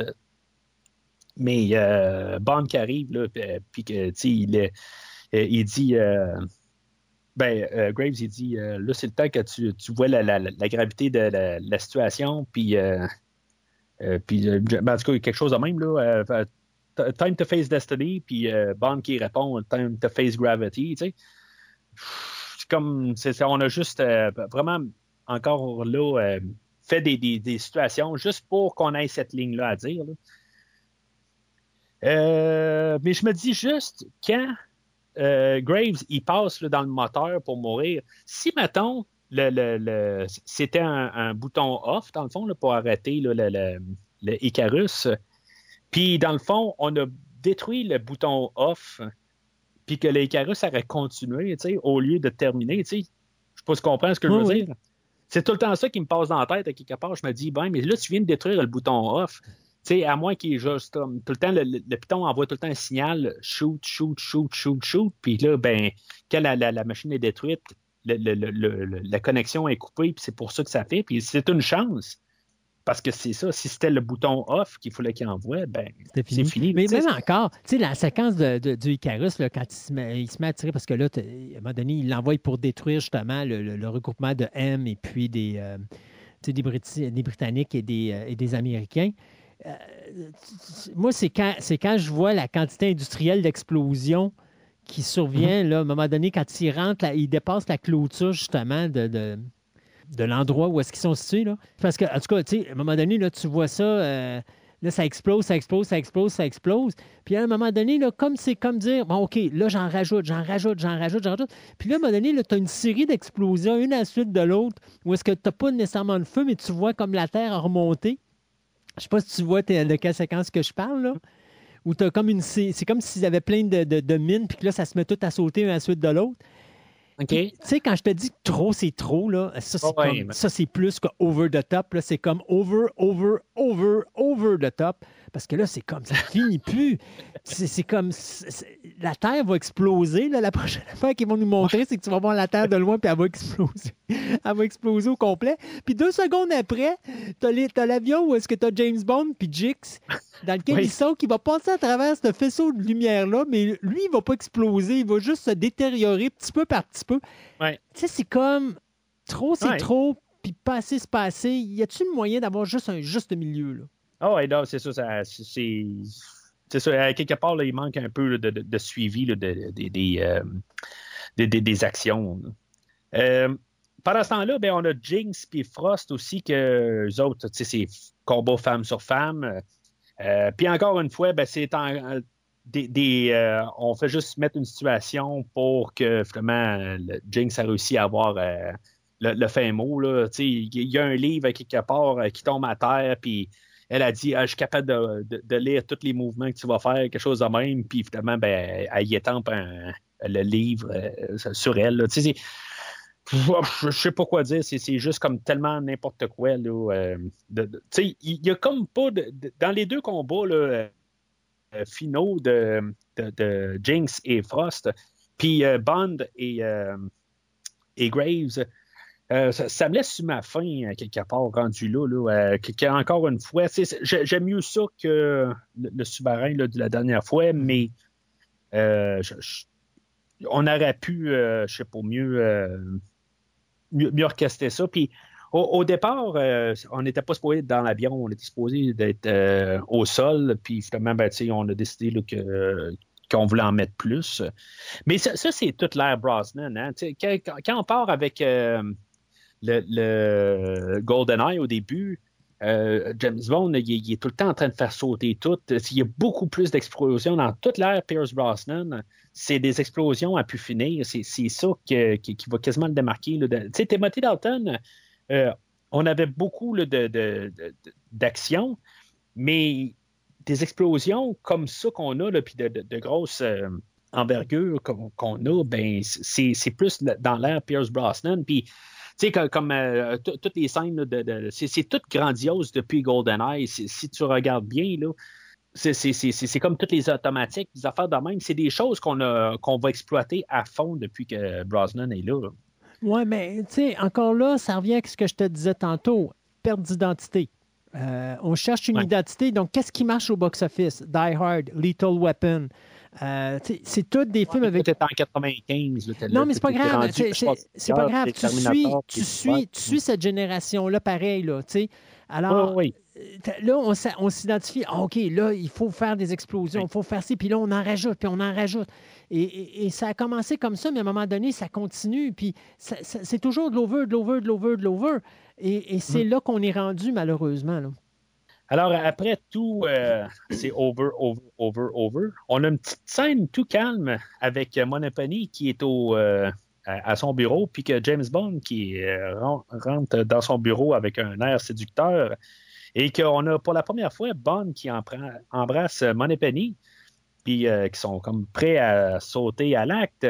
mais euh, Bond qui arrive, là, puis que, tu sais, il, euh, il dit, euh, ben, euh, Graves, il dit, euh, là, c'est le temps que tu, tu vois la, la, la gravité de la, la situation, puis, euh, euh, puis ben, en tout cas, quelque chose de même, là, euh, time to face destiny, puis euh, Bond qui répond, time to face gravity, tu sais. Comme c'est, c'est, on a juste euh, vraiment encore là euh, fait des, des, des situations juste pour qu'on ait cette ligne-là à dire. Là. Euh, mais je me dis juste quand euh, Graves il passe là, dans le moteur pour mourir, si mettons le, le, le, c'était un, un bouton off dans le fond là, pour arrêter là, le, le, le Icarus, puis dans le fond on a détruit le bouton off. Puis que l'Icarus aurait continué, tu sais, au lieu de terminer, tu sais. Je sais pas si tu comprends ce que je veux oui, dire. Oui. C'est tout le temps ça qui me passe dans la tête, à quelque part. Je me dis, ben, mais là, tu viens de détruire le bouton off. Tu sais, à moins qu'il est juste comme, tout le temps, le, le, le piton envoie tout le temps un signal, shoot, shoot, shoot, shoot, shoot. Puis là, ben, quand la, la, la machine est détruite, le, le, le, le, la connexion est coupée, puis c'est pour ça que ça fait. Puis c'est une chance. Parce que c'est ça, si c'était le bouton off qu'il fallait qu'il envoie, ben c'est fini. C'est fini. Mais même encore, tu sais, la séquence de, de, du Icarus, là, quand il se, met, il se met à tirer, parce que là, à un moment donné, il l'envoie pour détruire justement le, le, le regroupement de M et puis des, euh, des, Brit- des Britanniques et des, euh, et des Américains. Euh, moi, c'est quand, c'est quand je vois la quantité industrielle d'explosion qui survient, mm-hmm. là, à un moment donné, quand il rentre, là, il dépasse la clôture justement de... de de l'endroit où est-ce qu'ils sont situés, là. Parce que, en tout cas, tu sais, à un moment donné, là, tu vois ça, euh, là, ça explose, ça explose, ça explose, ça explose. Puis à un moment donné, là, comme c'est comme dire, bon, OK, là, j'en rajoute, j'en rajoute, j'en rajoute, j'en rajoute. Puis là, à un moment donné, tu as une série d'explosions, une à la suite de l'autre, où est-ce que tu n'as pas nécessairement de feu, mais tu vois comme la Terre a remonté. Je sais pas si tu vois de quelle séquence que je parle, là. Où tu as comme une... C'est, c'est comme s'ils avaient plein de, de, de mines, puis que là, ça se met tout à sauter une à la suite de l'autre. OK. Tu sais, quand je te dis que trop, c'est trop, là, ça, c'est, Oh, ouais, comme, mais... ça, c'est plus que over the top. Là, c'est comme over, over, over, over the top. Parce que là, c'est comme, ça finit plus. C'est, c'est comme, c'est, la Terre va exploser. Là, la prochaine affaire qu'ils vont nous montrer, c'est que tu vas voir la Terre de loin, puis elle va exploser. Elle va exploser au complet. Puis deux secondes après, t'as, les, t'as l'avion où est-ce que t'as James Bond, puis Jix, dans lequel Oui. il saute, qui va passer à travers ce faisceau de lumière-là, mais lui, il va pas exploser. Il va juste se détériorer petit peu par petit peu. Ouais. Tu sais, c'est comme, trop, c'est Ouais. trop, puis pas assez, c'est pas assez. Y a-tu le moyen d'avoir juste un juste milieu, là? Ah ouais, non, c'est ça, ça c'est, c'est ça. À quelque part, là, il manque un peu là, de, de, de suivi là, de, de, des, euh, des, des, des actions. Euh, pendant ce temps-là, ben, on a Jinx et Frost aussi, que eux autres, c'est combat femme sur femme. Euh, puis encore une fois, ben, c'est en, des, des, euh, on fait juste mettre une situation pour que finalement le Jinx a réussi à avoir euh, le, le fin mot. Il y a un livre quelque part euh, qui tombe à terre, puis elle a dit ah, « Je suis capable de, de, de lire tous les mouvements que tu vas faire, quelque chose de même. » Puis finalement, ben, elle y étampe un, le livre euh, sur elle. Là. C'est, je ne sais pas quoi dire. C'est, c'est juste comme tellement n'importe quoi. Là, euh, de, de, il n'y a comme pas... De, de, dans les deux combats là, euh, finaux de, de, de Jinx et Frost, puis euh, Bond et, euh, et Graves... Euh, ça, ça me laisse sur ma faim, quelque part, rendu là. là euh, que, que, encore une fois, j'aime mieux ça que le, le sous-marin là, de la dernière fois, mais euh, je, je, on aurait pu, euh, je sais pas, mieux, euh, mieux, mieux orchestrer ça. Puis au, au départ, euh, on n'était pas supposé être dans l'avion, on était supposé d'être euh, au sol, puis finalement, ben, on a décidé là, que. Euh, qu'on voulait en mettre plus. Mais ça, ça c'est toute l'ère Brosnan. Hein? Quand, quand on part avec euh, le, le GoldenEye au début, euh, James Bond, il, il est tout le temps en train de faire sauter tout. Il y a beaucoup plus d'explosions dans toute l'ère Pierce Brosnan. C'est des explosions à pu finir. C'est, c'est ça que, qui, qui va quasiment le démarquer. Tu sais, Timothy Dalton, euh, on avait beaucoup là, de, de, de, d'action, mais des explosions comme ça qu'on a, là, puis de, de, de grosses euh, envergures qu'on, qu'on a, ben, c'est, c'est plus dans l'ère Pierce Brosnan. Puis, tu sais, comme, comme euh, t- toutes les scènes, là, de, de, c'est, c'est tout grandiose depuis GoldenEye. C'est, si tu regardes bien, là, c'est, c'est, c'est, c'est comme toutes les automatiques, les affaires de même. C'est des choses qu'on, a, qu'on va exploiter à fond depuis que Brosnan est là. là. Oui, mais tu sais, encore là, ça revient à ce que je te disais tantôt, perte d'identité. Euh, on cherche une ouais. identité. Donc, qu'est-ce qui marche au box-office? Die Hard, Lethal Weapon. Euh, c'est tous des films ouais, avec... Peut-être en quatre-vingt-quinze. Là, non, mais c'est pas grave. Rendu, c'est, c'est, c'est pas grave. Tu suis, tu, suis, tu suis cette génération-là pareil. Là, alors, oui, oui. là, on, on s'identifie. Ah, OK, là, il faut faire des explosions. Il oui. faut faire ci. Puis là, on en rajoute. Puis on en rajoute. Et, et, et ça a commencé comme ça, mais à un moment donné, ça continue. Puis ça, ça, c'est toujours de l'over, de l'over, de l'over, de l'over. Et, et c'est mmh. là qu'on est rendu, malheureusement. Là. Alors, après tout, euh, c'est over, over, over, over. On a une petite scène tout calme avec Moneypenny qui est au, euh, à, à son bureau, puis que James Bond qui euh, rentre dans son bureau avec un air séducteur, et qu'on a pour la première fois Bond qui empra- embrasse Moneypenny, puis euh, qui sont comme prêts à sauter à l'acte.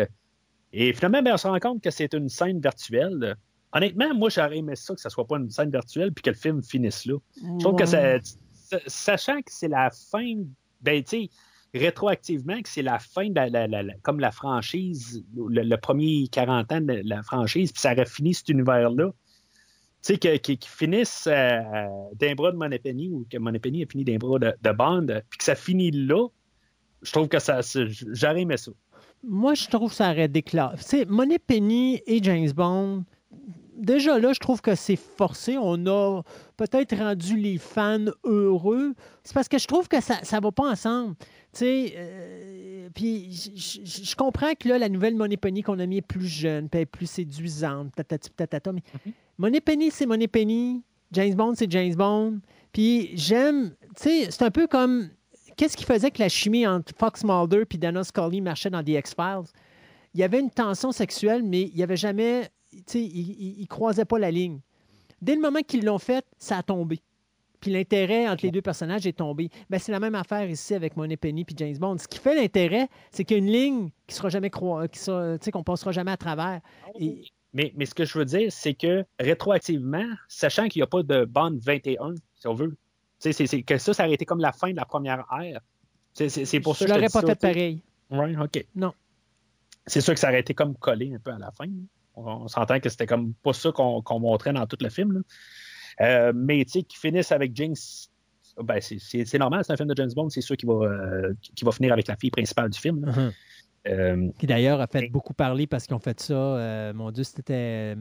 Et finalement, ben, on se rend compte que c'est une scène virtuelle. Honnêtement, moi, j'aurais aimé ça, que ça soit pas une scène virtuelle puis que le film finisse là. Je trouve que ça, sachant que c'est la fin, ben, tu sais, rétroactivement, que c'est la fin de la, la, la, la, comme la franchise, le, le premier quarante ans de la franchise, puis ça aurait fini cet univers-là. Tu sais, qu'ils qui finissent euh, d'un bras de Moneypenny ou que Moneypenny a fini d'un bras de, de Bond, puis que ça finit là, je trouve que ça, j'aurais aimé ça. Moi, je trouve que ça aurait déclaré. Tu sais, Moneypenny et James Bond, déjà là, je trouve que c'est forcé. On a peut-être rendu les fans heureux. C'est parce que je trouve que ça ne va pas ensemble. Tu sais, euh, puis je, je comprends que là, la nouvelle Moneypenny qu'on a mis est plus jeune, puis elle est plus séduisante, tatati, tatata, mais mm-hmm. Moneypenny, c'est Moneypenny. James Bond, c'est James Bond. Puis j'aime, tu sais, c'est un peu comme, qu'est-ce qui faisait que la chimie entre Fox Mulder et Dana Scully marchait dans The X-Files? Il y avait une tension sexuelle, mais il n'y avait jamais... Tu sais, ils ne croisaient pas la ligne. Dès le moment qu'ils l'ont fait, ça a tombé. puis l'intérêt entre les deux personnages est tombé. Ben, c'est la même affaire ici avec Moneypenny puis James Bond. Ce qui fait l'intérêt, c'est qu'il y a une ligne qui sera jamais cro... qui sera, tu sais, qu'on passera jamais à travers. Et... Mais, mais ce que je veux dire, c'est que rétroactivement, sachant qu'il n'y a pas de Bond vingt et un, si on veut, c'est, c'est que ça, ça aurait été comme la fin de la première ère. C'est, c'est, c'est pour ça je que je l'aurais te pas dis fait ça, pareil. Oui, OK. Non. C'est sûr que ça aurait été comme collé un peu à la fin. On, on s'entend que c'était comme pas ça qu'on, qu'on montrait dans tout le film. Là. Euh, mais tu sais, qu'ils finissent avec Jinx, ben, c'est, c'est, c'est normal, c'est un film de James Bond, c'est sûr qu'il va, euh, qu'il va finir avec la fille principale du film. Là. Uh-huh. Euh, Qui d'ailleurs a fait beaucoup parler parce qu'ils ont fait ça. Euh, mon Dieu, c'était.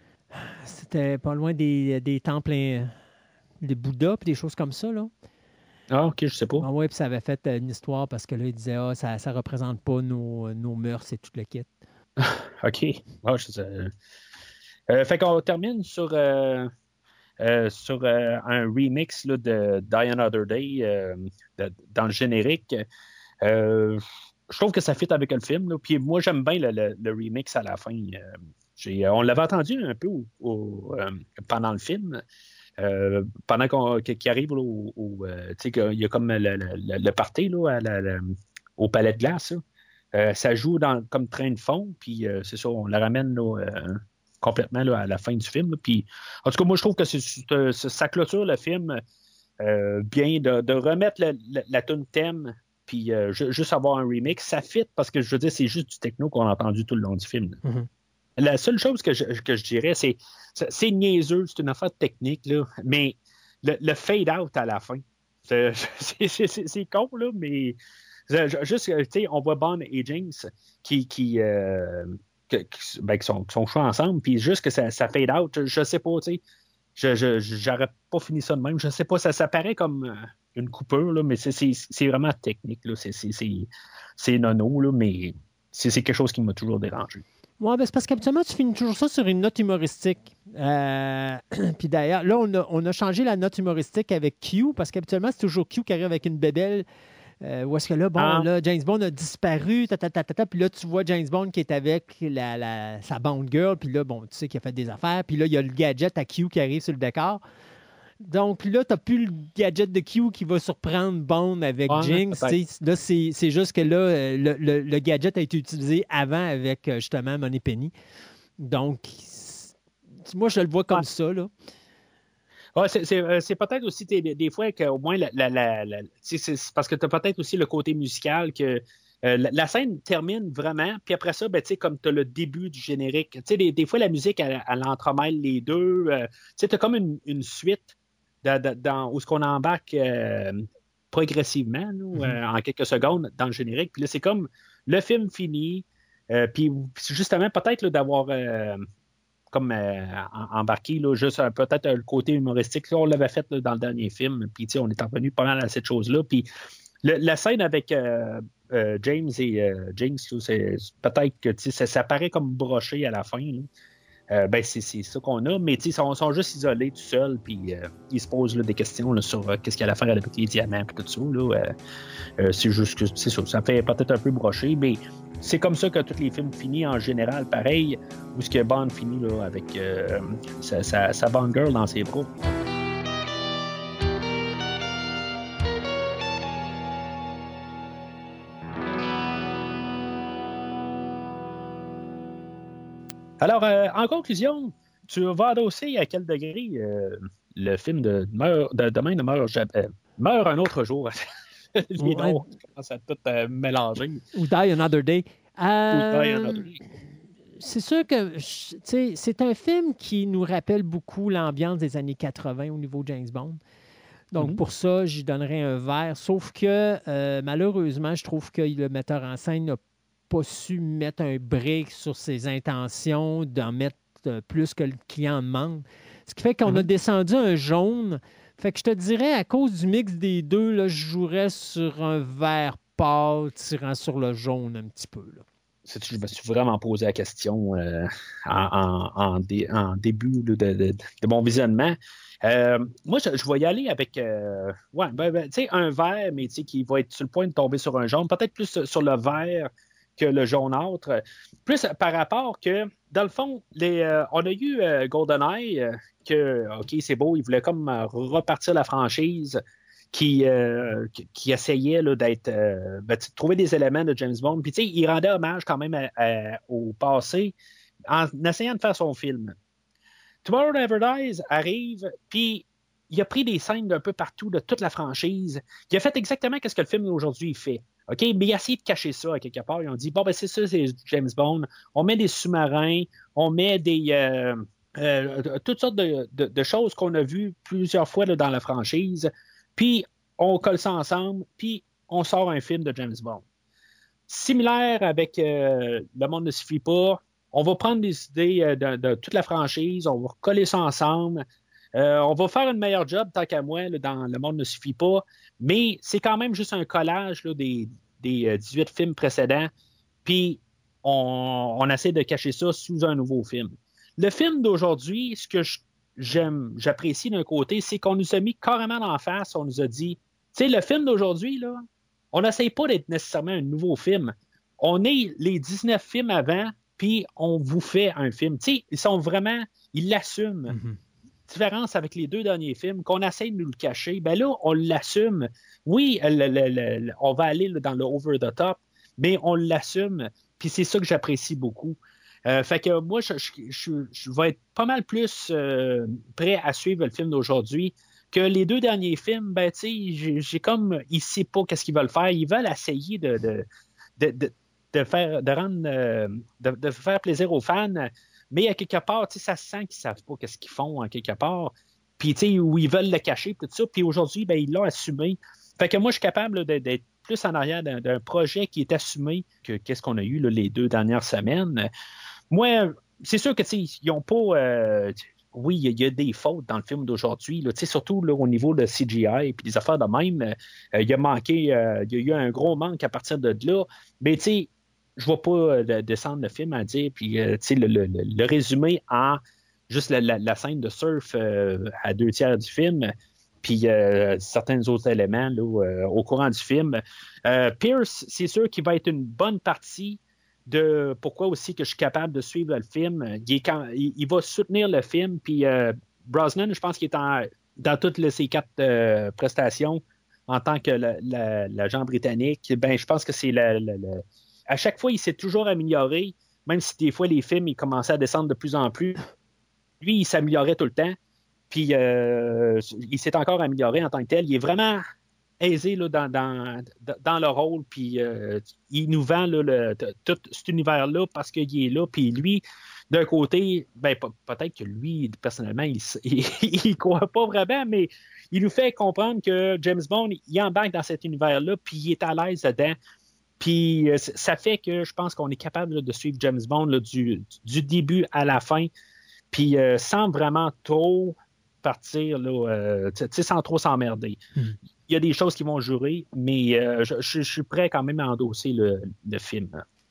C'était pas loin des, des temples, des Bouddhas, puis des choses comme ça, là. Ah, OK, je sais pas. Ah oui, puis ça avait fait une histoire parce que là, ils disaient, ah, ça, ça représente pas nos, nos mœurs et tout le kit. OK. Ah, je sais. Euh, fait qu'on termine sur, euh, euh, sur euh, un remix là, de Die Another Day euh, de, dans le générique. Euh, je trouve que ça fit avec le film. Là. Puis moi, j'aime bien le, le, le remix à la fin. Euh, j'ai, on l'avait entendu un peu au, au, euh, pendant le film. Euh, pendant qu'on, qu'il arrive là, au, au euh, tu sais, qu'il y a comme le, le, le, le party là, à la, la, au Palais de Glace. Euh, ça joue dans, comme train de fond. Puis euh, c'est ça, on la ramène là, euh, complètement là, à la fin du film. Là. Puis, en tout cas, moi, je trouve que c'est, c'est, ça clôture le film euh, bien de, de remettre le, le, la tune thème. Puis euh, juste avoir un remix, ça fit parce que je veux dire, c'est juste du techno qu'on a entendu tout le long du film. Mm-hmm. La seule chose que je, que je dirais, c'est c'est niaiseux, c'est une affaire technique, là, mais le, le fade-out à la fin, c'est, c'est, c'est, c'est, c'est con, là, mais juste, tu sais, on voit Bond et Jinx qui, qui, euh, qui, ben, qui, sont, qui sont chauds ensemble, puis juste que ça, ça fade-out, je sais pas, tu sais, je, je, j'aurais pas fini ça de même, je sais pas, ça, ça paraît comme une coupure, là, mais c'est, c'est, c'est vraiment technique, là, c'est, c'est, c'est, c'est nono, là, mais c'est, c'est quelque chose qui m'a toujours dérangé. Oui, ben c'est parce qu'habituellement, tu finis toujours ça sur une note humoristique. Euh, Puis d'ailleurs, là, on a, on a changé la note humoristique avec Q, parce qu'habituellement, c'est toujours Q qui arrive avec une bébelle. Euh, où est-ce que là, bon, ah. là, James Bond a disparu, ta, ta, ta, ta, ta, puis là, tu vois James Bond qui est avec la, la, sa Bond Girl, puis là, bon, tu sais qu'il a fait des affaires, puis là, il y a le gadget à Q qui arrive sur le décor. Donc là, tu n'as plus le gadget de Q qui va surprendre Bond avec ouais, Jinx. Là, c'est, c'est juste que là, le, le, le gadget a été utilisé avant avec justement Moneypenny. Donc, moi, je le vois comme ouais. ça. Là. Ouais, c'est, c'est, c'est peut-être aussi des, des fois qu'au moins, la, la, la, la, c'est, c'est parce que tu as peut-être aussi le côté musical que euh, la, la scène termine vraiment, puis après ça, ben, comme tu as le début du générique. Des, des fois, la musique, elle, elle entremêle les deux. Euh, tu as comme une, une suite. Dans, dans, où est-ce qu'on embarque euh, progressivement, là, mm-hmm. euh, en quelques secondes, dans le générique. Puis là, c'est comme le film fini. Euh, puis justement, peut-être là, d'avoir euh, comme euh, embarqué là, juste euh, peut-être euh, le côté humoristique. Là, on l'avait fait là, dans le dernier film. Puis on est revenu pas mal à cette chose-là. Puis le, la scène avec euh, euh, James et euh, Jinx, là, c'est, peut-être que ça, ça paraît comme broché à la fin. Là. Euh, ben c'est, c'est ça qu'on a, mais ils sont, sont juste isolés tout seuls, puis euh, ils se posent là, des questions là, sur euh, qu'est-ce qu'il y a à faire avec les diamants et tout ça. Là, euh, euh, c'est juste que c'est ça, ça fait peut-être un peu broché, mais c'est comme ça que tous les films finissent en général, pareil, où ce que Bond finit là, avec euh, sa, sa, sa Bond Girl dans ses bras. Alors, euh, en conclusion, tu vas adosser à quel degré euh, le film de, meurt, de Demain ne meurt jamais, euh, meurt un autre jour. Les ouais. noms commencent à tout euh, mélanger. Ou Die Another Day. Euh, Ou Die Another Day. C'est sûr que c'est un film qui nous rappelle beaucoup l'ambiance des années quatre-vingts au niveau James Bond. Donc, mm-hmm. pour ça, j'y donnerais un vert. Sauf que, euh, malheureusement, je trouve que le metteur en scène n'a pas su mettre un break sur ses intentions, d'en mettre plus que le client demande. Ce qui fait qu'on mm-hmm. a descendu un jaune. Fait que je te dirais, à cause du mix des deux, là, je jouerais sur un vert pâle tirant sur le jaune un petit peu. Là. Je me suis vraiment posé la question euh, en, en, en, dé, en début de, de, de, de mon visionnement. Euh, moi, je, je vais y aller avec euh, ouais, ben, ben, un vert, mais qui va être sur le point de tomber sur un jaune. Peut-être plus sur le vert que le jaunâtre. Plus par rapport que dans le fond, les, euh, on a eu euh, GoldenEye, euh, que, OK, c'est beau, il voulait comme euh, repartir la franchise, qui, euh, qui, qui essayait là, d'être, euh, ben, de trouver des éléments de James Bond. Puis, tu sais, il rendait hommage quand même à, à, au passé en essayant de faire son film. Tomorrow Never Dies arrive, puis il a pris des scènes d'un peu partout de toute la franchise. Il a fait exactement ce que le film d'aujourd'hui fait. OK? Mais il a essayé de cacher ça à quelque part. Ils ont dit, bon, ben c'est ça, c'est James Bond. On met des sous-marins, on met des... Euh, euh, toutes sortes de, de, de choses qu'on a vues plusieurs fois là, dans la franchise. Puis, on colle ça ensemble, puis on sort un film de James Bond. Similaire avec euh, Le Monde ne suffit pas. On va prendre des idées euh, de, de toute la franchise, on va coller ça ensemble. Euh, on va faire une meilleure job, tant qu'à moi, là, dans Le Monde ne suffit pas. Mais c'est quand même juste un collage là, des, des euh, dix-huit films précédents. Puis, on, on essaie de cacher ça sous un nouveau film. Le film d'aujourd'hui, ce que je J'aime, j'apprécie d'un côté, c'est qu'on nous a mis carrément en face, on nous a dit, tu sais, le film d'aujourd'hui, là, on n'essaye pas d'être nécessairement un nouveau film. On est les dix-neuf films avant, puis on vous fait un film. Tu sais, ils sont vraiment, ils l'assument. Mm-hmm. Différence avec les deux derniers films, qu'on essaye de nous le cacher, ben là, on l'assume. Oui, le, le, le, on va aller là, dans le over the top, mais on l'assume, puis c'est ça que j'apprécie beaucoup. Euh, fait que moi, je, je, je, je vais être pas mal plus euh, prêt à suivre le film d'aujourd'hui que les deux derniers films. Ben, tu sais, j'ai, j'ai comme, ils ne savent pas qu'est-ce qu'ils veulent faire. Ils veulent essayer de, de, de, de, de faire, de rendre, euh, de, de faire plaisir aux fans, mais à quelque part, tu sais, ça se sent qu'ils ne savent pas qu'est-ce qu'ils font en quelque part. Puis, tu sais, où ils veulent le cacher, tout ça. Puis aujourd'hui, ben, ils l'ont assumé. Fait que moi, je suis capable là, d'être plus en arrière d'un, d'un projet qui est assumé que qu'est-ce qu'on a eu là, les deux dernières semaines. Moi, c'est sûr que ils n'ont pas. Euh, oui, il y, y a des fautes dans le film d'aujourd'hui, là, surtout là, au niveau de C G I et des affaires de même. Euh, il a manqué, euh, il y a eu un gros manque à partir de là. Mais tu sais, je ne vais pas euh, descendre le film à dire, puis euh, le, le, le, le résumé en juste la, la, la scène de surf euh, à deux tiers du film. Puis euh, certains autres éléments là, euh, au courant du film. Euh, Pierce, c'est sûr qu'il va être une bonne partie de pourquoi aussi que je suis capable de suivre le film. Il, est quand, il, il va soutenir le film. Puis euh, Brosnan, je pense qu'il est en, dans toutes les, ces quatre euh, prestations en tant que l'agent britannique. Ben, je pense que c'est le, le, le... à chaque fois, il s'est toujours amélioré, même si des fois les films ils commençaient à descendre de plus en plus. Lui, il s'améliorait tout le temps. Puis euh, il s'est encore amélioré en tant que tel. Il est vraiment aisé là, dans, dans, dans le rôle, puis euh, il nous vend là, le, tout cet univers-là parce qu'il est là, puis lui, d'un côté, ben, peut-être que lui, personnellement, il ne croit pas vraiment, mais il nous fait comprendre que James Bond, il embarque dans cet univers-là, puis il est à l'aise dedans, puis euh, ça fait que je pense qu'on est capable là, de suivre James Bond là, du, du début à la fin, puis euh, sans vraiment trop partir, là, euh, sans trop s'emmerder. Mm. Il y a des choses qui vont jurer, mais euh, je, je, je suis prêt quand même à endosser le, le film.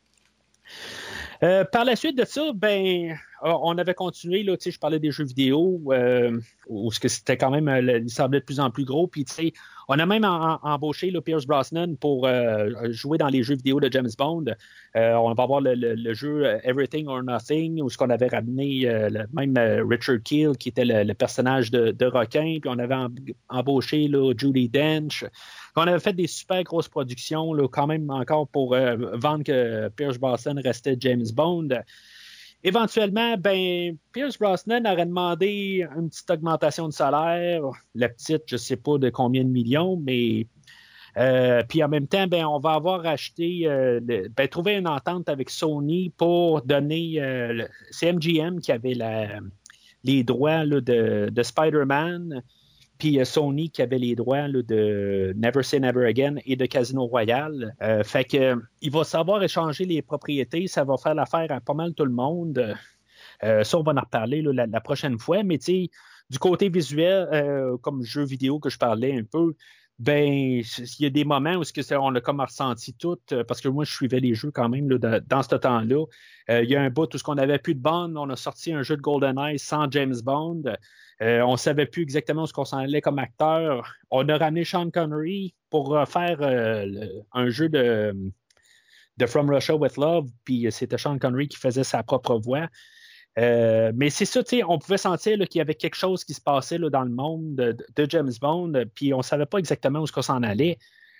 Euh, par la suite de ça, ben, on avait continué, là, je parlais des jeux vidéo, euh, où c'était quand même, il semblait de plus en plus gros, puis on a même en, en, embauché là, Pierce Brosnan pour euh, jouer dans les jeux vidéo de James Bond. Euh, on va avoir le, le, le jeu Everything or Nothing, où on avait ramené euh, le, même euh, Richard Kiel, qui était le, le personnage de, de requin, puis on avait en, embauché là, Judi Dench. On avait fait des super grosses productions, là, quand même encore pour euh, vendre que Pierce Brosnan restait James Bond. Éventuellement, ben, Pierce Brosnan aurait demandé une petite augmentation de salaire. La petite, je ne sais pas de combien de millions, mais euh, puis en même temps, ben, on va avoir acheté, euh, le, ben, trouvé une entente avec Sony pour donner, euh, le, c'est M G M qui avait la, les droits là, de, de Spider-Man. Puis euh, Sony qui avait les droits là, de Never Say Never Again et de Casino Royale. Euh, fait que euh, il va savoir échanger les propriétés, ça va faire l'affaire à pas mal tout le monde. Euh, ça, on va en reparler là, la, la prochaine fois. Mais tu sais, du côté visuel, euh, comme jeu vidéo que je parlais un peu, ben il y a des moments où on a comme ressenti tout, parce que moi, je suivais les jeux quand même là, de, dans ce temps-là. Euh, il y a un bout où on n'avait plus de Bond, on a sorti un jeu de GoldenEye sans James Bond. Euh, on ne savait plus exactement où on s'en allait comme acteur. On a ramené Sean Connery pour faire euh, le, un jeu de, de From Russia with Love, puis c'était Sean Connery qui faisait sa propre voix. Euh, mais c'est ça, tu sais, on pouvait sentir là, qu'il y avait quelque chose qui se passait là, dans le monde de, de James Bond, puis on ne savait pas exactement où est-ce qu'on s'en allait.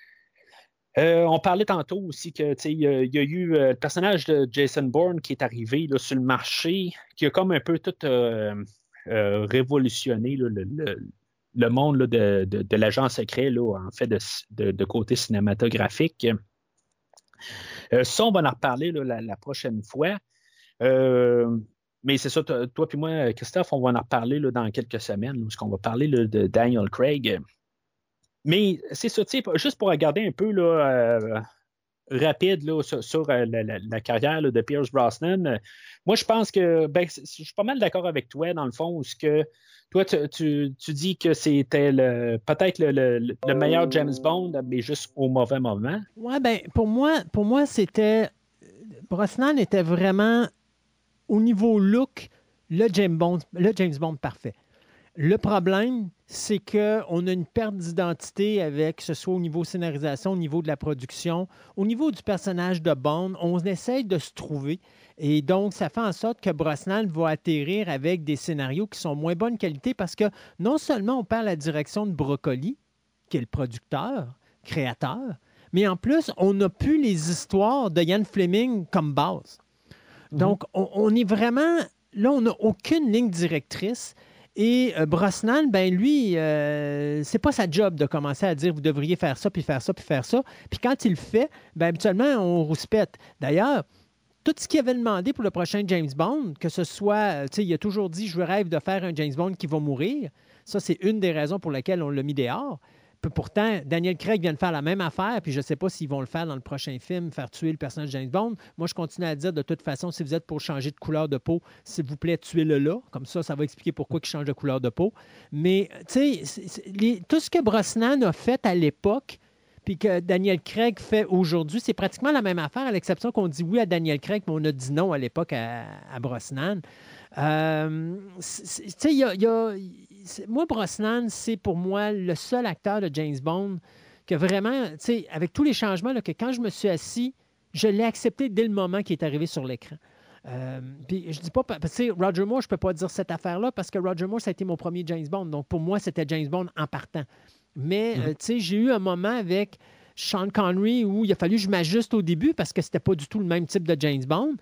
Euh, on parlait tantôt aussi que il y, y a eu euh, le personnage de Jason Bourne qui est arrivé là, sur le marché, qui a comme un peu tout euh, euh, révolutionné là, le, le, le monde là, de, de, de l'agent secret, là, en fait, de, de, de côté cinématographique. Euh, ça, on va en reparler là, la, la prochaine fois. Euh, mais c'est ça, toi puis moi, Christophe, on va en reparler là, dans quelques semaines, parce qu'on va parler là, de Daniel Craig. Mais c'est ça, tu sais, juste pour regarder un peu là, euh, rapide là, sur, sur euh, la, la, la carrière là, de Pierce Brosnan, euh, moi, je pense que ben, je suis pas mal d'accord avec toi, dans le fond, où ce que toi, tu, tu, tu dis que c'était le, peut-être le, le, le meilleur James Bond, mais juste au mauvais moment. Oui, bien, pour moi, pour moi, c'était... Brosnan était vraiment, au niveau look, le James Bond, le James Bond parfait. Le problème, c'est qu'on a une perte d'identité avec, que ce soit au niveau scénarisation, au niveau de la production, au niveau du personnage de Bond. On essaye de se trouver. Et donc, ça fait en sorte que Brosnan va atterrir avec des scénarios qui sont moins bonne qualité parce que non seulement on perd la direction de Broccoli, qui est le producteur, créateur, mais en plus, on n'a plus les histoires de Ian Fleming comme base. Donc, mm-hmm. on, on est vraiment... Là, on n'a aucune ligne directrice. Et euh, Brosnan, ben lui, euh, c'est pas sa job de commencer à dire vous devriez faire ça, puis faire ça, puis faire ça. Puis quand il le fait, ben habituellement, on rouspète. D'ailleurs, tout ce qu'il avait demandé pour le prochain James Bond, que ce soit, tu sais, il a toujours dit je rêve de faire un James Bond qui va mourir. Ça, c'est une des raisons pour lesquelles on l'a mis dehors. Puis pourtant, Daniel Craig vient de faire la même affaire, puis je ne sais pas s'ils vont le faire dans le prochain film, faire tuer le personnage de James Bond. Moi, je continue à dire, de toute façon, si vous êtes pour changer de couleur de peau, s'il vous plaît, tuez-le là. Comme ça, ça va expliquer pourquoi il change de couleur de peau. Mais, tu sais, tout ce que Brosnan a fait à l'époque, puis que Daniel Craig fait aujourd'hui, c'est pratiquement la même affaire, à l'exception qu'on dit oui à Daniel Craig, mais on a dit non à l'époque à, à Brosnan. Euh, tu sais, il y a... Y a moi, Brosnan, c'est pour moi le seul acteur de James Bond que vraiment, tu sais, avec tous les changements, là, que quand je me suis assis, je l'ai accepté dès le moment qu'il est arrivé sur l'écran. Euh, puis je dis pas, parce que Roger Moore, je peux pas dire cette affaire-là parce que Roger Moore, ça a été mon premier James Bond. Donc pour moi, c'était James Bond en partant. Mais, mm-hmm. euh, tu sais, j'ai eu un moment avec Sean Connery où il a fallu que je m'ajuste au début parce que c'était pas du tout le même type de James Bond.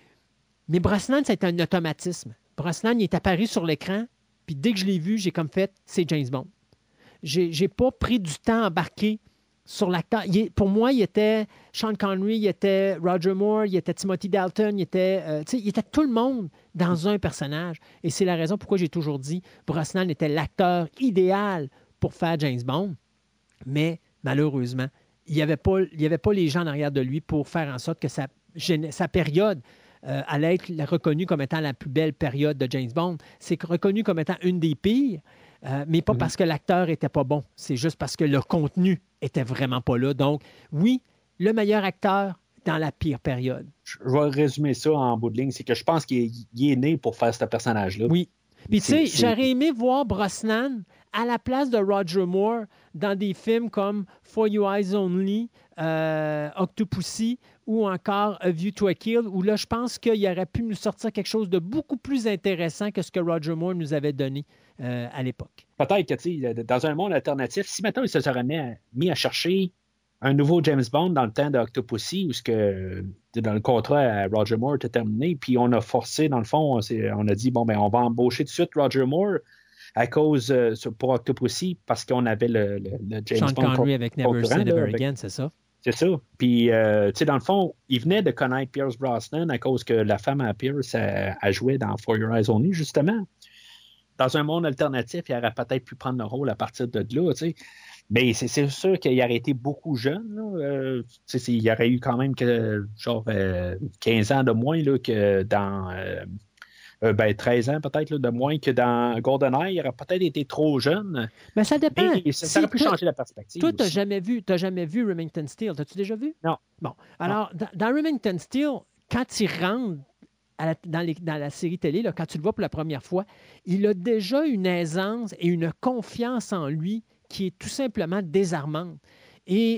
Mais Brosnan, c'était un automatisme. Brosnan, il est apparu sur l'écran. Puis dès que je l'ai vu, j'ai comme fait, c'est James Bond. J'ai, j'ai pas pris du temps à embarquer sur l'acteur. Il, pour moi, il était Sean Connery, il était Roger Moore, il était Timothy Dalton, il était, euh, il était tout le monde dans un personnage. Et c'est la raison pourquoi j'ai toujours dit Brosnan était l'acteur idéal pour faire James Bond. Mais malheureusement, il n'y avait pas, il y avait pas les gens en arrière de lui pour faire en sorte que sa, sa période Euh, allait être reconnue comme étant la plus belle période de James Bond. C'est reconnu comme étant une des pires, euh, mais pas mm-hmm. parce que l'acteur n'était pas bon. C'est juste parce que le contenu était vraiment pas là. Donc, oui, le meilleur acteur dans la pire période. Je vais résumer ça en bout de ligne. C'est que je pense qu'il est, il est né pour faire ce personnage-là. Oui. Puis, tu sais, j'aurais aimé voir Brosnan à la place de Roger Moore dans des films comme For Your Eyes Only, euh, Octopussy ou encore A View to a Kill, où là, je pense qu'il aurait pu nous sortir quelque chose de beaucoup plus intéressant que ce que Roger Moore nous avait donné euh, à l'époque. Peut-être que, tu sais, dans un monde alternatif, si maintenant il se serait mis à, mis à chercher un nouveau James Bond dans le temps d'Octopussy, où ce que dans le contrat à Roger Moore était terminé, puis on a forcé, dans le fond, on, on a dit, bon, ben on va embaucher tout de suite Roger Moore à cause, euh, pour Octopussy, parce qu'on avait le, le, le James Sean Bond. Sean Connery avec Never Say Never avec... Again, c'est ça? C'est ça. Puis, euh, tu sais, dans le fond, il venait de connaître Pierce Brosnan à cause que la femme à Pierce a, a joué dans For Your Eyes Only, justement. Dans un monde alternatif, il aurait peut-être pu prendre le rôle à partir de là, tu sais. Mais c'est, c'est sûr qu'il aurait été beaucoup jeune. Là. Euh, il y aurait eu quand même que, genre euh, quinze ans de moins là, que dans... Euh, Euh, ben, treize ans peut-être là, de moins que dans GoldenEye. Il aurait peut-être été trop jeune. Mais ça dépend. Mais ça, ça aurait pu toi, changer la perspective. Toi, tu n'as jamais vu, t'as jamais vu Remington Steele. T'as-tu déjà vu? Non. Bon. Alors, dans, dans Remington Steele, quand il rentre à la, dans, les, dans la série télé, là, quand tu le vois pour la première fois, il a déjà une aisance et une confiance en lui qui est tout simplement désarmante. Et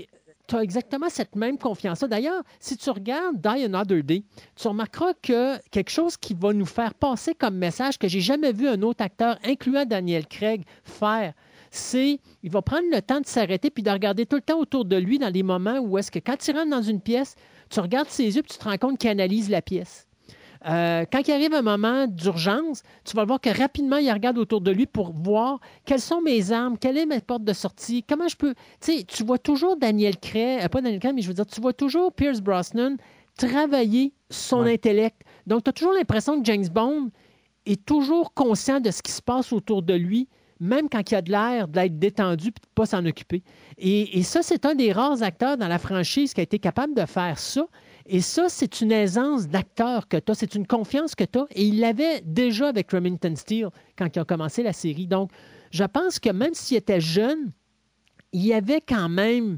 tu as exactement cette même confiance-là. D'ailleurs, si tu regardes Die Another Day, tu remarqueras que quelque chose qui va nous faire passer comme message que j'ai jamais vu un autre acteur, incluant Daniel Craig, faire, c'est il va prendre le temps de s'arrêter puis de regarder tout le temps autour de lui dans des moments où est-ce que quand il rentre dans une pièce, tu regardes ses yeux puis tu te rends compte qu'il analyse la pièce. Euh, quand il arrive un moment d'urgence, tu vas voir que rapidement, il regarde autour de lui pour voir quelles sont mes armes, quelle est ma porte de sortie, comment je peux... Tu sais, tu vois toujours Daniel Craig, euh, pas Daniel Craig, mais je veux dire, tu vois toujours Pierce Brosnan travailler son Ouais. intellect. Donc, tu as toujours l'impression que James Bond est toujours conscient de ce qui se passe autour de lui, même quand il a de l'air d'être détendu et de ne pas s'en occuper. Et, et ça, c'est un des rares acteurs dans la franchise qui a été capable de faire ça. Et ça, c'est une aisance d'acteur que tu as, c'est une confiance que tu as. Et il l'avait déjà avec Remington Steele quand il a commencé la série. Donc, je pense que même s'il était jeune, il y avait quand même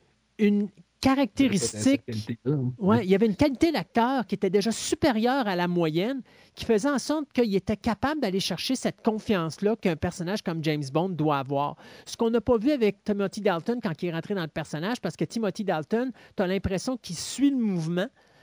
une caractéristique. Ouais, il y avait une qualité d'acteur qui était déjà supérieure à la moyenne, qui faisait en sorte qu'il était capable d'aller chercher cette confiance-là qu'un personnage comme James Bond doit avoir. Ce qu'on n'a pas vu avec Timothy Dalton quand il est rentré dans le personnage, parce que Timothy Dalton, tu as l'impression qu'il suit le mouvement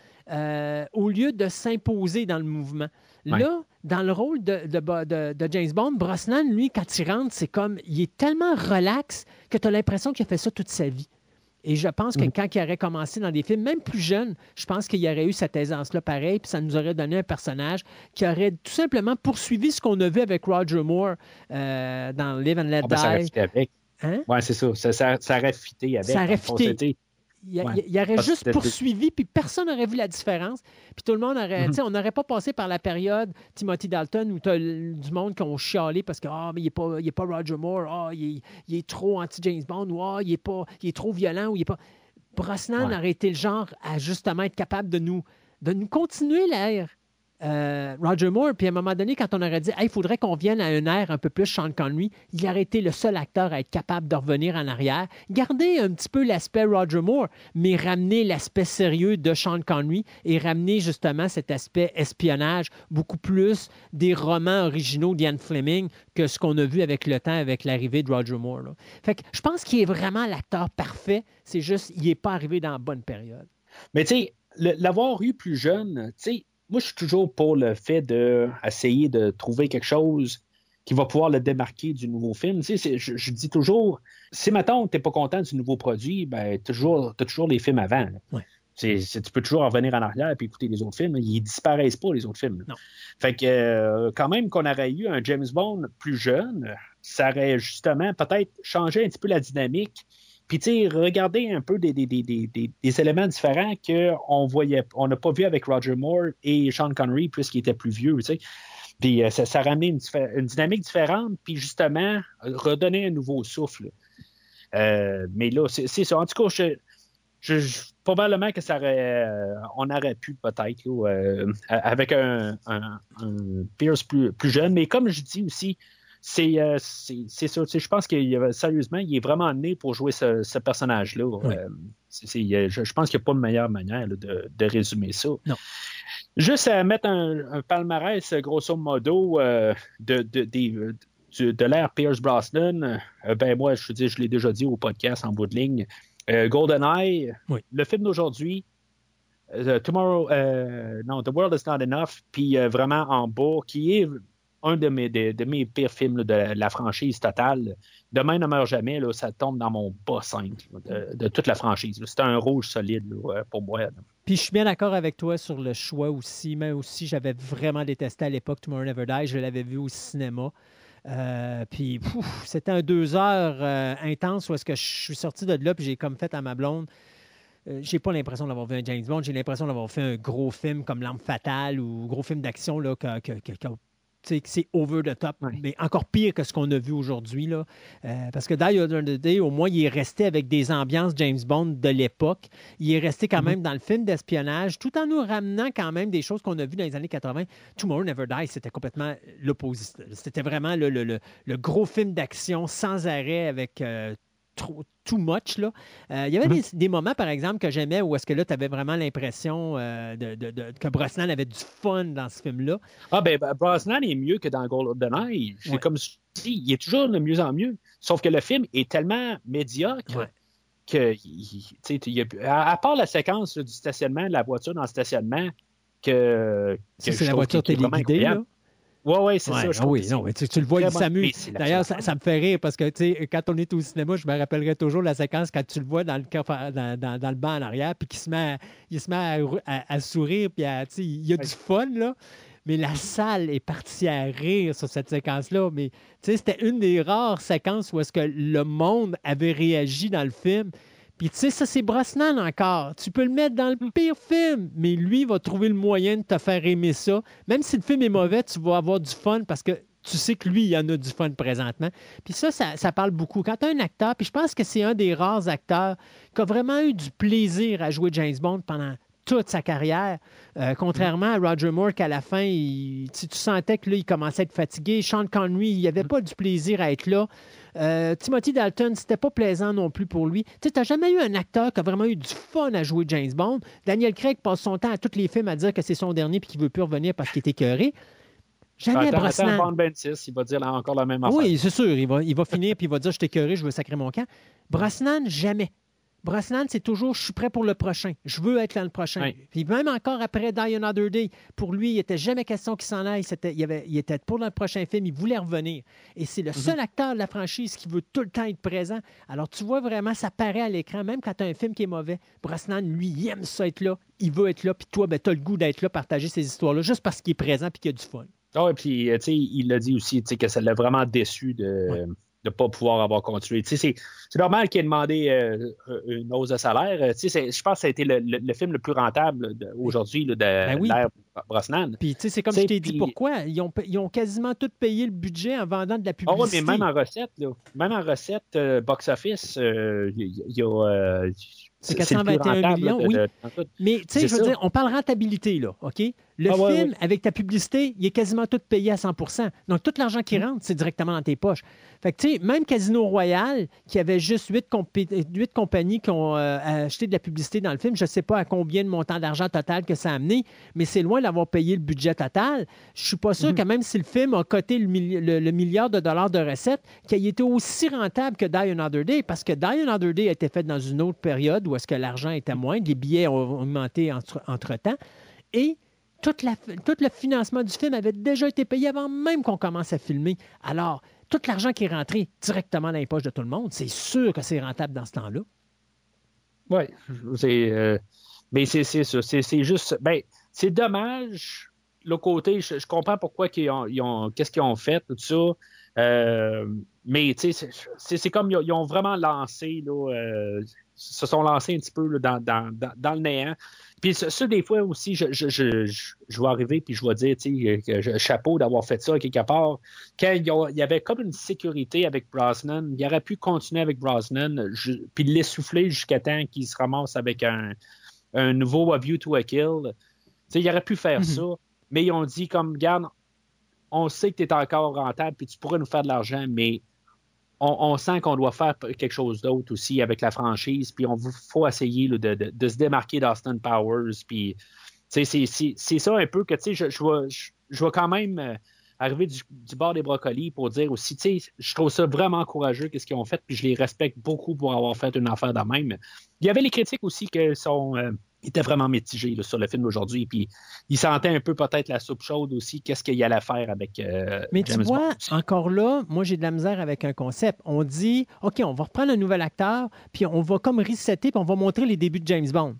euh, au lieu de s'imposer dans le mouvement. Ouais. Là, dans le rôle de, de, de, de James Bond, Brosnan, lui, quand il rentre, c'est comme, il est tellement relax que tu as l'impression qu'il a fait ça toute sa vie. Et je pense que quand il aurait commencé dans des films, même plus jeunes, je pense qu'il y aurait eu cette aisance-là pareil, puis ça nous aurait donné un personnage qui aurait tout simplement poursuivi ce qu'on a vu avec Roger Moore euh, dans Live and Let Ah, ben, ça aurait Die. fité avec. Hein? Oui, c'est ça. Ça, ça, ça aurait fité avec. Ça aurait En fond, fité. c'était- Il, Ouais. il- il aurait Parce juste que- poursuivi, puis personne n'aurait vu la différence. Puis tout le monde aurait... Mhm. tu sais, on n'aurait pas passé par la période Timothy Dalton où tu as du monde qui ont chialé parce que ah, mais il n'est pas, il est pas Roger Moore, ah, il, est, il est trop anti-James Bond, ou ah, il, est pas, il est trop violent, ou il est pas... Brosnan Ouais. aurait été le genre à justement être capable de nous, de nous continuer l'ère euh, Roger Moore. Puis à un moment donné, quand on aurait dit hey, il faudrait qu'on vienne à une ère un peu plus Sean Connery, il aurait été le seul acteur à être capable de revenir en arrière, garder un petit peu l'aspect Roger Moore, mais ramener l'aspect sérieux de Sean Connery et ramener justement cet aspect espionnage beaucoup plus des romans originaux d'Ian Fleming que ce qu'on a vu avec le temps, avec l'arrivée de Roger Moore. Là. Fait que je pense qu'il est vraiment l'acteur parfait, c'est juste qu'il n'est pas arrivé dans la bonne période. Mais tu sais, le- l'avoir eu plus jeune, tu sais, moi, je suis toujours pour le fait d'essayer de trouver quelque chose qui va pouvoir le démarquer du nouveau film. Tu sais, c'est- je, je dis toujours, si, mettons, tu n'es pas content du nouveau produit, ben, tu as toujours, t'as toujours les films avant. là. Ouais. C'est, c'est- tu peux toujours revenir en arrière et écouter les autres films. là. Ils disparaissent pas, les autres films. là. Non. Fait que, euh, quand même, qu'on aurait eu un James Bond plus jeune, ça aurait justement peut-être changé un petit peu la dynamique. Puis, tu sais, regarder un peu des, des, des, des, des, des éléments différents qu'on voyait, on n'a pas vu avec Roger Moore et Sean Connery, puisqu'il était plus vieux, tu sais. Puis, euh, ça, ça ramenait une, diffé- une dynamique différente, puis justement, redonner un nouveau souffle. Euh, mais là, c'est, c'est ça. En tout cas, je, je, je- probablement que ça aurait, euh, on aurait pu peut-être, là, euh, avec un, un, un Pierce plus, plus jeune. Mais comme je dis aussi, c'est, euh, c'est, c'est ça. Tu sais, je pense que sérieusement, il est vraiment né pour jouer ce, ce personnage-là. Oui. Euh, c'est, c'est, je, je pense qu'il n'y a pas de meilleure manière là, de, de résumer ça. Non. Juste à mettre un, un palmarès, grosso modo, euh, de, de, des- de, de l'ère Pierce Brosnan, euh, ben moi, je veux dire, je l'ai déjà dit au podcast en bout de ligne. Euh, GoldenEye, Oui. le film d'aujourd'hui, euh, Tomorrow, euh, non, The World Is Not Enough, puis euh, vraiment en bas, qui est un de mes, de, de mes pires films là, de la, la franchise totale. Demain ne meurt jamais, là, ça tombe dans mon bas cinq là, de, de toute la franchise. là. C'est un rouge solide là, pour moi. là. Puis je suis bien d'accord avec toi sur le choix aussi. Même aussi, j'avais vraiment détesté à l'époque Tomorrow Never Die. Je l'avais vu au cinéma. Euh, puis pouf, c'était un deux heures euh, intense où est-ce que je suis sorti de là puis j'ai comme fait à ma blonde. Euh, j'ai pas l'impression d'avoir vu un James Bond. J'ai l'impression d'avoir fait un gros film comme L'Arme Fatale ou gros film d'action là, que, que, que, que tu sais, que c'est over the top, Ouais. mais encore pire que ce qu'on a vu aujourd'hui. Là. Euh, parce que Die Another Day, au moins, il est resté avec des ambiances James Bond de l'époque. Il est resté quand Mhm. même dans le film d'espionnage, tout en nous ramenant quand même des choses qu'on a vues dans les années quatre-vingt. Tomorrow Never Die, c'était complètement l'opposite. C'était vraiment le, le, le, le gros film d'action sans arrêt avec euh, trop, too much. Là. Euh, il y avait Mhm. des, des moments, par exemple, que j'aimais où est-ce que là, tu avais vraiment l'impression euh, de, de, de- que Brosnan avait du fun dans ce film-là. Ah ben, ben, Brosnan est mieux que dans GoldenEye. C'est Ouais. comme si il est toujours de mieux en mieux. Sauf que le film est tellement médiocre Ouais. que, il, il a, à part la séquence là, du stationnement, de la voiture dans le stationnement, que, ça, que c'est la voiture téléguidée, là? Oui, oui, c'est ouais, ça. Je oui, non, mais tu, tu le vois, il s'amuse. D'ailleurs, ça, ça me fait rire parce que, tu sais, quand on est au cinéma, je me rappellerai toujours la séquence quand tu le vois dans le, dans, dans, dans le banc en arrière, puis qu'il se met à, il se met à, à, à sourire, puis à, tu sais, il y a ouais. du fun, là. Mais la salle est partie à rire sur cette séquence-là. Mais, tu sais, c'était une des rares séquences où est-ce que le monde avait réagi dans le film. Puis, tu sais, ça, c'est Brosnan encore. Tu peux le mettre dans le pire film, mais lui, il va trouver le moyen de te faire aimer ça. Même si le film est mauvais, tu vas avoir du fun parce que tu sais que lui, il y en a du fun présentement. Puis ça, ça, ça parle beaucoup. Quand tu as un acteur, puis je pense que c'est un des rares acteurs qui a vraiment eu du plaisir à jouer James Bond pendant toute sa carrière, euh, contrairement à Roger Moore qu'à la fin, il, tu, tu sentais que là, il commençait à être fatigué. Sean Connery, il n'avait pas du plaisir à être là. Euh, Timothy Dalton, c'était pas plaisant non plus pour lui. Tu n'as jamais eu un acteur qui a vraiment eu du fun à jouer James Bond. Daniel Craig passe son temps à tous les films à dire que c'est son dernier et qu'il ne veut plus revenir parce qu'il est écœuré. Jamais attends, Brosnan. Attends, Bond vingt-six, il va dire là, encore la même affaire. Oui, c'est sûr. Il va, il va finir puis il va dire « Je t'ai écœuré, je veux sacrer mon camp ». Brosnan, jamais. Brosnan, c'est toujours « Je suis prêt pour le prochain. Je veux être là le prochain. Oui. » Puis même encore après Die Another Day, pour lui, il n'était jamais question qu'il s'en aille. C'était, il, avait, il était pour le prochain film. Il voulait revenir. Et c'est le mm-hmm. seul acteur de la franchise qui veut tout le temps être présent. Alors, tu vois vraiment, ça paraît à l'écran, même quand tu as un film qui est mauvais. Brosnan, lui, il aime ça être là. Il veut être là. Puis toi, ben, tu as le goût d'être là, partager ces histoires-là, juste parce qu'il est présent et qu'il y a du fun. Ah, et puis, tu sais, il l'a dit aussi, tu sais, que ça l'a vraiment déçu de... Ouais. de ne pas pouvoir avoir continué. Tu sais, c'est, c'est normal qu'il ait demandé euh, une hausse de salaire. Tu sais, je pense que ça a été le, le, le film le plus rentable de, aujourd'hui là, de ben oui. l'ère Brosnan. Puis, tu sais, c'est comme t'sais, je t'ai dit, puis... pourquoi? Ils ont, ils ont quasiment tout payé le budget en vendant de la publicité. Ah oui, mais même en recette, là, même en recette euh, box-office, il euh, y, y a... Euh, c'est quatre cent vingt et un millions, de, oui. De, de, mais, tu sais, je veux ça. dire, on parle rentabilité, là, OK? Le ah, film, ouais, ouais. avec ta publicité, il est quasiment tout payé à cent pour cent. Donc, tout l'argent qui rentre, c'est directement dans tes poches. Fait que, tu sais, même Casino Royale, qui avait juste huit compé- compagnies qui ont euh, acheté de la publicité dans le film, je ne sais pas à combien de montant d'argent total que ça a amené, mais c'est loin d'avoir payé le budget total. Je ne suis pas sûr mm-hmm. que même si le film a coté le, milli- le, le milliard de dollars de recettes, qu'il ait été aussi rentable que Die Another Day, parce que Die Another Day a été fait dans une autre période où est-ce que l'argent était moindre, les billets ont augmenté entre, entre-temps, et toute la, tout le financement du film avait déjà été payé avant même qu'on commence à filmer. Alors, tout l'argent qui est rentré directement dans les poches de tout le monde, c'est sûr que c'est rentable dans ce temps-là. Oui, c'est, euh, mais c'est, c'est ça. C'est, c'est juste, ben, c'est dommage. Le côté, je, je comprends pourquoi ils ont, ils ont, qu'est-ce qu'ils ont fait, tout ça. Euh, mais tu sais, c'est, c'est, c'est comme ils ont vraiment lancé, là, euh, se sont lancés un petit peu là, dans, dans, dans, dans le néant. Puis ça, ça, des fois aussi, je, je, je, je, je vais arriver puis je vais dire, tu sais, chapeau d'avoir fait ça quelque part. Quand il y avait comme une sécurité avec Brosnan, il aurait pu continuer avec Brosnan, je, puis l'essouffler jusqu'à temps qu'il se ramasse avec un, un nouveau A View to a Kill. Tu sais, il aurait pu faire mm-hmm. ça, mais ils ont dit comme, regarde, on sait que tu es encore rentable puis tu pourrais nous faire de l'argent, mais On, on sent qu'on doit faire quelque chose d'autre aussi avec la franchise, puis on faut essayer là, de, de, de se démarquer d'Austin Powers, puis c'est, c'est, c'est ça un peu que, tu sais, je, je, vais, je, je vais quand même euh, arriver du, du bord des brocolis pour dire aussi, tu sais, je trouve ça vraiment courageux qu'est-ce qu'ils ont fait, puis je les respecte beaucoup pour avoir fait une affaire de même. Il y avait les critiques aussi que sont... Euh, il était vraiment mitigé là, sur le film d'aujourd'hui. Puis il sentait un peu peut-être la soupe chaude aussi. Qu'est-ce qu'il allait faire avec euh, Mais James tu vois, Bond. Encore là, moi, j'ai de la misère avec un concept. On dit, OK, on va reprendre un nouvel acteur, puis on va comme resetter, puis on va montrer les débuts de James Bond.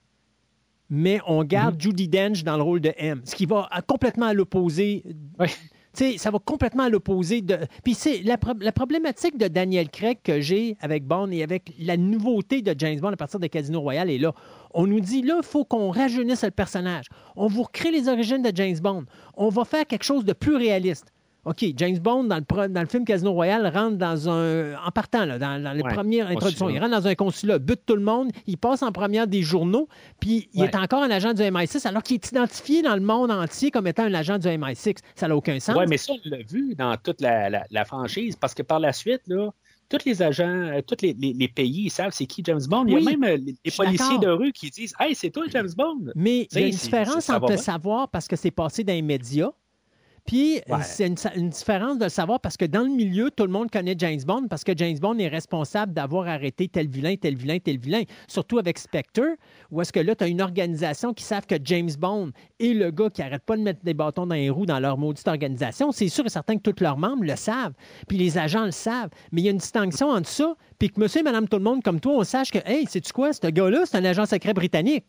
Mais on garde mm-hmm. Judi Dench dans le rôle de M, ce qui va complètement à l'opposé... Oui. T'sais, ça va complètement à l'opposé de... Puis c'est la, pro... la problématique de Daniel Craig que j'ai avec Bond et avec la nouveauté de James Bond à partir de Casino Royale est là. On nous dit, là, il faut qu'on rajeunisse le personnage. On vous recrée les origines de James Bond. On va faire quelque chose de plus réaliste. OK, James Bond, dans le, pro... dans le film Casino Royale, rentre dans un... En partant, là, dans, dans les ouais, premières introductions, il rentre dans un consulat, bute tout le monde, il passe en première des journaux, puis il ouais. est encore un agent du M I six, alors qu'il est identifié dans le monde entier comme étant un agent du M I six. Ça n'a aucun sens. Oui, mais ça, on l'a vu dans toute la, la, la franchise, parce que par la suite, là, tous les agents, tous les, les, les pays, ils savent c'est qui James Bond. Oui, il y a même les, les policiers de rue qui disent « Hey, c'est toi James Bond! » Mais il y a une différence entre le savoir parce que c'est passé dans les médias, Puis, Ouais. c'est une, une différence de le savoir parce que dans le milieu, tout le monde connaît James Bond parce que James Bond est responsable d'avoir arrêté tel vilain, tel vilain, tel vilain. Surtout avec Spectre, où est-ce que là, tu as une organisation qui savent que James Bond est le gars qui n'arrête pas de mettre des bâtons dans les roues dans leur maudite organisation. C'est sûr et certain que tous leurs membres le savent. Puis les agents le savent. Mais il y a une distinction entre ça puis que monsieur et madame tout le monde comme toi, on sache que, hey, sais-tu quoi, ce gars-là, c'est un agent secret britannique.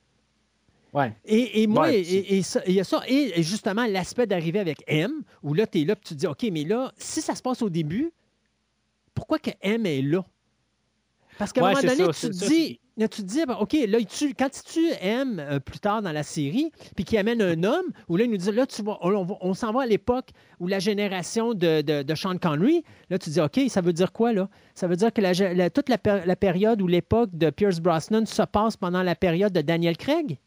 Ouais. Et, et moi, Ouais, et- et ça- il y a ça. Et justement, l'aspect d'arriver avec M, où là, tu es là, puis tu te dis, OK, mais là, si ça se passe au début, pourquoi que M est là? Parce qu'à un Ouais, moment c'est donné, ça, tu, te c'est ça, dis, là, tu te dis, ben, OK, là, tu, quand tu aimes euh, plus tard dans la série, puis qu'il amène un homme, où là, il nous dit, là, tu vois, on, on va- on s'en va à l'époque où la génération de, de, de Sean Connery, là, tu dis, OK, ça veut dire quoi, là? Ça veut dire que la, la- toute la, péri- la période ou l'époque de Pierce Brosnan se passe pendant la période de Daniel Craig?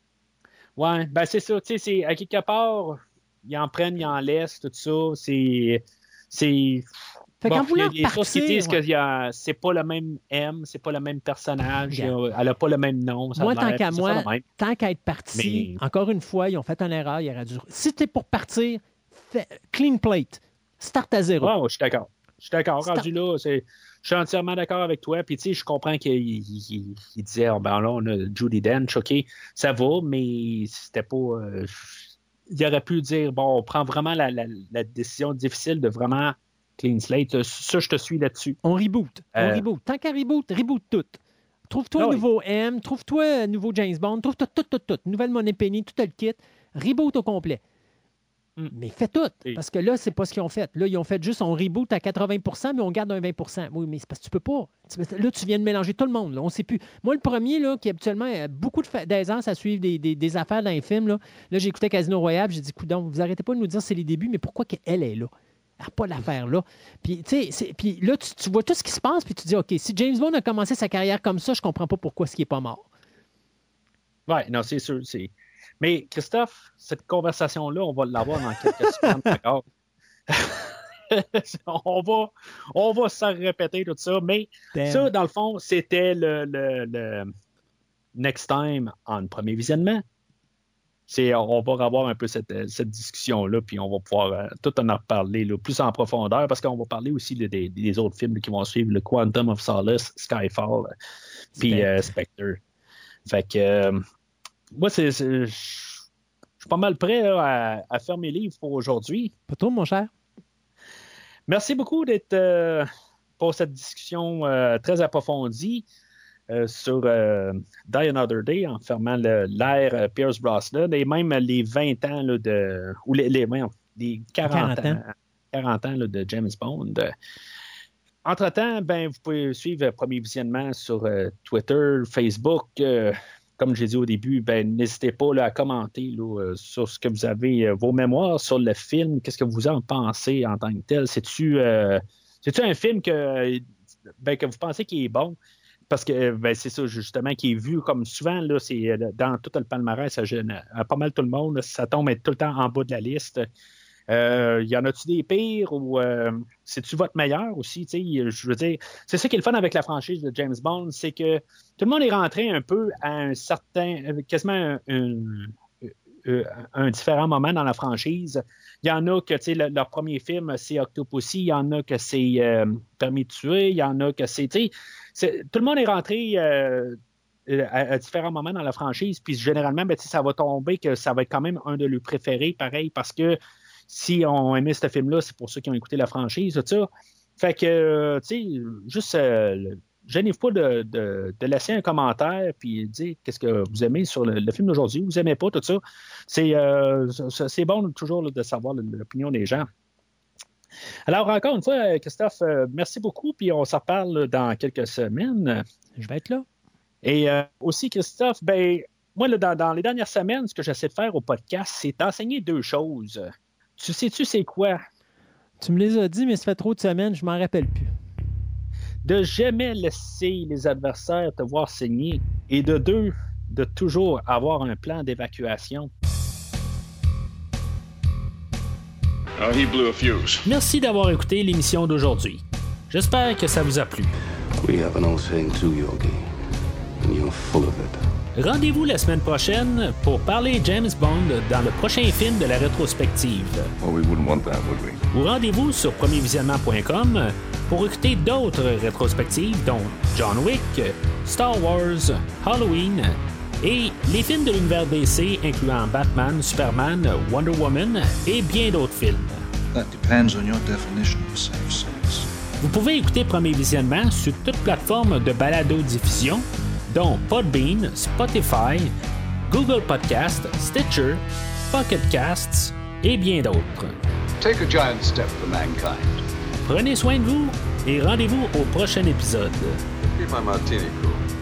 Ouais, ben c'est ça, tu sais, c'est à quelque part, ils en prennent, ils en laissent, tout ça, c'est... c'est... Fait Bon, qu'en il y a voulant des sources qui partir, disent ouais. que y a- c'est pas le même M, c'est pas le même personnage, Yeah. il y a- elle a pas le même nom. Ça a Moi, l'air, tant qu'à c'est ça, moi, le même. tant qu'à être parti, Mais- encore une fois, ils ont fait une erreur. Il aurait dû... Si tu es pour partir, fais... clean plate. Start à zéro. Ouais, ouais, je suis d'accord. Je suis d'accord. Stop. Rendu là, c'est... je suis entièrement d'accord avec toi. Puis, tu sais, je comprends qu'il il, il- il disait, oh, ben là, on a Judi Dench, OK, ça va, mais c'était pas. euh, il aurait pu dire, bon, on prend vraiment la, la- la décision difficile de vraiment clean slate. Ça, je te suis là-dessus. On reboot. On Euh. reboot. Tant qu'à reboot, reboot tout. Trouve-toi Ah un oui. nouveau M, trouve-toi un nouveau James Bond, trouve-toi tout, tout, tout. Nouvelle Money Penny, tout le kit. Reboot au complet. Mm. Mais fais tout. Et- Parce que là, c'est pas ce qu'ils ont fait. Là, ils ont fait juste, on reboot à quatre-vingts pour cent, mais on garde un vingt pour cent. Oui, mais c'est parce que tu peux pas. Tu- Là, tu viens de mélanger tout le monde. Là. On sait plus. Moi, le premier, là, qui habituellement a beaucoup de fa- d'aisance à suivre des, des- des affaires dans les films, là, là j'écoutais Casino Royale, j'ai dit, coudonc, vous arrêtez pas de nous dire c'est les débuts, mais pourquoi qu'elle est là? Elle n'a pas l'affaire là. Puis, tu sais, c'est- puis là, tu, tu vois tout ce qui se passe, puis tu dis, OK, si James Bond a commencé sa carrière comme ça, je comprends pas pourquoi ce qui est pas mort. Ouais, non, c'est sûr. C'est... Mais, Christophe, cette conversation-là, on va l'avoir dans quelques semaines encore. on va, on va se répéter tout ça, mais Damn. ça, dans le fond, c'était le, le, le next time en premier visionnement. C'est, on va avoir un peu cette, cette discussion-là, puis on va pouvoir euh, tout en reparler là, plus en profondeur, parce qu'on va parler aussi là, des, des autres films là, qui vont suivre, le Quantum of Solace, Skyfall, euh, puis euh, Spectre. Fait que, euh, moi, c'est, c'est, je suis pas mal prêt là, à, à fermer les livres pour aujourd'hui. Pas trop, mon cher. Merci beaucoup d'être euh, pour cette discussion euh, très approfondie euh, sur euh, Die Another Day en fermant le- l'ère euh, Pierce Brosnan et même les vingt ans là, de ou les, les, voyons, les quarante, quarante ans, quarante ans là, de James Bond. Entre-temps, ben, vous pouvez suivre le premier visionnement sur euh, Twitter, Facebook. euh, Comme j'ai dit au début, ben, n'hésitez pas là, à commenter là, euh, sur ce que vous avez, euh, vos mémoires sur le film. Qu'est-ce que vous en pensez en tant que tel? C'est-tu, euh, c'est-tu un film que, ben, que vous pensez qu'il est bon? Parce que ben, c'est ça, justement, qui est vu comme souvent, là, c'est euh, dans tout le palmarès, ça gêne euh, pas mal tout le monde. Là, ça tombe être tout le temps en bas de la liste. Euh, y en a-tu des pires ou euh, c'est-tu votre meilleur aussi? Tu sais, je veux dire, c'est ça qui est le fun avec la franchise de James Bond, c'est que tout le monde est rentré un peu à un certain, quasiment un, un, un, un différent moment dans la franchise. Il y en a que, tu sais, le- leur premier film, c'est Octopussy. Il y en a que c'est euh, Permis de tuer. Il y en a que c'est, tu sais, c'est- tout le monde est rentré euh, à, à différents moments dans la franchise. Puis généralement, ben, tu sais, ça va tomber que ça va être quand même un de leurs préférés, pareil, parce que si on aimait ce film-là, c'est pour ceux qui ont écouté la franchise, tout ça. Fait que, euh, tu sais, juste, euh, le- gênez-vous pas de, de, de laisser un commentaire puis dire qu'est-ce que vous aimez sur le, le film d'aujourd'hui, vous aimez pas, tout ça. C'est, euh, c'est c'est bon toujours là, de savoir l'opinion des gens. Alors, encore une fois, Christophe, euh, merci beaucoup, puis on s'en reparle dans quelques semaines. Je vais être là. Et euh, aussi, Christophe, ben, moi, là, dans, dans les dernières semaines, ce que j'essaie de faire au podcast, c'est d'enseigner deux choses. Tu sais-tu c'est quoi? Tu me les as dit, mais ça fait trop de semaines, je m'en rappelle plus. De jamais laisser les adversaires te voir saigner. Et de deux, de toujours avoir un plan d'évacuation. Oh, he blew a fuse. Merci d'avoir écouté l'émission d'aujourd'hui. J'espère que ça vous a plu. We have an old saying too, Yogi. and you're full of it. Rendez-vous la semaine prochaine pour parler James Bond dans le prochain film de la rétrospective. Well, we wouldn't want that, would we? Ou rendez-vous sur premier visionnement point com pour écouter d'autres rétrospectives dont John Wick, Star Wars, Halloween et les films de l'univers D C incluant Batman, Superman, Wonder Woman et bien d'autres films. That depends on your definition of safe sex. Vous pouvez écouter Premier Visionnement sur toute plateforme de balado-diffusion, dont Podbean, Spotify, Google Podcasts, Stitcher, Pocket Casts et bien d'autres. Take a giant step for mankind. Prenez soin de vous et rendez-vous au prochain épisode. Keep my martini cool.